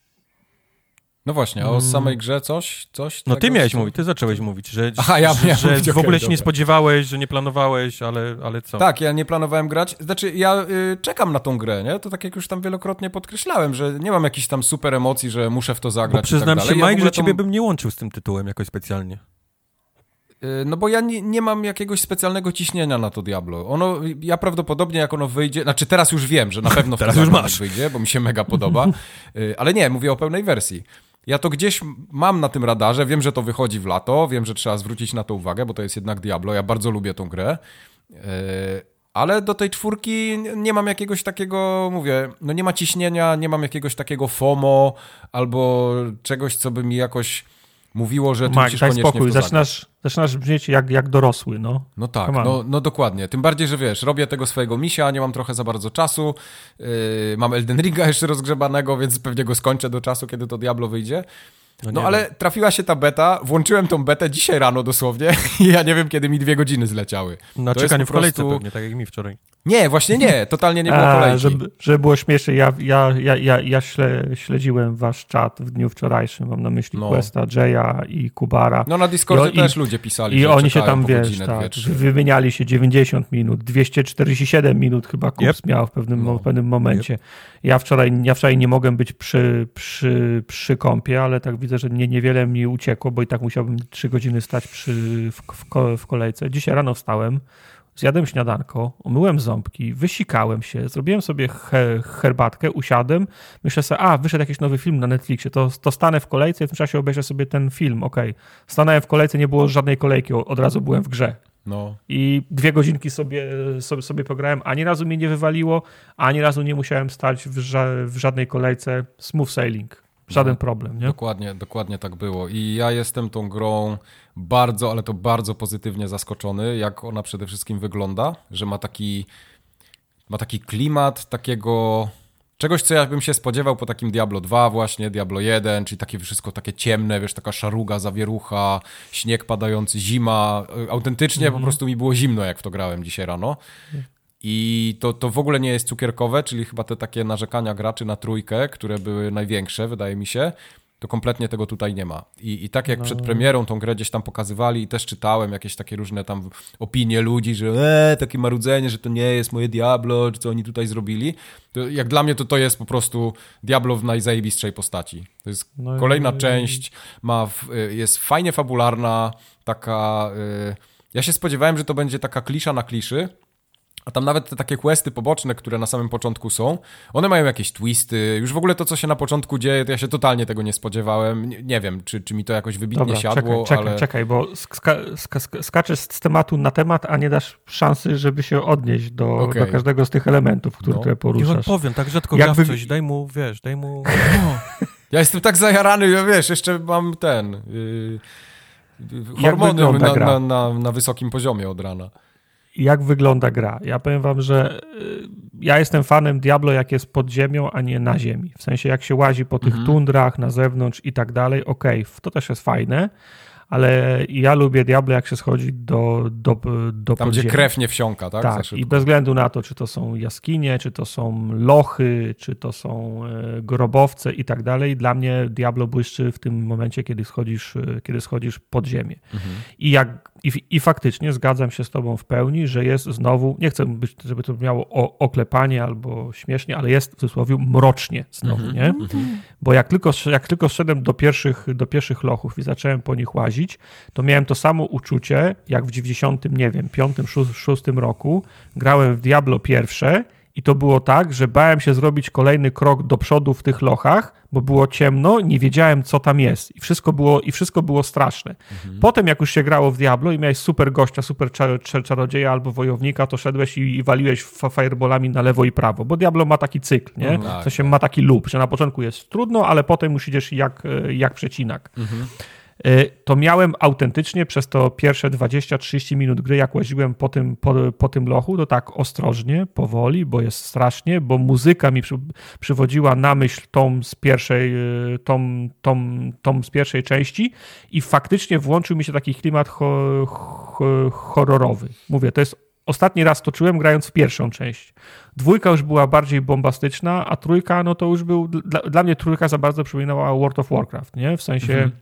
No właśnie, a o samej grze coś? coś No ty tego, miałeś co- mówić, ty zacząłeś mówić, że, Aha, ja że, miałem że mówić, w ogóle okej, się nie dobra. spodziewałeś, że nie planowałeś, ale, ale co? Tak, ja nie planowałem grać. Znaczy, ja y, czekam na tą grę, nie? To tak jak już tam wielokrotnie podkreślałem, że nie mam jakichś tam super emocji, że muszę w to zagrać. Bo przyznam i tak się, dalej. Ja w Mike, ogóle że ciebie tą- bym nie łączył z tym tytułem jakoś specjalnie. Y, No bo ja nie, nie mam jakiegoś specjalnego ciśnienia na to Diablo. Ono, ja prawdopodobnie jak ono wyjdzie, znaczy teraz już wiem, że na pewno w Teraz to już zagram, masz. jak wyjdzie, bo mi się mega podoba, Y, ale nie, mówię o pełnej wersji. Ja to gdzieś mam na tym radarze, wiem, że to wychodzi w lato, wiem, że trzeba zwrócić na to uwagę, bo to jest jednak Diablo, ja bardzo lubię tą grę, Y, ale do tej czwórki nie mam jakiegoś takiego, mówię, no nie ma ciśnienia, nie mam jakiegoś takiego FOMO albo czegoś, co by mi jakoś mówiło, że ty Mike, musisz daj koniecznie w spokój, to zagrać. zaczynasz, zaczynasz brzmieć jak, jak dorosły, no. No tak, Come on. no, no dokładnie. Tym bardziej, że wiesz, robię tego swojego misia, nie mam trochę za bardzo czasu, yy, mam Elden Ringa jeszcze rozgrzebanego, więc pewnie go skończę do czasu, kiedy to Diablo wyjdzie. No nie ale trafiła się ta beta, włączyłem tą betę dzisiaj rano dosłownie i ja nie wiem, kiedy mi dwie godziny zleciały. Na To jest czekaniu po w kolejce prostu- pewnie, tak jak mi wczoraj. Nie, właśnie nie, totalnie nie było A, kolejki. żeby, żeby było śmiesznie, ja, ja, ja, ja, ja śle, śledziłem wasz czat w dniu wczorajszym, mam na myśli No. Questa, Jaya i Kubara. No na Discordzie I- też ludzie pisali, I że oni się czekają tam, po wiesz, godzinę, dwie, tak, trzy. wymieniali się dziewięćdziesiąt minut, dwieście czterdzieści siedem minut chyba Kups Yep. miał w pewnym, No. w pewnym momencie. Ja wczoraj, ja wczoraj nie mogłem być przy, przy, przy kąpie, ale tak widzę, że nie, niewiele mi uciekło, bo i tak musiałbym trzy godziny stać przy, w, w, ko- w kolejce. Dzisiaj rano wstałem, zjadłem śniadanko, umyłem ząbki, wysikałem się, zrobiłem sobie he, herbatkę, usiadłem, myślę sobie, a, wyszedł jakiś nowy film na Netflixie, to, to stanę w kolejce i w tym czasie obejrzę sobie ten film, okej. Stanąłem w kolejce, nie było żadnej kolejki, od razu byłem w grze. No. I dwie godzinki sobie, sobie, sobie pograłem, ani razu mnie nie wywaliło, ani razu nie musiałem stać w, ża- w żadnej kolejce. Smooth sailing. Żaden No. problem, nie? Dokładnie, dokładnie tak było. I ja jestem tą grą bardzo, ale to bardzo pozytywnie zaskoczony, jak ona przede wszystkim wygląda, że ma taki, ma taki klimat takiego czegoś, co ja bym się spodziewał po takim Diablo dwa właśnie, Diablo jeden, czyli takie wszystko takie ciemne, wiesz, taka szaruga, zawierucha, śnieg padający, zima. Autentycznie Mhm. po prostu mi było zimno, jak w to grałem dzisiaj rano. I to, to w ogóle nie jest cukierkowe, czyli chyba te takie narzekania graczy na trójkę, które były największe, wydaje mi się, to kompletnie tego tutaj nie ma. I, i tak jak no. przed premierą tą grę gdzieś tam pokazywali i też czytałem jakieś takie różne tam opinie ludzi, że eee, takie marudzenie, że to nie jest moje Diablo, czy co oni tutaj zrobili, to jak dla mnie to to jest po prostu Diablo w najzajebistszej postaci. To jest no kolejna i... część, ma, jest fajnie fabularna, taka... Yy, ja się spodziewałem, że to będzie taka klisza na kliszy, a tam nawet te takie questy poboczne, które na samym początku są, one mają jakieś twisty. Już w ogóle to, co się na początku dzieje, to ja się totalnie tego nie spodziewałem. Nie, nie wiem, czy, czy mi to jakoś wybitnie Dobra, siadło, czekaj, ale... Czekaj, czekaj, bo ska ska ska skaczesz z tematu na temat, a nie dasz szansy, żeby się odnieść do, okay. do każdego z tych elementów, które, no. które poruszasz. Niech on powiem, tak rzadko Jak gra wy... w coś, daj mu, wiesz, daj mu... Ja jestem tak zajarany, ja wiesz, jeszcze mam ten... Yy, hormony na, na, na, na wysokim poziomie od rana. Jak wygląda gra? Ja powiem wam, że ja jestem fanem Diablo, jak jest pod ziemią, a nie na ziemi. W sensie, jak się łazi po tych mhm. tundrach, na zewnątrz i tak dalej, okej, okay, to też jest fajne, ale ja lubię Diablo, jak się schodzi do, do, do Tam, podziemia. Gdzie krew nie wsiąka, tak? Tak, i bez względu na to, czy to są jaskinie, czy to są lochy, czy to są grobowce i tak dalej, dla mnie Diablo błyszczy w tym momencie, kiedy schodzisz, kiedy schodzisz pod ziemię. Mhm. I, jak, i, I faktycznie zgadzam się z tobą w pełni, że jest znowu, nie chcę, być, żeby to miało o, oklepanie albo śmiesznie, ale jest w cudzysłowie mrocznie znowu, mhm. nie? Mhm. Bo jak tylko, jak tylko szedłem do pierwszych, do pierwszych lochów i zacząłem po nich łazić, to miałem to samo uczucie, jak w dziewięćdziesiątym, nie wiem, piątym, szóstym roku grałem w Diablo pierwsze i to było tak, że bałem się zrobić kolejny krok do przodu w tych lochach, bo było ciemno, nie wiedziałem, co tam jest i wszystko było, i wszystko było straszne. Mhm. Potem, jak już się grało w Diablo i miałeś super gościa, super czar czarodzieja albo wojownika, to szedłeś i, i waliłeś fireballami na lewo i prawo, bo Diablo ma taki cykl, nie? Mhm. W sensie ma taki loop, że na początku jest trudno, ale potem już idziesz jak, jak przecinak. Mhm. To miałem autentycznie przez to pierwsze dwadzieścia trzydzieści minut gry, jak łaziłem po tym, po, po tym lochu, to tak ostrożnie, powoli, bo jest strasznie, bo muzyka mi przy, przywodziła na myśl tą z pierwszej, tą, tą, tą z pierwszej części i faktycznie włączył mi się taki klimat ho, ho, horrorowy. Mówię, to jest ostatni raz to czułem, grając w pierwszą część. Dwójka już była bardziej bombastyczna, a trójka, no to już był, dla, dla mnie trójka za bardzo przypominała World of Warcraft, nie? W sensie... Mhm.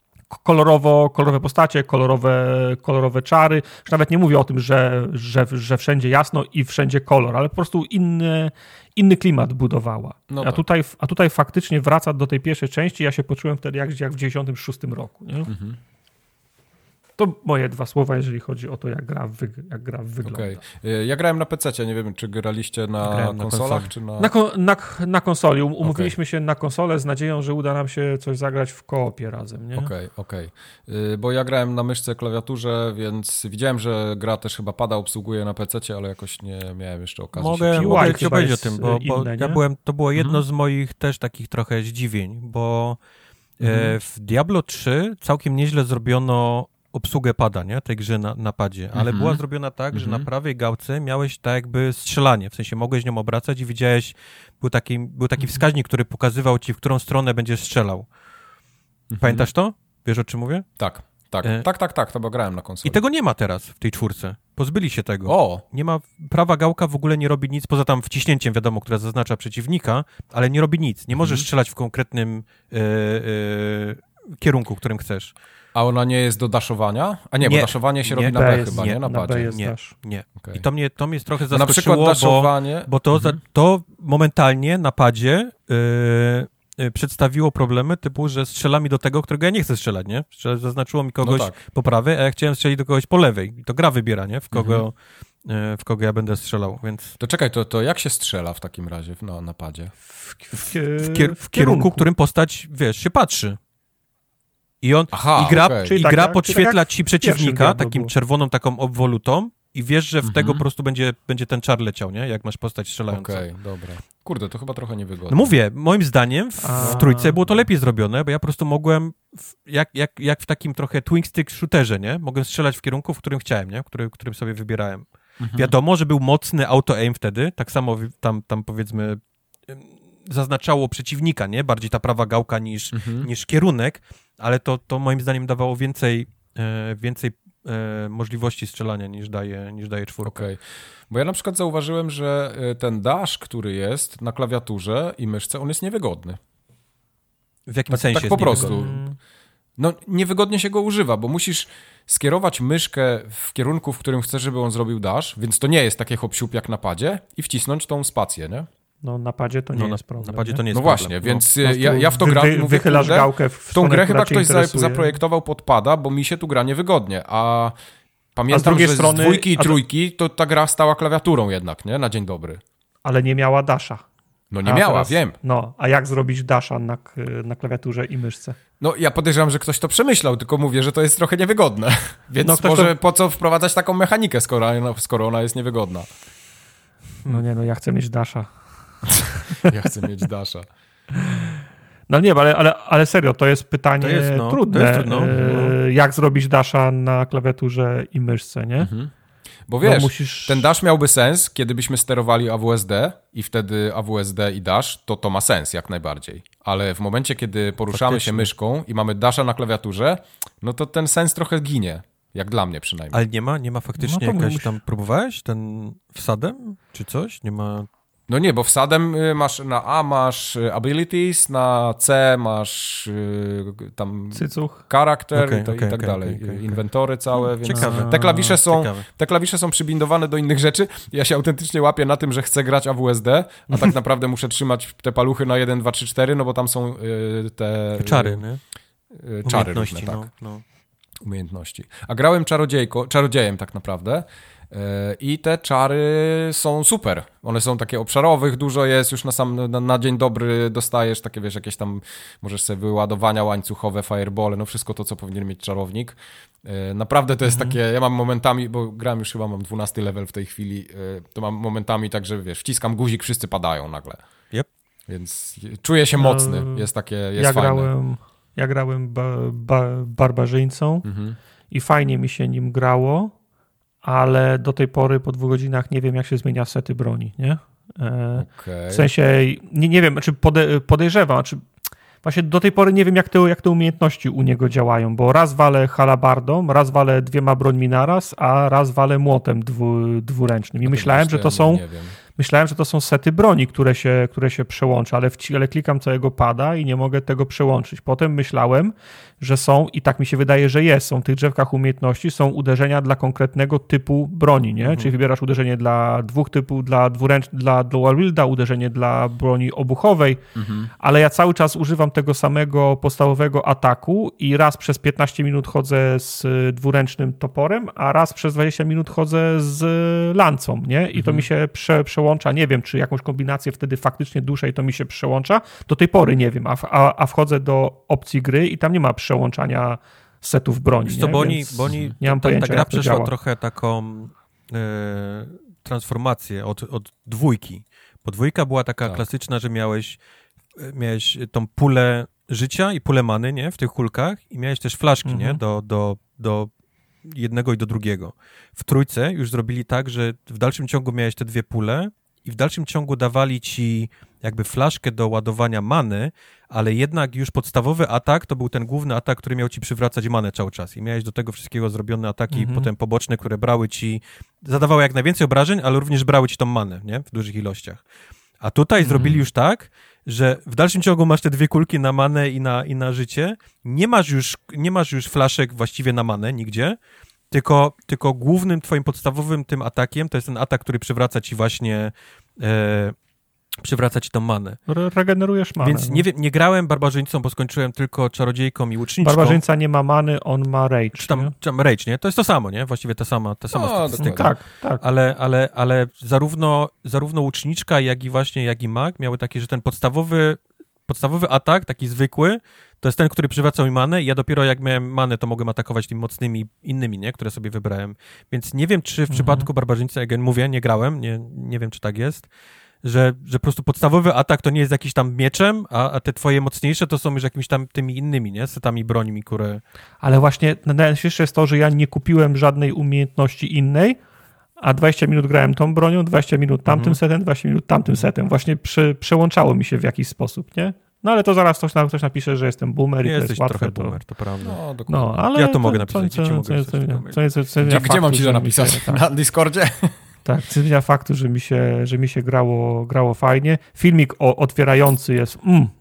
Kolorowo, kolorowe postacie, kolorowe, kolorowe czary. Już nawet nie mówię o tym, że, że, że wszędzie jasno i wszędzie kolor, ale po prostu inny, inny klimat budowała. No tak. a, tutaj, a tutaj faktycznie wraca do tej pierwszej części. Ja się poczułem wtedy jak, jak w dziewięćdziesiątym szóstym roku. Nie? Mhm. To moje dwa słowa, jeżeli chodzi o to, jak gra, wy, jak gra wygląda. Okay. Ja grałem na pececie, nie wiem, czy graliście na grałem konsolach, na czy na... Na, kon, na, na konsoli. Umówiliśmy okay. się na konsolę z nadzieją, że uda nam się coś zagrać w koopie razem, nie? Okej, okay, okej. Okay. Bo ja grałem na myszce, klawiaturze, więc widziałem, że gra też chyba pada, obsługuje na pececie, ale jakoś nie miałem jeszcze okazji. Mogę, się mogę ci opowiedzieć o tym, bo, bo inne, ja byłem, to było jedno mhm. z moich też takich trochę zdziwień, bo mhm. w Diablo trzy całkiem nieźle zrobiono obsługę pada, nie? Tej grze na, na padzie, ale mm-hmm. była zrobiona tak, mm-hmm. że na prawej gałce miałeś tak jakby strzelanie, w sensie mogłeś nią obracać i widziałeś, był taki, był taki wskaźnik, który pokazywał ci, w którą stronę będziesz strzelał. Mm-hmm. Pamiętasz to? Wiesz, o czym mówię? Tak, tak, e... tak, tak, tak, to bo grałem na konsoli. I tego nie ma teraz w tej czwórce. Pozbyli się tego. O! Nie ma, prawa gałka w ogóle nie robi nic, poza tam wciśnięciem, wiadomo, które zaznacza przeciwnika, ale nie robi nic. Nie możesz mm-hmm. strzelać w konkretnym e, e, kierunku, którym chcesz. A ona nie jest do daszowania? A nie, nie bo daszowanie się nie, robi na B chyba, nie? Na padzie. Na nie, nie. Okay. I to mnie, to mnie jest trochę zaskoczyło, na przykład daszowanie... bo, bo to, mhm. za, to momentalnie na padzie yy, yy, przedstawiło problemy typu, że strzela mi do tego, którego ja nie chcę strzelać, nie? Zaznaczyło mi kogoś no tak. po prawej, a ja chciałem strzelić do kogoś po lewej. I to gra wybiera, nie? W kogo, mhm. yy, w kogo ja będę strzelał, więc... To czekaj, to, to jak się strzela w takim razie na, na padzie? W, w, w, w, kier, w kierunku, którym postać, wiesz, się patrzy. I on Aha, i gra, okay. i gra tak, podświetla tak ci przeciwnika takim był. czerwoną taką obwolutą i wiesz, że w mhm. tego po prostu będzie, będzie ten czar leciał, nie? Jak masz postać strzelającą. Okej, okay, dobra. Kurde, to chyba trochę niewygodne. No mówię, moim zdaniem w, w trójce było to lepiej zrobione, bo ja po prostu mogłem, w, jak, jak, jak w takim trochę twin stick shooterze, nie? Mogłem strzelać w kierunku, w którym chciałem, nie? W którym, którym sobie wybierałem. Mhm. Wiadomo, że był mocny auto-aim wtedy, tak samo tam, tam powiedzmy zaznaczało przeciwnika, nie? Bardziej ta prawa gałka niż, mhm. niż kierunek, ale to, to moim zdaniem dawało więcej, e, więcej e, możliwości strzelania niż daje, niż daje czwórka. Okay. Bo ja na przykład zauważyłem, że ten dash, który jest na klawiaturze i myszce, on jest niewygodny. W jakim tak, sensie tak po prostu. niewygodny? No niewygodnie się go używa, bo musisz skierować myszkę w kierunku, w którym chcesz, żeby on zrobił dash, więc to nie jest takie hop-siup jak na padzie i wcisnąć tą spację, nie? No na padzie to nie no, jest problem. Na padzie nie? to nie jest No problem. właśnie, no. więc No, ja, ja w to gram, wy, mówię, wychylasz kurde, gałkę w tą stronę, grę chyba cię ktoś interesuje. zaprojektował pod pada, bo mi się tu gra niewygodnie, a pamiętam, A z drugiej że strony, z dwójki i a to- trójki to ta gra stała klawiaturą jednak, nie? Na dzień dobry. Ale nie miała dasha. No nie A miała, teraz- wiem. No, a jak zrobić dasha na, k- na klawiaturze i myszce? No ja podejrzewam, że ktoś to przemyślał, tylko mówię, że to jest trochę niewygodne. Więc No, ktoś może to- po co wprowadzać taką mechanikę, skoro, skoro ona jest niewygodna. No nie, no ja chcę mieć dasha. Ja chcę mieć dasha. No nie, ale, ale, ale serio, to jest pytanie To jest, no, trudne. to jest trudno, e, Jak zrobić dasha na klawiaturze i myszce, nie? Mhm. Bo wiesz, No musisz- ten dash miałby sens, kiedy byśmy sterowali A W S D i wtedy A W S D i dash, to to ma sens jak najbardziej. Ale w momencie, kiedy poruszamy Faktycznie. się myszką i mamy dasha na klawiaturze, no to ten sens trochę ginie. Jak dla mnie przynajmniej. Ale nie ma, nie ma faktycznie No to jakaś musisz- tam, próbowałeś ten wsadem, czy coś? Nie ma... No nie, bo wsadem y, masz na A masz y, abilities, na C masz y, tam Cycuch. charakter Okej, i, to, okej, i tak okej, dalej. okej, okej, okej. Inwentory całe, więc Ciekawe. te klawisze są Ciekawe. te klawisze są przybindowane do innych rzeczy. Ja się autentycznie łapię na tym, że chcę grać A W S D, a tak naprawdę muszę trzymać te paluchy na jeden, dwa, trzy, cztery, no bo tam są y, te... Czary, nie? y, czary Umiejętności, różne, tak. no, no. Umiejętności. A grałem czarodziejko, czarodziejem tak naprawdę. Yy, I te czary są super. One są takie obszarowych, dużo jest, już na sam na, na dzień dobry dostajesz takie, wiesz, jakieś tam, możesz sobie wyładowania łańcuchowe, firebole, no wszystko to, co powinien mieć czarownik. Yy, naprawdę to jest Mhm. takie, ja mam momentami, bo gram już chyba, mam dwunasty level w tej chwili, yy, to mam momentami tak, że wiesz, wciskam guzik, wszyscy padają nagle. Yep. Więc czuję się No, mocny, jest takie, jest Ja fajne. grałem, ja grałem ba, ba, barbarzyńcą Mhm. i fajnie mi się nim grało, ale do tej pory po dwóch godzinach nie wiem, jak się zmienia sety broni, nie? E, Okay. W sensie, nie, nie wiem, czy pode, podejrzewam, czy właśnie do tej pory nie wiem, jak te, jak te umiejętności u niego działają, bo raz walę halabardą, raz walę dwiema brońmi naraz, a raz walę młotem dwu, dwuręcznym. I To myślałem, wiesz, że ja to nie- są nie wiem. Myślałem, że to są sety broni, które się, które się przełącza, ale, wci- ale klikam całego pada i nie mogę tego przełączyć. Potem myślałem, że są, i tak mi się wydaje, że jest, są w tych drzewkach umiejętności, są uderzenia dla konkretnego typu broni, nie? Mhm. Czyli wybierasz uderzenie dla dwóch typów, dla dwuręcznych, dla dual wielda, uderzenie dla broni obuchowej, Mhm. ale ja cały czas używam tego samego podstawowego ataku i raz przez piętnaście minut chodzę z y, dwuręcznym toporem, a raz przez dwadzieścia minut chodzę z y, lancą, nie? I to mi się prze, przełącza, nie wiem, czy jakąś kombinację wtedy faktycznie duszę i to mi się przełącza. Do tej pory nie wiem, a, w- a, a wchodzę do opcji gry i tam nie ma przełączania setów broni, Wiesz co, nie? bo oni, Więc bo oni nie mam ta, ta pojęcia, gra jak to przeszła działa. trochę taką e, transformację od, od dwójki. Bo dwójka była taka Tak. klasyczna, że miałeś, e, miałeś tą pulę życia i pulę many, nie? W tych kulkach i miałeś też flaszki, Mhm. nie? Do, do, do jednego i do drugiego. W trójce już zrobili tak, że w dalszym ciągu miałeś te dwie pule i w dalszym ciągu dawali ci jakby flaszkę do ładowania many, ale jednak już podstawowy atak to był ten główny atak, który miał ci przywracać manę cały czas i miałeś do tego wszystkiego zrobione ataki Mhm. potem poboczne, które brały ci, zadawały jak najwięcej obrażeń, ale również brały ci tą manę, nie? W dużych ilościach. A tutaj Mhm. zrobili już tak, że w dalszym ciągu masz te dwie kulki na manę i na, i na życie, nie masz już, nie masz już flaszek właściwie na manę nigdzie, tylko, tylko głównym twoim podstawowym tym atakiem to jest ten atak, który przywraca ci właśnie e, przywraca ci tą manę. Re- Regenerujesz manę. Więc no. nie wiem, nie grałem barbarzyńcą, bo skończyłem tylko czarodziejką i łuczniczką. Barbarzyńca nie ma many, on ma rage. Czy tam, nie? czy tam rage, nie? To jest to samo, nie? Właściwie ta sama, ta sama No, statystyka. dokładnie. Tak, tak. Ale, ale, ale zarówno, zarówno łuczniczka, jak i właśnie, jak i mag miały takie, że ten podstawowy, podstawowy atak, taki zwykły, to jest ten, który przywracał mi manę i ja dopiero jak miałem manę, to mogłem atakować tymi mocnymi innymi, nie? Które sobie wybrałem. Więc nie wiem, czy w Mhm. przypadku barbarzyńcy, again, mówię, nie grałem, nie, nie wiem, czy tak jest, że, że po prostu podstawowy atak to nie jest jakiś tam mieczem, a, a te twoje mocniejsze to są już jakimiś tam tymi innymi, nie? Setami brońmi, które... Ale właśnie najśmieszniejsze jest to, że ja nie kupiłem żadnej umiejętności innej, a dwadzieścia minut grałem tą bronią, dwadzieścia minut tamtym Mhm. setem, dwadzieścia minut tamtym setem. Właśnie przy, przełączało mi się w jakiś sposób, nie? No ale to zaraz ktoś, nam, ktoś napisze, że jestem boomer i Nie to jesteś jest łatwe. trochę to... boomer, to prawda. No, dokładnie. No, ale Ja to mogę napisać, co, ci co, mogę co, wysłać co, tego maila. co, co, co, Gdzie, gdzie mam ci to że mi napisać? się- tak. Na Discordzie? Tak, co zmienia faktu, że mi się, że mi się grało, grało fajnie. Filmik o, otwierający jest mm,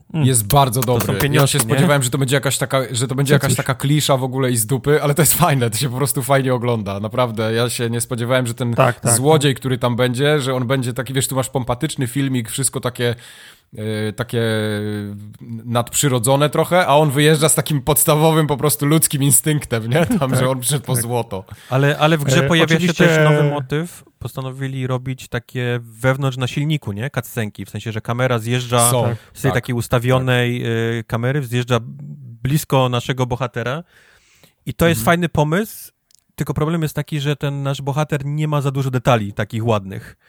Jest bardzo dobry. Ja się nie? spodziewałem, że to będzie jakaś taka, że to będzie jakaś taka klisza w ogóle i z dupy, ale to jest fajne, to się po prostu fajnie ogląda. Naprawdę, ja się nie spodziewałem, że ten tak, tak, złodziej, który tam będzie, że on będzie taki, wiesz, tu masz pompatyczny filmik, wszystko takie Yy, takie nadprzyrodzone trochę, a on wyjeżdża z takim podstawowym po prostu ludzkim instynktem, nie? Tam, tak, że on przyszedł po tak. złoto. Ale, ale w grze e, pojawia oczywiście... się też nowy motyw. Postanowili robić takie wewnątrz na silniku, nie? Cutscenki, w sensie, że kamera zjeżdża Są, z tej tak, takiej ustawionej tak. y, kamery, zjeżdża blisko naszego bohatera i to jest mhm. fajny pomysł, tylko problem jest taki, że ten nasz bohater nie ma za dużo detali takich ładnych.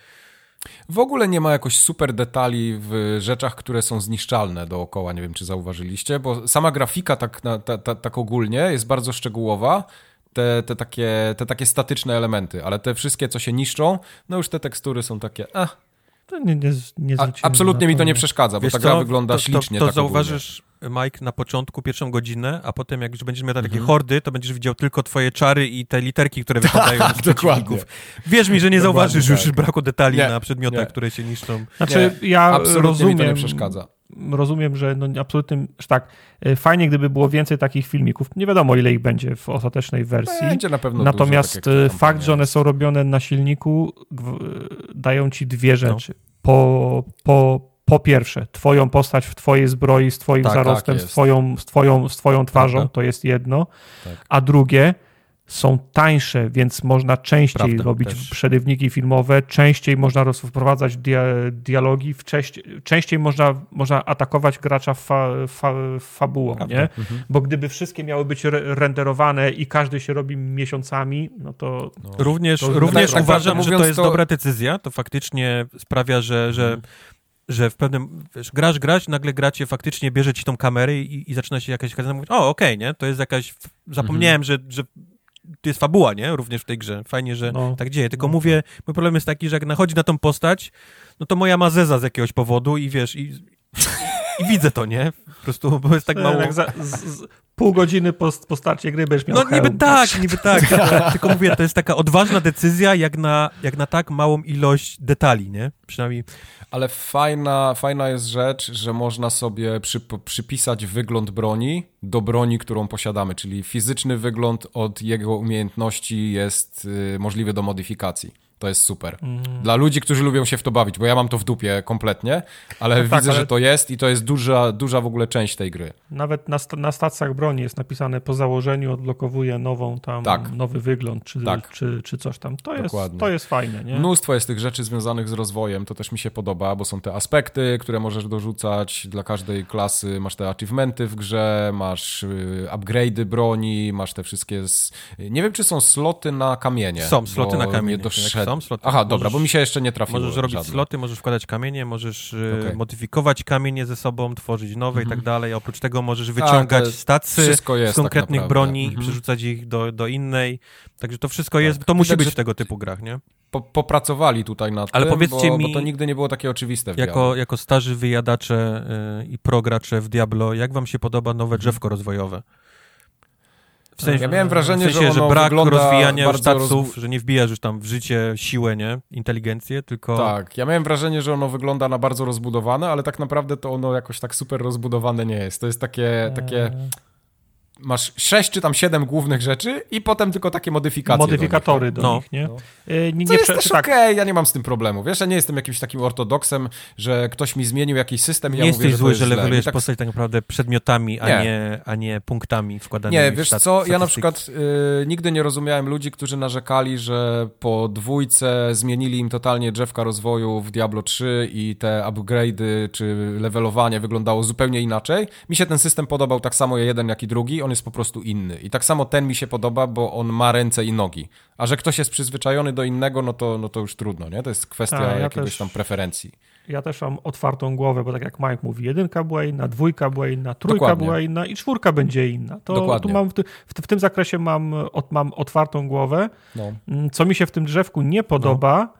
W ogóle nie ma jakoś super detali w rzeczach, które są zniszczalne dookoła, nie wiem, czy zauważyliście, bo sama grafika tak, na, ta, ta, tak ogólnie jest bardzo szczegółowa, te, te, takie, te takie statyczne elementy, ale te wszystkie, co się niszczą, no już te tekstury są takie, a... To nie, nie, nie a, absolutnie mi to nie przeszkadza, Wiesz bo ta gra co? wygląda to, ślicznie. To, to tak zauważysz, ogólnie. Mike, na początku, pierwszą godzinę, a potem jak już będziesz miał takie mhm. hordy, to będziesz widział tylko twoje czary i te literki, które wypadają z przeciwników. Wierz mi, że nie zauważysz tak. już braku detali nie, na przedmiotach, nie. które się niszczą. Znaczy, nie, ja absolutnie rozumiem, mi to nie przeszkadza. Rozumiem, że no absolutnie, że tak, fajnie gdyby było więcej takich filmików. Nie wiadomo, ile ich będzie w ostatecznej wersji. Będzie na pewno Natomiast dużo, tak fakt, że one są robione na silniku, dają ci dwie rzeczy. No. Po, po, po pierwsze, twoją postać w twojej zbroi, z twoim tak, zarostem, tak z, twoją, z, twoją, z twoją twarzą, tak, to jest jedno. Tak. A drugie, są tańsze, więc można częściej Prawda, robić też. przerywniki filmowe, częściej można wprowadzać dia dialogi, wcześniej, częściej można, można atakować gracza fa fa fabułą, Prawda. nie? Mhm. Bo gdyby wszystkie miały być re renderowane i każdy się robi miesiącami, no to... No. Również, to również tak, uważam, tak, że to jest to... dobra decyzja, to faktycznie sprawia, że, że mhm. że w pewnym, wiesz, grasz, grać, nagle gracie faktycznie bierze ci tą kamerę i, i zaczyna się jakaś kamerę mówić, o, okej, okay, nie? To jest jakaś... Zapomniałem, mhm. że... że to jest fabuła, nie? Również w tej grze. Fajnie, że no. tak dzieje. Tylko no. mówię, mój problem jest taki, że jak nachodzi na tą postać, no to moja ma zeza z jakiegoś powodu i wiesz, i, i, i widzę to, nie? Po prostu, bo jest tak mało... Jak za, z, z, pół godziny po, po starcie gry będziesz miał No hełm. niby tak, niby tak. Tylko mówię, to jest taka odważna decyzja, jak na, jak na tak małą ilość detali, nie? Przynajmniej... Ale fajna, fajna jest rzecz, że można sobie przy, przypisać wygląd broni do broni, którą posiadamy, czyli fizyczny wygląd od jego umiejętności jest y, możliwy do modyfikacji. To jest super. Mm. Dla ludzi, którzy lubią się w to bawić, bo ja mam to w dupie kompletnie, ale no widzę, tak, ale... że to jest i to jest duża, duża w ogóle część tej gry. Nawet na, st na stacjach broni jest napisane po założeniu odblokowuje nową tam, tak. nowy wygląd, czy, tak. czy, czy coś tam. To jest, to jest fajne, nie? Mnóstwo jest tych rzeczy związanych z rozwojem, to też mi się podoba, bo są te aspekty, które możesz dorzucać dla każdej klasy, masz te achievementy w grze, masz y, upgrade'y broni, masz te wszystkie... Z... Nie wiem, czy są sloty na kamienie. Są sloty na kamienie. Są sloty. Aha, możesz, dobra, bo mi się jeszcze nie trafiło. Możesz robić żadne. sloty, możesz wkładać kamienie, możesz okay. modyfikować kamienie ze sobą, tworzyć nowe mm-hmm. i tak dalej. Oprócz tego możesz wyciągać A, stacje z konkretnych tak broni mm-hmm. i przerzucać ich do, do innej. Także to wszystko tak. jest, to musi tak, być w tego typu grach, nie? Po, popracowali tutaj nad Ale tym, powiedzcie bo, mi, bo to nigdy nie było takie oczywiste w jako, jako starzy wyjadacze yy, i progracze w Diablo, jak wam się podoba nowe mm-hmm. drzewko rozwojowe? W sensie, ja miałem wrażenie, w sensie, że, ono że brak rozwijania staców, roz... że nie wbijasz już tam w życie siłę, nie? Inteligencję, tylko... Tak, ja miałem wrażenie, że ono wygląda na bardzo rozbudowane, ale tak naprawdę to ono jakoś tak super rozbudowane nie jest. To jest takie... Eee. takie... Masz sześć czy tam siedem głównych rzeczy i potem tylko takie modyfikacje Modyfikatory do nich, do no. nich nie? No. Yy, nie, Co nie jest prze... też tak. okej, okay, ja nie mam z tym problemu. Wiesz, ja nie jestem jakimś takim ortodoksem, że ktoś mi zmienił jakiś system i nie ja mówię, że zły, że levelujesz tak... postać tak naprawdę przedmiotami, a nie, nie, a nie punktami wkładanymi Nie, wiesz w stat- co, ja na statystyki. przykład y, nigdy nie rozumiałem ludzi, którzy narzekali, że po dwójce zmienili im totalnie drzewka rozwoju w Diablo trzy i te upgrade'y czy levelowanie wyglądało zupełnie inaczej. Mi się ten system podobał tak samo jeden, jak i drugi, on jest po prostu inny. I tak samo ten mi się podoba, bo on ma ręce i nogi. A że ktoś jest przyzwyczajony do innego, no to, no to już trudno, nie? To jest kwestia A, ja jakiegoś też, tam preferencji. Ja też mam otwartą głowę, bo tak jak Mike mówi, jedynka była inna, dwójka była inna, trójka Dokładnie. była inna i czwórka będzie inna. To Dokładnie. Tu mam w, ty, w, w tym zakresie mam, od, mam otwartą głowę. No. Co mi się w tym drzewku nie podoba, no.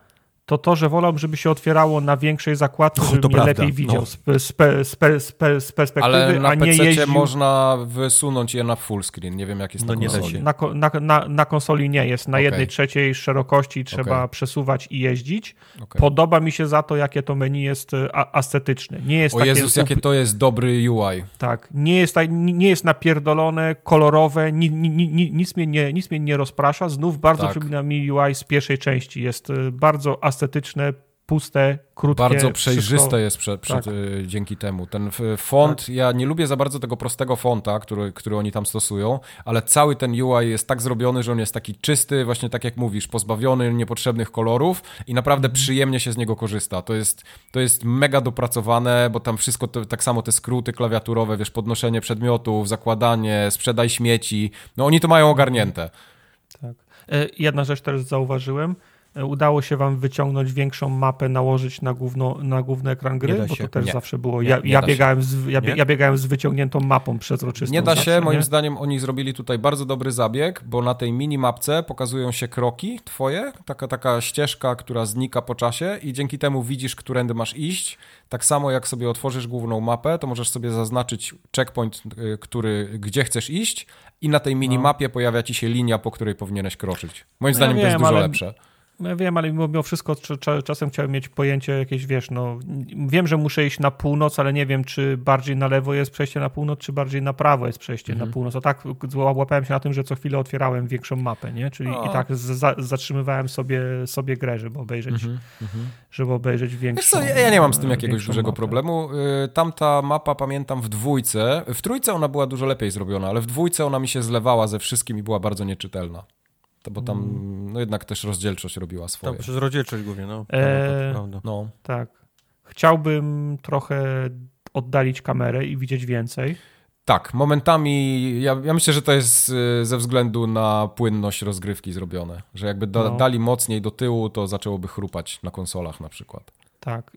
to to, że wolałbym, żeby się otwierało na większej zakładce, No, żeby to mnie prawda. lepiej widział No. z, z, z, z, z perspektywy, Ale na a nie pececie jeździł... można wysunąć je na full screen. Nie wiem, jak jest No na nie da konsoli. się. Na, ko- na, na, na konsoli nie jest. Na Okej. jednej trzeciej szerokości trzeba Okej. przesuwać i jeździć. Okay. Podoba mi się za to, jakie to menu jest a- ascetyczne. Nie jest O takie, Jezus, jakie to jest dobry U I. Tak, nie jest, tak- nie jest napierdolone, kolorowe, ni, ni, ni, nic, mnie nie, nic mnie nie rozprasza. Znów bardzo Tak. przypomina mi U I z pierwszej części. Jest y, bardzo ascetyczne, puste, krótkie. Bardzo przejrzyste wszystko. jest prze, przed, Tak. y, dzięki temu. Ten f- font, Tak. ja nie lubię za bardzo tego prostego fonta, który, który oni tam stosują, ale cały ten U I jest tak zrobiony, że on jest taki czysty, właśnie tak jak mówisz, pozbawiony niepotrzebnych kolorów i naprawdę przyjemnie się z niego korzysta. To jest, to jest mega dopracowane, bo tam wszystko, to, tak samo te skróty klawiaturowe, wiesz, podnoszenie przedmiotów, zakładanie, sprzedaj śmieci, no oni to mają ogarnięte. Tak. E, Jedna rzecz też zauważyłem. E, Udało się wam wyciągnąć większą mapę, nałożyć na, główno, na główny ekran gry, Nie da bo się. to też Nie. zawsze było. Nie, Ja, nie ja, da się. biegałem z, ja, bie- Nie? ja biegałem z wyciągniętą mapą przezroczystą. Nie da zawsze, się, moim nie? zdaniem oni zrobili tutaj bardzo dobry zabieg, bo na tej minimapce pokazują się kroki twoje, taka, taka ścieżka, która znika po czasie i dzięki temu widzisz, którędy masz iść. Tak samo jak sobie otworzysz główną mapę, to możesz sobie zaznaczyć checkpoint, y, który, gdzie chcesz iść i na tej minimapie pojawia ci się linia, po której powinieneś kroczyć. Moim No zdaniem ja to jest wiem, dużo ale- lepsze. No ja wiem, ale mimo wszystko cz- cz- czasem chciałem mieć pojęcie jakieś, wiesz, no wiem, że muszę iść na północ, ale nie wiem, czy bardziej na lewo jest przejście na północ, czy bardziej na prawo jest przejście Mhm. na północ. A tak łapałem się na tym, że co chwilę otwierałem większą mapę, nie? Czyli O. i tak z- za, zatrzymywałem sobie, sobie grę, żeby obejrzeć, Mhm, żeby obejrzeć większą. Wiesz co, ja, ja nie mam z tym jakiegoś większą dużego mapę. problemu. Y, Tamta mapa, pamiętam, w dwójce, w trójce ona była dużo lepiej zrobiona, ale w dwójce ona mi się zlewała ze wszystkim i była bardzo nieczytelna. To bo tam, no jednak też rozdzielczość robiła swoje. Tam przez rozdzielczość głównie, no. Eee, To prawda. No. Tak. Chciałbym trochę oddalić kamerę i widzieć więcej. Tak, momentami, ja, ja myślę, że to jest y, ze względu na płynność rozgrywki zrobione, że jakby da, No. dali mocniej do tyłu, to zaczęłoby chrupać na konsolach na przykład. Tak.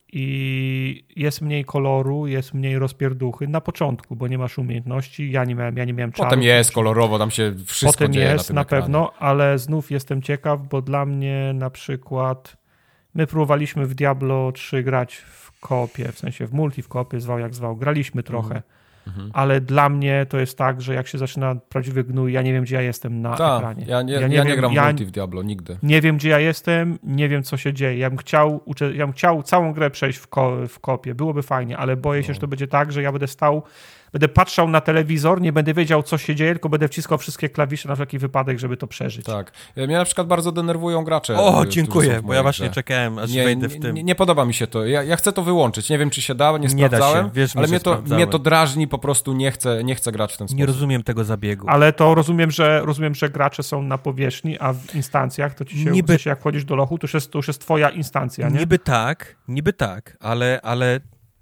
I jest mniej koloru, jest mniej rozpierduchy na początku, bo nie masz umiejętności. Ja nie miałem, ja nie miałem czarów. Potem jest kolorowo, tam się wszystko Potem dzieje jest na tym na ekranie. pewno, ale znów jestem ciekaw, bo dla mnie na przykład my próbowaliśmy w Diablo trzy grać w koopie, w sensie w multi, w koopie, zwał jak zwał. Graliśmy trochę, Mhm. ale dla mnie to jest tak, że jak się zaczyna prawdziwy gnój, ja nie wiem, gdzie ja jestem na Tak, ekranie. ja nie, ja Ja nie, nie wiem, gram w ja- multi w Diablo, nigdy. Nie wiem, gdzie ja jestem, nie wiem, co się dzieje. Ja bym chciał, ucze- ja bym chciał całą grę przejść w, ko- w kopie, byłoby fajnie, ale boję się, No. że to będzie tak, że ja będę stał, będę patrzał na telewizor, nie będę wiedział, co się dzieje, tylko będę wciskał wszystkie klawisze na wszelki wypadek, żeby to przeżyć. Tak. Mnie na przykład bardzo denerwują gracze. O, którzy dziękuję, są w bo mojej ja właśnie grze. czekałem, aż Nie, wejdę w tym. nie, nie podoba mi się to. Ja, ja chcę to wyłączyć. Nie wiem, czy się da, nie Nie da się, sprawdzałem, wierz mi, ale że mnie to, sprawdzałem. mnie to drażni, po prostu nie chcę, nie chcę grać w ten sposób. Nie rozumiem tego zabiegu. Ale to rozumiem, że rozumiem, że gracze są na powierzchni, a w instancjach to ci się, Niby- w sensie jak wchodzisz do lochu, to już jest, to już jest twoja instancja, nie? Niby tak, niby tak, ale, ale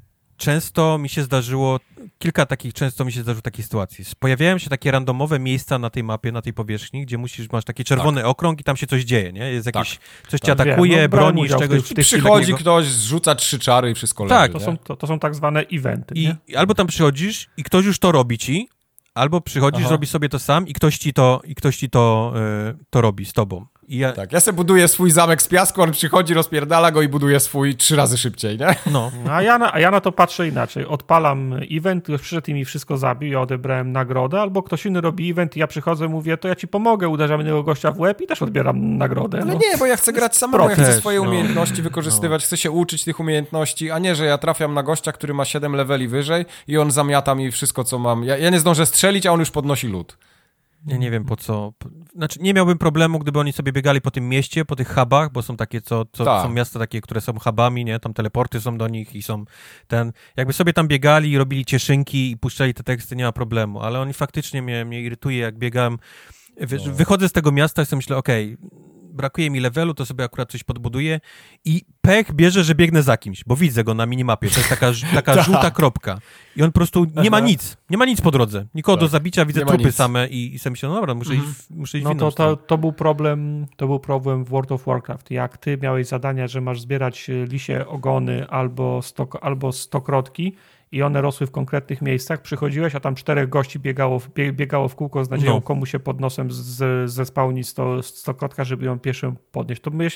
często mi się zdarzyło, kilka takich, często mi się zdarzyło takich sytuacji. Pojawiają się takie randomowe miejsca na tej mapie, na tej powierzchni, gdzie musisz, masz taki czerwony okrąg i tam się coś dzieje, nie? Jest jakieś, coś cię Tak. atakuje, Wiem, no, brałem bronisz udział w czegoś. tych- w tych Przychodzi takiego- ktoś, zrzuca trzy czary i wszystko leży. Tak, To nie? są, to, to są tak zwane eventy, I nie? albo tam przychodzisz i ktoś już to robi ci, albo przychodzisz, Aha. robisz sobie to sam i ktoś ci to, i ktoś ci to, y, to robi z tobą. I ja, Tak, ja sobie buduję swój zamek z piasku, on przychodzi, rozpierdala go i buduje swój trzy razy szybciej, nie? no, No, A ja, na, a ja na to patrzę inaczej. Odpalam event, ktoś przyszedł i mi wszystko zabił, ja odebrałem nagrodę, albo ktoś inny robi event i ja przychodzę, mówię, to ja ci pomogę, uderzam innego gościa w łeb i też odbieram nagrodę. Ale no. nie, bo ja chcę grać samemu, ja chcę Też, swoje no. umiejętności wykorzystywać, chcę się uczyć tych umiejętności, a nie, że ja trafiam na gościa, który ma siedem leveli wyżej i on zamiata mi wszystko, co mam. Ja, ja nie zdążę strzelić, a on już podnosi lód. ja nie wiem po co. Po, znaczy, nie miałbym problemu, gdyby oni sobie biegali po tym mieście, po tych hubach, bo są takie, co, co Tak. są miasta takie, które są hubami, nie? Tam teleporty są do nich i są ten... Jakby sobie tam biegali i robili cieszynki i puszczali te teksty, nie ma problemu, ale oni faktycznie mnie, mnie irytuje, jak biegałem. Wiesz, No. wychodzę z tego miasta i sobie myślę, okej, brakuje mi levelu, to sobie akurat coś podbuduję i pech bierze, że biegnę za kimś, bo widzę go na minimapie, to jest taka, ż- taka Tak. żółta kropka i on po prostu nie ma Aha. nic, nie ma nic po drodze, nikogo Tak. do zabicia, widzę Nie ma trupy nic. same i, i sobie myślę, no dobra, muszę Mhm. iść, w- muszę iść w No inną to, to, stronę. to był problem, to był problem w World of Warcraft. Jak ty miałeś zadania, że masz zbierać e, lisie ogony albo, stok, albo stokrotki i one rosły w konkretnych miejscach, przychodziłeś, a tam czterech gości biegało, w- bie- biegało w kółko z nadzieją, No. komu się pod nosem z, z, zespałni sto, stokrotka, żeby ją pierwszym podnieść. To byłeś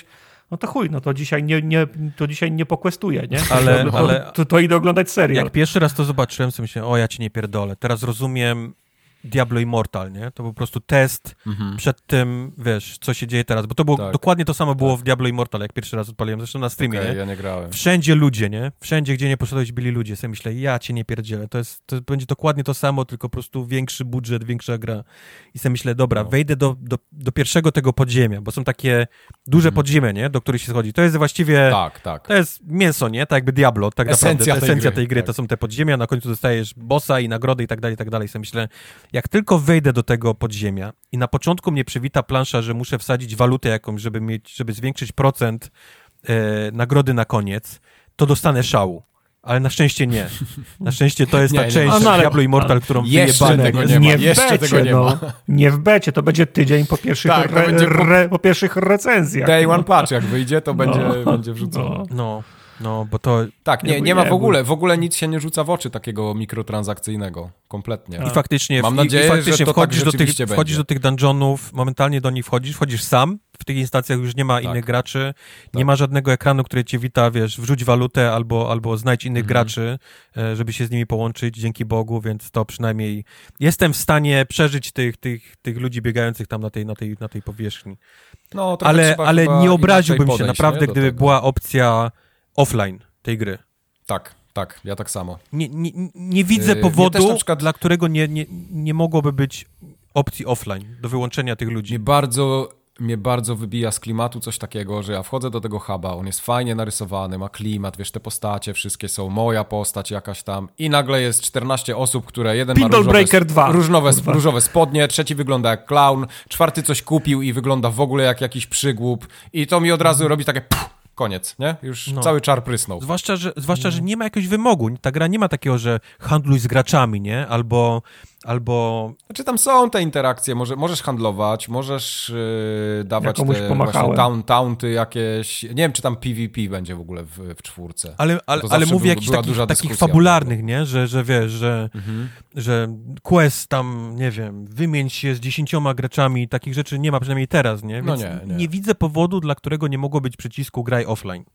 no to chuj, no to dzisiaj nie, nie, to dzisiaj nie poquestuję, nie? Ale, to, ale to, to idę oglądać serial. Jak pierwszy raz to zobaczyłem, to myślałem, o ja cię nie pierdolę, teraz rozumiem Diablo Immortal, nie? To był po prostu test Mhm. przed tym, wiesz, co się dzieje teraz, bo to było, Tak. dokładnie to samo było w Diablo Immortal, jak pierwszy raz odpaliłem, zresztą na streamie, Okej, nie? ja nie grałem. Wszędzie ludzie, nie? Wszędzie, gdzie nie poszedłeś, byli ludzie. Sobie myślę, ja cię nie pierdzielę. To, jest, to będzie dokładnie to samo, tylko po prostu większy budżet, większa gra. I sobie myślę, dobra, No. wejdę do, do, do pierwszego tego podziemia, bo są takie duże Mhm. podziemia, nie? Do których się schodzi. To jest właściwie... Tak, tak. To jest mięso, nie? Tak jakby Diablo, tak Esencja naprawdę. tej Esencja gry, tej gry, tak. to są te podziemia, na końcu dostajesz bossa i nagrody i tak dalej, i tak dalej. Sobie myślę, jak tylko wejdę do tego podziemia i na początku mnie przywita plansza, że muszę wsadzić walutę jakąś, żeby mieć, żeby zwiększyć procent e, nagrody na koniec, to dostanę szału. Ale na szczęście nie. Na szczęście to jest Nie, ta nie część ma. No, ale- Diablo Immortal, którą Jeszcze wyjebane. tego jest. nie ma. Nie w Jeszcze becie, tego nie no. ma. Nie w becie, to będzie tydzień po pierwszych, Tak, to re, będzie po- re, po pierwszych recenzjach. Day no. one patch, jak wyjdzie, to będzie, będzie wrzucone. No. No, no, bo to... Tak, nie, Nie, nie ma nie, w ogóle, w ogóle nic się nie rzuca w oczy takiego mikrotransakcyjnego. Kompletnie. I faktycznie, Mam i, nadzieję, i faktycznie że to wchodzisz, tak do tych, rzeczywiście wchodzisz będzie. do tych dungeonów, momentalnie do nich wchodzisz, wchodzisz sam, w tych instancjach już nie ma Tak. innych graczy, nie Tak. ma żadnego ekranu, który cię wita, wiesz, wrzuć walutę albo, albo znajdź innych Mhm. graczy, e, żeby się z nimi połączyć, dzięki Bogu, więc to przynajmniej jestem w stanie przeżyć tych, tych, tych ludzi biegających tam na tej, na tej, na tej powierzchni. No, trochę Ale, trzeba ale chyba nie inaczej obraziłbym się podejść, naprawdę, nie, do gdyby tego. była opcja offline tej gry. Tak, tak, ja tak samo. Nie, nie, nie widzę Yy, mnie powodu, też na przykład- dla którego nie, nie, nie mogłoby być opcji offline, do wyłączenia tych ludzi. Mnie bardzo, mnie bardzo wybija z klimatu coś takiego, że ja wchodzę do tego huba, on jest fajnie narysowany, ma klimat, wiesz, te postacie wszystkie są, moja postać jakaś tam i nagle jest czternaście osób, które jeden Pindle ma różowe, Breaker dwa. Różowe, Kurwa. różowe spodnie, trzeci wygląda jak clown, czwarty coś kupił i wygląda w ogóle jak jakiś przygłup i to mi od razu robi takie pff, koniec, nie? Już No. cały czar prysnął. Zwłaszcza, że, zwłaszcza, że nie ma jakiegoś wymogu. Ta gra nie ma takiego, że handluj z graczami, nie? Albo, albo Znaczy tam są te interakcje, może, możesz handlować, możesz yy, dawać Ja komuś te pomachałem. właśnie taun, taunty jakieś, nie wiem czy tam PvP będzie w ogóle w, w czwórce. ale, ale, To ale zawsze mówię był- jakichś była takich, duża takich dyskusja. fabularnych, nie? Że, że wiesz, że, Mhm. że quest tam, nie wiem, wymień się z dziesięcioma graczami, takich rzeczy nie ma przynajmniej teraz, nie? No Więc nie, nie. nie widzę powodu, dla którego nie mogło być przycisku graj offline.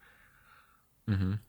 Mhm.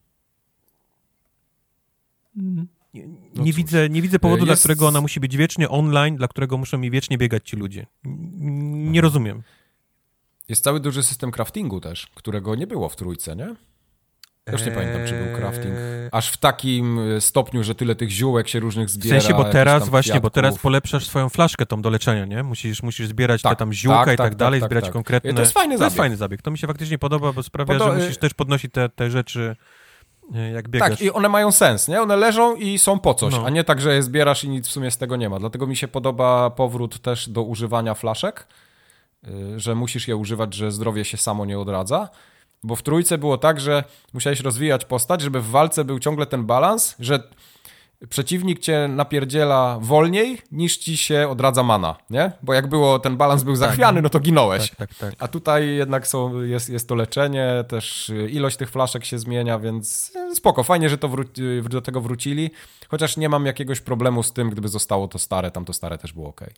Mm. Nie, No nie, cóż. widzę, nie widzę powodu, dla Jest- którego ona musi być wiecznie online, dla którego muszą mi wiecznie biegać ci ludzie. N- Nie rozumiem. Jest cały duży system craftingu też, którego nie było w trójce, nie? Też nie pamiętam, czy był crafting. Eee, Aż w takim y, stopniu, że tyle tych ziółek się różnych W zbiera. sensie, bo jakichś teraz tam właśnie, bo kwiatków. teraz polepszasz swoją flaszkę tą do leczenia, nie? Musisz, musisz zbierać te Tak, tam ziółka tak, i tak, tak, dalej, tak, zbierać tak. konkretne... To jest fajny To jest zabieg. fajny zabieg. To mi się faktycznie podoba, bo sprawia, Podo- że musisz też podnosić te, te rzeczy, e, jak biegasz. Tak, i one mają sens, nie? One leżą i są po coś, No. a nie tak, że je zbierasz i nic w sumie z tego nie ma. Dlatego mi się podoba powrót też do używania flaszek, y, że musisz je używać, że zdrowie się samo nie odradza. Bo w trójce było tak, że musiałeś rozwijać postać, żeby w walce był ciągle ten balans, że przeciwnik cię napierdziela wolniej, niż ci się odradza mana, nie? Bo jak było, ten balans był zachwiany, no to ginąłeś. Tak, tak, tak. A tutaj jednak są, jest, jest to leczenie, też ilość tych flaszek się zmienia, więc spoko, fajnie, że to wró- do tego wrócili, chociaż nie mam jakiegoś problemu z tym, gdyby zostało to stare, tam to stare też było okej.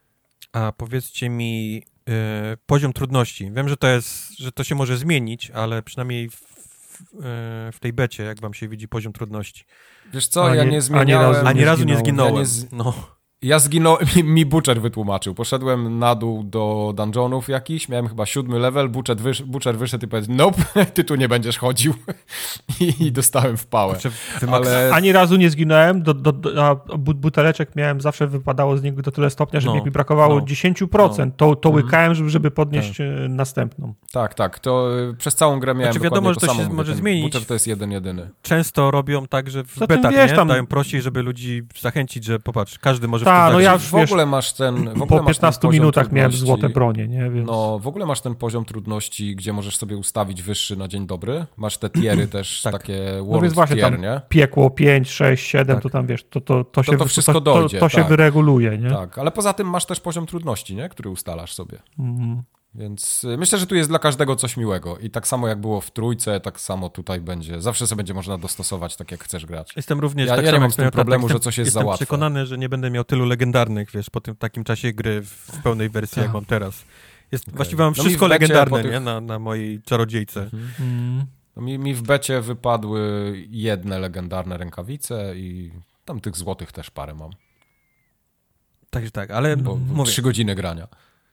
A powiedzcie mi e, poziom trudności. Wiem, że to jest, że to się może zmienić, ale przynajmniej w, w, e, w tej becie, jak wam się widzi poziom trudności. Wiesz co, Ani- ja ani nie zmieniałem... razu Ani nie razu nie zginąłem. zginąłem. Ja nie z- No. Ja zginąłem, mi, mi Butcher wytłumaczył. Poszedłem na dół do dungeonów jakichś, miałem chyba siódmy level, Butcher, wysz, Butcher wyszedł i powiedział, nope, ty tu nie będziesz chodził. I, i dostałem w pałę. Kurczę, wymaks- Ale Ani razu nie zginąłem, do, do, do, a bu- buteleczek miałem, zawsze wypadało z niego do tyle stopnia, że No, mi brakowało no. dziesięć procent. To, to Mhm. łykałem, żeby, żeby podnieść e, następną. tak, tak, to y, przez całą grę miałem Znaczy, wiadomo, dokładnie że to to samo. się mówię, może ten zmienić. Butcher to jest jeden, jedyny. Często robią tak, że w Zatem betach wiesz, nie? tam- dają prościej, żeby ludzi zachęcić, że popatrz, każdy może Ta, w to no zagrać. ja w wiesz, ogóle masz ten... W ogóle Po masz ten piętnastu poziom minutach miałem trudności- złote bronie, nie? Więc... No, w ogóle masz ten poziom trudności, gdzie możesz sobie ustawić wyższy na dzień dobry. Masz te tiery też, Tak. takie No world więc właśnie tier, tam nie? piekło pięć, sześć, siedem, Tak. to tam wiesz, to, to, to, się, to wszystko to, dojdzie, to, to się tak. wyreguluje, nie? Tak, ale poza tym masz też poziom trudności, nie? Który ustalasz sobie. Mhm. Więc y, myślę, że tu jest dla każdego coś miłego. I tak samo jak było w trójce, tak samo tutaj będzie. Zawsze sobie będzie można dostosować tak, jak chcesz grać. Jestem również Ja- tak ja nie samo mam jak z tym Toyota, problemu, jestem, że coś jest jestem za łatwe. przekonany, że nie będę miał tylu legendarnych, wiesz, po tym takim czasie gry w, w pełnej wersji, jak mam teraz. Jest, Okay. Właściwie mam no wszystko legendarne, tych... nie? Na, na mojej czarodziejce. Mm. No mi, mi w becie wypadły jedne legendarne rękawice i tam tych złotych też parę mam. Także tak, ale Bo mówię, trzy godziny grania.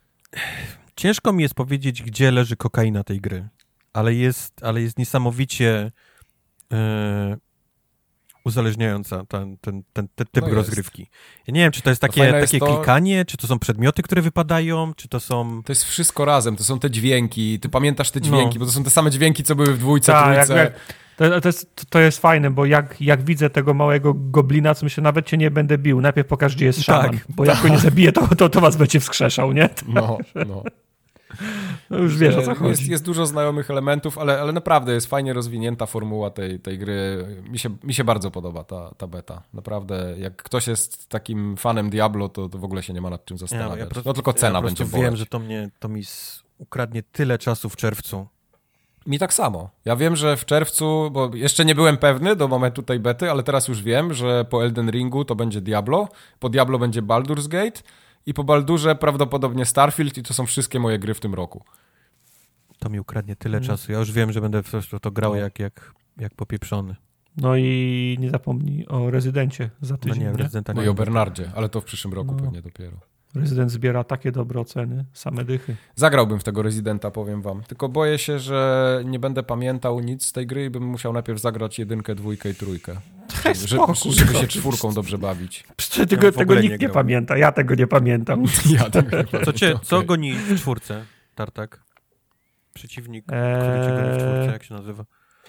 Ciężko mi jest powiedzieć, gdzie leży kokaina tej gry, ale jest, ale jest niesamowicie e, uzależniająca ten, ten, ten, ten typ No rozgrywki. Ja nie wiem, czy to jest takie, fajne jest takie to- klikanie, czy to są przedmioty, które wypadają, czy to są... To jest wszystko razem, to są te dźwięki, ty pamiętasz te dźwięki, No. bo to są te same dźwięki, co były w dwójce, Tak, trójce. jak, jak, to, to, jest, to jest fajne, bo jak, jak widzę tego małego goblina, co myślę, nawet cię nie będę bił, najpierw pokaż, gdzie jest szaman, Tak, bo jak go nie zabiję, to, to, to was będzie wskrzeszał, nie? No, no. No już wiesz, o co chodzi. Jest, jest dużo znajomych elementów, ale, ale naprawdę jest fajnie rozwinięta formuła tej, tej gry. Mi się, mi się bardzo podoba ta, ta beta. Naprawdę, jak ktoś jest takim fanem Diablo, to, to w ogóle się nie ma nad czym zastanawiać. Ja, ja prostu- no tylko cena ja po będzie prostu boleć. wiem, że to, mnie, to mi s- ukradnie tyle czasu w czerwcu. Mi tak samo. Ja wiem, że w czerwcu, bo jeszcze nie byłem pewny do momentu tej bety, ale teraz już wiem, że po Elden Ringu to będzie Diablo, po Diablo będzie Baldur's Gate i po Baldurze prawdopodobnie Starfield i to są wszystkie moje gry w tym roku. To mi ukradnie tyle Mm. czasu. Ja już wiem, że będę w to, to grał No. jak, jak, jak popieprzony. No i nie zapomnij o Rezydencie za No tydzień, nie, nie? Rezydenta No nie i o lubię. Bernardzie, ale to w przyszłym roku No. pewnie dopiero. Rezydent zbiera takie dobre oceny, same dychy. Zagrałbym w tego Residenta, powiem wam. Tylko boję się, że nie będę pamiętał nic z tej gry i bym musiał najpierw zagrać jedynkę, dwójkę i trójkę. Żeby, spokój, żeby się no. czwórką dobrze bawić. Przecież Ja tego, w tego ogóle nikt nie nie, grał. pamięta, ja tego nie pamiętam. Ja tego nie Co, cię, pamiętam. co Okej. goni w czwórce, Tartak? Przeciwnik, który cię goni w czwórce, jak się nazywa?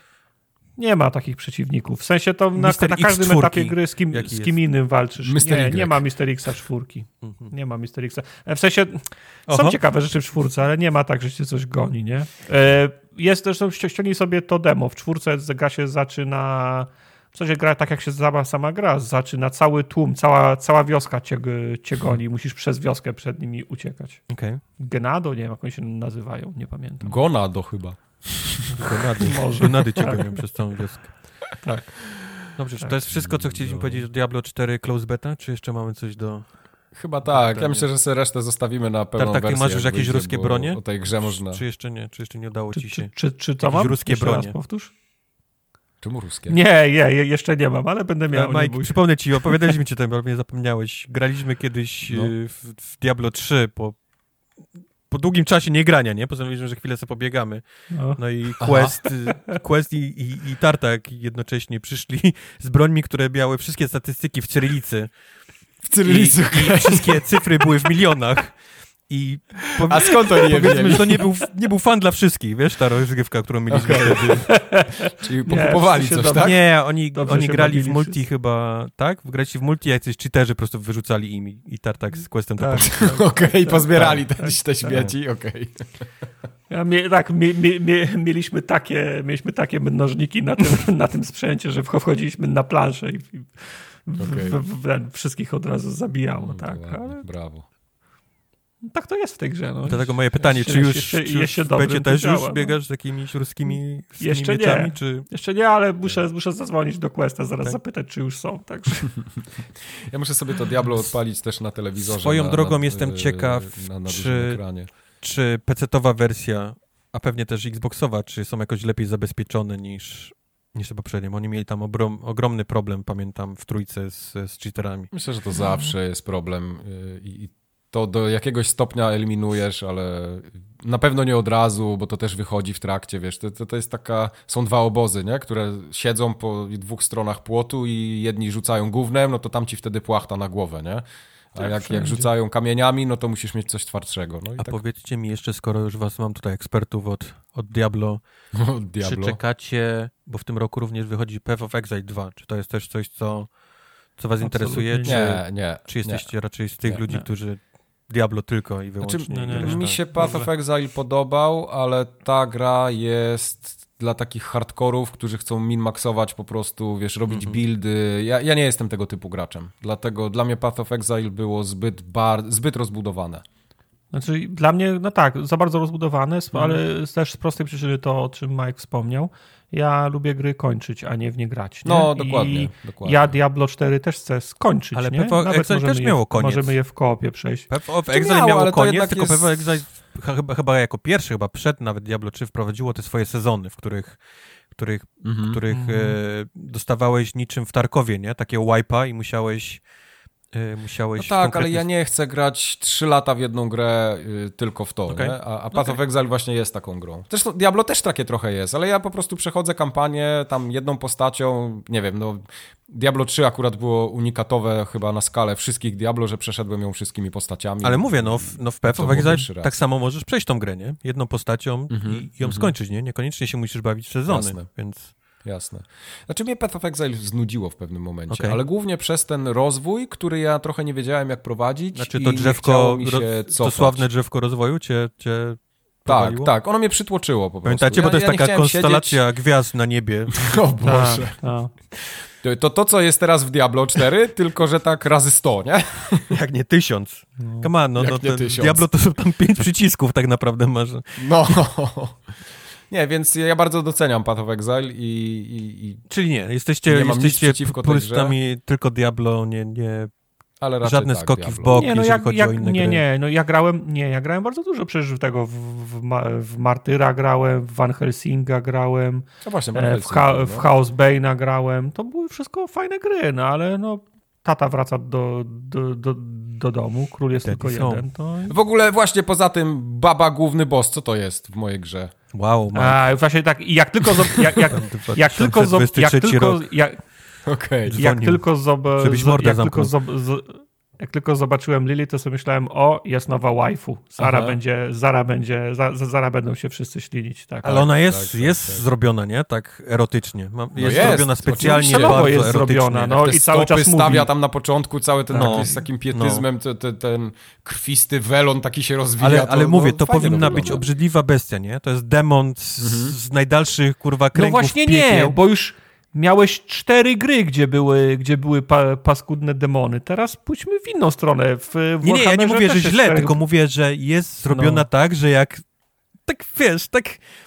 Nie ma takich przeciwników. W sensie to na, Mister na X każdym czwórki. etapie gry z kim, Jaki z kim jest? innym walczysz. Mister Nie, Y. nie ma Mister Xa czwórki. Mhm. Nie ma Mister Xa. E, W sensie są Oho. ciekawe rzeczy w czwórce, ale nie ma tak, że cię coś goni, nie? E, Jest też, no, ściągnij sobie to demo. W czwórce gra się zaczyna... W sensie gra tak, jak się sama, sama gra. Zaczyna cały tłum, cała, cała wioska cię, cię goni. Musisz przez wioskę przed nimi uciekać. Okej. Genado, nie wiem, jak oni się nazywają, nie pamiętam. Gonado chyba. Gonady. Może. Gonady cię gonią przez całą wioskę. Tak. Dobrze, czy Tak. to jest wszystko, co chcieliśmy No. powiedzieć o Diablo cztery Close Beta, czy jeszcze mamy coś do... Chyba tak. Ja Tak. myślę, że sobie resztę zostawimy na pełną Tartak, ty wersję. masz już jak jakieś wyjdzie, ruskie bo bronie? O tej grze można... Czy jeszcze nie? Czy jeszcze nie udało Czy, ci czy, się? czy, czy to Jakieś mam? ruskie Jeszcze bronie. raz powtórz? Czemu ruskie? Nie, nie, je- jeszcze nie mam, ale będę miał. Ja, nie Mike, bój się. przypomnę ci, opowiadaliśmy ci ten, bo mnie zapomniałeś. Graliśmy kiedyś No. y, w, w Diablo trzy po, po długim czasie nie grania, nie? Postanowiliśmy, że chwilę sobie pobiegamy. No. No i Quest, y, Quest i, i, i Tartak jednocześnie przyszli z brońmi, które miały wszystkie statystyki w cyrylicy. W cyrylicy. I, i wszystkie cyfry były w milionach. I powi- A skąd oni je powiedzmy, wzięli? że to nie był, nie był fan dla wszystkich, wiesz, ta rozgrywka, którą mieliśmy Okej. wtedy. Czyli pokupowali w sensie coś, dobrze- tak? Nie, oni, Dobrze oni się grali w bawili multi wszyscy. chyba, tak? Grali w multi, a jacyś cheaterzy po prostu wyrzucali im i, i Tartak z Questem to Tak. pomógł. Okej, pozbierali tak, te, tak, te śmieci, okej. Ja mie, tak, mie, mie, mie, mieliśmy takie, mieliśmy takie mnożniki na tym, na tym sprzęcie, że wchodziliśmy na planszę i, i w, Okej. w, w, wszystkich od razu zabijało, No, tak. ładnie, Ale Brawo. tak to jest w tej grze. No. Dlatego moje pytanie, Jeszcze- czy już, jeszcze- czy już jeszcze w dobrym becie też działa, już no. biegasz z jakimiś ruskimi, ruskimi Jeszcze nie. mieczami, czy... Jeszcze nie, ale muszę, muszę zadzwonić do Questa, zaraz Tak? zapytać, czy już są. Także. Ja muszę sobie to Diablo odpalić też na telewizorze. Swoją na, drogą na, jestem y, ciekaw, na, na czy- dużym ekranie. Czy pecetowa wersja, a pewnie też Xboxowa, czy są jakoś lepiej zabezpieczone niż, niż te poprzednie? Bo oni mieli tam obrom, ogromny problem, pamiętam, w trójce z, z cheaterami. Myślę, że to zawsze jest problem y, i, i to do jakiegoś stopnia eliminujesz, ale na pewno nie od razu, bo to też wychodzi w trakcie, wiesz, to, to, to jest taka, są dwa obozy, nie, które siedzą po dwóch stronach płotu i jedni rzucają gównem, no to tam ci wtedy płachta na głowę, nie? A Tak, jak, wszędzie. jak rzucają kamieniami, no to musisz mieć coś twardszego. No i A tak powiedzcie mi jeszcze, skoro już was mam tutaj ekspertów od, od Diablo, o, czy Diablo. czekacie, bo w tym roku również wychodzi Path of Exile dwa, czy to jest też coś, co, co was Absolutnie interesuje, nie. czy, Nie, nie. czy jesteście raczej z tych Nie. ludzi, Nie. którzy Diablo tylko i wyłącznie? Znaczy, i nie, nie, reszta? mi się Path of Exile podobał, ale ta gra jest dla takich hardkorów, którzy chcą min-maxować po prostu, wiesz, robić Mhm. buildy. Ja, ja nie jestem tego typu graczem. Dlatego dla mnie Path of Exile było zbyt, bar, zbyt rozbudowane. Znaczy, dla mnie, no tak, za bardzo rozbudowane, Mhm. ale też z prostej przyczyny to, o czym Mike wspomniał. Ja lubię gry kończyć, a nie w nie grać. Nie? No, dokładnie. I dokładnie. ja Diablo cztery też chcę skończyć, Ale nie? Path of Nawet Exile możemy też je- miało koniec. Możemy je w koopie przejść. Path of To Exile miało, miało ale to koniec, jednak tylko jest- Path of Exile chyba, chyba jako pierwszy, chyba przed nawet Diablo trzy wprowadziło te swoje sezony, w których których, Mhm. których Mhm. e, dostawałeś niczym w Tarkowie, nie? Takie wipe'a i musiałeś e, musiałeś No tak, ale konkretny- ja nie chcę grać trzy lata w jedną grę y, tylko w to, Okej. nie? A, a Path Okej. of Exile właśnie jest taką grą. Zresztą Diablo też takie trochę jest, ale ja po prostu przechodzę kampanię tam jedną postacią, nie wiem, no Diablo trzy akurat było unikatowe chyba na skalę wszystkich Diablo, że przeszedłem ją wszystkimi postaciami. Ale mówię, no w, no w Path To of było Exile pierwszy raz. tak samo możesz przejść tą grę, nie? Jedną postacią Mhm, i, i ją mhm. skończyć, nie? Niekoniecznie się musisz bawić w sezony, Jasne. więc... Jasne. Znaczy mnie Path of Exile znudziło w pewnym momencie, Okej. ale głównie przez ten rozwój, który ja trochę nie wiedziałem jak prowadzić. Znaczy i to nie drzewko, chciało mi się ro- to cofać. sławne drzewko rozwoju cię, cię Tak, powaliło? tak, ono mnie przytłoczyło po prostu. Pamiętacie, ja, bo to jest ja nie taka chciałem konstelacja siedzieć... gwiazd na niebie. O Boże. Tak, tak. To, to to, co jest teraz w Diablo cztery, tylko że tak razy sto, nie? Jak nie tysiąc. Come on, no, Jak no nie to tysiąc. Diablo to są tam pięć przycisków tak naprawdę masz. No. Nie, więc ja bardzo doceniam Path of Exile i... i, i Czyli nie, jesteście, Nie mam nic jesteście przeciwko tej purystami tylko Diablo, nie, nie ale raczej żadne tak, skoki Diablo. w bok, Nie, no jeżeli jak, chodzi jak, o inne nie, gry. nie, no ja grałem, nie, ja grałem bardzo dużo przecież tego, w, w, Ma- w Martyra grałem, w Van Helsinga grałem, No właśnie, e, w, Hellsing, ha- no. w Chaos Bane'a grałem, to były wszystko fajne gry, no ale no tata wraca do, do, do, do domu, król jest Daddy tylko są. jeden, to... W ogóle właśnie poza tym baba główny boss, co to jest w mojej grze? Wow, man. A, właśnie tak, i jak tylko, zob- jak, jak, jak tylko, zob- jak tylko, rok. jak, Okej. jak Dzwonił, tylko, zob- żebyś zo- mordę jak tylko, zamknął. zob- zo- jak tylko zobaczyłem Lily, to sobie myślałem, o, jest nowa waifu. Zara Aha. będzie, Zara będzie, za, za- Zara będą się wszyscy ślinić. Tak. Ale ona jest, tak, tak, jest tak. zrobiona, nie? Tak erotycznie. Ma, jest, jest, zrobiona specjalnie oczywiście. bardzo jest erotycznie. zrobiona, no. Te i cały stopy czas mówi. stawia tam na początku, cały ten No. taki z takim pietyzmem, te, te, ten krwisty welon taki się rozwija. Ale, to, ale mówię, no, to fajnie powinna wygląda. być obrzydliwa bestia, nie? To jest demon z, Mhm. z najdalszych, kurwa, No kręgów właśnie piekieł. nie, bo już miałeś cztery gry, gdzie były, gdzie były pa, paskudne demony. Teraz pójdźmy w inną stronę. W, w Nie, nie, ja nie Warhammerze mówię, że też jest źle, cztery- tylko mówię, że jest zrobiona No. tak, że jak, tak wiesz, tak,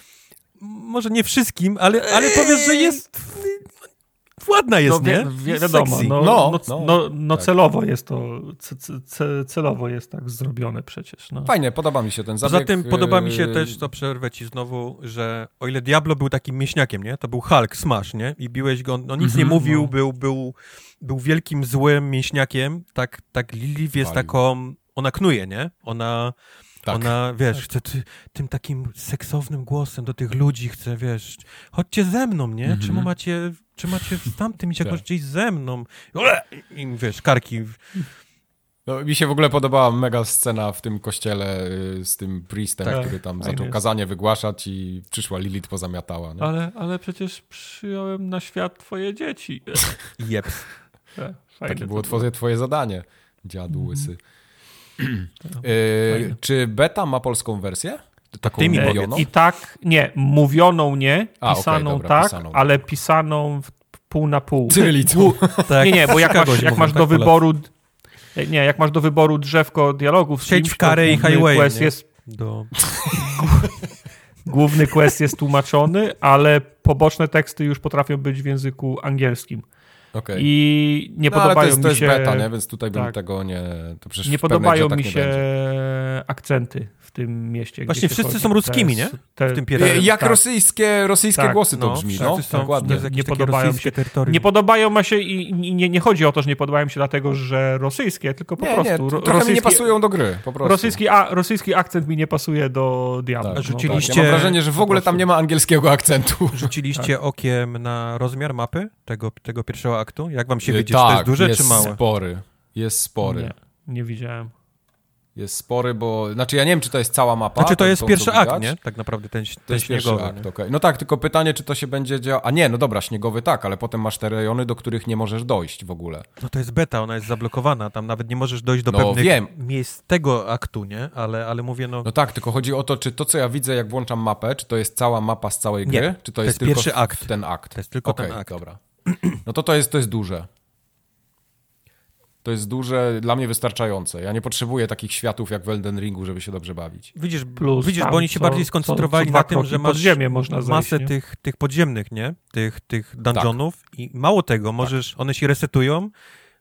może nie wszystkim, ale, ale powiesz, że jest, ładna jest, no, nie? wi- wi- wiadomo, Sexy. no, No, no, no, no, no tak. celowo jest to, ce, ce- ce, celowo jest tak zrobione przecież. No. Fajnie, podoba mi się ten zabieg. Poza tym podoba mi się yy, też, to przerwę ci znowu, że o ile Diablo był takim mięśniakiem, nie? To był Hulk, Smash, nie? I biłeś go, on, on nic Mhm, nie mówił, no. był, był, był wielkim, złym mięśniakiem, tak, tak Lilith jest Walił. taką, ona knuje, nie? Ona, Tak. ona, wiesz, chce ty, tym takim seksownym głosem do tych ludzi, chce, wiesz, chodźcie ze mną, nie? Mhm. Czemu macie, czy macie z tamtym iść, jak Tak. możecie iść ze mną? I wiesz, karki. No, mi się w ogóle podobała mega scena w tym kościele y, z tym priestem, Tak, który tam fajny zaczął jest. kazanie wygłaszać i przyszła Lilith, pozamiatała. Nie? Ale, ale przecież przyjąłem na świat twoje dzieci. Jeb. Fajne Takie to było twoje, twoje zadanie, dziadu łysy. No, Yy, fajne. czy beta ma polską wersję? Taką Ty mi E, mówioną? I tak, nie, mówioną nie, A, okej, pisaną dobra, tak, pisaną. ale pisaną w pół na pół. Cyrylicą. Tak, Nie, nie, bo jak Chicago masz, się jak mówi, masz tak, do Polacy. wyboru nie, jak masz do wyboru drzewko dialogów z Siedź kimś, w karę to i główny highway, quest nie? jest Do... Główny quest jest tłumaczony, ale poboczne teksty już potrafią być w języku angielskim. Okej. I nie No, ale to podobają jest, to mi jest się... beta, nie? Więc tutaj bym tak. tego nie... To przecież Nie w pełnej podobają grze tak mi nie się będzie. akcenty w tym mieście. Właśnie gdzie się wszyscy chodzi. są ruskimi, Te- nie? te- W tym pierwszym. Yy, Jak tak. rosyjskie, rosyjskie Tak, głosy to no, brzmi, wszyscy no? są- Dokładnie. to jest jakieś Nie takie podobają rosyjskie się- terytorium. Nie podobają mi się i i nie, nie chodzi o to, że nie podobają się dlatego, że rosyjskie, tylko po Nie, prostu. nie, ro- trochę mi nie rosyjski- pasują do gry, po prostu. Rosyjski, a, rosyjski akcent mi nie pasuje do Diablo. Tak. No, Rzuciliście- Ja mam wrażenie, że w po ogóle tam prostu. nie ma angielskiego akcentu. Rzuciliście okiem na rozmiar mapy tego, tego pierwszego aktu? Jak wam się Yy, widzi, czy tak, to jest duże, jest czy małe? spory. Jest spory. Nie, nie widziałem. Jest spory, bo... Znaczy ja nie wiem, czy to jest cała mapa. Znaczy to jest co pierwszy akt, widać. nie? Tak naprawdę ten, To ten jest pierwszy śniegowy. akt, nie? okej. No tak, tylko pytanie, czy to się będzie działo... A nie, no dobra, śniegowy tak, ale potem masz te rejony, do których nie możesz dojść w ogóle. No to jest beta, ona jest zablokowana, tam nawet nie możesz dojść do No, pewnych wiem. miejsc tego aktu, nie? Ale, ale mówię, no... No tak, tylko chodzi o to, czy to, co ja widzę, jak włączam mapę, czy to jest cała mapa z całej Nie, gry, czy to, to jest, jest tylko pierwszy w- akt. w ten akt? To jest tylko Okej, ten akt. dobra. No to to jest, to jest duże. To jest duże, dla mnie wystarczające. Ja nie potrzebuję takich światów jak w Elden Ringu, żeby się dobrze bawić. Widzisz, Plus widzisz tam bo oni się co- bardziej co- skoncentrowali co dwa na tym, kroki że pod masz ziemię można zejść, masę nie? tych, tych podziemnych, nie? Tych, tych dungeonów i mało tego, możesz, one się resetują,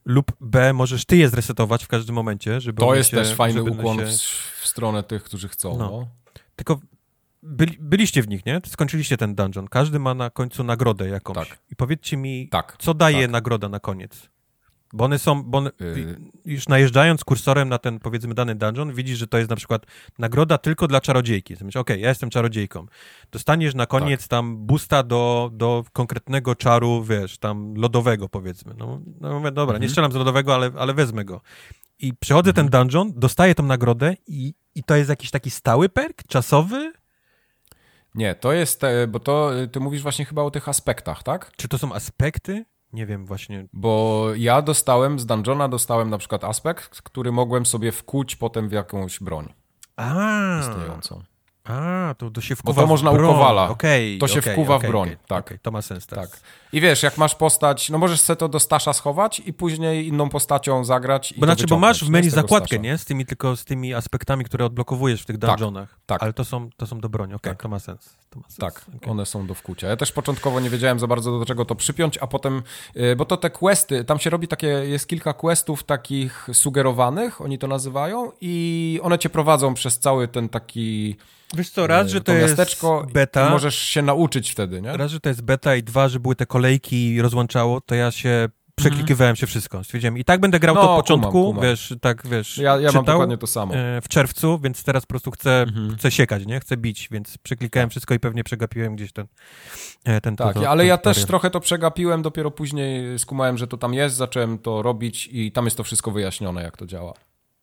lub B, możesz ty je zresetować w każdym momencie, żeby To one jest się, też fajny żeby ukłon się... w, w stronę tych, którzy chcą. No. No. Tylko byli, byliście w nich, nie? Skończyliście ten dungeon. Każdy ma na końcu nagrodę jakąś. Tak. I powiedzcie mi, Tak. co daje tak. nagroda na koniec? Bo one są, bo one, Yy. już najeżdżając kursorem na ten, powiedzmy, dany dungeon, widzisz, że to jest na przykład nagroda tylko dla czarodziejki. Myślisz, okej, ja jestem czarodziejką. Dostaniesz na koniec Tak. tam boosta do, do konkretnego czaru, wiesz, tam lodowego, powiedzmy. No, no mówię, dobra, Mhm. nie strzelam z lodowego, ale, ale wezmę go. I przechodzę Mhm. ten dungeon, dostaję tą nagrodę i, i to jest jakiś taki stały perk, czasowy? Nie, to jest, e, bo to ty mówisz właśnie chyba o tych aspektach, tak? Czy to są aspekty? Nie wiem, właśnie. Bo ja dostałem z dungeona, dostałem na przykład aspekt, który mogłem sobie wkuć potem w jakąś broń A, istniejącą. a to, to się Bo wkuwa to w można u broń. Kowala. Okej, To się okej, wkuwa w okej, broń, okej, tak. okej, to ma sens teraz. Tak. I wiesz, jak masz postać, no możesz sobie to do stasza schować i później inną postacią zagrać i Bo to znaczy, bo masz w wyciągnąć, menu nie, z tego zakładkę, stasza. nie? Z tymi tylko z tymi aspektami, które odblokowujesz w tych Tak, dungeonach. tak. Ale to są, to są do broni, okej, Tak. to ma sens. To ma sens. Tak, okej. one są do wkucia. Ja też początkowo nie wiedziałem za bardzo do czego to przypiąć, a potem, yy, bo to te questy, tam się robi takie, jest kilka questów takich sugerowanych, oni to nazywają i one cię prowadzą przez cały ten taki Wiesz co, raz, że to, to jest miasteczko beta, i możesz się nauczyć wtedy, nie? raz, że to jest beta i dwa, że były te kolejki i rozłączało, to ja się przeklikiwałem się wszystko. Stwierdziłem, i tak będę grał No, to od kumam, początku, kumam. wiesz, tak, wiesz, Ja, ja mam czytał, dokładnie to samo. e, w czerwcu, więc teraz po prostu chcę, Mhm. chcę siekać, nie? Chcę bić, więc przeklikałem wszystko i pewnie przegapiłem gdzieś ten, e, ten Tak, to, to, ale ten ja też tutorial. trochę to przegapiłem, dopiero później skumałem, że to tam jest, zacząłem to robić i tam jest to wszystko wyjaśnione, jak to działa.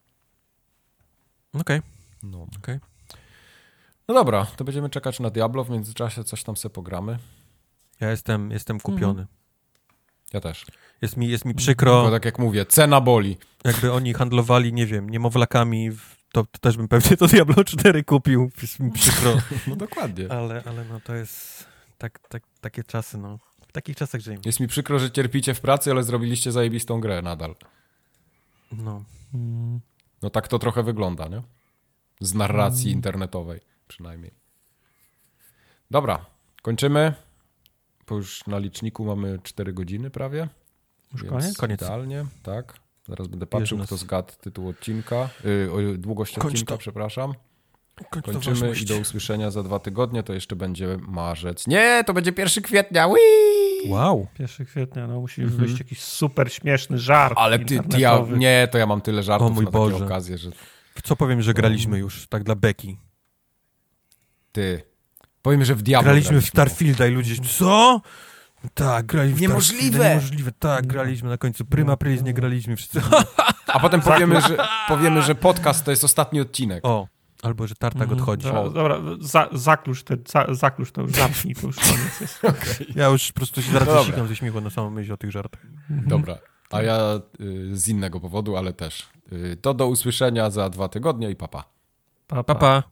Okej, No. okej. No dobra, to będziemy czekać na Diablo, w międzyczasie coś tam se pogramy. Ja jestem, jestem kupiony. Ja też. Jest mi, jest mi Bo przykro, tak jak mówię, cena boli. jakby oni handlowali, nie wiem, niemowlakami, w, to, to też bym pewnie to Diablo cztery kupił. Jest mi przykro. No dokładnie. Ale, ale no to jest tak, tak, takie czasy, no. W takich czasach żyjemy. Jest mi przykro, że cierpicie w pracy, ale zrobiliście zajebistą grę nadal. No. No tak to trochę wygląda, nie? Z narracji Mm. internetowej przynajmniej. Dobra, kończymy. Bo już na liczniku mamy cztery godziny prawie. Już Więc koniec? Koniec. Idealnie, tak. Zaraz będę patrzył, nas. kto zgadł tytuł odcinka. Yy, długość Kończ odcinka, to. przepraszam. Kończ to Kończymy ważność. i do usłyszenia za dwa tygodnie. To jeszcze będzie marzec. Nie, to będzie pierwszy kwietnia. Whee! Wow. pierwszego kwietnia, no musi Mhm. wyjść jakiś super śmieszny żart Ale ty, ty ja, internetowy. nie, to ja mam tyle żartów O mój na Boże. takie okazje, że W co powiem, że graliśmy już, tak dla beki. ty... Powiem, że w Diablo Graliśmy w Starfielda i ludzie, co? Tak, graliśmy w Niemożliwe! Starfielda, niemożliwe. Tak, graliśmy na końcu. Prima Aprilis nie graliśmy wszyscy. A potem powiemy, że, powiemy, że podcast to jest ostatni odcinek. O, albo że tartak odchodzi. Dobra, O, dobra za, zaklucz, te, za, zaklucz to, już zamknij, to już koniec jest. ja już po prostu się zaraz No dobra. wysikam ze śmiechu na samą myśl o tych żartach. Dobra, a ja y, z innego powodu, ale też. Y, to do usłyszenia za dwa tygodnie i papa. Pa, Pa, pa.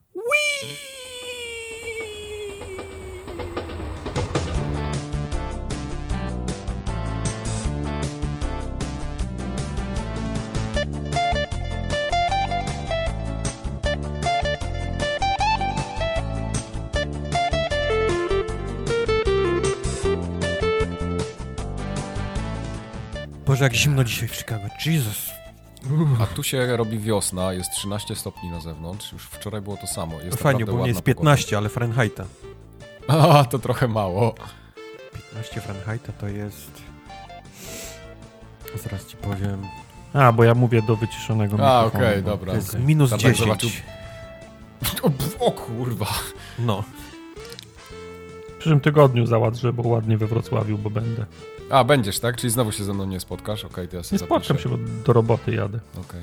Boże, jak zimno dzisiaj w Chicago. Jesus. A tu się robi wiosna, jest trzynaście stopni na zewnątrz. Już wczoraj było to samo. Jest Fajnie, naprawdę bo u mnie ładna jest piętnaście, ale Fahrenheita. pogoda. A, to trochę mało. piętnaście Fahrenheita to jest... Zaraz ci powiem. A, bo ja mówię do wyciszonego A, mikrofonu. okej, bo- dobra. To jest okej. minus Tartak dziesięć. zobaczył- O, pf, o kurwa. No. W przyszłym tygodniu załatwię, bo ładnie we Wrocławiu, bo będę. A, będziesz, tak? Czyli znowu się ze mną nie spotkasz? Okej, to ja sobie Nie zapiszę. spotkam się, bo do roboty jadę. Okej.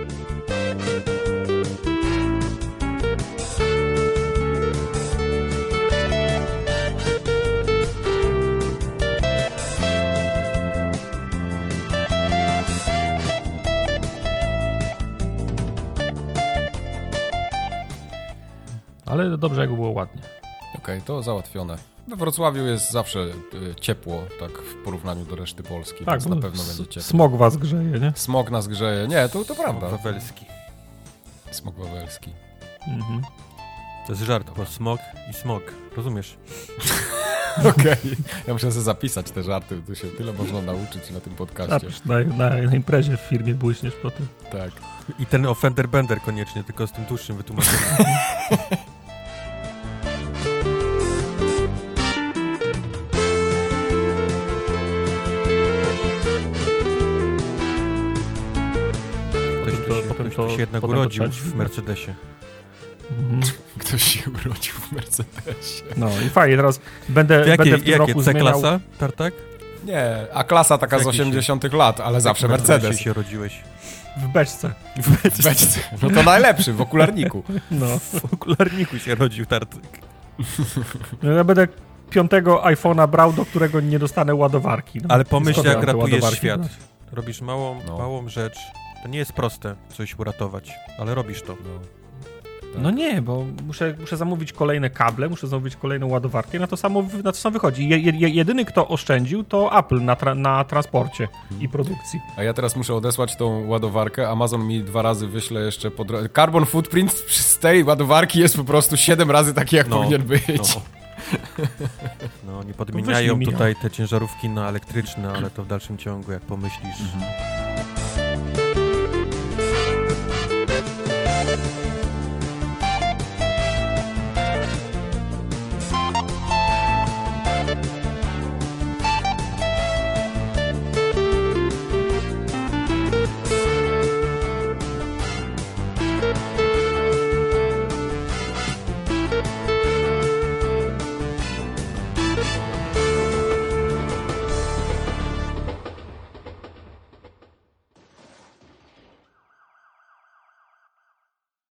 Ale dobrze, jak było ładnie. Okej, to załatwione. We Wrocławiu jest zawsze y, ciepło, tak w porównaniu do reszty Polski, Tak, więc bo na pewno s- będzie ciepło. smog was grzeje, nie? Smog nas grzeje. Nie, to, to prawda. Wawelski. Smog wawelski. Mhm. To jest żart, bo smog i smog. Rozumiesz? Okej. Okay. Ja muszę sobie zapisać te żarty, tu się tyle można nauczyć na tym podcaście. Zapisz, na, na, na imprezie w firmie błyśniesz potem. Tak. I ten offender bender koniecznie, tylko z tym dłuższym wytłumaczeniem. Ktoś, potem ktoś to, się jednak potem urodził to w Mercedesie. Mhm. Ktoś się urodził w Mercedesie. No i fajnie, teraz będę, Jakie, będę w tym jakie roku C-klasa, zmieniał... Tartak? Nie, a klasa taka z Jaki się- osiemdziesiątych lat, ale zawsze W Mercedes. się rodziłeś. w beczce. W beczce. Beczce. No to najlepszy, w okularniku. No. W okularniku się rodził Tartak. No ja będę piątego iPhone'a brał, do którego nie dostanę ładowarki. No. Ale pomyśl, Skąd jak ja mam te ratujesz ładowarki świat. brać? Robisz małą, No. małą rzecz. To nie jest proste coś uratować, ale robisz to. No. No nie, bo muszę, muszę zamówić kolejne kable, muszę zamówić kolejną ładowarkę i na to samo, na to samo wychodzi. Je, je, jedyny, kto oszczędził, to Apple na, tra, na transporcie Hmm. i produkcji. A ja teraz muszę odesłać tą ładowarkę. Amazon mi dwa razy wyśle jeszcze po drodze. Carbon footprint z tej ładowarki jest po prostu siedem razy taki, jak No, powinien być. No. No, nie podmieniają wyślij mi ją. tutaj te ciężarówki na elektryczne, ale to w dalszym ciągu, jak pomyślisz, Mhm.